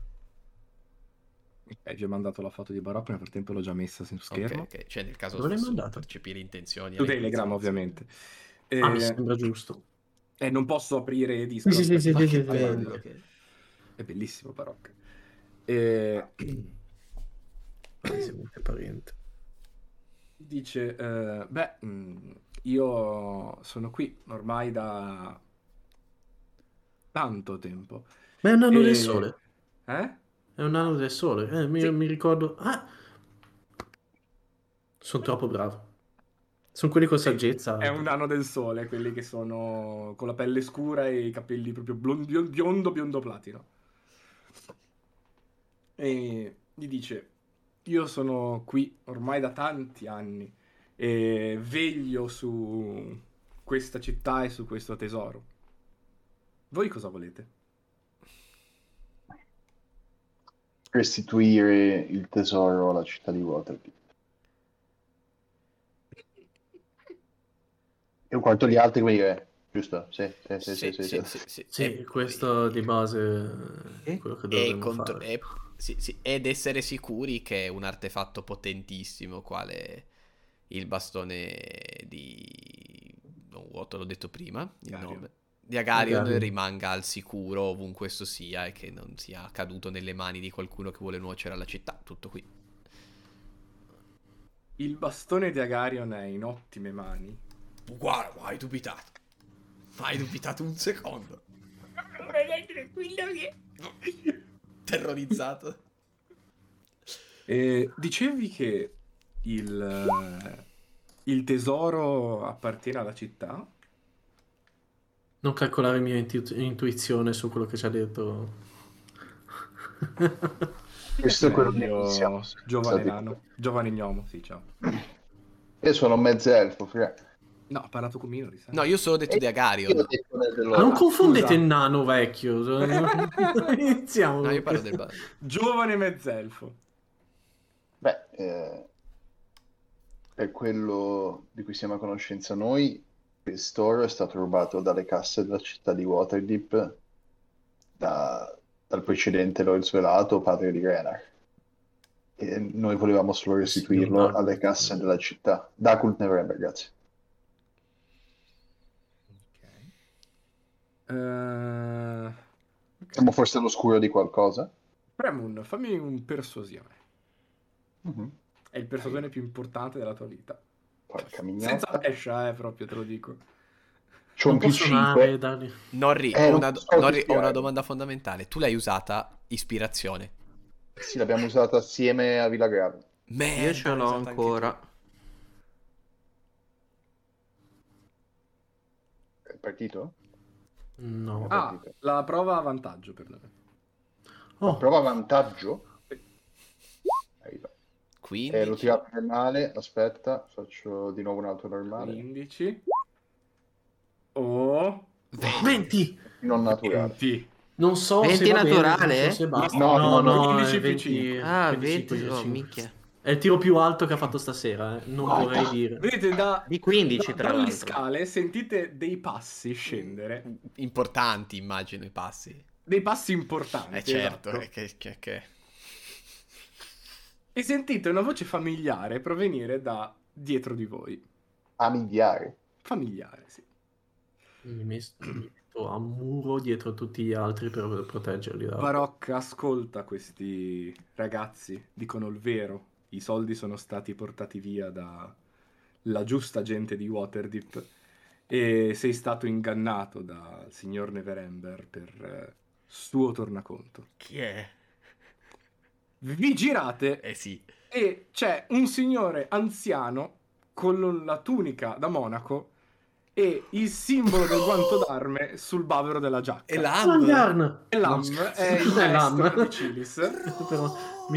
Ci ha mandato la foto di Barocco, nel frattempo l'ho già messa su schermo. Ok, cioè nel caso Dove l'hai posso mandato? percepire intenzioni. Su Telegram, ovviamente. Mi sembra giusto. Non posso aprire Discord. Sì, Ma che sì. bello che... È bellissimo Barocco. Palesemente parente. Dice, io sono qui ormai da tanto tempo. Ma è un anno del sole. Eh? È un anno del sole. Mi ricordo... sono troppo bravo. Sono quelli con saggezza. È un anno del sole, quelli che sono con la pelle scura e i capelli proprio biondo platino. E gli dice, io sono qui ormai da tanti anni e veglio su questa città e su questo tesoro. Voi cosa volete? Restituire il tesoro alla città di Waterdeep. E quanto gli altri, come dire, giusto? Sì. Sì, questo di base è quello che dovremmo fare. Ed essere sicuri che è un artefatto potentissimo, quale il bastone di... non vuoto, l'ho detto prima, il nome di Agarion rimanga al sicuro ovunque esso sia e che non sia caduto nelle mani di qualcuno che vuole nuocere alla città. Tutto qui. Il bastone di Agarion è in ottime mani. Guarda, hai dubitato. Hai dubitato un secondo. Tranquillo che... terrorizzato. Dicevi che il tesoro appartiene alla città? Non calcolare mia intuizione su quello che ci ha detto. Questo è quello che io, giovane nano, giovane gnomo, sì, ciao. Io sono mezzelfo, fra. No, ha parlato con Minoris. No, io solo ho detto di Agarion. Non confondete il nano vecchio. Iniziamo. No, io parlo del giovane mezzelfo. Beh, per quello di cui siamo a conoscenza noi, quest'oro è stato rubato dalle casse della città di Waterdeep dal precedente Lord Svelato, padre di Renar. E noi volevamo solo restituirlo alle casse della città. Dakult Neverember, grazie. Siamo forse all'oscuro di qualcosa? Premun, fammi un persuasione. È il persuasione più importante della tua vita. Porca mignata. Senza pescia, proprio te lo dico. C'ho un più 5. Norri, ho una domanda fondamentale. Tu l'hai usata ispirazione? Sì, l'abbiamo usata assieme a Villagrave. Io ce l'ho ancora. È partito? No. La prova a vantaggio per noi. La prova a vantaggio? Sì. 15. L'ho tirato normale, aspetta, faccio di nuovo un altro normale. 15. 20. Non naturale. 20. Non so 20 se va naturale? Bene, non so se basta. No, 15 è più 20. Ah, 25, 20, oh, 25. minchia. È il tiro più alto che ha fatto stasera, non vorrei dire. Vedete, Di 15 tra dalle l'altro. scale sentite dei passi scendere. Importanti, immagino, i passi. Dei passi importanti. Certo, esatto. che... E sentite una voce familiare provenire da dietro di voi. Familiare. Familiare, sì. Mi metto a muro dietro tutti gli altri per proteggerli. Barocca ascolta questi ragazzi, dicono il vero. I soldi sono stati portati via dalla giusta gente di Waterdeep e sei stato ingannato dal signor Neverember per suo tornaconto. Chi è? Vi girate Sì. e c'è un signore anziano con la tunica da monaco e il simbolo del guanto d'arme sul bavero della giacca. E Lam. E Lam è il maestro di Cilis. Però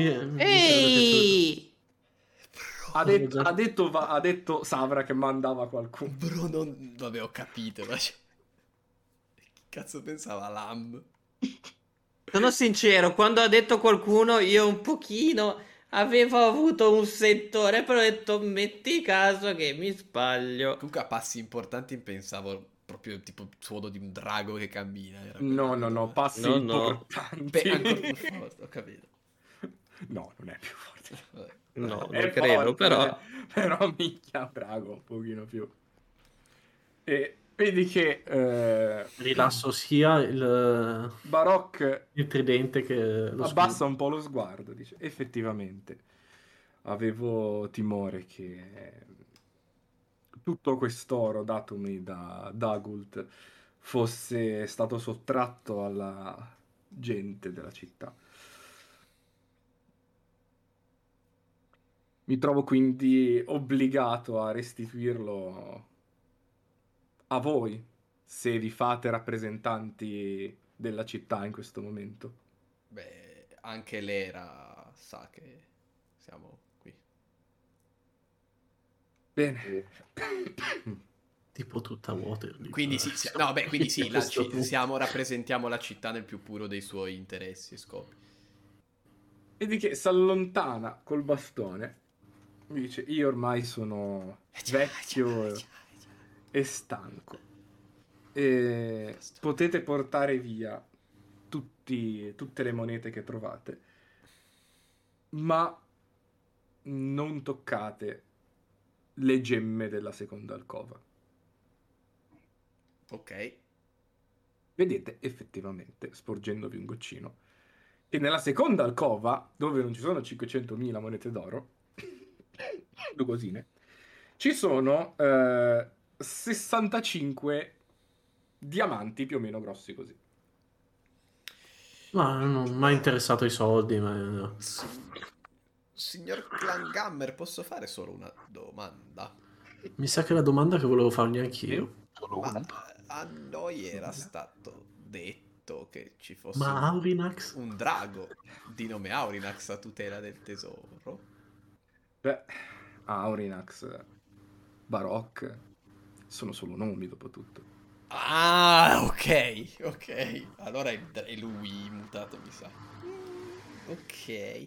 Ehi! Ha detto Savra che mandava qualcuno. Bro, non... Vabbè, ho capito. Ma... Chi cazzo pensava Lam? Sono sincero, quando ha detto qualcuno io un pochino Avevo avuto un settore, però ho detto metti caso che mi sbaglio. Comunque a passi importanti pensavo proprio tipo il suono di un drago che cammina. Era No, passi No. importanti. Beh, ancora più forte, ho capito. No, non è più forte. Vabbè. No, È non credo, forte, però... però minchia drago un pochino più. E vedi che Rilasso sia il Baroque tridente che lo abbassa scudo. un po' lo sguardo, dice effettivamente avevo timore che tutto quest'oro datomi da Dagult fosse stato sottratto alla gente della città. Mi trovo quindi obbligato a restituirlo a voi, se vi fate rappresentanti della città in questo momento. Beh, anche l'era sa che siamo qui. Bene. Tipo tutta Waterdeep. Quindi sì, no, beh, quindi sì, Questo punto. rappresentiamo la città nel più puro dei suoi interessi e scopi. Vedi che si allontana col bastone. Mi dice, io ormai sono vecchio e stanco. E potete portare via tutte le monete che trovate, ma non toccate le gemme della seconda alcova. Ok. Vedete effettivamente, sporgendovi un goccino, che nella seconda alcova, dove non ci sono 500.000 monete d'oro, due cosine, ci sono 65 diamanti più o meno grossi così. Ma non mi ha interessato i soldi, ma... Signor Clangammer, posso fare solo una domanda? Mi sa che è la domanda che volevo fargli anch'io. Solo Ma una. a noi era stato detto che ci fosse Ma Aurinax? un drago di nome Aurinax a tutela del tesoro. Beh, Aurinax, Baroque, sono solo nomi dopo tutto. Ah, ok. Allora è lui mutato, mi sa. Ok.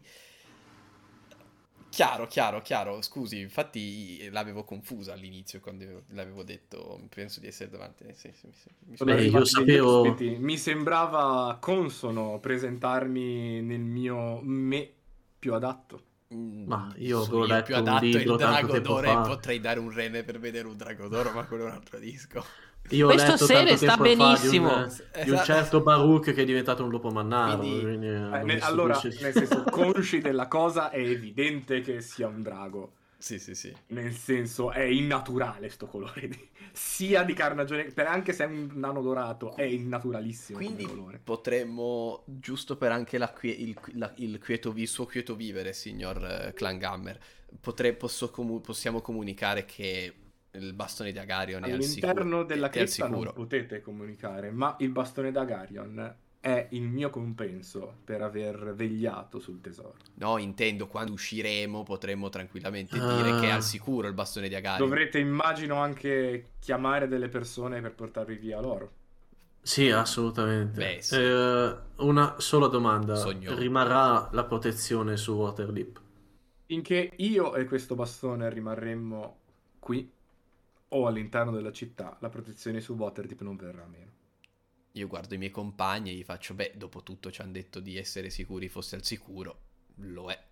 Chiaro. Scusi, infatti l'avevo confusa all'inizio quando l'avevo detto. Penso di essere davanti. Sì, mi Sono Beh, io arrivati degli sapevo- ospiti. Mi sembrava consono presentarmi nel mio me più adatto. Ma io Sono avevo io più letto un adatto il libro tanto drago tempo d'oro e fa. potrei dare un rene per vedere un drago d'oro, ma quello è un altro disco. Io ho Questo letto sere tanto sta tempo fa di benissimo. di un certo Baruch che è diventato un lupo mannaro. Quindi- Quindi non mi Allora, stupisce. nel senso, consci della cosa, è evidente che sia un drago. Sì. Nel senso, è innaturale sto colore. Sia di carnagione, anche se è un nano dorato, è innaturalissimo come Quindi colore. potremmo, giusto per anche il suo quieto vivere, signor Clangammer, possiamo comunicare che il bastone di Agarion è al sicuro. All'interno della È al cripta non sicuro. potete comunicare, ma il bastone d'Agarion è il mio compenso per aver vegliato sul tesoro. No, intendo, quando usciremo potremmo tranquillamente dire che è al sicuro il bastone di Agarion. Dovrete, immagino, anche chiamare delle persone per portarvi via l'oro. Sì, assolutamente. Beh, sì. Una sola domanda. Sogno. Rimarrà la protezione su Waterdeep? Finché io e questo bastone rimarremmo qui o all'interno della città, la protezione su Waterdeep non verrà meno. Io guardo i miei compagni e gli faccio, beh, dopo tutto ci hanno detto di essere sicuri fosse al sicuro. Lo è.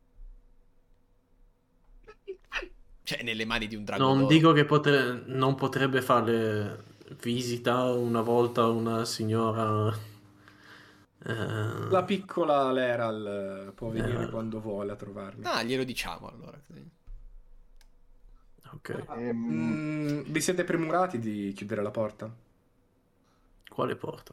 Cioè, nelle mani di un drago Non d'oro. dico che non potrebbe fare visita una volta a una signora. La piccola Leral può venire Leral. quando vuole a trovarmi. Ah, glielo diciamo allora. Ok. Vi siete premurati di chiudere la porta? Quale porta?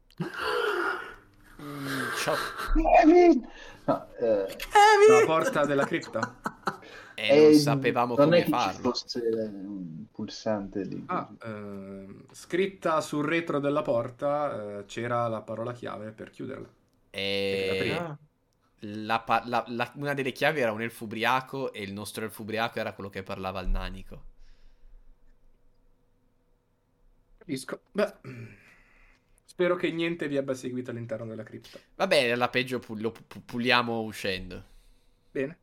Ciao. No, La porta della cripta? Non sapevamo non come è che ci farlo. fosse un pulsante lì. Scritta sul retro della porta c'era la parola chiave per chiuderla. E... una delle chiavi era un elfo ubriaco e il nostro elfo ubriaco era quello che parlava al nanico. Capisco. Beh, spero che niente vi abbia seguito all'interno della cripta. Vabbè, alla peggio lo puliamo uscendo. Bene.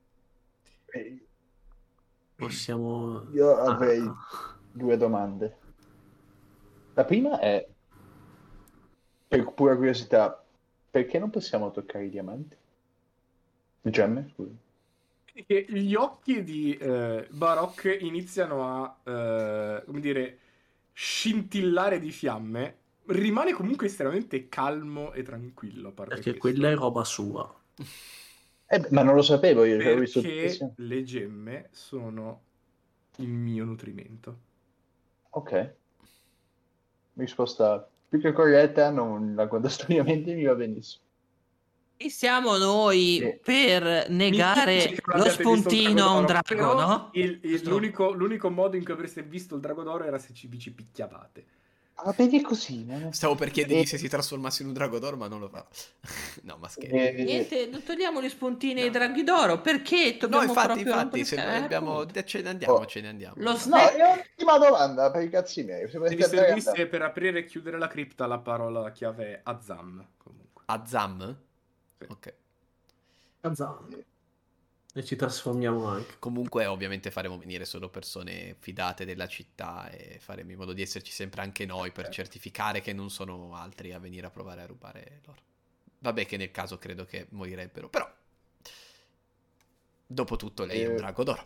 Possiamo... Io avrei 2 domande. La prima è, per pura curiosità, perché non possiamo toccare i diamanti? Le gemme, scusa. Che gli occhi di Barok iniziano a, come dire, scintillare di fiamme. Rimane comunque estremamente calmo e tranquillo, a parte Perché questo. quella è roba sua. Ma non lo sapevo, io avevo visto Perché le gemme sono il mio nutrimento. Ok. Risposta più che corretta, non la contestoriamente mi va benissimo. Chi siamo noi Sì. per Mi negare dispiace che non lo abbiate visto il spuntino a un drago, però no? l'unico modo in cui avreste visto il drago d'oro era se vi ci picchiavate. Ah, vedi così, no? Stavo per chiedergli se si trasformasse in un drago d'oro, ma non lo fa. No, ma scherzo. Niente, non togliamo gli spuntini ai draghi d'oro, perché No, dobbiamo infatti, proprio infatti, se noi abbiamo... appunto. ce ne andiamo, Oh. ce ne andiamo. Lo No, snack. è un'ultima domanda per i cazzi miei. Se Se volete vi andare servisse per aprire e chiudere la cripta, la parola chiave è Azam. Comunque. Azam? Sì. Ok. Kazan. E ci trasformiamo anche. Comunque, ovviamente, faremo venire solo persone fidate della città e faremo in modo di esserci sempre anche noi per certificare che non sono altri a venire a provare a rubare l'oro. Vabbè, che nel caso credo che morirebbero, però... Dopotutto lei è un drago d'oro.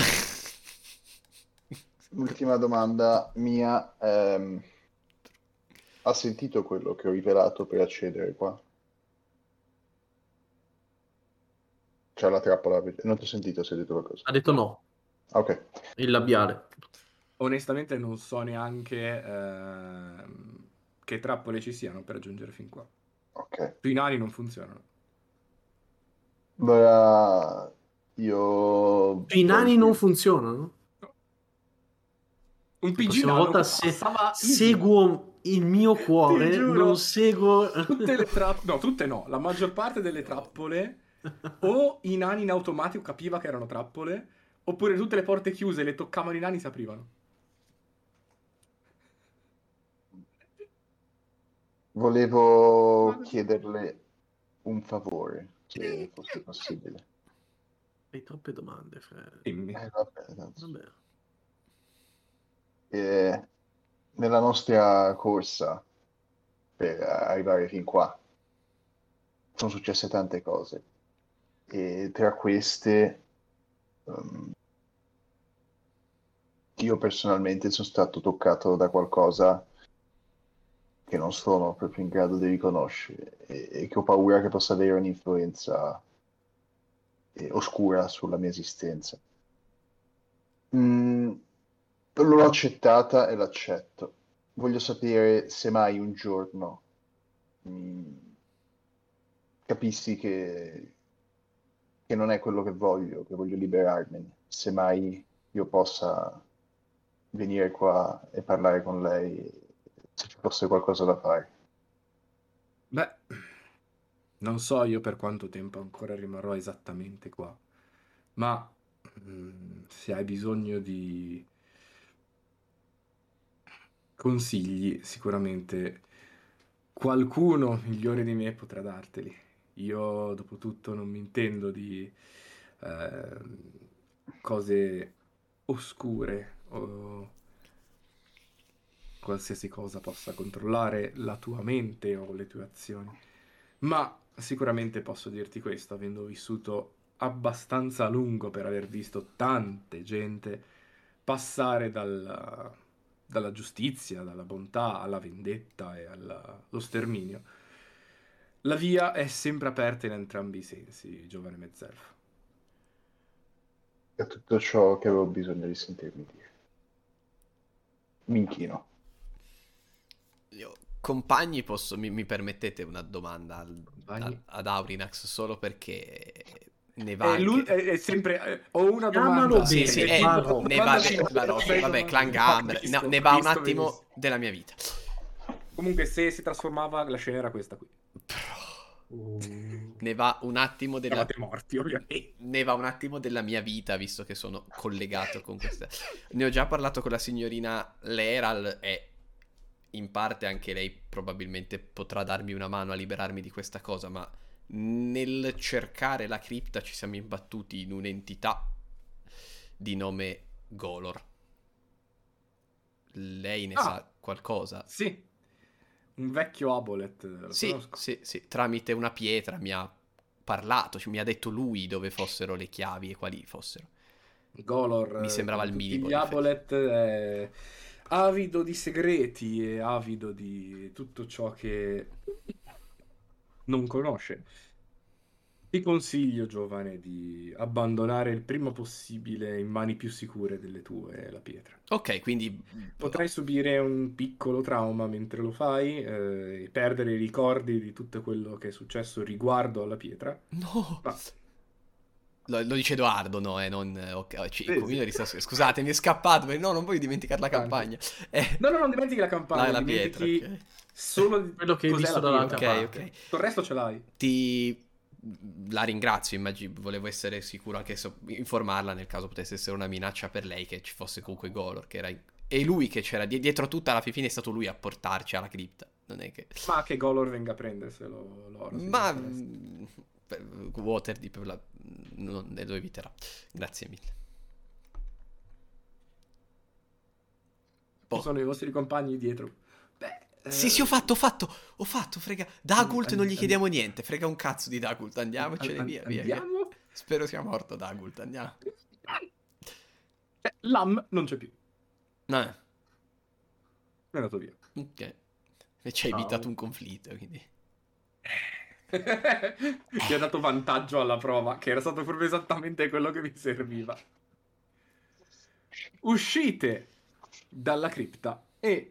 Ultima domanda mia. Ha sentito quello che ho rivelato per accedere qua? C'è la trappola. Non ti ho sentito se hai detto qualcosa. Ha detto no. Ok. Il labiale. Onestamente non so neanche che trappole ci siano per giungere fin qua. Ok. Sui nani non funzionano. Allora, io... I nani non funzionano? Un La PG prossima nano volta che passava seguo il mio Ti cuore, giuro. non seguo... tutte le trappole, no, tutte no, la maggior parte delle trappole o i nani in automatico capiva che erano trappole, oppure tutte le porte chiuse le toccavano i nani si aprivano. Volevo chiederle un favore, se fosse possibile. Hai troppe domande, Fred. Dimmi. Vabbè, tanto. Vabbè. Nella nostra corsa per arrivare fin qua sono successe tante cose e tra queste io personalmente sono stato toccato da qualcosa che non sono proprio in grado di riconoscere e che ho paura che possa avere un'influenza oscura sulla mia esistenza. L'ho accettata e l'accetto. Voglio sapere se mai un giorno capissi che non è quello che voglio liberarmene. Se mai io possa venire qua e parlare con lei, se ci fosse qualcosa da fare. Beh, non so io per quanto tempo ancora rimarrò esattamente qua, ma se hai bisogno di consigli, sicuramente qualcuno migliore di me potrà darteli. Io, dopo tutto, non mi intendo di cose oscure o qualsiasi cosa possa controllare la tua mente o le tue azioni. Ma sicuramente posso dirti questo, avendo vissuto abbastanza a lungo per aver visto tante gente passare dalla giustizia, dalla bontà alla vendetta e allo sterminio. La via è sempre aperta in entrambi i sensi, giovane mezzelfo. È tutto ciò che avevo bisogno di sentirmi dire. Mi inchino. Compagni, mi permettete una domanda Compagni? ad Aurinax solo perché ne va Lui anche... è sempre... ho una Chiamalo domanda. bene, Sì, È Marro. ne va, Vabbè, vabbè, Clanghammer, visto, ne va un visto, attimo visto. della mia vita. Comunque, se si trasformava, la scena era questa qui. Ne va un attimo della... Eravate morti, ovviamente. Ne va un attimo della mia vita, visto che sono collegato con questa... Ne ho già parlato con la signorina Leral e in parte anche lei probabilmente potrà darmi una mano a liberarmi di questa cosa, ma nel cercare la cripta ci siamo imbattuti in un'entità di nome Golor. Lei ne sa qualcosa? Sì, un vecchio Abolet. Lo conosco. Sì, tramite una pietra mi ha parlato, mi ha detto lui dove fossero le chiavi e quali fossero. Golor, Mi sembrava il come tutti minimo. gli Abolet, è avido di segreti e avido di tutto ciò che non conosce. Ti consiglio, giovane, di abbandonare il prima possibile in mani più sicure delle tue la pietra. Ok, quindi Potrai subire un piccolo trauma mentre lo fai e perdere i ricordi di tutto quello che è successo riguardo alla pietra. no. Ma Lo dice Edoardo, no? Non ok, sì. Scusate, mi è scappato, perché no, non voglio dimenticare la campagna. No, non dimentichi la campagna, la dimentichi pietra, ok. solo di Quello che hai cos'è visto la dall'altra pietra. parte. Ok. Tutto il resto ce l'hai. La ringrazio, volevo essere sicuro anche informarla nel caso potesse essere una minaccia per lei, che ci fosse comunque Golor, che era è lui che c'era dietro tutta alla fine, è stato lui a portarci alla cripta, non è che... Ma che Golor venga a prenderselo l'oro. Ma Waterdeep non lo eviterà. Grazie mille. Ci sono i vostri compagni dietro. Sì, ho fatto, frega. Dagult non gli chiediamo niente, frega un cazzo di Dagult, andiamocene via. Andiamo? Spero sia morto Dagult, andiamo. Lam non c'è più, No, è andato via. ok. E ci hai evitato un conflitto, quindi... Ti ha dato vantaggio alla prova, che era stato proprio esattamente quello che vi serviva. Uscite dalla cripta e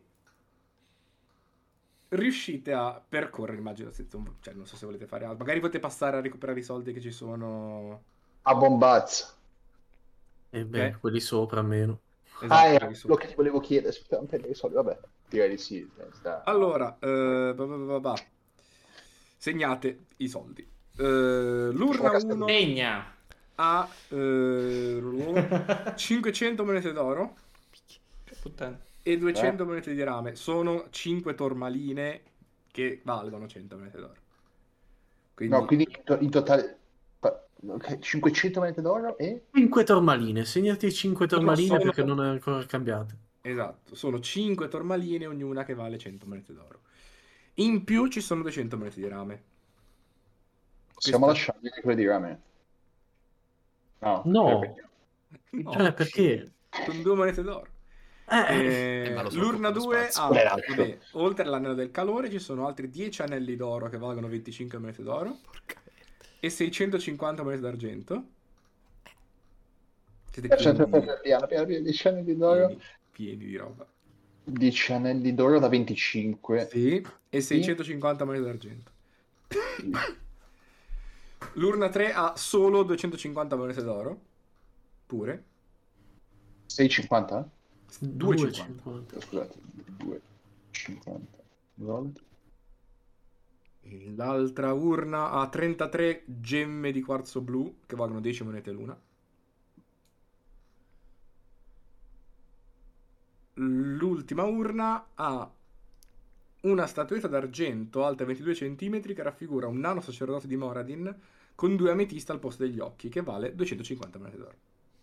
riuscite a percorrere, immagino, cioè non so se volete fare altro. Magari potete passare a recuperare i soldi che ci sono. A bombazzo. E beh, quelli sopra almeno. Esatto, Era quelli quello sopra. che ti volevo chiedere. Aspetta, non prendere i soldi, vabbè. Direi di sì. Allora, segnate i soldi. L'urna 1 Segna. ha 500 monete d'oro Puttana. e 200 monete di rame. Sono 5 tormaline che valgono 100 monete d'oro. Quindi, No, quindi in totale 500 monete d'oro e 5 tormaline, segnati 5 tormaline sono- perché non è ancora cambiate. esatto, sono 5 tormaline, ognuna che vale 100 monete d'oro. In più ci sono 200 monete di rame. possiamo Questo- lasciargli quelle di rame? No. No. No, Cioè, perché? con 2 monete d'oro. Ma lo so, L'urna occupa 2 spazio. ha, Qual è l'altro? vabbè, oltre all'anello del calore ci sono altri 10 anelli d'oro che valgono 25 monete d'oro Porca e 650 monete d'argento. Siete Piano, 10 anelli d'oro. pieni di roba. 10 anelli d'oro da 25. Sì, e 650 monete d'argento. L'urna 3 ha solo 250 monete d'oro. Pure. 6,50? 250. Scusate, 2,50 gold. L'altra urna ha 33 gemme di quarzo blu che valgono 10 monete l'una. L'ultima urna ha una statuetta d'argento alta 22 cm che raffigura un nano sacerdote di Moradin con 2 ametiste al posto degli occhi che vale 250 monete d'oro.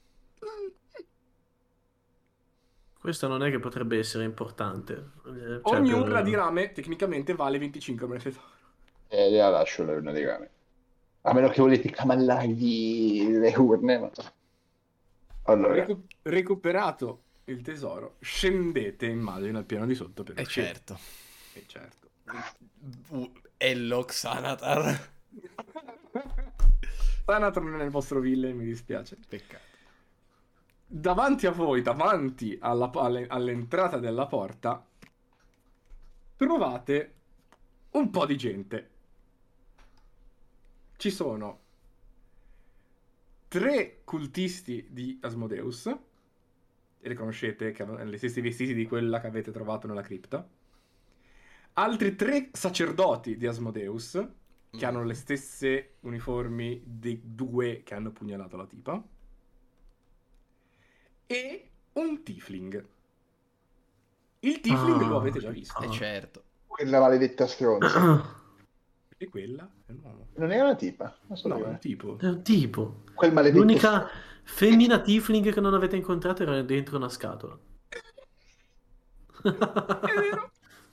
questo non è che potrebbe essere importante. Cioè, Ogni per- urna di rame tecnicamente vale 25 monete d'oro. La lascio la urna di rame. A meno che volete camallargli le urne. Ma... Allora, Recuperato il tesoro, scendete immagino al piano di sotto per uscire. certo. Certo. Ello Xanatar. Thanator non è nel vostro villain, mi dispiace. Peccato. Davanti a voi, davanti all'entrata della porta, trovate un po' di gente. Ci sono 3 cultisti di Asmodeus, e le conoscete, che hanno gli stessi vestiti di quella che avete trovato nella cripta. Altri 3 sacerdoti di Asmodeus, che hanno le stesse uniformi dei 2 che hanno pugnalato la tipa. E un tiefling. Il tiefling lo avete già visto. Certo. quella maledetta stronza. E quella è un uomo. Non era una tipa? Non so No, è dove. un tipo. È un tipo. Quel maledetto. L'unica femmina tiefling che non avete incontrato era dentro una scatola. È vero.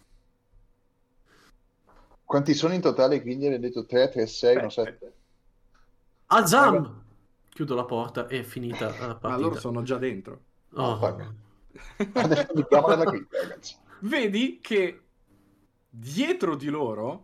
Quanti sono in totale? Quindi avete detto 3, 3, 6, 1, 7. Azam! Chiudo la porta e è finita la Ma partita. loro sono già dentro. Oh. Fuck. Adesso mettiamo nella cripta, ragazzi. Vedi che dietro di loro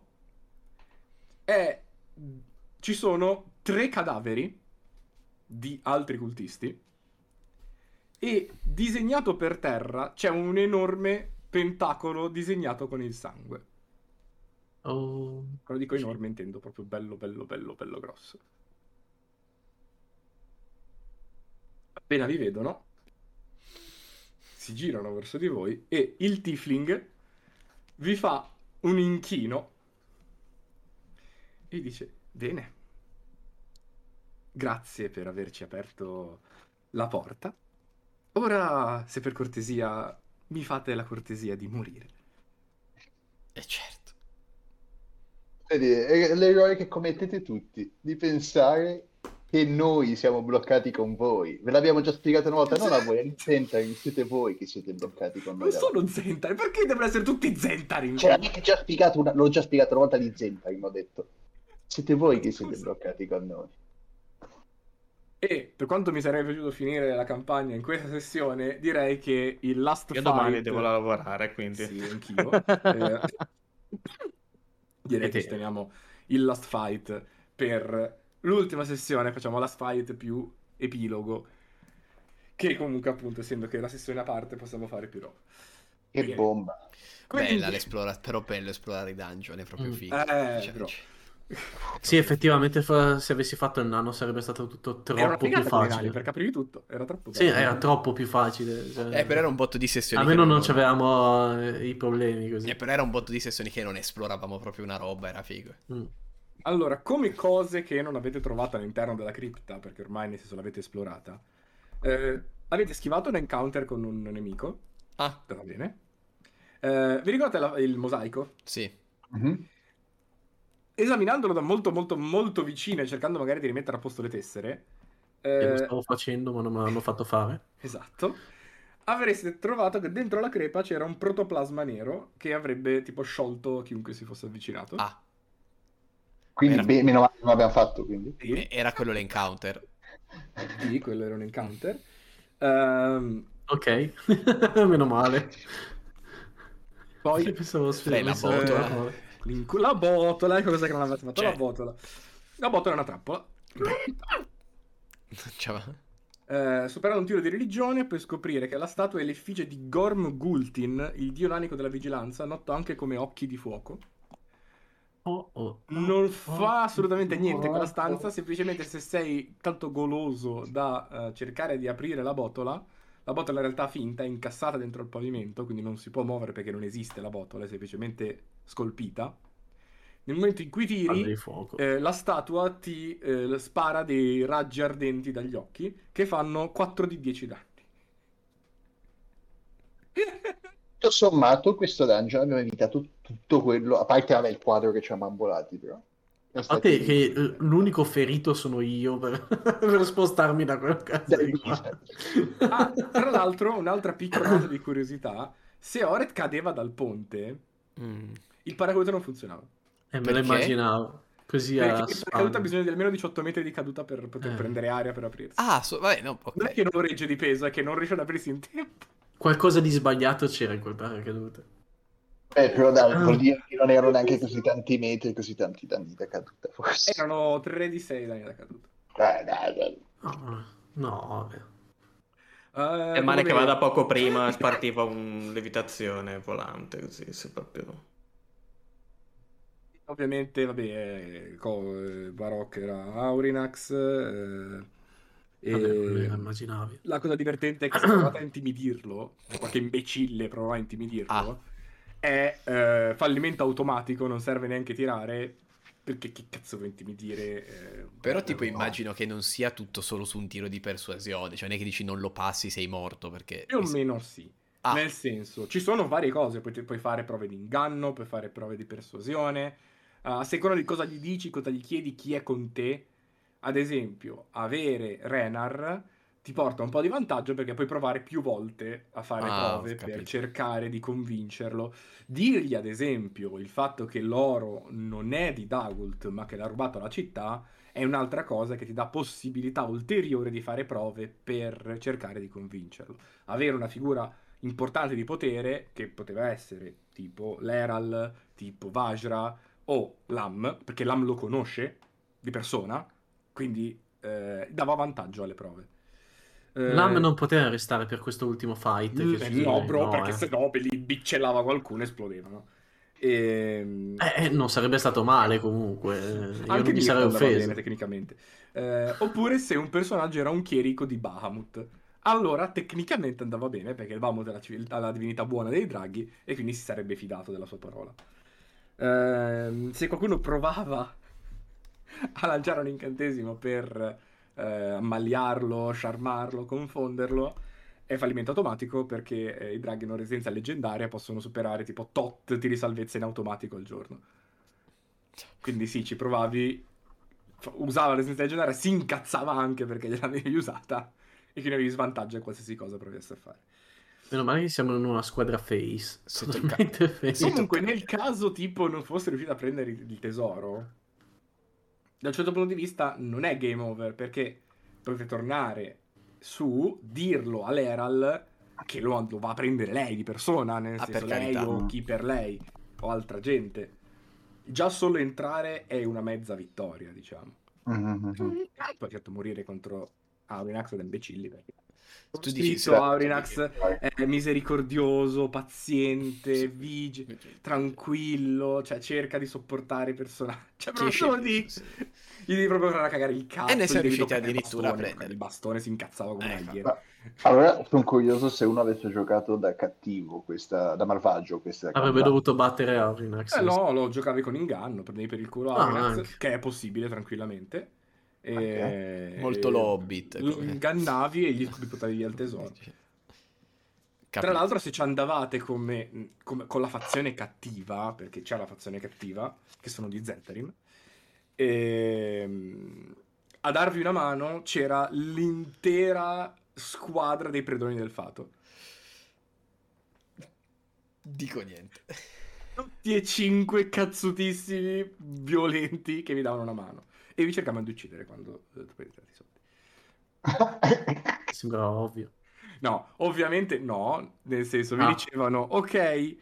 ci sono 3 cadaveri di altri cultisti e disegnato per terra c'è un enorme pentacolo disegnato con il sangue. Oh. Quando dico enorme intendo proprio bello grosso. Appena vi vedono si girano verso di voi e il tiefling vi fa un inchino e dice: bene, grazie per averci aperto la porta. Ora, se per cortesia mi fate la cortesia di morire. E certo. Vedi, è l'errore che commettete tutti, di pensare che noi siamo bloccati con voi. Ve l'abbiamo già spiegato una volta, non a voi, Zentarin, siete voi che siete bloccati con noi. Non sono Zentarin, perché devono essere tutti Zentarin? L'ho già spiegato una volta di Zentarin, ho detto. Siete voi che siete bloccati con noi. E per quanto mi sarebbe piaciuto finire la campagna in questa sessione, direi che il last Io fight... domani devo lavorare, quindi. Sì, anch'io. Direi che ci teniamo il last fight per l'ultima sessione. Facciamo last fight più epilogo. Che comunque, appunto, essendo che è la sessione a parte, possiamo fare più roba. Che Bene. bomba. Quindi- Bella però bello esplorare i dungeon, è proprio figo. però. Sì, effettivamente se avessi fatto il nano sarebbe stato tutto Era una troppo più figata come facile. nani, perché aprivi tutto. Era troppo Sì, bello. era troppo più facile. Cioè, Però era un botto di sessioni almeno che non c'avevamo i problemi così. però era un botto di sessioni che non esploravamo proprio una roba, era figo. Allora, come cose che non avete trovato all'interno della cripta, perché ormai nel senso l'avete esplorata, avete schivato un encounter con un nemico. Ah, Va bene. Vi ricordate il mosaico? sì. Mhm. Esaminandolo da molto vicino e cercando magari di rimettere a posto le tessere, Io lo stavo facendo, ma non me l'hanno fatto fare. esatto, avreste trovato che dentro la crepa c'era un protoplasma nero che avrebbe tipo sciolto chiunque si fosse avvicinato. Ah, Quindi Era- meno male che non abbiamo fatto, quindi. Sì, era quello l'encounter. sì, quello era un encounter. Ok, meno male. Poi Pensavo Fai la messo- botola. la botola, ecco cosa che non avete fatto, Cioè- la botola. La botola è una trappola. Superando un tiro di religione, puoi scoprire che la statua è l'effigie di Gorm Gultin, il dio nanico della vigilanza, noto anche come occhi di fuoco. Non fa assolutamente niente quella stanza, semplicemente se sei tanto goloso da cercare di aprire la botola in realtà finta, è incassata dentro il pavimento, quindi non si può muovere perché non esiste la botola, è semplicemente scolpita. Nel momento in cui Palle tiri, di fuoco. la statua ti spara dei raggi ardenti dagli occhi che fanno 4 di 10 danni. Tutto sommato, questo dungeon abbiamo evitato tutto quello, a parte vabbè, il quadro che ci ha mambolati, però. A te che l'unico ferito sono io per, per spostarmi da quel cazzo di qua. Ah, tra l'altro, un'altra piccola cosa di curiosità: se Oret cadeva dal ponte, il paracadute non funzionava. Me lo Perché? immaginavo. Così a Perché il paracadute ha spalle. bisogno di almeno 18 metri di caduta per poter prendere aria per aprirsi. Ah, vabbè, no, ok. Non è che non regge di peso, è che non riesce ad aprirsi in tempo. Qualcosa di sbagliato c'era in quel paracadute. Però dai, vuol dire che non erano neanche così tanti metri, così tanti danni da caduta, forse. Erano 3 di 6 danni da caduta. Dai. No, vabbè. È male che vada poco prima, spartiva un levitazione volante, così, se proprio... Ovviamente, vabbè, Barok era Aurinax. E Vabbè, immaginavi. la cosa divertente è che se provate a intimidirlo, o qualche imbecille prova a intimidirlo, è fallimento automatico, non serve neanche tirare, perché che cazzo vuoi intimidire? Però tipo immagino che non sia tutto solo su un tiro di persuasione, cioè non è che dici non lo passi, sei morto, perché... Più o meno sì. Ah. Nel senso, ci sono varie cose, puoi fare prove di inganno, puoi fare prove di persuasione, a seconda di cosa gli dici, cosa gli chiedi, chi è con te. Ad esempio, avere Renar ti porta un po' di vantaggio perché puoi provare più volte a fare prove ho per capito. cercare di convincerlo. Dirgli, ad esempio, il fatto che l'oro non è di Dagult, ma che l'ha rubato alla città, è un'altra cosa che ti dà possibilità ulteriore di fare prove per cercare di convincerlo. Avere una figura importante di potere, che poteva essere tipo l'Eral, tipo Vajra o Lam, perché Lam lo conosce di persona, quindi dava vantaggio alle prove. Lam non poteva restare per questo ultimo fight che ci No, bro, perché eh. sennò lì biccellava qualcuno e esplodevano. Non sarebbe stato male comunque. Io Anche non mi sarei andava offeso. bene tecnicamente. Oppure se un personaggio era un chierico di Bahamut. Allora tecnicamente andava bene perché il Bahamut è la divinità buona dei draghi e quindi si sarebbe fidato della sua parola. Se qualcuno provava a lanciare un incantesimo per ammaliarlo, charmarlo, confonderlo, è fallimento automatico perché i draghi non resistenza leggendaria possono superare tipo tot tiri salvezza in automatico al giorno. Quindi sì, ci provavi, usava la resistenza leggendaria, si incazzava anche perché gliel'avevi usata e quindi avevi svantaggio in qualsiasi cosa provassi a fare. Meno male che siamo in una squadra face. Sotto il Totalmente face. Comunque, nel caso tipo non fosse riuscito a prendere il tesoro, da un certo punto di vista non è game over, perché potete tornare su, dirlo all'Eral che lo va a prendere lei di persona, nel senso per lei carità. o chi per lei o altra gente. Già solo entrare è una mezza vittoria, diciamo. Poi certo morire contro Aurinax da imbecilli, perché Tu dici scritto Aurinax è misericordioso, paziente, tranquillo, cioè cerca di sopportare i personaggi. Cioè proprio di... Gli devi proprio fare a cagare il cazzo. E ne sei gli devi riusciti toccare il addirittura a bastone, prendere. il bastone si incazzava come una Ecco. iena. Allora sono curioso se uno avesse giocato da cattivo, da malvagio questa Avrebbe campagna. dovuto battere Aurinax. No, lo giocavi con inganno, prendevi per il culo Aurinax, anche. che è possibile tranquillamente. Molto low Hobbit, lo come- ingannavi e gli buttavi via il tesoro. Tra l'altro, se ci andavate con la fazione cattiva, perché c'è la fazione cattiva, che sono gli Zentarim, a darvi una mano c'era l'intera squadra dei predoni del fato. Dico niente. Tutti e 5 cazzutissimi, violenti, che vi davano una mano. E vi cercavano di uccidere quando prendete i soldi. Sembra ovvio. No, ovviamente no, nel senso vi dicevano ok,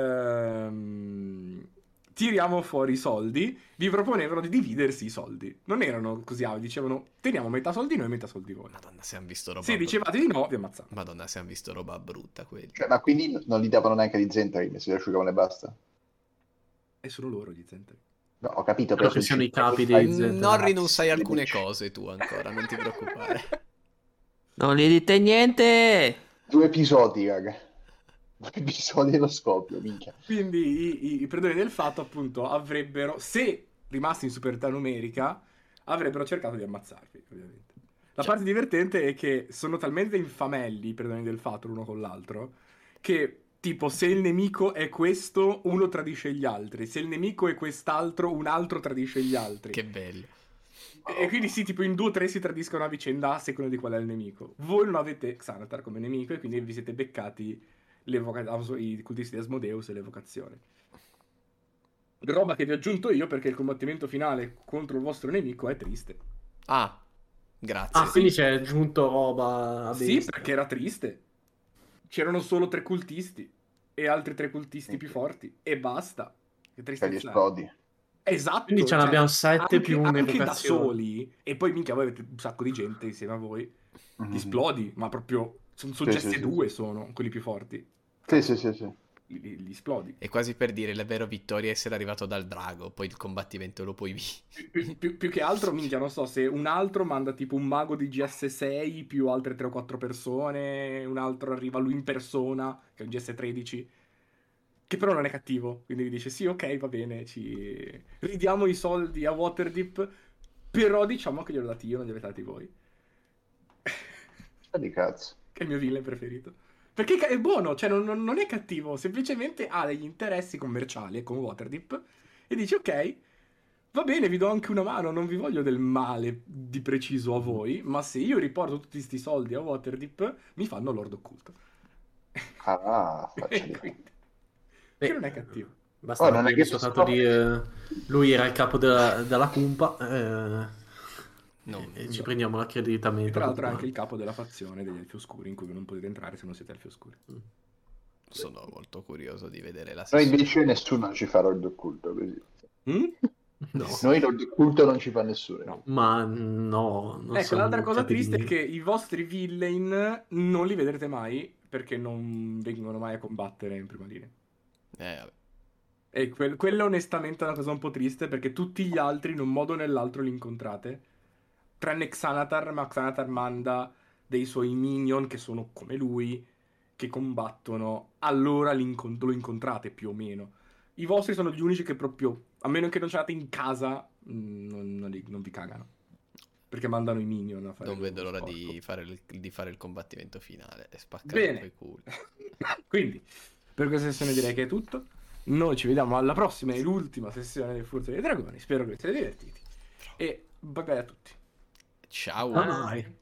tiriamo fuori i soldi, vi proponevano di dividersi i soldi. Non erano così, dicevano teniamo metà soldi noi, metà soldi voi. Madonna, se hanno visto roba Se dicevate di no, vi ammazzavano. Madonna, se hanno visto roba brutta quelli. Cioè, ma quindi non gli davano neanche di Zentarim, si asciugavano e basta? È solo loro gli Zentarim. No, ho capito. Però però che se siano i ci- capi fai- dei Zentarim. Norri, non sai le alcune dici. cose tu ancora, non ti preoccupare. Non gli dite niente! 2 episodi, raga. 2 episodi dello scoppio, minchia. Quindi i predoni del fatto, appunto, avrebbero, se rimasti in superiorità numerica, avrebbero cercato di ammazzarvi, ovviamente. La parte divertente è che sono talmente infamelli i predoni del fatto l'uno con l'altro, che, tipo, se il nemico è questo, uno tradisce gli altri. Se il nemico è quest'altro, un altro tradisce gli altri. Che bello. E quindi sì, tipo in 2 o 3 si tradiscono a vicenda a seconda di qual è il nemico. Voi non avete Xanatar come nemico e quindi vi siete beccati i cultisti di Asmodeus e l'evocazione. Roba che vi ho aggiunto io perché il combattimento finale contro il vostro nemico è triste. Ah, grazie. Ah, quindi c'è aggiunto roba a Sì, bestia. perché era triste. C'erano solo 3 cultisti e altri 3 cultisti più forti e basta. Che Cioè, gli tristezza. esplodi. Esatto. Quindi ce n'abbiamo 7 più anche da un'evocazione. soli. E poi minchia voi avete un sacco di gente insieme a voi. Ti esplodi, ma proprio sono Sì, gesti sì, 2 sono quelli più forti. Sì. Li esplodi. È quasi per dire la vera vittoria è essere arrivato dal drago, poi il combattimento lo puoi vincere. Più che altro, minchia, non so, se un altro manda tipo un mago di GS6 più altre 3 o 4 persone, un altro arriva lui in persona, che è un GS13, che però non è cattivo, quindi vi dice sì, ok, va bene, ci ridiamo i soldi a Waterdeep, però diciamo che glieli ho dati io, non li avete dati voi. Di cazzo. Che è il mio villain preferito. Perché è buono, cioè non è cattivo, semplicemente ha degli interessi commerciali con Waterdeep e dice ok, va bene, vi do anche una mano, non vi voglio del male di preciso a voi, ma se io riporto tutti sti soldi a Waterdeep, mi fanno Lord Occulto. Ah, E facile. quindi, Beh, che non è cattivo. Basta non è il che risultato di lui era il capo della cumpa Non- e ci prendiamo l'accreditamento. E tra l'altro è tutto anche il capo della fazione degli Elfi Oscuri, in cui non potete entrare se non siete Elfi Oscuri. Sono molto curioso di vedere la Noi sessione. invece nessuno ci fa Lord Occulto così. Mm? No. Noi Lord Occulto non ci fa nessuno. No. Ma no, non Ecco, siamo l'altra cosa cattivi. triste è che i vostri villain non li vedrete mai, perché non vengono mai a combattere in prima linea. Vabbè. E quella onestamente è una cosa un po' triste, perché tutti gli altri in un modo o nell'altro li incontrate. Tranne Xanatar, ma Xanatar manda dei suoi minion che sono come lui, che combattono, allora lo incontrate più o meno. I vostri sono gli unici che proprio, a meno che non ce l'abbiate in casa, non vi cagano. Perché mandano i minion a fare Non il vedo l'ora sporco. di fare il combattimento finale e spaccare Bene. quei culi. Quindi, per questa sessione direi che è tutto. Noi ci vediamo alla prossima e l'ultima sessione del Furto dei Dragoni. Spero che vi siate divertiti. E bye bye a tutti. Ciao. Bye.